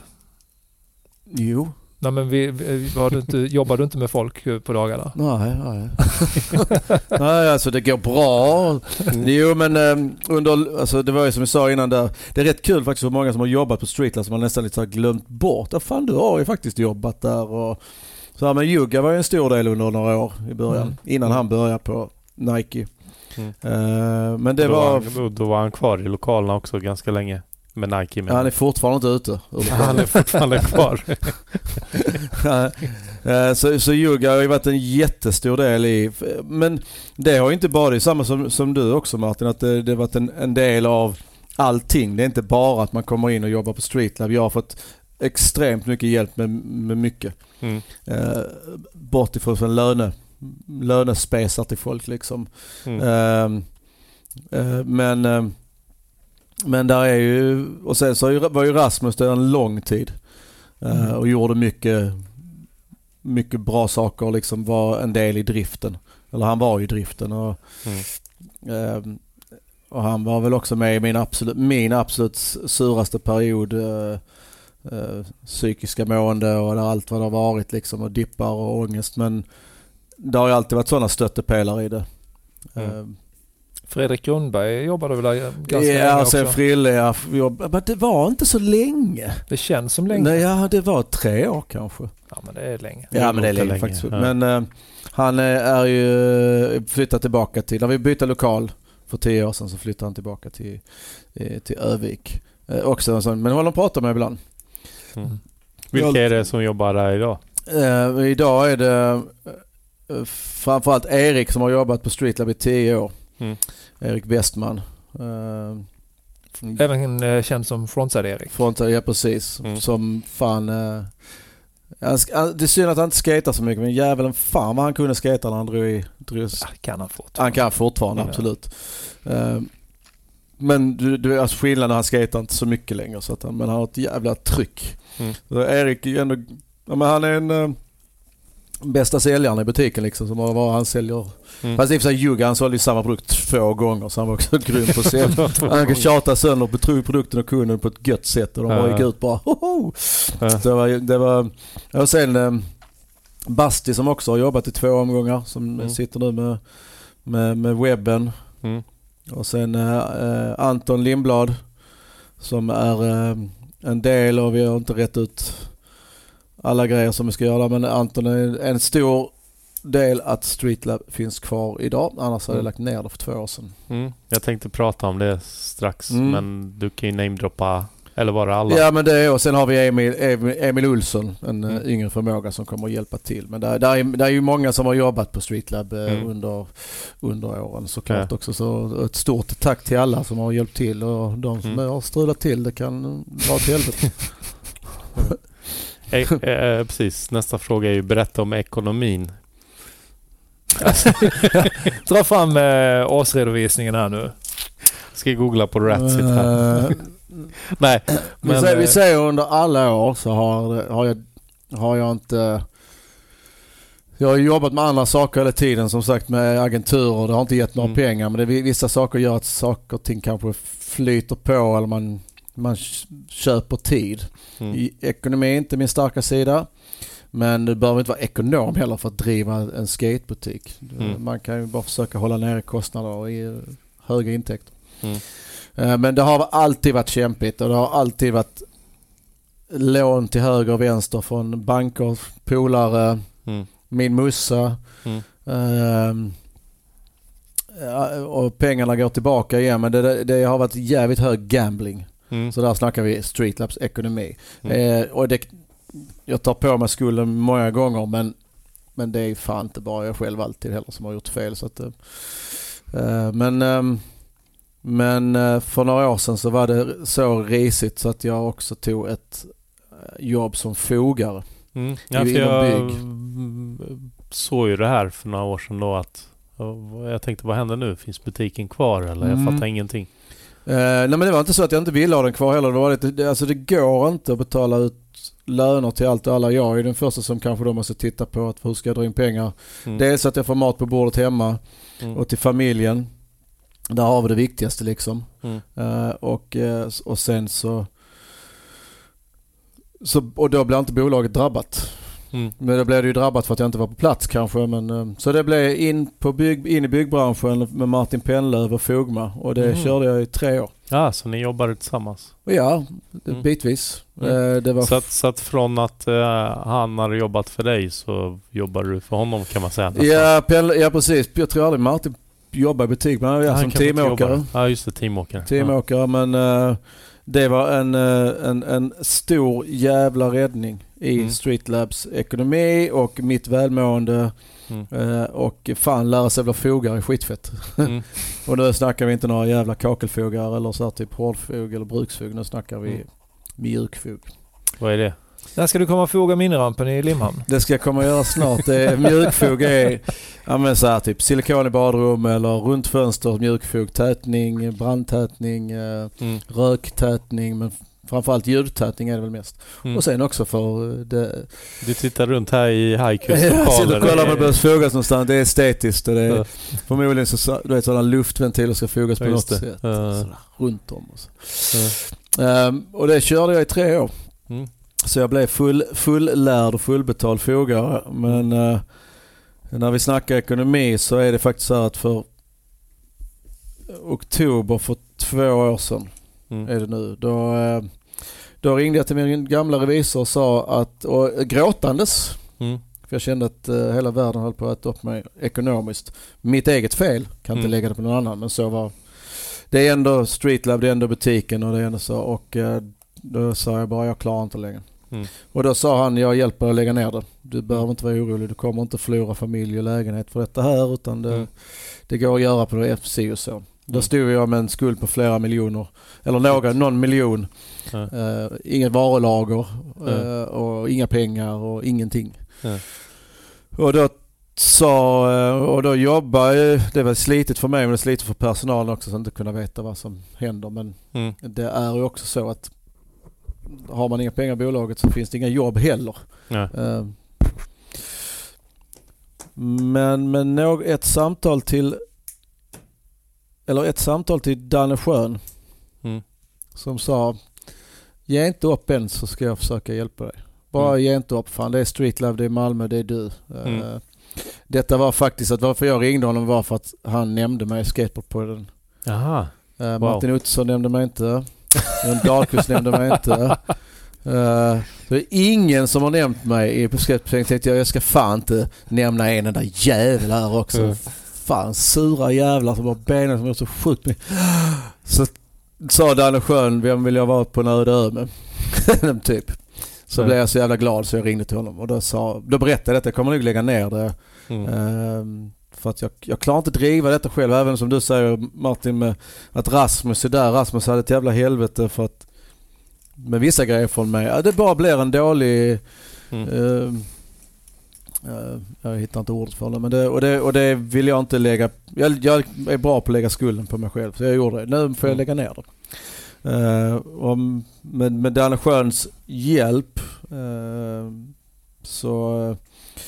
Jo. Nej, men vi, vi, var du inte, jobbar du inte med folk på dagarna? Nej, nej. nej, alltså det går bra. Mm. Jo, men um, under, alltså det var ju som vi sa innan där, det är rätt kul faktiskt för många som har jobbat på Streetlab som man nästan lite har glömt bort. Ja, fan, du har ju faktiskt jobbat där. Och, så här, men Jugga var ju en stor del under några år i början, mm. innan han började på Nike. Mm. Uh, men det då var... Han, då var han kvar i lokalerna också ganska länge. Med Nike med. Ja, han är fortfarande inte ute. Han är fortfarande kvar. så så Jugga har ju varit en jättestor del i... Men det har ju inte bara det samma som, som du också, Martin, att det, det har varit en, en del av allting. Det är inte bara att man kommer in och jobbar på Streetlab. Jag har fått extremt mycket hjälp med, med mycket. Mm. Uh, bort ifrån en löne, lönespesar till folk liksom. Mm. Uh, uh, men... Uh, Men där är ju, och sen så var ju Rasmus där en lång tid mm. uh, och gjorde mycket mycket bra saker, liksom var en del i driften. Eller han var ju i driften och, mm. uh, och han var väl också med i min absolut, min absolut suraste period, uh, uh, psykiska mående och allt vad det har varit liksom, och dippar och ångest. Men det har ju alltid varit sådana stöttepelare i det. Mm. Uh, Fredrik Grundberg jobbade väl ganska ja, länge också? Ja, Frille, jag jobbade, men det var inte så länge. Det känns som länge. Nej, ja, det var tre år kanske. Ja, men det är länge. Ja, men det är länge, länge faktiskt. Ja. Men uh, han är ju flyttat tillbaka till, när vi bytte lokal för tio år sedan så flyttade han tillbaka till, till Övik. Uh, också, men håller de pratar med ibland. Mm. Vilka är det som jobbar där idag? Uh, idag är det uh, framförallt Erik som har jobbat på Streetlab i tio år. Mm. Erik Westman. Uh, Även uh, känd som Frontside-Erik. Frontside, ja precis. Mm. Som fan... Uh, han, det är synd att han inte skater så mycket, men jävlen fan vad han kunde skata när han drog i... Drog, ja, kan han fortfarande. Han kan fortfarande, mm. absolut. Uh, men du, du, alltså skillnaden, han skater inte så mycket längre, så att han, men han har ett jävla tryck. Mm. Så Erik är ändå... Ja, men han är en... Uh, bästa säljaren i butiken liksom, som var han säljer. Mm. Fast i och för sig Jugga, han sålde ju samma produkt två gånger, så han var också grym på att sälja. Han kan tjata sönder, betro produkten och kunden på ett gött sätt, och de bara gick ut bara hoho! Ja. Det var, det var och sen eh, Basti som också har jobbat i två omgångar, som mm. sitter nu med, med, med webben. Mm. Och sen eh, Anton Lindblad som är eh, en del, och vi har inte rätt ut alla grejer som vi ska göra, men Anton är en stor del att Streetlab finns kvar idag, annars hade jag lagt ner det för två år sedan. Mm. Jag tänkte prata om det strax, mm. men du kan ju namedroppa, eller var det alla? Ja, men det är, och sen har vi Emil, Emil, Emil Olsson, en mm. yngre förmåga som kommer att hjälpa till. Men där, där, är, där är ju många som har jobbat på Streetlab mm. under, under åren såklart ja. också. Så ett stort tack till alla som har hjälpt till, och de som mm. har strulat till, det kan vara till helvete. eh, eh, precis, nästa fråga är ju berätta om ekonomin. Dra fram eh, årsredovisningen här nu. Ska jag googla på Ratsit här. Nej, men, vi, säger, vi säger under alla år så har, har, jag, har jag inte... Jag har jobbat med andra saker hela tiden, som sagt med agenturer. Det har inte gett några mm. pengar, men det, vissa saker gör att saker och ting kanske flyter på, eller man, man köper tid. Mm. I, ekonomi är inte min starka sida. Men du behöver inte vara ekonom heller för att driva en skatebutik. Mm. Man kan ju bara försöka hålla nere kostnader och i höga intäkter. Mm. Men det har alltid varit kämpigt, och det har alltid varit lån till höger och vänster från banker, polare, mm. min mussa. Mm. Um, och pengarna går tillbaka igen, men det, det har varit jävligt hög gambling. Mm. Så där snackar vi Streetlabs ekonomi. Mm. Eh, och det, jag tar på mig skulden många gånger, men, men det är fan inte bara jag själv alltid heller som har gjort fel. Så att, eh, men um, Men för några år sedan så var det så risigt så att jag också tog ett jobb som fogare. Mm. Ja, för jag såg ju det här för några år sedan då, att jag tänkte, vad händer nu? Finns butiken kvar eller? Jag mm. fattar ingenting. Uh, nej, men det var inte så att jag inte ville ha den kvar heller. Det, var lite, alltså det går inte att betala ut löner till allt och alla. Jag är den första som kanske då måste titta på att hur ska jag dra in pengar. Mm. Dels att jag får mat på bordet hemma mm. och till familjen. Där har vi det viktigaste liksom. Mm. Uh, och, uh, och sen så, så och då blev inte bolaget drabbat. Mm. Men då blev det ju drabbat för att jag inte var på plats kanske. Men, uh, så det blev in, på bygg, in i byggbranschen med Martin Pennlöv och Fogma. Och det mm. körde jag i tre år. Ja, så ni jobbade tillsammans? Ja, mm. bitvis. Mm. Uh, det var så, att, så att från att uh, han hade jobbat för dig så jobbade du för honom, kan man säga? Ja, Pennlöv, ja, precis. Jag tror aldrig Martin jobba i butik, men jag är som teamåkare. Ja, just det, teamåkare. Teamåkare, ja. Men uh, det var en, uh, en, en stor jävla räddning i mm. Streetlabs ekonomi och mitt välmående mm. uh, och fan lära sig att fogar i skitfett. Mm. Och nu snackar vi inte några jävla kakelfogar eller så här typ hårdfog eller bruksfog. Nu snackar vi mm. mjukfog. Vad är det? När ska du komma och foga minirampen i Limhamn? Det ska jag komma att göra snart. Det är mjukfog är ja, men så här, typ silikon i badrum eller runt fönster, mjukfog, tätning, brandtätning, mm. röktätning, men framförallt ljudtätning är det väl mest. Mm. Och sen också för det... Du tittar runt här i Haikus lokaler. Jag sitter och kollar om det behövs fogas någonstans. Det är estetiskt och det är ja. förmodligen så, du vet, sådana luftventiler ska fogas på ja, något sätt. Ja. Runt om och så. Ja. Um, och det körde jag i tre år. Mm. Så jag blev full, full-lärd och fullbetald fogare. Men uh, när vi snackar ekonomi så är det faktiskt så att för oktober för två år sedan mm. är det nu. Då, uh, då ringde jag till min gamla revisor och sa att, och gråtandes, mm. för jag kände att uh, hela världen höll på att äta upp mig ekonomiskt. Mitt eget fel, kan mm. inte lägga det på någon annan, men så var det är ändå Streetlab, det är ändå butiken och det är ändå så. Och uh, då sa jag bara, jag klarar inte längre. Mm. Och då sa han, jag hjälper att lägga ner det. Du behöver inte vara orolig, du kommer inte förlora familj och lägenhet för detta här, utan det, mm. det går att göra på det F C och så. Mm. Då stod jag med en skuld på flera miljoner, eller några, någon miljon. Mm. Uh, inget varulager uh, mm. och inga pengar och ingenting. Mm. Och då sa, och då jobbade, det var slitigt för mig men det var slitigt för personalen också, så att inte kunna veta vad som händer. Men mm. det är ju också så att har man inga pengar i bolaget så finns det inga jobb heller. Ja. Uh, Men, men nå- ett samtal till eller ett samtal till Danne Schön Mm. som sa: ge inte upp än så ska jag försöka hjälpa dig. Bara Mm. ge inte upp. Fan, det är Street Love, det är Malmö, det är du. Mm. Uh, detta var faktiskt att varför jag ringde honom var för att han nämnde mig i Skateboardpodden. Jaha. Uh, Wow. Martin Ottosson nämnde mig inte. Jon Dahlqvist nämnde mig inte. Uh, det är ingen som har nämnt mig i Skateboardpodden. Jag tänkte jag, jag ska fan inte nämna en enda jävel här också. Mm. Fan, sura jävlar som var benen som var så sjukt med. Så sa Danne Schön, vem vill jag vara på en öde ö med? Typ. Så Mm. blev jag så jävla glad så jag ringde till honom och då, sa, då berättade jag att jag kommer nog lägga ner det. Mm. Ehm, för att jag, jag klarar inte driva detta själv, även som du säger Martin, med att Rasmus är där. Rasmus hade ett jävla helvete för att med vissa grejer från mig. Ja, det bara blir en dålig... Mm. ehm, eh, jag hittar inte ordet för det, men det, och, det, och det vill jag inte lägga... Jag, jag är bra på att lägga skulden på mig själv, så jag gjorde det. Nu får jag lägga ner det. Uh, och med, med Danne Sköns hjälp uh, så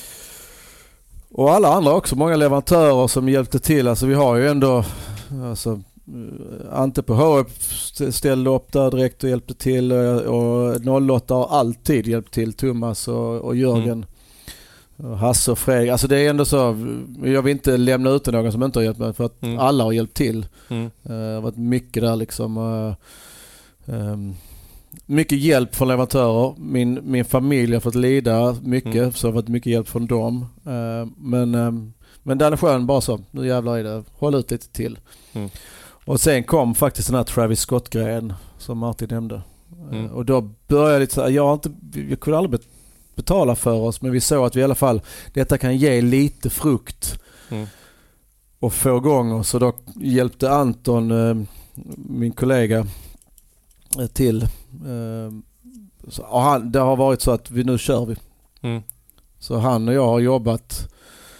och alla andra också, många leverantörer som hjälpte till. Alltså vi har ju ändå alltså, Ante på H F ställde upp där direkt och hjälpte till, och, och noll åtta har alltid hjälpt till, Thomas och, och Jörgen. Mm. Hasse och Fredrik. Alltså det är ändå så, jag vill inte lämna ut någon som inte har hjälpt mig, för att mm. alla har hjälpt till. Mm. Det har varit mycket där liksom. Uh, um, mycket hjälp från leverantörer. Min, min familj har fått lida mycket, mm. så det har varit mycket hjälp från dem. Uh, men um, men Danne Schön bara så, nu jävlar är det, håll ut lite till. Mm. Och sen kom faktiskt den här Travis Scott-grejen som Martin nämnde. Mm. Uh, och då började jag lite så här, jag har inte, jag kunde aldrig betala för oss, men vi såg att vi i alla fall, detta kan ge lite frukt mm. och få igång oss. Så då hjälpte Anton, eh, min kollega, eh, till. Eh, så, och han, det har varit så att vi nu kör vi. Mm. Så han och jag har jobbat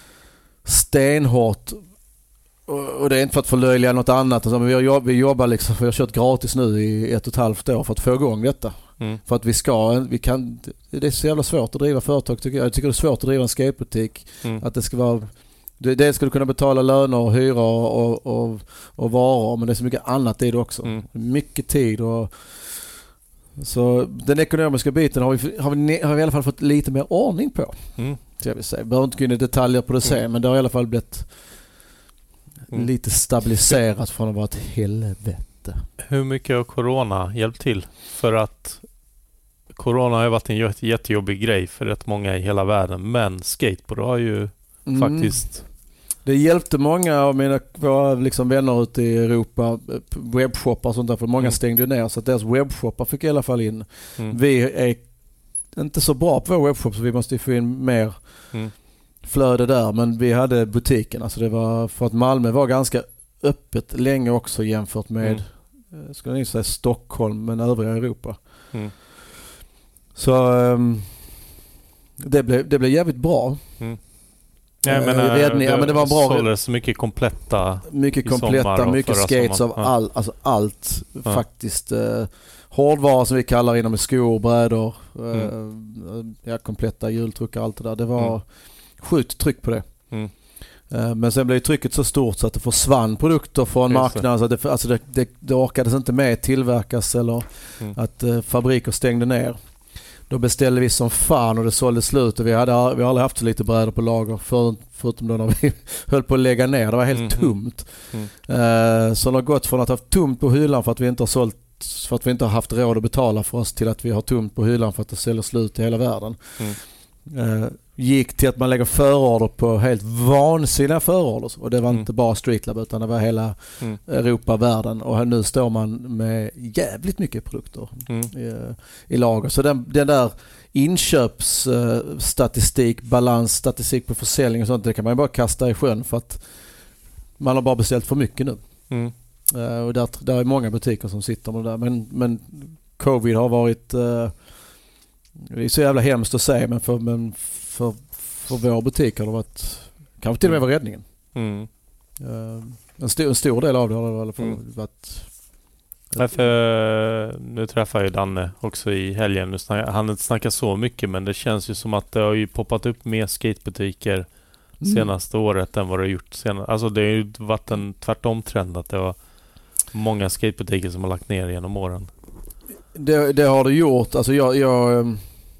stenhårt, och, och det är inte för att förlöjliga något annat, alltså, men vi, har, vi jobbar liksom, vi har kört gratis nu i ett och ett halvt år för att få igång detta. Mm. För att vi ska, vi kan, det är så jävla svårt att driva företag tycker jag. Jag tycker det är svårt att driva en skatebutik. Mm. Att det ska vara, det, det ska du kunna betala löner och hyra och, och, och, och varor, men det är så mycket annat i det också. Mm. Mycket tid och så den ekonomiska biten har vi, har vi, har vi i alla fall fått lite mer ordning på. Mm. Så jag vill säga, behöver inte gå in i detaljer på det sen, mm. men det har i alla fall blivit mm. lite stabiliserat från att vara ett helvete. Hur mycket har corona hjälpt till? För att corona har ju varit en jättejobbig grej för rätt många i hela världen, men skateboard har ju mm. faktiskt... Det hjälpte många av mina våra liksom vänner ute i Europa, webbshoppar och sånt där, för många mm. stängde ner, så att deras webbshoppar fick i alla fall in. Mm. Vi är inte så bra på vår webbshop, så vi måste få in mer mm. flöde där, men vi hade butiken. Alltså det var, för att Malmö var ganska öppet länge också jämfört med mm. skulle jag inte säga Stockholm, men övriga Europa. Mm. Så um, det blev det blev jävligt bra. Mm. Ja, men, äh, Räddning, det, ja, men det var bra. Således mycket kompletta mycket kompletta, mycket skates av all, alltså allt ja. faktiskt uh, hårdvara som vi kallar inom skor, brädor, mm. uh, ja, kompletta hjultruckar, allt det där. Det var mm. sjukt tryck på det. Mm. Men sen blev trycket så stort så att det försvann produkter från marknaden, så att det, alltså det, det, det orkades inte med tillverkas, eller mm. att uh, fabriker stängde ner. Då beställde vi som fan och det sålde slut, och vi hade vi har aldrig haft så lite brädor på lager för, förutom då när vi höll på att lägga ner. Det var helt mm. tomt. Mm. Uh, så det har gått från att ha haft tomt på hyllan för att vi inte har sålt, för att vi inte har haft råd att betala för oss, till att vi har tomt på hyllan för att det säljer slut i hela världen. Mm. Uh, gick till att man lägger förorder på helt vansinniga förorder, och det var mm. inte bara Street Love utan det var hela mm. Europa, världen, och nu står man med jävligt mycket produkter mm. i, i lager. Så den, den där inköpsstatistik, balansstatistik på försäljning och sånt, det kan man ju bara kasta i sjön, för att man har bara beställt för mycket nu. Mm. Uh, och där, där är många butiker som sitter med det där, men, men covid har varit uh, det är så jävla hemskt att säga, men för, men för, för vår butik har det varit, kanske till och med var räddningen. Mm. Uh, en, stor, en stor del av det har det i alla fall mm. varit. Därför, nu träffar jag Danne också i helgen. Nu snackar, han inte snackar så mycket, men det känns ju som att det har ju poppat upp mer skatebutiker senaste mm. året än vad det har gjort senare. Alltså det har ju varit en tvärtom-trend att det var många skatebutiker som har lagt ner genom åren. Det, det har det gjort. Alltså jag... jag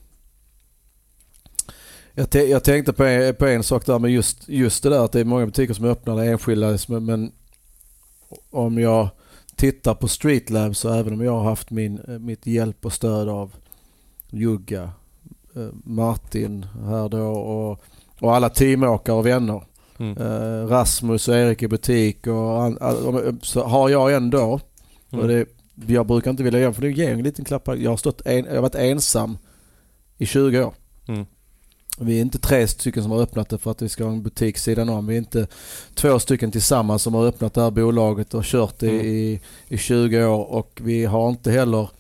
Jag, te- jag tänkte på en, på en sak där med just, just det där att det är många butiker som öppnar enskilda, men om jag tittar på Streetlab, så även om jag har haft min, mitt hjälp och stöd av Jugga, Martin här då och, och alla teamåkare och vänner, mm. eh, Rasmus och Erik i butik och an, all, så har jag ändå mm. och det, jag brukar inte vilja göra, för det ger en liten klapp. Jag har stått en, jag har varit ensam i tjugo år. Mm. Vi är inte tre stycken som har öppnat det för att vi ska ha en butik sidan om. Vi är inte två stycken tillsammans som har öppnat det här bolaget och kört det mm. i, i tjugo år. Och vi har inte heller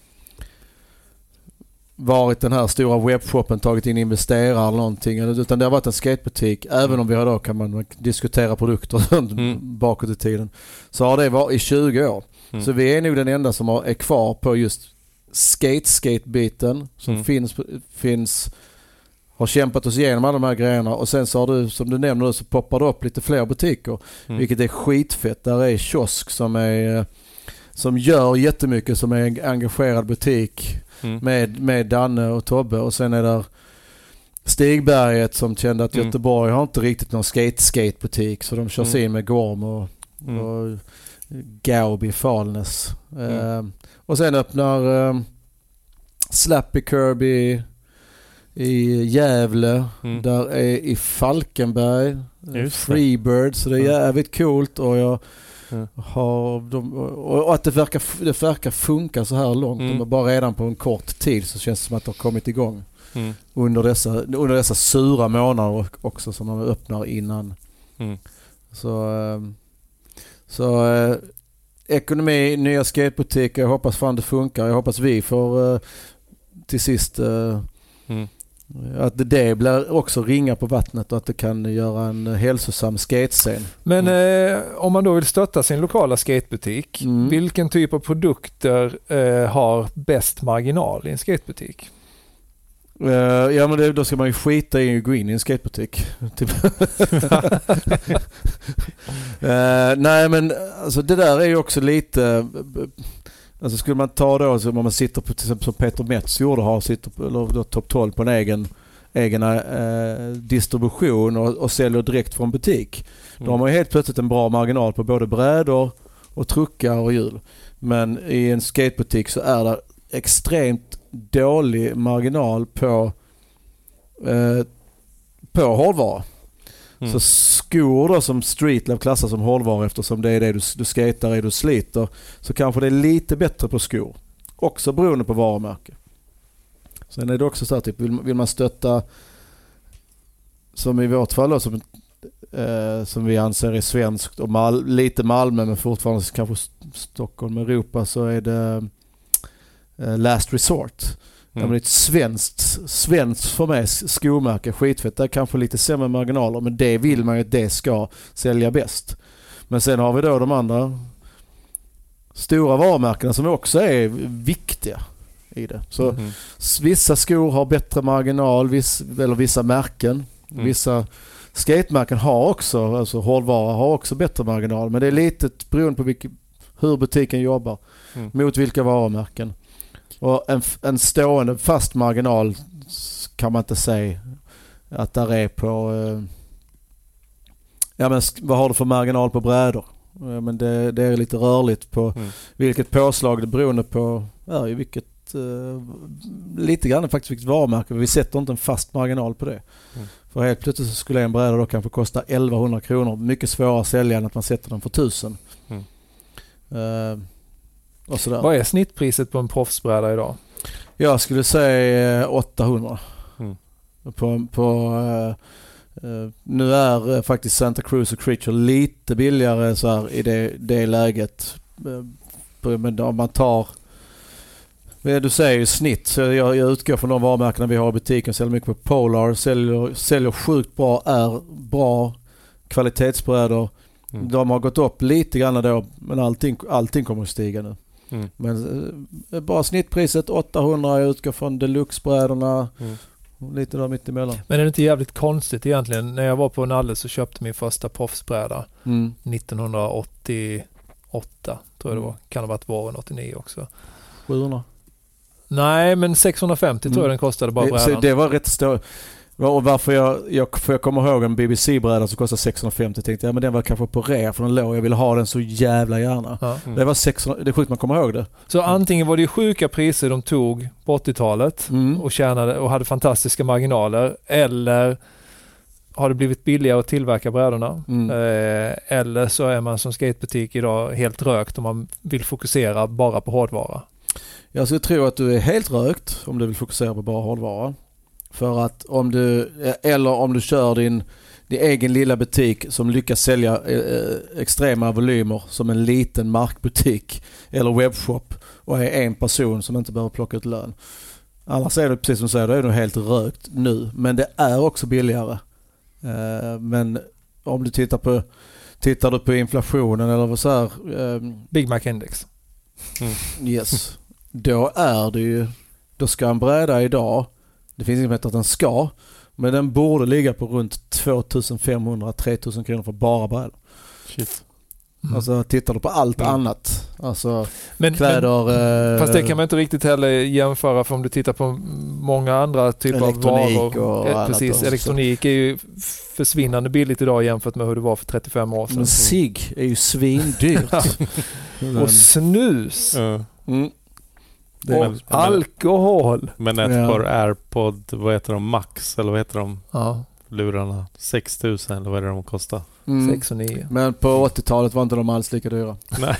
varit den här stora webbshoppen, tagit in investerare eller någonting. Utan det har varit en skatebutik. Även mm. om vi har då kan man diskutera produkter mm. bakåt i tiden. Så har det varit i tjugo år. Mm. Så vi är nog den enda som är kvar på just skate-skate-biten som mm. finns... finns har kämpat oss igenom alla de här grejerna, och sen så har du, som du nämner, så poppar det upp lite fler butiker, mm. vilket är skitfett. Där är kiosk som är som gör jättemycket, som är en engagerad butik mm. med, med Danne och Tobbe, och sen är där Stigberget som kände att mm. Göteborg har inte riktigt någon skate-skate-butik, så de kör mm. sig in med Gorm och, mm. och Gaubi Falnes. Mm. Uh, och sen öppnar uh, Slappy Kirby i Gävle, mm. där är i Falkenberg Freebird, så det är jävligt coolt, och jag mm. har de, och att det verkar, det verkar funka så här långt. Mm. De är bara redan på en kort tid så känns det som att det har kommit igång mm. under dessa under dessa sura månader också som de öppnar innan. Mm. Så så äh, ekonomi, nya skatebutiker, jag hoppas fan det funkar. Jag hoppas vi får äh, till sist äh, mm. att det blir också ringa på vattnet och att det kan göra en hälsosam skatescen. Men mm. eh, om man då vill stötta sin lokala skatebutik, mm. vilken typ av produkter eh, har bäst marginal i en skatebutik? Uh, ja, men det, då ska man ju skita i att gå in i en skatebutik. Typ. uh, nej, men alltså, det där är ju också lite... Alltså skulle man ta då, så om man sitter på, till exempel som Peter Metz gjorde, har sitter på, eller då topp tolv på en egen, egen eh, distribution och, och säljer direkt från butik. Mm. Då har man ju helt plötsligt en bra marginal på både brädor och truckar och hjul. Men i en skatebutik så är det extremt dålig marginal på, eh, på hårdvara. Mm. Så skor då som Streetlab klassar som hårdvara, eftersom det är det du, du skater i, du sliter, så kanske det är lite bättre på skor. Också beroende på varumärke. Sen är det också så här, typ, vill, vill man stötta, som i vårt fall då, som, eh, som vi anser är svenskt och Mal, lite Malmö men fortfarande kanske Stockholm, Europa, så är det eh, Last Resort. Mm. Det är ett svenskt, svenskt för mig skomärke, skitfett. Det är kanske lite sämre marginaler, men det vill man ju att det ska sälja bäst. Men sen har vi då de andra stora varumärkena som också är viktiga i det. Så mm. vissa skor har bättre marginal, viss, eller vissa märken. Mm. Vissa skatemärken har också, alltså hårdvara har också bättre marginal, men det är lite beroende på vilka, hur butiken jobbar mm. mot vilka varumärken. Och en, en stående fast marginal kan man inte säga att där är på... Eh, ja, men vad har du för marginal på brädor? Ja, men det, det är lite rörligt på mm. vilket påslag det beroende på... Ja, i vilket... Eh, lite grann faktiskt vilket varumärke. Vi sätter inte en fast marginal på det. Mm. För helt plötsligt så skulle en bräda då kanske kosta elvahundra kronor. Mycket svårare att sälja än att man sätter den för tusen. Mm. Eh, Och vad är snittpriset på en proffsbräda idag? Jag skulle säga åttahundra. Mm. På, på, uh, nu är uh, faktiskt Santa Cruz och Creature lite billigare så här, i det, det läget. Uh, men om man tar... Du säger ju snitt, så jag, jag utgår från de varumärkena vi har i butiken. Säljer mycket på Polar, säljer, säljer sjukt bra, är bra kvalitetsbrädor. Mm. De har gått upp lite grann då, men allting, allting kommer att stiga nu. Mm. Men eh, bara snittpriset åttahundra, jag utgår från deluxe-brädorna. Mm. lite där mitt emellan. Men är det inte jävligt konstigt egentligen? När jag var på Nalle så köpte min första proffsbräda Mm. nittonhundraåttioåtta tror jag det var. Kan ha varit våren åttionio också. sjuhundra. Nej, men sexhundrafemtio Mm. tror jag den kostade bara Det, så brädan. det var rätt stort. Och varför jag, jag, för jag kommer ihåg en B B C-bräda som kostade sexhundrafemtio, tänkte jag, men den var kanske på rea för den låg. Jag ville ha den så jävla gärna. Ja. Mm. Det var sexhundra, det är sjukt man kommer ihåg det. Så antingen var det ju sjuka priser de tog på åttiotalet Mm. och tjänade och hade fantastiska marginaler, eller har det blivit billigare att tillverka brädorna. Mm. Eh, eller så är man som skatebutik idag helt rökt om man vill fokusera bara på hårdvara. Jag skulle tro att du är helt rökt om du vill fokusera på bara hårdvara. För att om du, eller om du kör din, din egen lilla butik som lyckas sälja eh, extrema volymer som en liten markbutik eller webbshop och är en person som inte behöver plocka ut lön. Annars är det precis som du säger, då är du helt rökt nu. Men det är också billigare. Eh, men om du tittar på, tittar du på inflationen eller vad så här, eh, Big Mac Index. yes. Då är det ju, då ska en bräda idag, det finns inget som heter att den ska, men den borde ligga på runt tvåtusenfemhundra till tretusen kronor för bara brädor. Shit. Mm. Alltså tittar du på allt Mm. annat, alltså Men, kläder... men, eh, fast det kan man inte riktigt heller jämföra, för om du tittar på många andra typer av Elektronik varor. och Eh, annat precis, också. elektronik är ju försvinnande billigt idag jämfört med hur det var för trettiofem år sedan. Men cigg är ju svindyrt. Och snus. Ja. Mm. Det, Och Men- alkohol. Men ett Ja. par AirPod, vad heter de? Max eller vad heter de? Ja, Lurarna. sex tusen eller vad är det de kostar? mm. sex och nio. Men på åttiotalet var inte de alls lika dyra. Nej.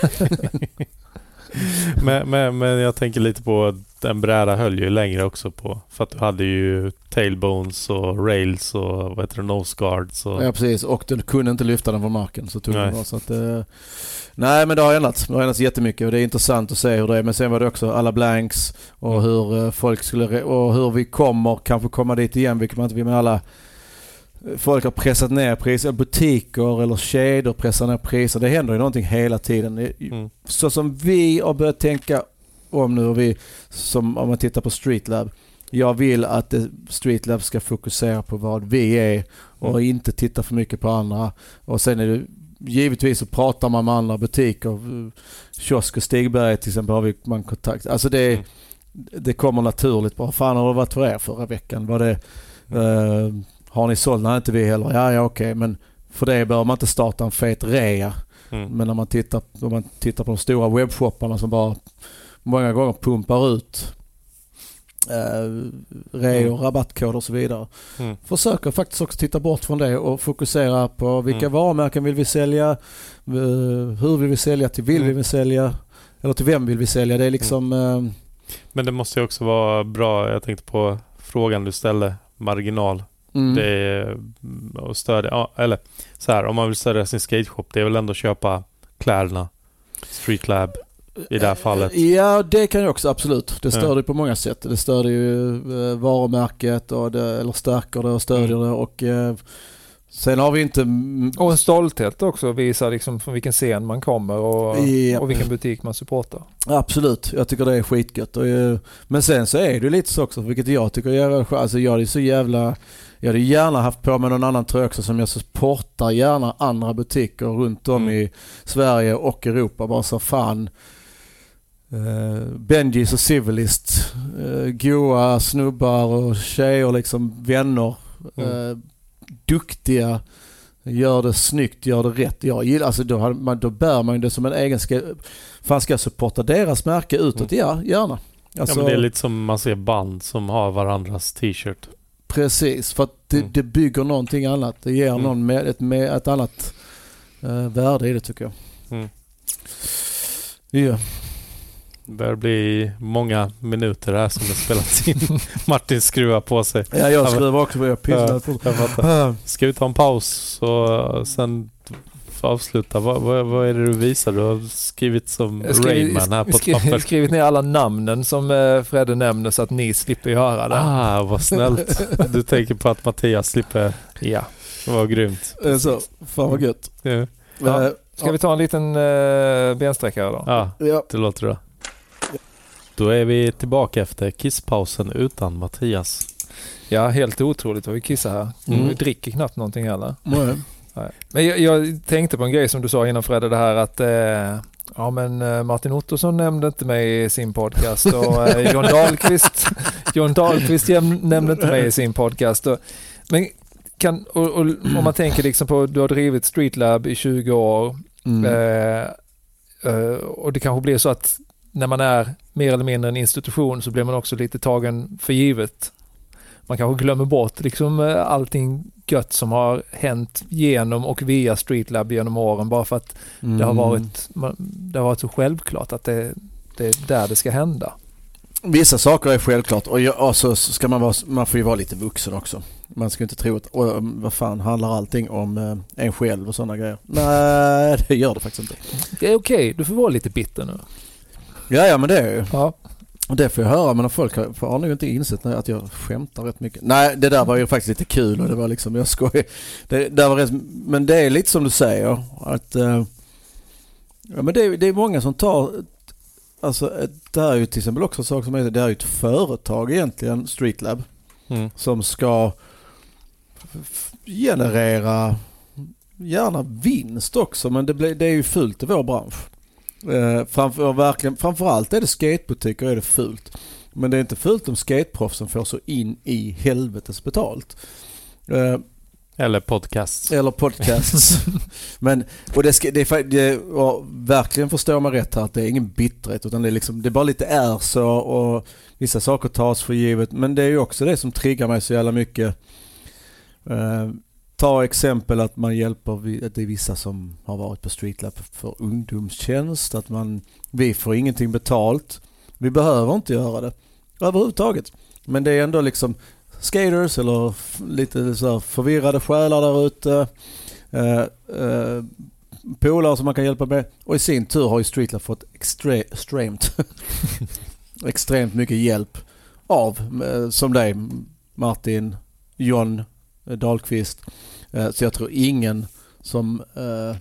men, men, men jag tänker lite på den bräda höll ju längre också på. För att du hade ju tailbones och rails och vad heter det, nose guards. Och, Ja precis, och du kunde inte lyfta den från marken så tog Nej. den var, så att, eh, nej men det har ändrats, det har ändrats jättemycket och det är intressant att se hur det är, men sen var det också alla blanks och Mm. hur eh, folk skulle re- och hur vi kommer kanske komma dit igen, vilket man inte vill, men alla folk har pressat ner priser, butiker eller kedjor pressar ner priser, det händer ju någonting hela tiden. Det- mm. Så som vi har börjat tänka om nu, och vi som om man tittar på Streetlab, jag vill att det, Streetlab ska fokusera på vad vi är och Mm. inte titta för mycket på andra. Och sen är det givetvis så pratar man med andra butiker. Kiosk och Stigberg till exempel har vi man kontakt. Alltså det, Mm. det kommer naturligt. Bara fan, har det varit för er förra veckan? Var det, eh, har ni sålt? Nej, inte vi heller. Ja, ja okej. Men för det bör man inte starta en fet rea. Mm. Men när man tittar, om man tittar på de stora webbshopparna som bara många gånger pumpar ut eh, reor, Mm. rabattkoder och så vidare. Mm. Försöker faktiskt också titta bort från det och fokusera på vilka Mm. varumärken vill vi sälja, eh, hur vill vi sälja, till vill Mm. vi sälja eller till vem vill vi sälja. Det är liksom... Eh, Men det måste ju också vara bra, jag tänkte på frågan du ställde, marginal. mm. Det är att stödja, ja, eller så här, om man vill stödja sin skateshop, det är väl ändå att köpa kläderna, Streetlab i det här fallet. Ja, det kan ju också absolut. Det Ja. stödjer på många sätt. Det stödjer ju eh, varumärket och det, eller stärker det och stödjer Mm. det och eh, sen har vi inte... Och en stolthet också, visa liksom från vilken scen man kommer och, Japp. och vilken butik man supportar. Absolut, jag tycker det är skitgött. Och, eh, men sen så är det ju lite så också, vilket jag tycker är jävla skönt. Alltså jag är så jävla... Jag hade gärna haft på mig någon annan tröja också som jag supportar gärna andra butiker runt om Mm. i Sverige och Europa. Bara så fan... Uh, Benjis och Civilist, uh, goa snubbar och tjejer, liksom vänner, Mm. uh, duktiga, gör det snyggt, gör det rätt. Jag gillar, alltså då, har man, då bär man det som en egen, ska, fan ska jag supporta deras märke utåt? Mm. Ja, gärna. Alltså, Ja, men det är lite som man ser band som har varandras t-shirt. precis, för att det, Mm. det bygger någonting annat. Det ger Mm. någon med, ett, med ett annat uh, värde i det tycker jag. Mm. Ja. Det blir många minuter här som det spelats in. Martin skruvar på sig. Ja, jag skriver också vad jag pissar på. Jag fattar. Ska vi ta en paus och sen avsluta? Vad, vad, vad är det du visar? Du har skrivit som Jag skrivit- Rayman här på ett skrivit, papper. skrivit ner alla namnen som eh, Fredde nämner så att ni slipper göra det. Ah, vad snällt. Du tänker på att Mattias slipper. Ja. Det var grymt. Eh, Så, fan vad gött. Ja, Ja. Eh, Ska vi ta en liten eh, bensträckare då? ja ja. det låter bra. Då är vi tillbaka efter kisspausen utan Mattias. Ja, helt otroligt vad vi kissar här. Mm. Vi dricker knappt någonting heller. Mm. Nej. Men jag, jag tänkte på en grej som du sa innan Fredde, det här att eh, ja, men eh, Martin Ottosson nämnde inte mig i sin podcast och eh, John Dahlqvist, John Dahlqvist nämnde inte mig i sin podcast. Och, men kan, och, och, om man tänker liksom på, du har drivit Streetlab i tjugo år Mm. eh, eh, och det kanske blir så att när man är mer eller mindre en institution så blir man också lite tagen för givet. Man kanske glömmer bort liksom allting gött som har hänt genom och via Streetlab genom åren bara för att Mm. det har varit det har varit så självklart att det, det är där det ska hända. Vissa saker är självklart och, jag, och så ska man vara, man får ju vara lite vuxen också. Man ska inte tro att och, vad fan handlar allting om eh, en själv och sådana grejer. Nej, det gör det faktiskt inte. Det är okej, okay. Du får vara lite bitter nu. Ja, ja men det är ju. Ja. Och det får jag höra, men folk har, har nog inte insett att jag skämtar rätt mycket. Nej, det där var ju faktiskt lite kul och det var liksom, jag skojar. Det, det var rätt, men det är lite som du säger att eh, ja, men det är, det är många som tar alltså det här är ju till exempel också en sak som heter, det är ju ett företag egentligen, Streetlab, mm. som ska f- generera gärna vinst också, men det, blir, det är ju fult i vår bransch. Eh, framför, verkligen, framförallt är det skatebutiker är det fult. Men det är inte fult om skateproffsen får så in i helvetes betalt. Eh, eller podcasts. Eller podcasts. Men, och det, ska, det, det och verkligen förstår man rätt här att det är ingen bitterhet utan det är, liksom, det är bara lite är så och vissa saker tas för givet. Men det är ju också det som triggar mig så jävla mycket. Eh, Ta exempel att man hjälper, att det är vissa som har varit på Streetlab för ungdomstjänst, att man, vi får ingenting betalt. Vi behöver inte göra det överhuvudtaget. Men det är ändå liksom skaters eller lite så här förvirrade själar där ute. Eh, eh, polare som man kan hjälpa med. Och i sin tur har ju Streetlab fått extre- extremt, extremt mycket hjälp av, eh, som dig, Martin, John Dahlqvist. Så jag tror ingen som eh,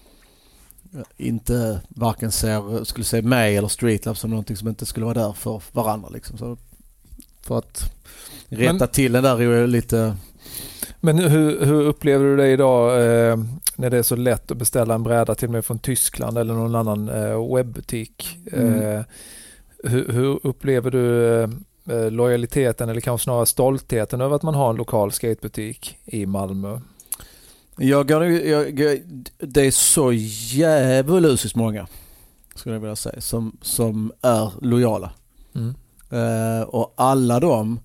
inte varken ser, skulle säga mig eller Streetlab som någonting som inte skulle vara där för varandra. Liksom. Så för att rätta men, till den där är ju lite... Men hur, hur upplever du det idag eh, när det är så lätt att beställa en bräda till och med från Tyskland eller någon annan eh, webbutik? Mm. Eh, hur, hur upplever du eh, lojaliteten eller kanske snarare stoltheten över att man har en lokal skatebutik i Malmö? Jag, jag, jag, det är så jävligt många, skulle jag vilja säga, som, som är lojala. Mm. Uh, och alla de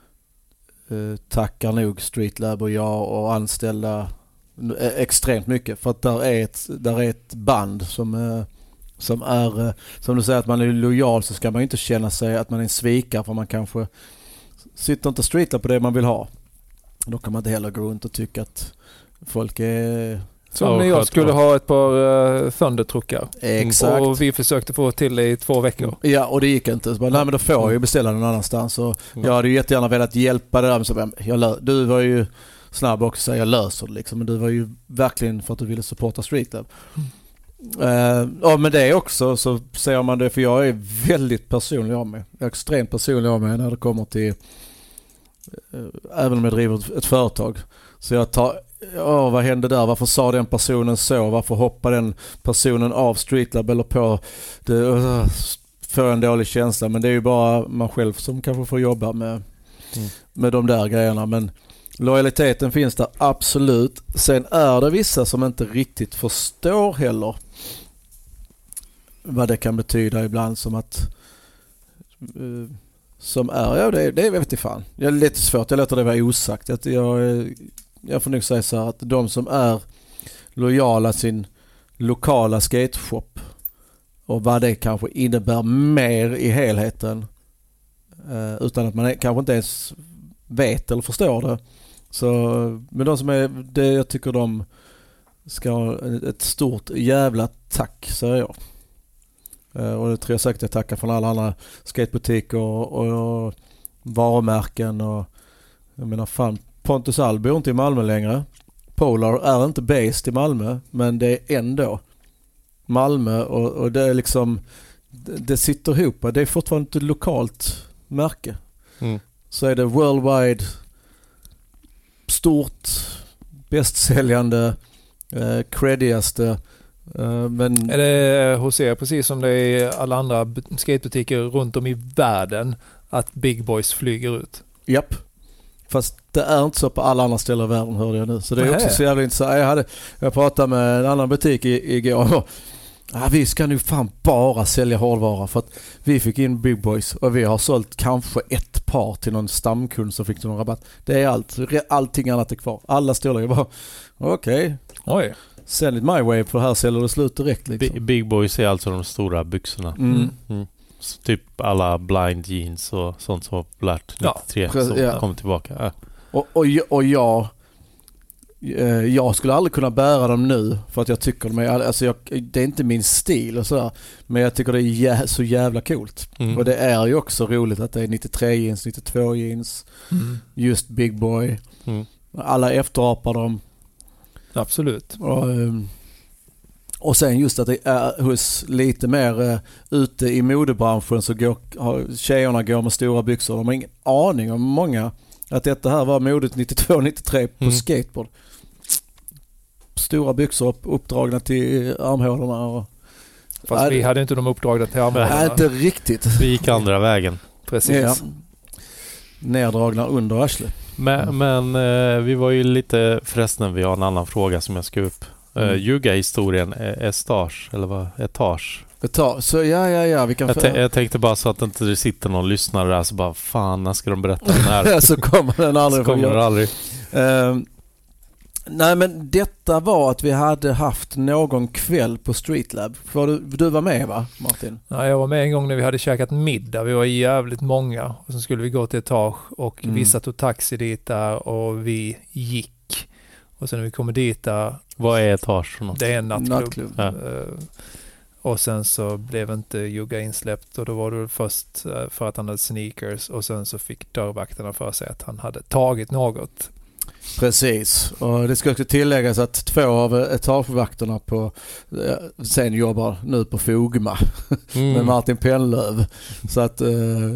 uh, tackar nog Streetlab och jag och anställda extremt mycket. För att där är ett, där är ett band som, uh, som är, uh, som du säger att man är lojal, så ska man inte känna sig att man är en svikare för man kanske sitter inte Streetlab på det man vill ha. Då kan man inte heller gå runt och tycka att folk är... Som när jag skulle ha ett par uh, Thundertruckar. Exakt. Och vi försökte få till det i två veckor. Ja, och det gick inte. Så bara, nej men då får jag ju beställa någon annanstans. Och mm. Jag hade ju jättegärna velat hjälpa det där. Men så, jag lö- du var ju snabb också att säga jag löser det liksom. Men du var ju verkligen för att du ville supporta Streetlab. Mm. Uh, ja, men det är också så säger man det, för jag är väldigt personlig av mig. Jag är extremt personlig av mig när det kommer till uh, även om jag driver ett företag. Så jag tar ja, vad hände där? Varför sa den personen så? Varför hoppade den personen av Streetlab eller på? Det uh, får en dålig känsla. Men det är ju bara man själv som kanske får jobba med, mm. med de där grejerna. Men lojaliteten finns där absolut. Sen är det vissa som inte riktigt förstår heller vad det kan betyda ibland, som att uh, som är, ja det, det vet jag fan. Det är lite svårt, jag låter det vara osagt. Att jag Jag får nog säga så här att de som är lojala sin lokala skateshop och vad det kanske innebär mer i helheten eh, utan att man är, kanske inte ens vet eller förstår det. Så, men de som är det, jag tycker de ska ha ett stort jävla tack, säger jag. Eh, och det tror jag säkert jag tackar från alla andra skatebutiker och, och, och varumärken och jag menar fan, Pontus Alby är inte i Malmö längre. Polar är inte based i Malmö, men det är ändå Malmö och, och det är liksom det, det sitter ihop. Det är fortfarande ett lokalt märke. Mm. så är det worldwide stort, bästsäljande, eh, creddigaste. Eh, men... Är det hos er precis som det är i alla andra skatebutiker runt om i världen att Big Boys flyger ut? Japp. Fast det är inte så på alla andra ställen i världen, hörde jag nu. Så det är Nähe. också så jävla intressant. Jag, hade, jag pratade med en annan butik i, igår och ja, vi ska nu fan bara sälja hårdvara för att vi fick in Big Boys och vi har sålt kanske ett par till någon stamkund som fick någon rabatt. Det är allt. Allting annat är kvar. Alla storlekar bara okej. Okay. Oj. Sell it my way, för här säljer det slut direkt liksom. B- Big Boys är alltså de stora byxorna. Mm. Mm. Så typ alla blind jeans och sånt som var populärt nittiotre ja, som ja. kom tillbaka. Ja. Och, och, och jag jag skulle aldrig kunna bära dem nu för att jag tycker de är, alltså jag, det är inte min stil och sådär, men jag tycker det är jä, så jävla coolt. Mm. Och det är ju också roligt att det är nittiotre jeans, nittiotvå jeans, mm. just Big Boy. Mm. Alla efterapar dem. Absolut. Och, och sen just att det är hos lite mer uh, ute i modebranschen så går tjejerna går med stora byxor. De har ingen aning om många att detta här var modet nittiotvå nittiotre på mm. skateboard. Stora byxor upp, uppdragna till armhålorna. Och, fast vi hade inte de uppdragna till armhålorna. Nej, inte riktigt. Vi gick andra vägen. Precis. Ja. Neddragna under arslet. Men, mm. men eh, vi var ju lite, förresten vi har en annan fråga som jag ska upp. Mm. Uh, Juga-historien, estage eller vad? Etage. Etage. Så ja, ja, ja. Vi kan jag, t- jag tänkte bara så att det inte sitter någon lyssnare där så bara, fan, när ska de berätta den här? Så kommer den aldrig. Så kommer den aldrig. Uh, nej, men detta var att vi hade haft någon kväll på Streetlab. Var du, du var med, va, Martin? Ja, jag var med en gång när vi hade käkat middag. Vi var jävligt många. Och så skulle vi gå till Etage och mm. vissa tog taxi dit där och vi gick. Och sen när vi kommer dit där... Vad är Etage för något? Det är en nattklubb. nattklubb. Ja. Uh, och sen så blev inte Juga insläppt och då var det först uh, för att han hade sneakers och sen så fick dörrvakterna för sig att han hade tagit något. Precis. Och det ska också tilläggas att två av etagevakterna på uh, sen jobbar nu på Fogma mm. med Martin Pennlöv. Så att uh,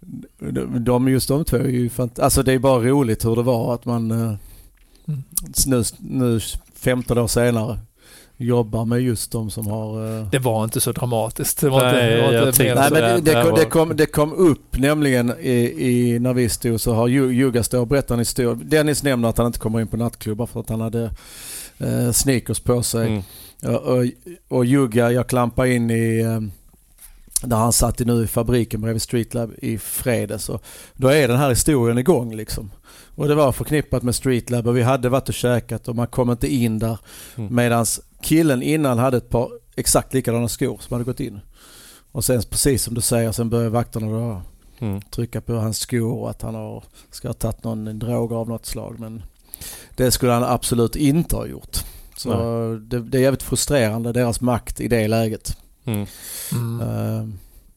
de, just de två är ju fant- alltså det är bara roligt hur det var att man uh, Mm. Nu, nu femton år senare jobbar med just de som har... Uh... Det var inte så dramatiskt. Det var nej, inte, det var inte nej, men det, det, kom, det, kom, det kom upp nämligen i, i, när vi stod så har Juga stå och berättat en historia. Dennis nämnde att han inte kommer in på nattklubbar för att han hade uh, sneakers på sig. Mm. Uh, och, och Juga, jag klampade in i... Uh, där han satt nu i fabriken bredvid Streetlab i fredags. Och då är den här historien igång liksom. Och det var förknippat med Streetlab och vi hade varit och käkat och man kom inte in där. Mm. Medan killen innan hade ett par exakt likadana skor som hade gått in. Och sen precis som du säger, sen börjar vakterna då mm. trycka på hans skor och att han har, ska ha tagit någon drog av något slag. Men det skulle han absolut inte ha gjort. Så det, det är jävligt frustrerande, deras makt i det läget. Mm. Mm. Uh,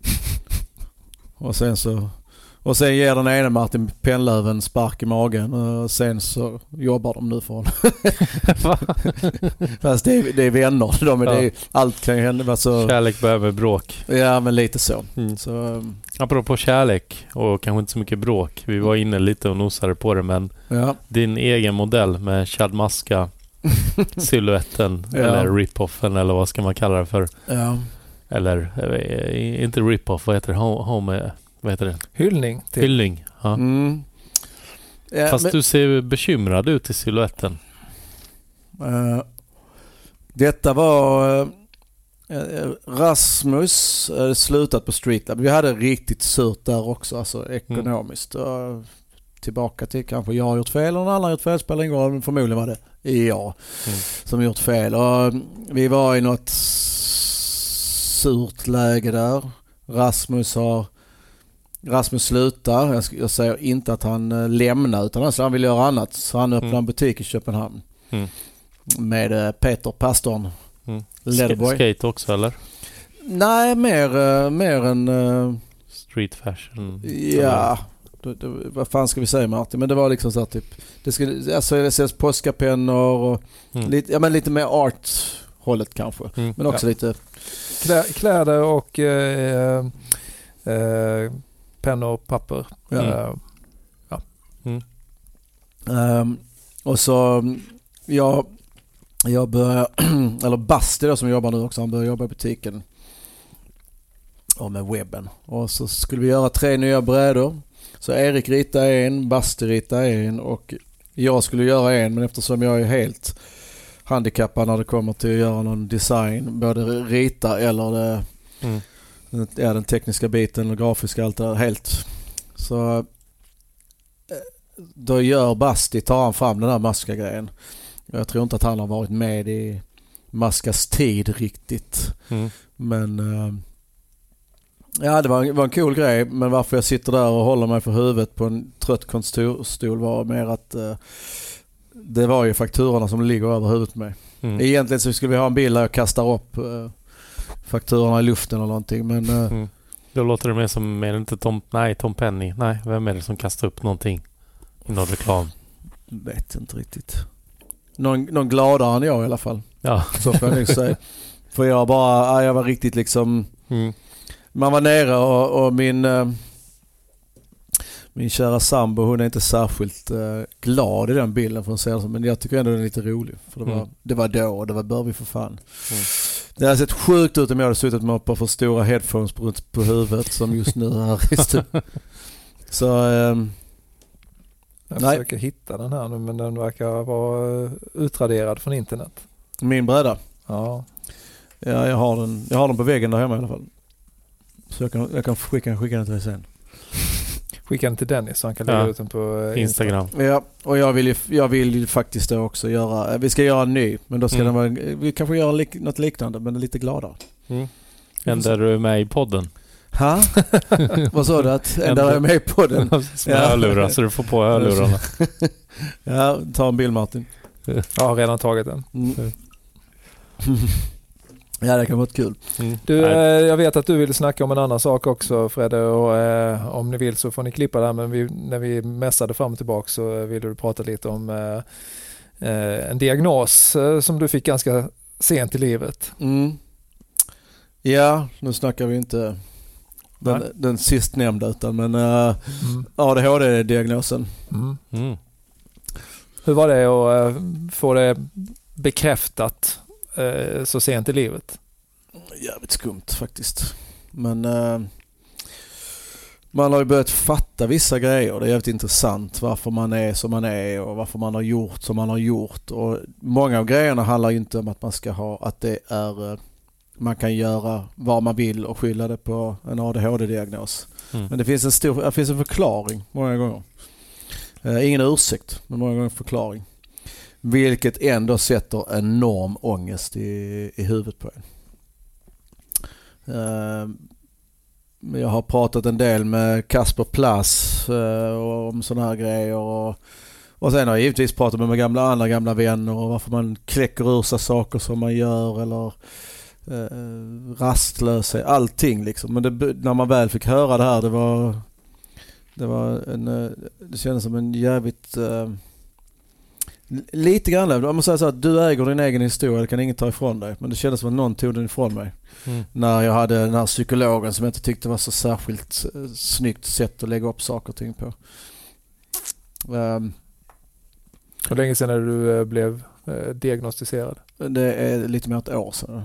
och sen så och sen ger den ene Martin Pennlöv en spark i magen och sen så jobbar de nu för honom. Fast det är, det är vänner de är, ja. Det är, allt kan ju hända så... Kärlek behöver bråk. Ja, men lite så, mm. så um... apropå kärlek och kanske inte så mycket bråk, vi var inne lite och nosade på det, men ja. Din egen modell med Chad Maska silhuetten ja. Eller rip-offen eller vad ska man kalla det för? Ja. Eller äh, inte rip-off, vad heter det? Home, vad heter det? Hyllning. Till. Hyllning, ja. Mm. ja Fast men... du ser bekymrad ut i silhuetten. Uh, detta var uh, Rasmus uh, slutat på Streetlab. Vi hade riktigt surt där också, alltså ekonomiskt. Mm. Uh, tillbaka till kanske jag har gjort fel eller någon annan har gjort fel, spelar ingen roll, men förmodligen var det jag mm. som gjort fel. Och vi var i något surt läge där. Rasmus har Rasmus slutar. Jag, jag säger inte att han äh, lämnar utan alltså han vill göra annat. Så han öppnar mm. en butik i Köpenhamn. Mm. Med äh, Peter Pastorn. Mm. Sk- skate också eller? Nej, mer, äh, mer än... Äh, street fashion. Ja. Det, det, vad fan ska vi säga, Martin? Men det var liksom så här, typ... Det skulle, alltså det ses påskapennor och mm. lite, ja, men lite mer art-hållet kanske. Mm. Men också ja. lite... Klä, kläder och... Äh, äh, pennor och papper. Mm. Uh, Mm. Um, och så jag, jag började, eller Basti då som jobbar nu också, han började jobba i butiken och med webben. Och så skulle vi göra tre nya brädor. Så Erik ritade en, Basti ritade en och jag skulle göra en, men eftersom jag är helt handikappad när det kommer till att göra någon design, både rita eller det, mm. ja, den tekniska biten och grafiska, allt det där, helt. Så då gör Basti, tar han fram den här Maska-grejen. Jag tror inte att han har varit med i Maskas tid riktigt. Mm. Men ja, det var en, var en cool grej, men varför jag sitter där och håller mig för huvudet på en trött kontorstol var mer att uh, det var ju fakturorna som ligger över huvudet på mig. Mm. Egentligen så skulle vi ha en bild där jag kastar upp uh, fakturorna i luften eller någonting, men uh, mm. Då låter det mer som, är det inte Tom, nej, Tom Penny? Nej, vem är det som kastar upp någonting i någon reklam? Vet inte riktigt. Någon, någon gladare än jag i alla fall. Ja. Så får jag nog säga. För jag bara, jag var riktigt liksom mm. man var nere och, och min uh, min kära sambo, hon är inte särskilt uh, glad i den bilden för att säga så, men jag tycker ändå den är lite rolig. För det var, mm. det var då och det var bör vi för fan. Mm. Det har sett sjukt ut om jag hade suttit med på för stora headphones på, på huvudet som just nu här. Så um, jag nej. försöker hitta den här nu, men den verkar vara utraderad från internet. Min bräda? Ja. Ja, jag har den, jag har den på väggen där hemma i alla fall. Så jag kan, jag kan skicka, skicka den till dig sen. Skicka den till Dennis så han kan lägga ja. ut den på Instagram. Instagram. Ja, och jag vill ju, jag vill ju faktiskt också göra, vi ska göra en ny, men då ska mm. den vara, vi kanske göra lik, något liknande, men lite gladare. Mm. Ändrar du med i podden? Ha? Vad sa du? Att ändrar jag med i podden? Med ja. hörlurar, så du får på hörlurarna. Ja, ta en bild, Martin. Jag har redan tagit den. Mm. Ja, det kan vara kul. Mm. Du, eh, jag vet att du vill snacka om en annan sak också, Fredde, och eh, om ni vill så får ni klippa där, men vi, när vi mässade fram och tillbaka så ville du prata lite om eh, eh, en diagnos eh, som du fick ganska sent i livet. Mm. Ja, nu snackar vi inte den, den sistnämnda utan men eh, mm. A D H D-diagnosen. Mm. Mm. Hur var det att eh, få det bekräftat så sent i livet? Jävligt skumt faktiskt. Men uh, man har ju börjat fatta vissa grejer. Det är jävligt intressant varför man är som man är och varför man har gjort som man har gjort. Och många av grejerna handlar ju inte om att man ska ha att det är uh, man kan göra vad man vill och skylla det på en A D H D-diagnos. Mm. Men det finns en stor, det finns en förklaring många gånger. Uh, ingen ursäkt, men många gånger en förklaring. Vilket ändå sätter enorm ångest i, i huvudet på en. Uh, jag har pratat en del med Kasper Plass uh, om sådana här grejer. Och, och sen har jag givetvis pratat med, med gamla, andra gamla vänner och varför man kläcker ur sig saker som man gör eller uh, rastlösa, allting liksom. Men det, när man väl fick höra det här, det var, det var en, uh, det kändes som en jävligt... Uh, Lite grann, om man säger så att du äger din egen historia, det kan ingen ta ifrån dig. Men det kändes som att någon tog den ifrån mig. Mm. När jag hade den här psykologen som jag inte tyckte var så särskilt uh, snyggt sätt att lägga upp saker och ting på. Um, Hur länge sedan är du uh, blev uh, diagnostiserad? Det är lite mer ett år sedan.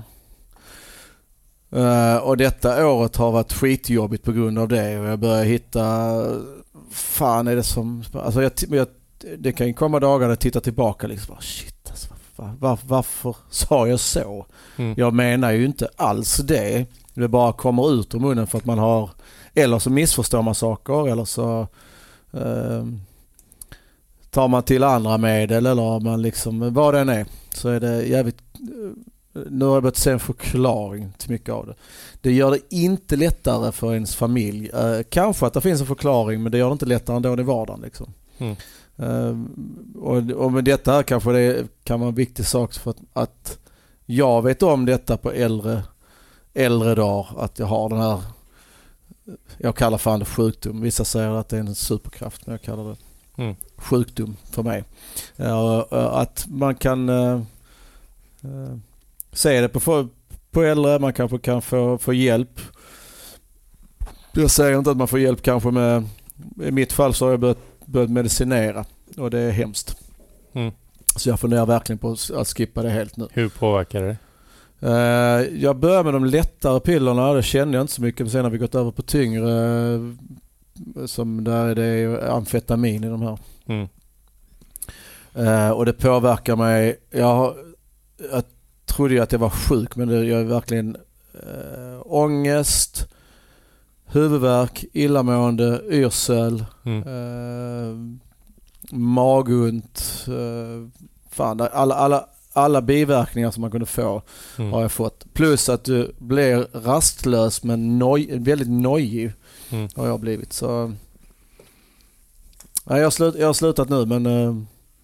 Uh, och detta året har varit skitjobbigt på grund av det. Och jag börjar hitta... Fan är det som... Alltså jag... jag det kan ju komma dagar där jag tittar tillbaka liksom, shit alltså, var, var, varför sa jag så? Mm. Jag menar ju inte alls det. Det bara kommer ut ur munnen för att man har, eller så missförstår man saker eller så eh, tar man till andra medel eller man liksom, vad den är, så är det jävligt. Nu har jag börjat se en förklaring till mycket av det. Det gör det inte lättare för ens familj. Eh, kanske att det finns en förklaring, men det gör det inte lättare ändå i vardagen liksom. Mm. Uh, och, och med detta här kanske det kan vara en viktig sak för att, att jag vet om detta på äldre äldre dagar, att jag har den här, jag kallar fan det sjukdom, vissa säger att det är en superkraft, men jag kallar det mm. sjukdom för mig. Uh, att man kan uh, uh, se det på, på äldre, man kanske kan få, få hjälp. Jag säger inte att man får hjälp kanske med, i mitt fall så har jag börjat börjat medicinera och det är hemskt. Mm. Så jag funderar verkligen på att skippa det helt nu. Hur påverkar det? Uh, jag börjar med de lättare pillerna, det kände jag inte så mycket, men sen har vi gått över på tyngre uh, som där det är amfetamin i de här. Mm. Uh, och det påverkar mig. Jag, jag trodde ju att jag var sjuk, men det, jag är verkligen uh, ångest, huvudvärk, illamående, yrsel, Mm. uh, magont, uh, fan, alla, alla Alla biverkningar som man kunde få Mm. har jag fått. Plus att du blir rastlös men noj, väldigt nojig Mm. har jag blivit. Så nej, jag, har slut, jag har slutat nu, men uh,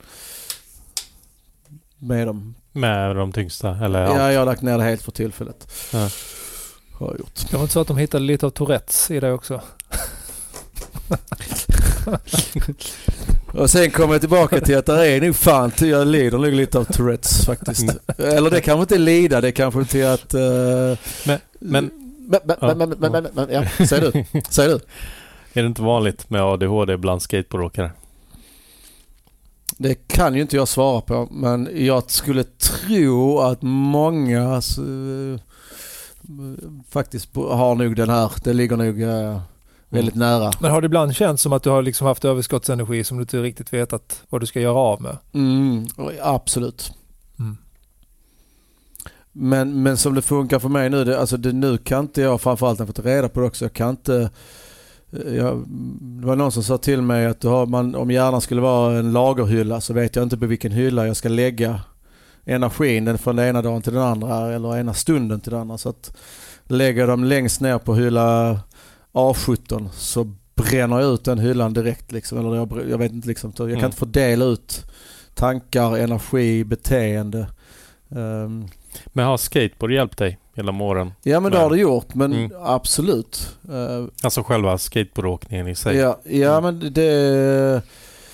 med dem. Med de tyngsta? Eller Ja, jag har lagt ner det helt för tillfället. Ja. Har jag gjort. Det var inte så att de hittade lite av Tourettes i det också? Och sen kommer jag tillbaka till att det är nog fan till jag lider nog lite av Tourettes faktiskt. Eller det kanske inte lida, det kanske till att... Uh, Men, men, men, men, ja, men, men, men, men, ja, säg du. Säg du. är det inte vanligt med A D H D bland skateboardåkare? Det kan ju inte jag svara på, men jag skulle tro att många uh, faktiskt har nog den här. Det ligger nog uh, väldigt mm. nära. Men har det ibland känts som att du har liksom haft överskottsenergi som du inte riktigt vet att, vad du ska göra av med? Mm, absolut. Mm. Men, men som det funkar för mig nu, det, alltså det, nu kan inte jag, framförallt när jag fått reda på det också, jag kan inte... Jag, det var någon som sa till mig att du har, man, om hjärnan skulle vara en lagerhylla så vet jag inte på vilken hylla jag ska lägga energin den från den ena dagen till den andra eller ena stunden till den andra. Så att lägger dem längst ner på hylla A sjutton så bränner jag ut den hyllan direkt. Liksom, eller jag, jag vet inte, liksom, jag kan mm. inte fördela ut tankar, energi, beteende. Um, Men har skateboard hjälpt dig genom åren? Ja, men det har det gjort, men mm. absolut. Uh, alltså själva skateboardåkningen i sig? Ja, ja mm. men det...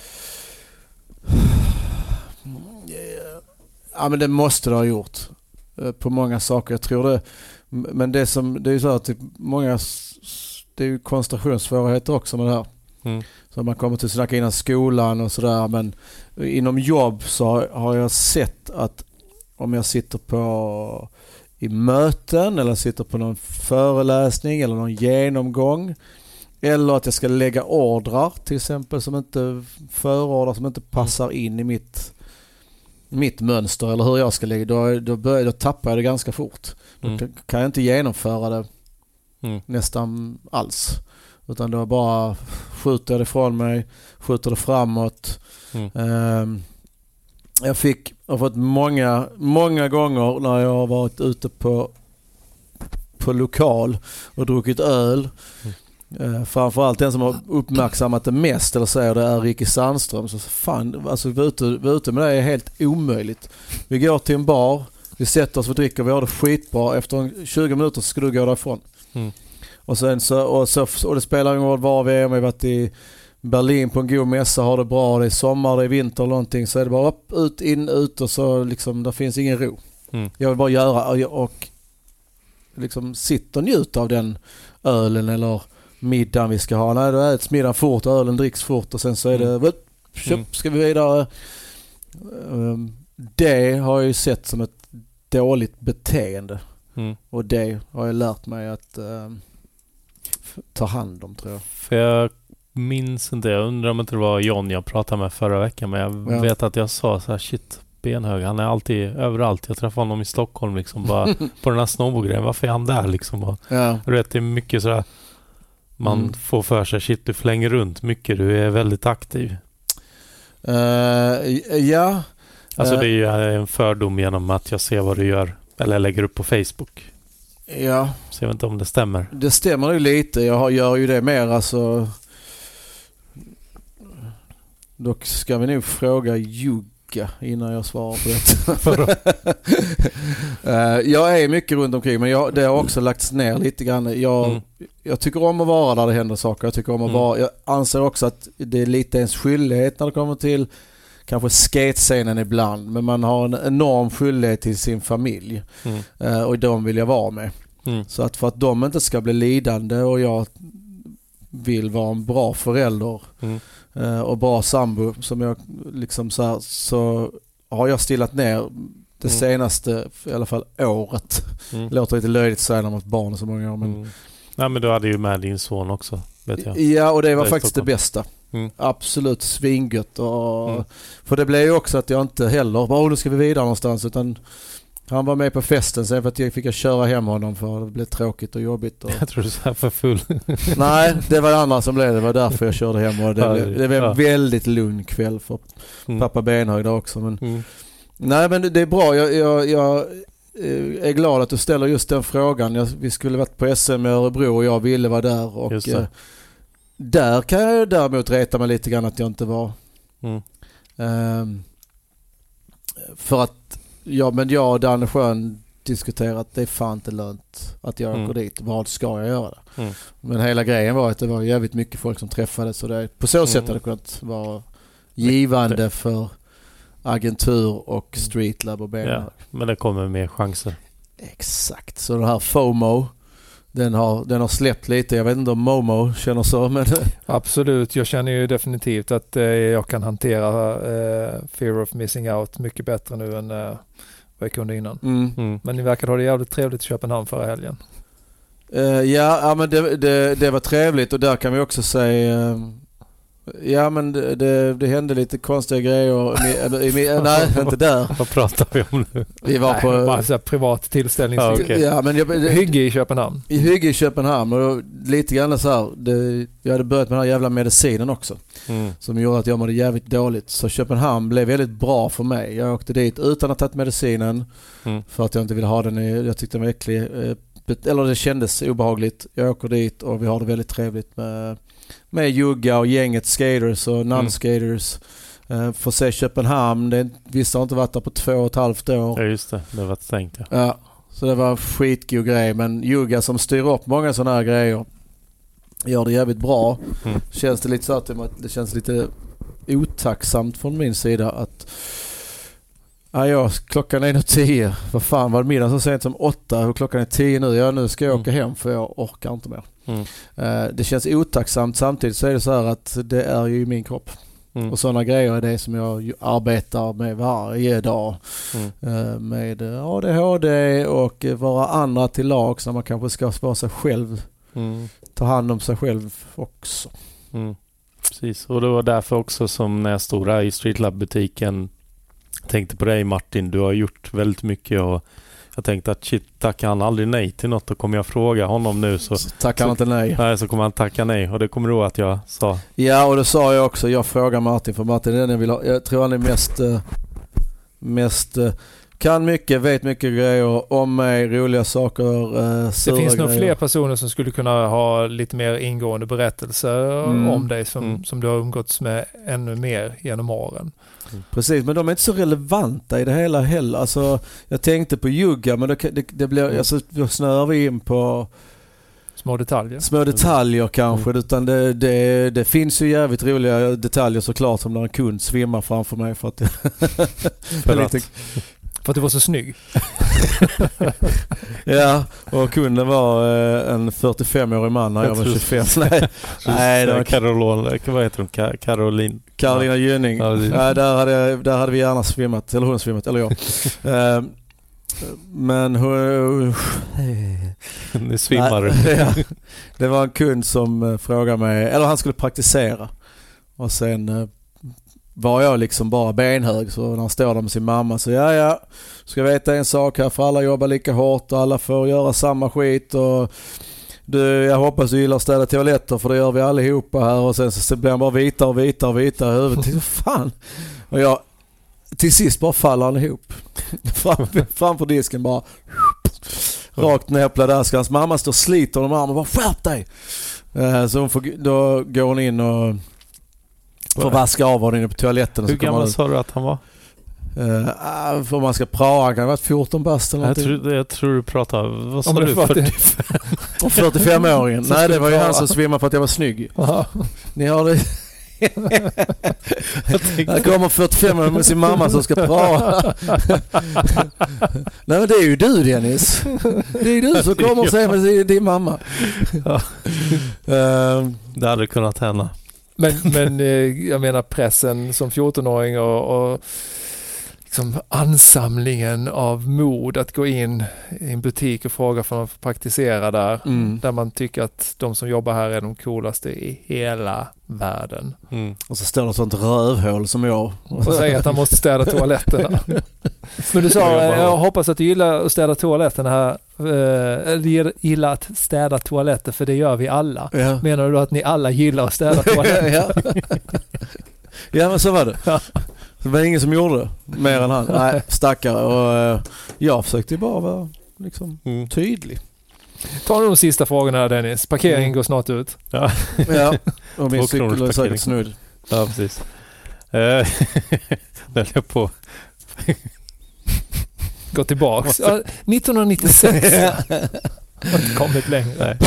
Ja, men det måste det ha gjort. Uh, på många saker, jag tror det. Men det som det är ju så att typ, många... Det är ju koncentrationssvårigheter också med det här. Mm. Så man kommer till snacka innan skolan och sådär. Men inom jobb så har jag sett att om jag sitter på i möten eller sitter på någon föreläsning eller någon genomgång eller att jag ska lägga ordrar till exempel som inte förordrar som inte passar in i mitt mitt mönster eller hur jag ska lägga, då, då, börjar, då tappar jag det ganska fort. Då mm. kan jag inte genomföra det mm. nästan alls. Utan då bara skjuter jag det från mig, skjuter det framåt. Mm. Um, jag fick jag har fått många, många gånger när jag har varit ute på, på lokal och druckit öl. Mm. Uh, framförallt den som har uppmärksammat det mest eller säger det är Ricky Sandström. Så fan, alltså vi är ute, vi är ute med det är helt omöjligt. Vi går till en bar, vi sätter oss och dricker, vi har det skitbra. Efter tjugo minuter så ska du gå därifrån. Mm. Och, sen så, och, så, och det spelar ingen roll var vi är, om vi har varit i Berlin på en god mässa, har det bra, det är sommar, det är vinter eller någonting, så är det bara upp, ut, in, ut och så liksom, där finns ingen ro. Mm. Jag vill bara göra och, och liksom sitta och njuta av den ölen eller middagen vi ska ha. Nej, då äts middagen fort, ölen dricks fort och sen så är det mm. köp, ska vi vidare. Det har jag ju sett som ett dåligt beteende. Mm. Och det har jag lärt mig att uh, ta hand om, tror jag. För jag minns inte, jag undrar om inte det var John jag pratade med förra veckan, men jag ja. vet att jag sa så här, shit, benhög, han är alltid överallt. Jag träffade honom i Stockholm liksom, bara på den här snowboardgrejen. Varför är han där liksom? Och, ja. Du vet, det är mycket sådär man mm. får för sig, shit, du flänger runt mycket, du är väldigt aktiv. Uh, ja. Alltså uh, det är ju en fördom genom att jag ser vad du gör eller lägger upp på Facebook. Ja. Så jag vet inte om det stämmer. Det stämmer ju lite. Jag gör ju det mer, alltså. Dock ska vi nog fråga Jugga innan jag svarar på det. uh, jag är mycket runt omkring, men jag, det har också lagts ner lite grann. Jag, mm. jag tycker om att vara där det händer saker. Jag tycker om att mm. vara. Jag anser också att det är lite ens skyldighet när det kommer till kanske skatescenen ibland, men man har en enorm skyldighet till sin familj. Mm. Uh, och de vill jag vara med. Mm. Så att för att de inte ska bli lidande och jag vill vara en bra förälder mm. uh, och bra sambo som jag liksom så här, så har jag stillat ner det mm. senaste, i alla fall året. Mm. Låter lite löjligt att säga när man har barn så många år. Men... Mm. Nej, men du hade ju med din son också, vet jag. Ja, och det var det faktiskt det bästa. Mm. Absolut svingött. Och... Mm. För det blev ju också att jag inte heller bara, nu ska vi vidare någonstans, utan han var med på festen sen för att jag fick köra hem honom för det blev tråkigt och jobbigt. Och... Jag tror du sa för full. Nej, det var det andra som blev det. var därför jag körde hem. Och det, ja, blev, det var en ja. väldigt lugn kväll för mm. pappa Benhöjd också. Men... Mm. Nej, men det är bra. Jag, jag, jag är glad att du ställer just den frågan. Jag, vi skulle varit på S M i Örebro och jag ville vara där. Och eh, där kan jag däremot reta mig lite grann att jag inte var. Mm. Um, för att ja, men jag och Danne Schön diskuterat att det är fan inte lönt att jag mm. åker dit. Vad ska jag göra? Mm. Men hela grejen var att det var jävligt mycket folk som träffades. Så det, på så sätt mm. hade det kunnat vara givande för agentur och streetlab och bena. Ja, men det kommer mer chanser. Exakt. Så den här FOMO den har, den har släppt lite. Jag vet inte om Momo känner så. Men... Absolut. Jag känner ju definitivt att eh, jag kan hantera eh, fear of missing out mycket bättre nu än eh, vad jag kunde innan. Mm. Mm. Men ni verkar ha det jävligt trevligt i Köpenhamn förra helgen. Uh, ja, ja, men det, det, det var trevligt och där kan vi också säga uh, ja, men det, det, det hände lite konstiga grejer. I, i, i, nej, inte där. Vad pratar vi om nu? Vi var nej, på... Bara så här privat tillställning. Ja, okay. ja, men jag, det, hygge i Köpenhamn. I hygge i Köpenhamn. Och lite grann så här, det, jag hade börjat med den här jävla medicinen också. Mm. Som gjorde att jag mådde jävligt dåligt. Så Köpenhamn blev väldigt bra för mig. Jag åkte dit utan att ha tagit medicinen. Mm. För att jag inte ville ha den. I, jag tyckte den var äcklig. Eller det kändes obehagligt. Jag åker dit och vi har det väldigt trevligt med... med Jugga och gänget skaters och non-skaters. Mm. Uh, för att se Köpenhamn. Det, vissa har inte varit där på två och ett halvt år. Ja, just det. Det var stängt. Ja. Ja, så det var en skitgod grej. Men Jugga som styr upp många sådana här grejer gör det jävligt bra. Mm. Känns det lite så att det känns lite otacksamt från min sida att ja, ja, klockan är nu tio. Vad fan var det middag så sent som åtta och klockan är tio nu. Ja, nu ska jag åka mm. hem för jag orkar inte mer. Mm. Uh, det känns otacksamt. Samtidigt så är det så här att det är ju i min kropp. Mm. Och sådana grejer är det som jag arbetar med varje dag. Mm. Uh, med A D H D och vara andra till lag så man kanske ska vara sig själv. Mm. Ta hand om sig själv också. Mm. Precis. Och det var därför också som när jag stod där i Streetlab-butiken tänkte på dig Martin. Du har gjort väldigt mycket och jag tänkte att shit, tackar han aldrig nej till något och kommer jag fråga honom nu så... så tackar han inte nej. Nej, så kommer han tacka nej och det kommer då att jag sa. Ja, och det sa jag också. Jag frågar Martin för Martin är den jag vill ha. Jag tror han är mest... Uh, mest uh, kan mycket, vet mycket grejer om mig, roliga saker, uh, det finns nog fler personer som skulle kunna ha lite mer ingående berättelser mm. om dig som, mm. som du har umgåtts med ännu mer genom åren. Mm. Precis, men de är inte så relevanta i det hela heller. Alltså, jag tänkte på Jugga, men det, det, det blir, mm. alltså, då snör vi in på små detaljer. Små detaljer kanske, mm. utan det, det, det finns ju jävligt roliga detaljer såklart som när en kund svimmar framför mig för att... för, att lite... för att du var så snygg. Ja, och kunden var eh, en fyrtiofem-årig man när jag, jag var tjugofem. Nej, nej det var Caroline, vad heter hon? Ka- Caroline. Carolina Gynning. Ja, där, hade, där hade vi gärna svimmat, eller hon svimmat, eller jag. uh, men hon... Nu svimmar du. Ja, det var en kund som frågade mig, eller han skulle praktisera. Och sen... Uh, var jag liksom bara benhög så när han står där med sin mamma så ja ja, ska veta en sak här för alla jobbar lika hårt och alla får göra samma skit och du, jag hoppas du gillar att städa toaletter för det gör vi allihopa här och sen så blir han bara vita och vita och vita i huvudet. Fan! Och jag till sist bara faller han ihop. Fram, framför disken bara rakt ner på där ska hans mamma stå och sliter om armen och bara skärp dig! Så hon får, då går hon in och får vaska av honom inne på toaletten. Hur gammal sa du att han var? Uh, för man ska prata, han kan ha varit fjorton bast eller jag tror, jag tror du pratar, vad sa du? fyrtiofem Och fyrtiofem-åringen. Nej, det var ju han som svimmade för att jag var snygg. Aha. Ni har det. Här kommer fyrtiofem-åringen med sin mamma som ska prata. Nej, men det är ju du, Dennis. Det är ju du som kommer och säger med din mamma. Ja. Uh, det hade kunnat hända. Men, men jag menar pressen som fjortonåring och, och liksom ansamlingen av mod att gå in i en butik och fråga för att praktisera där. Mm. Där man tycker att de som jobbar här är de coolaste i hela världen. Mm. Och så står det sånt rövhål som jag. Och så säger att han måste städa toaletterna. Men du sa, jag hoppas att du gillar att städa toaletterna här. Eller gillar att städa toaletter, för det gör vi alla. Ja. Menar du att ni alla gillar att städa toaletter? ja. ja, men så var det. Ja. Det var ingen som gjorde det, mer än han. Nej, stackare. Och uh, jag försökte ju bara vara liksom, mm. tydlig. Ta de sista frågorna här, Dennis. Parkeringen mm. går snart ut. Ja, ja. Och min cykel är säkert snudd. Ja, precis. Den är på. Gå tillbaks. Ja, nittonhundranittiosex. Har inte kommit längre.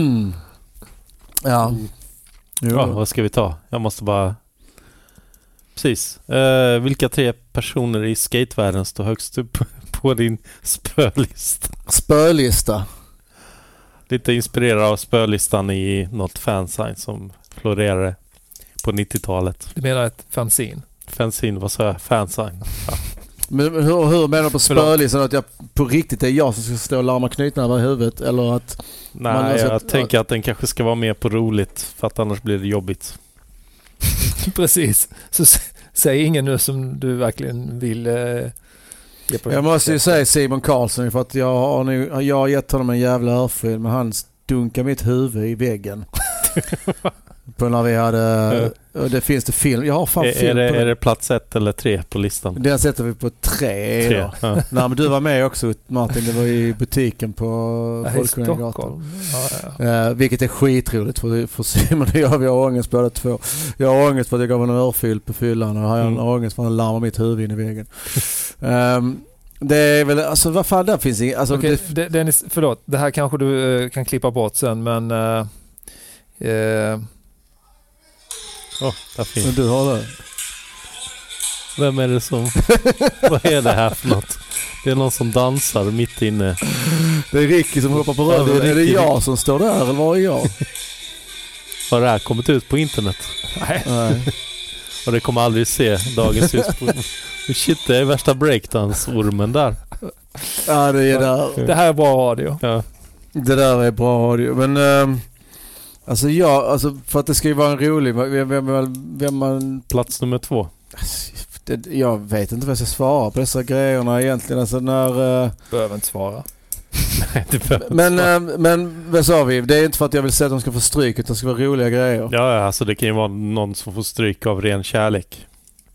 ja. ja. Vad ska vi ta? Jag måste bara... Precis. Uh, vilka tre personer i skatevärlden står högst upp på din spölista? Spölista? Lite inspirerad av spölistan i något fansign som florerade på nittiotalet. Du menar ett fanzine? Fanzine, vad sa jag? Fansign. Ja. Men hur, hur menar du på spölistan? Att jag på riktigt är jag som ska stå och larma knytnävar i huvudet? Eller att... Nej, man jag att, tänker att den kanske ska vara mer på roligt, för att annars blir det jobbigt. Precis. Så säg ingen nu som du verkligen vill eh, ge på. Jag måste ju säga Simon Karlsson, för att jag har, nu, jag har gett honom en jävla örfil, men han dunkar mitt huvud i väggen. På när vi hade... Och det finns det film. Jag har fan är, film är det, på det. Är det plats ett eller tre på listan? Den sätter vi på tre. tre. Ja. Nej, men du var med också, Martin. Det var i butiken på Folkungagatan. Ja, ja. uh, vilket är skitroligt för, för Simon och jag. Vi har ångest båda två. Jag har ångest för att jag gav honom en örfil på fyllan. Och jag har mm. ångest för att han larmar mitt huvud in i väggen. um, Det är väl, alltså vad fan, där finns inget. Alltså, okay, det, Dennis, förlåt. Det här kanske du uh, kan klippa bort sen, men... Uh, uh, Oh, där finns. Men du har det. Vem är det som... Vad är det här för något? Det är någon som dansar mitt inne. Det är Ricky som hoppar på röven. Ja, är det jag som står där, eller var är jag? Har det här kommit ut på internet? Nej. Nej. Och det kommer aldrig se dagens ljus på... Shit, det är värsta breakdance-ormen där. Ja, det är där. Det här är bra radio. Ja. Det där är bra radio. Men... Um... Alltså jag, alltså för att det ska ju vara en rolig, vem, vem, vem man... Plats nummer två. Det, jag vet inte vad jag ska svara på dessa grejerna egentligen. Alltså när... Uh... Behöver inte svara. Nej, det behöver inte men, svara. Uh, men vad sa vi? Det är inte för att jag vill säga att de ska få stryk, utan det ska vara roliga grejer. Ja, alltså det kan ju vara någon som får stryk av ren kärlek.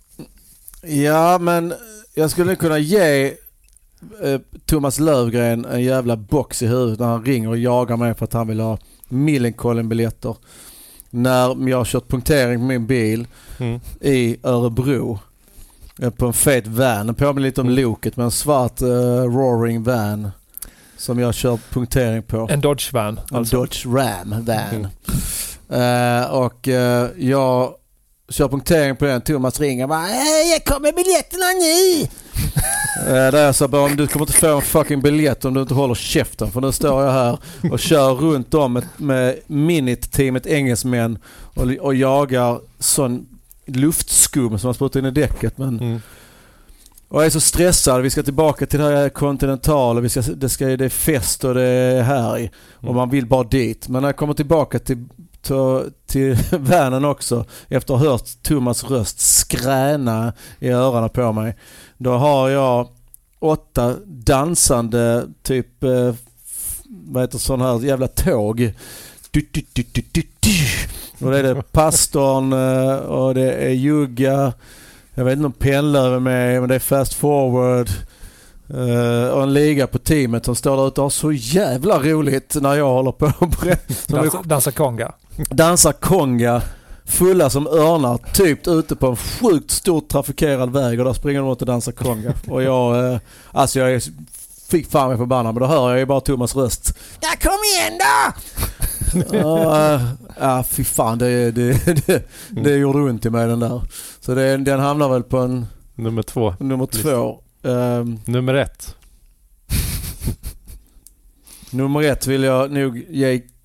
Ja, men jag skulle kunna ge uh, Thomas Lövgren en jävla box i huvudet när han ringer och jagar mig för att han vill ha Millencolin-biljetter när jag har kört punktering på min bil mm. i Örebro på en fet van. Den påminner lite om mm. loket med en svart uh, roaring van som jag kör punktering på. En Dodge van. En alltså. Dodge Ram van. Mm. Uh, och uh, jag kör punktering på den. Thomas ringer och bara hej, jag kommer biljetterna nu! uh, där jag sa bara, om du kommer inte få en fucking biljett om du inte håller käften, för nu står jag här och kör runt om med, med Minit-teamet engelsmän och, och jagar sån luftskum som har sprutat in i däcket, men mm. och jag är så stressad. Vi ska tillbaka till det här Continental och vi ska, det, ska, det är fest och det är här och mm. man vill bara dit, men när jag kommer tillbaka till till, till vanen också efter att ha hört Thomas röst skräna i öronen på mig, då har jag åtta dansande typ eh, vad heter sån här jävla tåg du, du, du, du, du, du. Och det är det pastorn eh, och det är Jugga, jag vet inte om pendlar är med, men det är fast forward uh, och en liga på teamet som står där ute och har så jävla roligt när jag håller på Dansa, dansa konga dansar konga fulla som örnar typ ute på en sjukt stor trafikerad väg, och där springer de ut och dansar konga och jag uh, alltså jag fick fan mig förbannad, men då hör jag ju bara Thomas röst. Ja, kom igen då! Ja, uh, uh, fy fan, det, det, det, det gjorde ont i mig den där. Så det, den hamnar väl på en... Nummer två. Nummer två. Um, nummer ett. nummer ett vill jag nog ge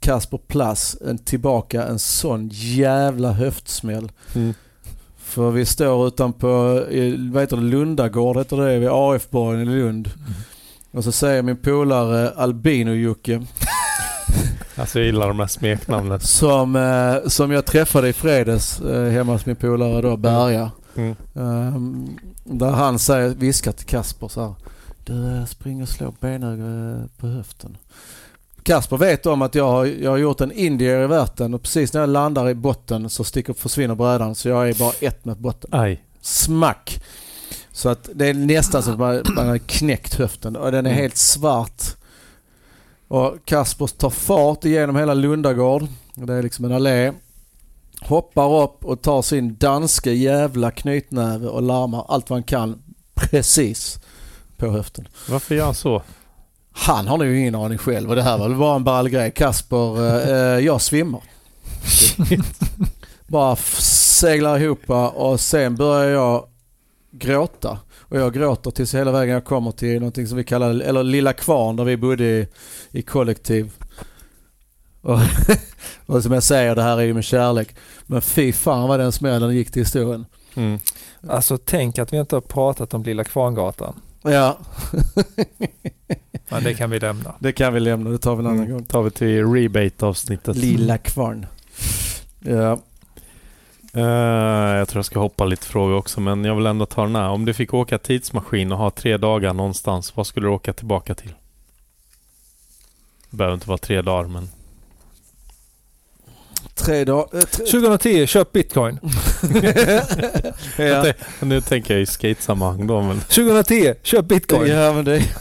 Kasper Plass en, tillbaka en sån jävla höftsmäll. Mm. För vi står utanpå, vad heter det, Lundagård heter det, vid A F-borgen i Lund. Mm. Och så säger min polare Albino-Jocke. Alltså jag gillar de här smeknamnen. Som, eh, som jag träffade i fredags eh, hemma hos min polare då, Berga. Mm. Um, där han säger, viskar till Kasper så här: du springer och slår benen på höften. Kasper vet om att jag har, jag har gjort en indier i värten och precis när jag landar i botten så sticker försvinner brädan, så jag är bara ett med botten. Aj. Smack. Så att det är nästan så att man, man har knäckt höften och den är mm. helt svart. Och Kasper tar fart igenom hela Lundagård. Det är liksom en allé. Hoppar upp och tar sin danska jävla knytnäve och larmar allt vad han kan precis på höften. Varför gör han så? Han har nog ingen aning själv och det här var väl bara en ball grej. Kasper, eh, jag svimmar. Bara seglar ihop och sen börjar jag gråta. Och jag gråter tills hela vägen jag kommer till någonting som vi kallar, eller Lilla Kvarn, där vi bodde i, i kollektiv. Och, och som jag säger, det här är ju med kärlek. Men fy fan vad den smällen gick till historien. Mm. Alltså tänk att vi inte har pratat om Lilla Kvarngatan. Ja. Men det kan vi lämna. Det kan vi lämna, det tar vi en annan mm. gång. Tar vi till rebate-avsnittet. Lilla Kvarn. Ja. Uh, jag tror jag ska hoppa lite frågor också, men jag vill ändå ta den här. Om du fick åka tidsmaskin och ha tre dagar någonstans, vad skulle du åka tillbaka till? Det behöver inte vara tre dagar, men... Tre dagar... Äh, tre... tjugohundratio, köp bitcoin. Ja. Nu tänker jag i skatesammanhang då, men... tjugohundratio, köp bitcoin. Ja, men det...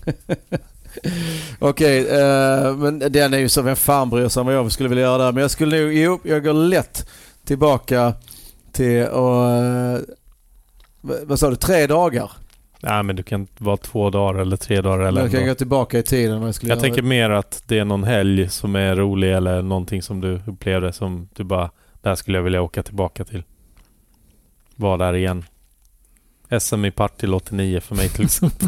Okej, okay, uh, men den är ju så, vem fan bryr sig om vad jag skulle vilja göra där. Men jag skulle nog... Jo, jag går lätt tillbaka till och, vad sa du, tre dagar? Nej, men du kan vara två dagar eller tre dagar eller jag kan gå tillbaka i tiden. Jag, jag tänker mer att det är någon helg som är rolig eller någonting som du upplevde som du bara, där skulle jag vilja åka tillbaka till. Var där igen. S M i Partille åttionio för mig till exempel.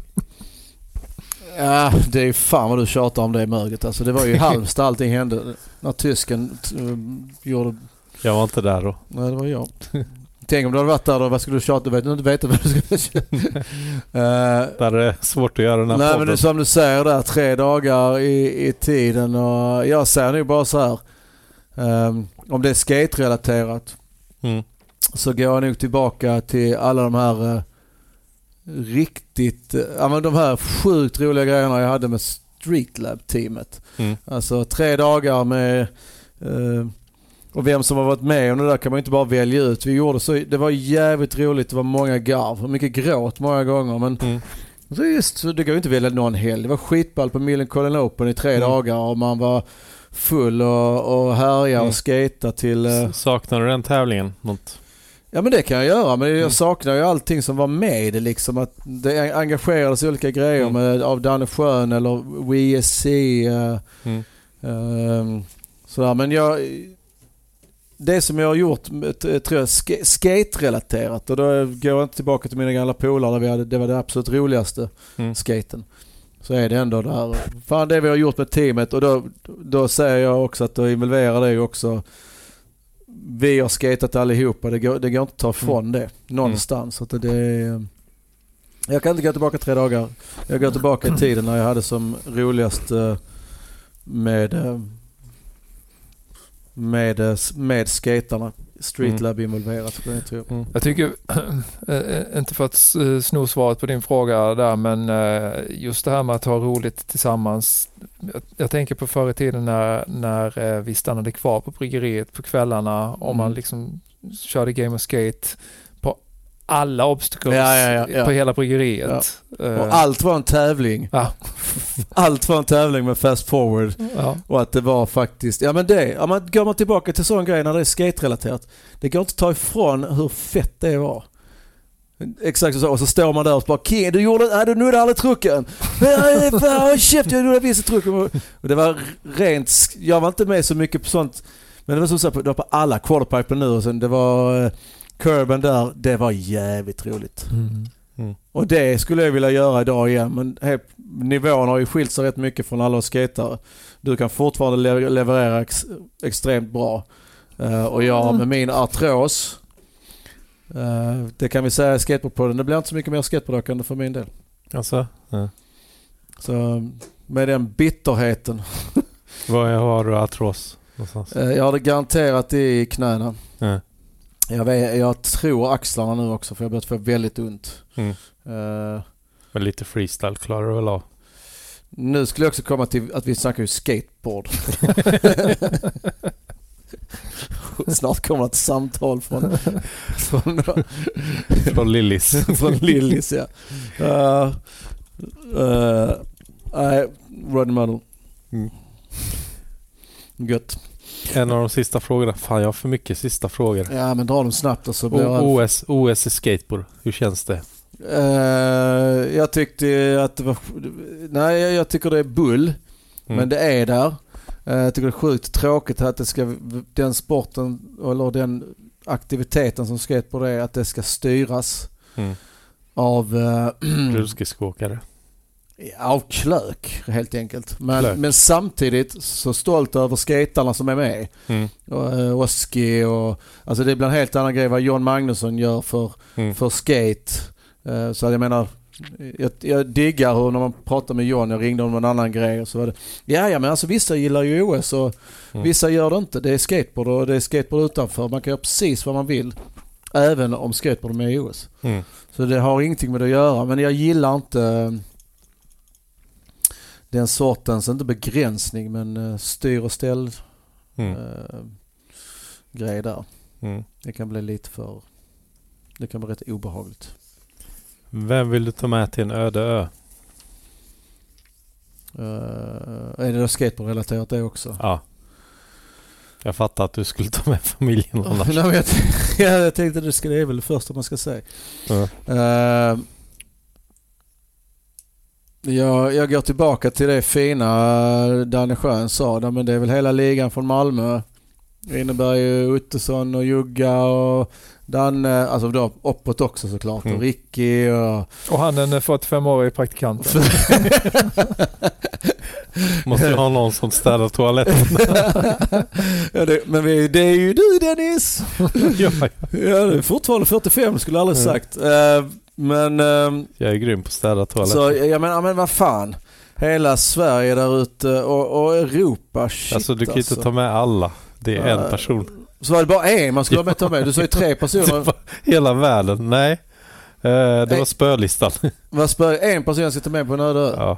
Ja, det är fan vad du tjatar om det i mörgret. Alltså, det var ju Halmstad allting hände. När tysken uh, gjorde... Jag var inte där då. Nej, det var jag. Tänk om du hade varit där då, vad skulle du tjata? Du vet inte vet vad du skulle köra. uh, Där är det svårt att göra den här nej, podden. Men det är som du säger där, tre dagar i, i tiden. Och jag säger nu bara så här. Um, om det är skate-relaterat mm. så går jag nog tillbaka till alla de här uh, riktigt, ja uh, men de här sjukt roliga grejerna jag hade med Streetlab-teamet. Mm. Alltså tre dagar med uh, och vem som har varit med om det där kan man inte bara välja ut. Vi gjorde så, det var jävligt roligt, det var många garv, mycket gråt många gånger, men mm. så just, så det går ju inte välja någon helg. Det var skitball på Millencolin Open i tre mm. dagar och man var full och, och härja mm. och skata till... Uh... Saknar du den tävlingen? Något? Ja, men det kan jag göra, men jag saknar ju allting som var med i det liksom, att det engagerades i olika grejer mm. med, av Danne Schön eller W S C uh, mm. uh, sådär, men jag det som jag har gjort tror jag skate-relaterat, och då går jag inte tillbaka till mina gamla polare där vi hade, det var det absolut roligaste mm. skaten. Så är det ändå där. Fan, det vi har gjort med teamet, och då, då säger jag också att då involverar det också. Vi har skatat allihopa, det går, det går inte att ta ifrån mm. det någonstans. Mm. Så att det är, jag kan inte gå tillbaka tre dagar. Jag går tillbaka i tiden när jag hade som roligast med med, med skaterna. Streetlab mm. involverat. Det tror jag. Mm. Jag tycker, äh, inte för att sno svaret på din fråga där, men äh, just det här med att ha roligt tillsammans. Jag, jag tänker på förr i tiden när, när äh, vi stannade kvar på bryggeriet på kvällarna och mm. man liksom körde game of skate på alla obstacles ja, ja, ja, ja. på hela bryggeriet. Ja. Uh, och allt var en tävling. Ja. Allt var en tävling med fast forward. Ja. Och att det var faktiskt... Ja, men det... Ja, man, går man tillbaka till sån grej när det är skate-relaterat, det går inte att ta ifrån hur fett det var. Exakt så. Och så står man där och bara, King, du gjorde... Nej, du nuddade aldrig trucken. Fan, käft, jag nuddade visst trucken. Och det var rent... Jag var inte med så mycket på sånt. Men det var så det var på alla quarterpiper nu. Och sen det var... Curben där, det var jävligt roligt. Mm. Mm. Och det skulle jag vilja göra idag igen. Men hey, nivån har ju skilt sig rätt mycket från alla skatare. Du kan fortfarande le- leverera ex- extremt bra. Uh, och jag med min artros, uh, det kan vi säga skateboardpodden, det blir inte så mycket mer skateboardåkande för min del. Alltså? Ja. Så med den bitterheten. Vad har du artros? Uh, jag hade garanterat det i knäna. Ja. Jag, vet, jag tror axlarna nu också för jag har börjat få väldigt ont. Mm. Uh, Men lite freestyle klarar du väl av? Nu skulle jag också komma till att vi snackar ju skateboard. Snart kommer ett samtal från från, från Lillis. från Lillis, ja. Uh, uh, Nej, Rodney Muddle. Mm. Gött. En av de sista frågorna. Fan, jag har för mycket sista frågor. Ja, men dra dem snabbt och så blir o- O S, O S i skateboard. Hur känns det? Uh, jag tyckte att det var... Nej, jag, jag tycker det är bull. Mm. Men det är där. Uh, jag tycker det är sjukt tråkigt att det ska... Den sporten, eller den aktiviteten som skateboard är, att det ska styras mm. av... Uh, Rullskridskoåkare. Av klök, helt enkelt. Men, men samtidigt så stolt över skaterna som är med. Mm. Och, uh, Oski och... Alltså det blir en helt annan grej vad John Magnusson gör för, mm. för skate. Uh, så jag menar... Jag, jag diggar hur när man pratar med John, jag ringde om en annan grej och så var det... Ja, ja men alltså vissa gillar ju O S och mm. vissa gör det inte. Det är skateboard och det är skateboard utanför. Man kan göra precis vad man vill. Även om skateboard är med i O S. Mm. Så det har ingenting med det att göra. Men jag gillar inte... Den sortens, inte begränsning men uh, styr och ställ mm. uh, grej där. Mm. Det kan bli lite för... Det kan bli rätt obehagligt. Vem vill du ta med till en öde ö? Uh, är det då skateboardrelaterat det också? Ja. Jag fattar att du skulle ta med familjen annars. Nej, men jag, t- jag tänkte att det, ska, det är väl det första man ska säga. Mm. Uh, Jag, jag går tillbaka till det fina Danne Schön sa där, men det är väl hela ligan från Malmö. Det innebär ju Ottosson och Jugga och Danne, alltså då uppåt också såklart, mm. och Ricky och... Och han är fyrtiofem-årig praktikant. Måste ju ha någon som städar toaletten. Ja, det, men vi, det är ju du Dennis! ja, ja. Ja, det är fortfarande fyrtiofem skulle jag aldrig mm. sagt. Uh, Men, um, jag är grym på att städa toaletten. Så jag menar, men vad fan. Hela Sverige där ute och, och Europa, shit. Alltså du kan ju inte alltså. ta med alla. Det är uh, en person. Så var det bara en man skulle ha med ta med. Du sa ju tre personer. Hela världen, nej. Uh, det en, var spölistan. Vad spör, en person jag ska ta med på en öde? Ja.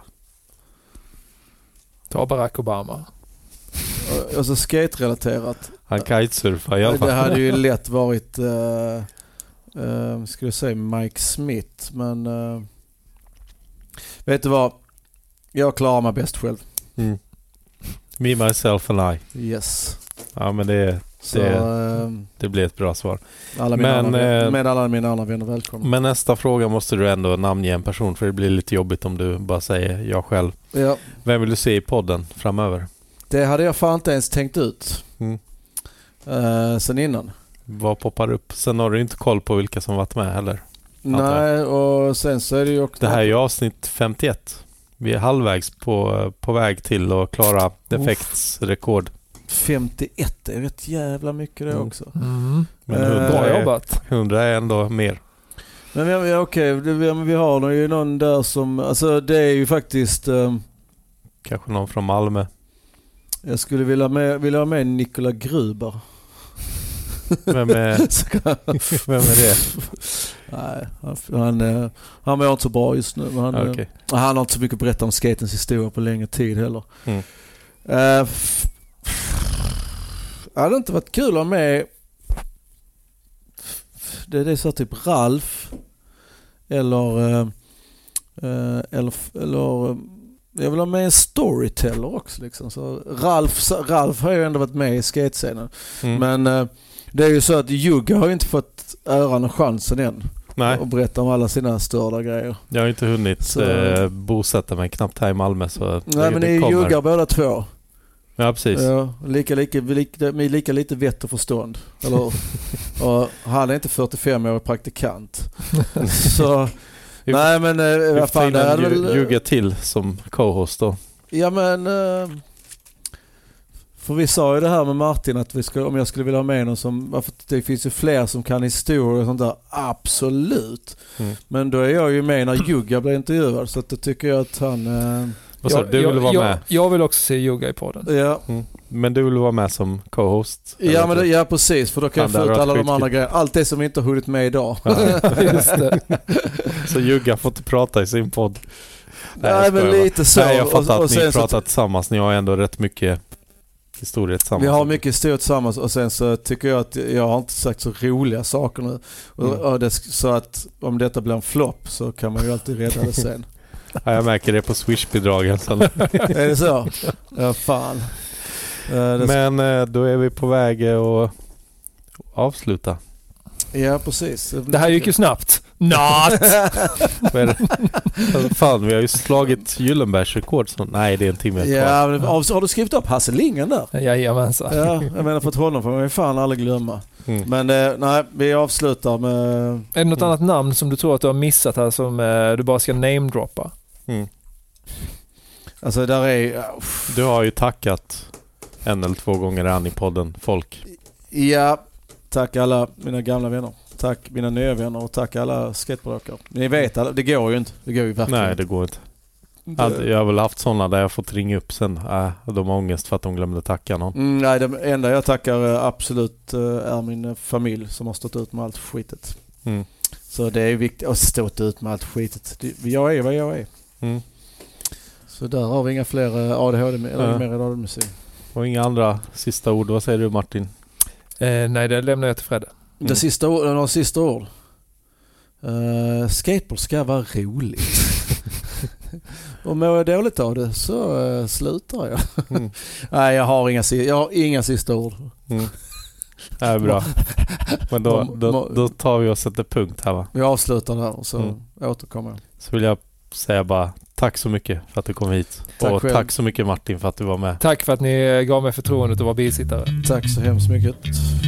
Ta Barack Obama. Och, och så skate-relaterat. Han kitesurfar i alla fall. Det hade ju lätt varit... Uh, Uh, skulle jag säga Mike Smith, men uh, vet du vad, jag klarar mig bäst själv. Mm. Me, myself and I. Yes. Ja, men det, Så, det, uh, det blir ett bra svar. Alla mina men, andra, uh, med alla mina andra vänner, välkomna. Men nästa fråga måste du ändå namnge en person, för det blir lite jobbigt om du bara säger jag själv. Ja. Vem vill du se i podden framöver? Det hade jag fan inte ens tänkt ut mm. uh, sen innan. Vad poppar upp? Sen har du inte koll på vilka som varit med heller. Nej, och sen så är det ju också... Det här är ju avsnitt femtioett. Vi är halvvägs på, på väg till att klara Defects rekord. femtioett är rätt jävla mycket det mm. också. Mm. Men hundra är, jobbat. hundra är ändå mer. Men vi, ja, okej, vi, vi har ju någon där som... Alltså det är ju faktiskt... Um, Kanske någon från Malmö. Jag skulle vilja, med, vilja ha med Nikola Gruber. Vem är, vem är det? Nej, han, han, han mår inte så bra just nu. Han, okay. han har inte så mycket att berätta om skatens historia på längre tid heller. Mm. Uh, f- hade inte varit kul att ha med det är det så typ Ralf eller uh, uh, eller, eller jag vill ha med en storyteller också liksom. Så Ralf, Ralf har ju ändå varit med i skatescenen. Mm. Men uh, det är ju så att Jugga har ju inte fått äran och chansen än. Nej. Och berätta om alla sina störda grejer. Jag har inte hunnit så... eh, bosätta mig knappt här i Malmö. Så nej, det, men ni är Juggar båda två. Ja, precis. Ja, lika, lika, lika, med lika lite vett och förstånd. Eller, och han är inte fyrtiofem år praktikant. så Nej men eh, vad fan, det är väl... Ljuga till som co-host då. Ja men... Eh, för vi sa ju det här med Martin att vi ska, om jag skulle vilja ha med någon som... Varför det finns ju fler som kan historia och sånt där. Absolut. Mm. Men då är jag ju med när Jugga blir intervjuad. Så att då tycker jag att han... Eh, Vad sa du? Du vill vara jag, med? Jag vill också se Jugga i podden. Ja. Mm. Men du vill vara med som co-host? Ja, men det, ja precis. För då kan jag få ut alla de andra grejerna. Allt det som inte har hunnit med idag. Ja. Just det. Så Jugga får inte prata i sin podd. Nej, Nej men lite så. Nej, jag fattar och, och att ni pratar så, tillsammans. Ni har ändå rätt mycket historia tillsammans. Vi har mycket historia tillsammans och sen så tycker jag att jag har inte sagt så roliga saker nu. Och, mm. och det, så att om detta blir en flopp så kan man ju alltid rädda det sen. Ja, jag märker det på Swish-bidragen. Är det så? Ja, fan. Uh, Men uh, då är vi på väg att avsluta. Ja, precis. Det här gick ju snabbt. Not! Fan, vi har ju slagit Gyllenbergs rekord. Så... Nej, det är en timme kvar. Ja, men, har du skrivit upp Hasse Lingen där? Jajamensan. Ja, jag menar för att honom får man ju fan aldrig glömma. Mm. Men eh, nej, vi avslutar med... Är det något mm. annat namn som du tror att du har missat här som eh, du bara ska namedroppa? Mm. Alltså där är... Uh, du har ju tackat en eller två gånger redan i podden, folk. Ja, tack alla mina gamla vänner. Tack mina nya vänner och tack alla skateboardåkare. Ni vet, alla, det går ju inte. Det går ju verkligen. Nej, det går inte. Det... Jag har väl haft sådana där jag fått ringa upp sen. Äh, de har ångest för att de glömde tacka någon. Mm, nej, det enda jag tackar absolut är min familj som har stått ut med allt skitet. Mm. Så det är viktigt att stått ut med allt skitet. Jag är vad jag är. Mm. Så där har vi inga fler A D H D eller mer A D H D-musik. Och inga andra sista ord. Vad säger du, Martin? Eh, nej, det lämnar jag till Fredde. Mm. Det sista ord, några sista ord. Uh, skateboard ska vara roligt. Och mår jag dåligt av det så uh, slutar jag. Mm. Nej, jag har inga, jag har inga sista ord. Mm. Det är bra. Men då, då, då tar vi och sätter punkt här, va? Vi avslutar där och så mm. återkommer jag. Så vill jag säga bara tack så mycket för att du kom hit. Tack och själv. Tack så mycket, Martin, för att du var med. Tack för att ni gav mig förtroendet att vara bisittare. Tack så hemskt mycket.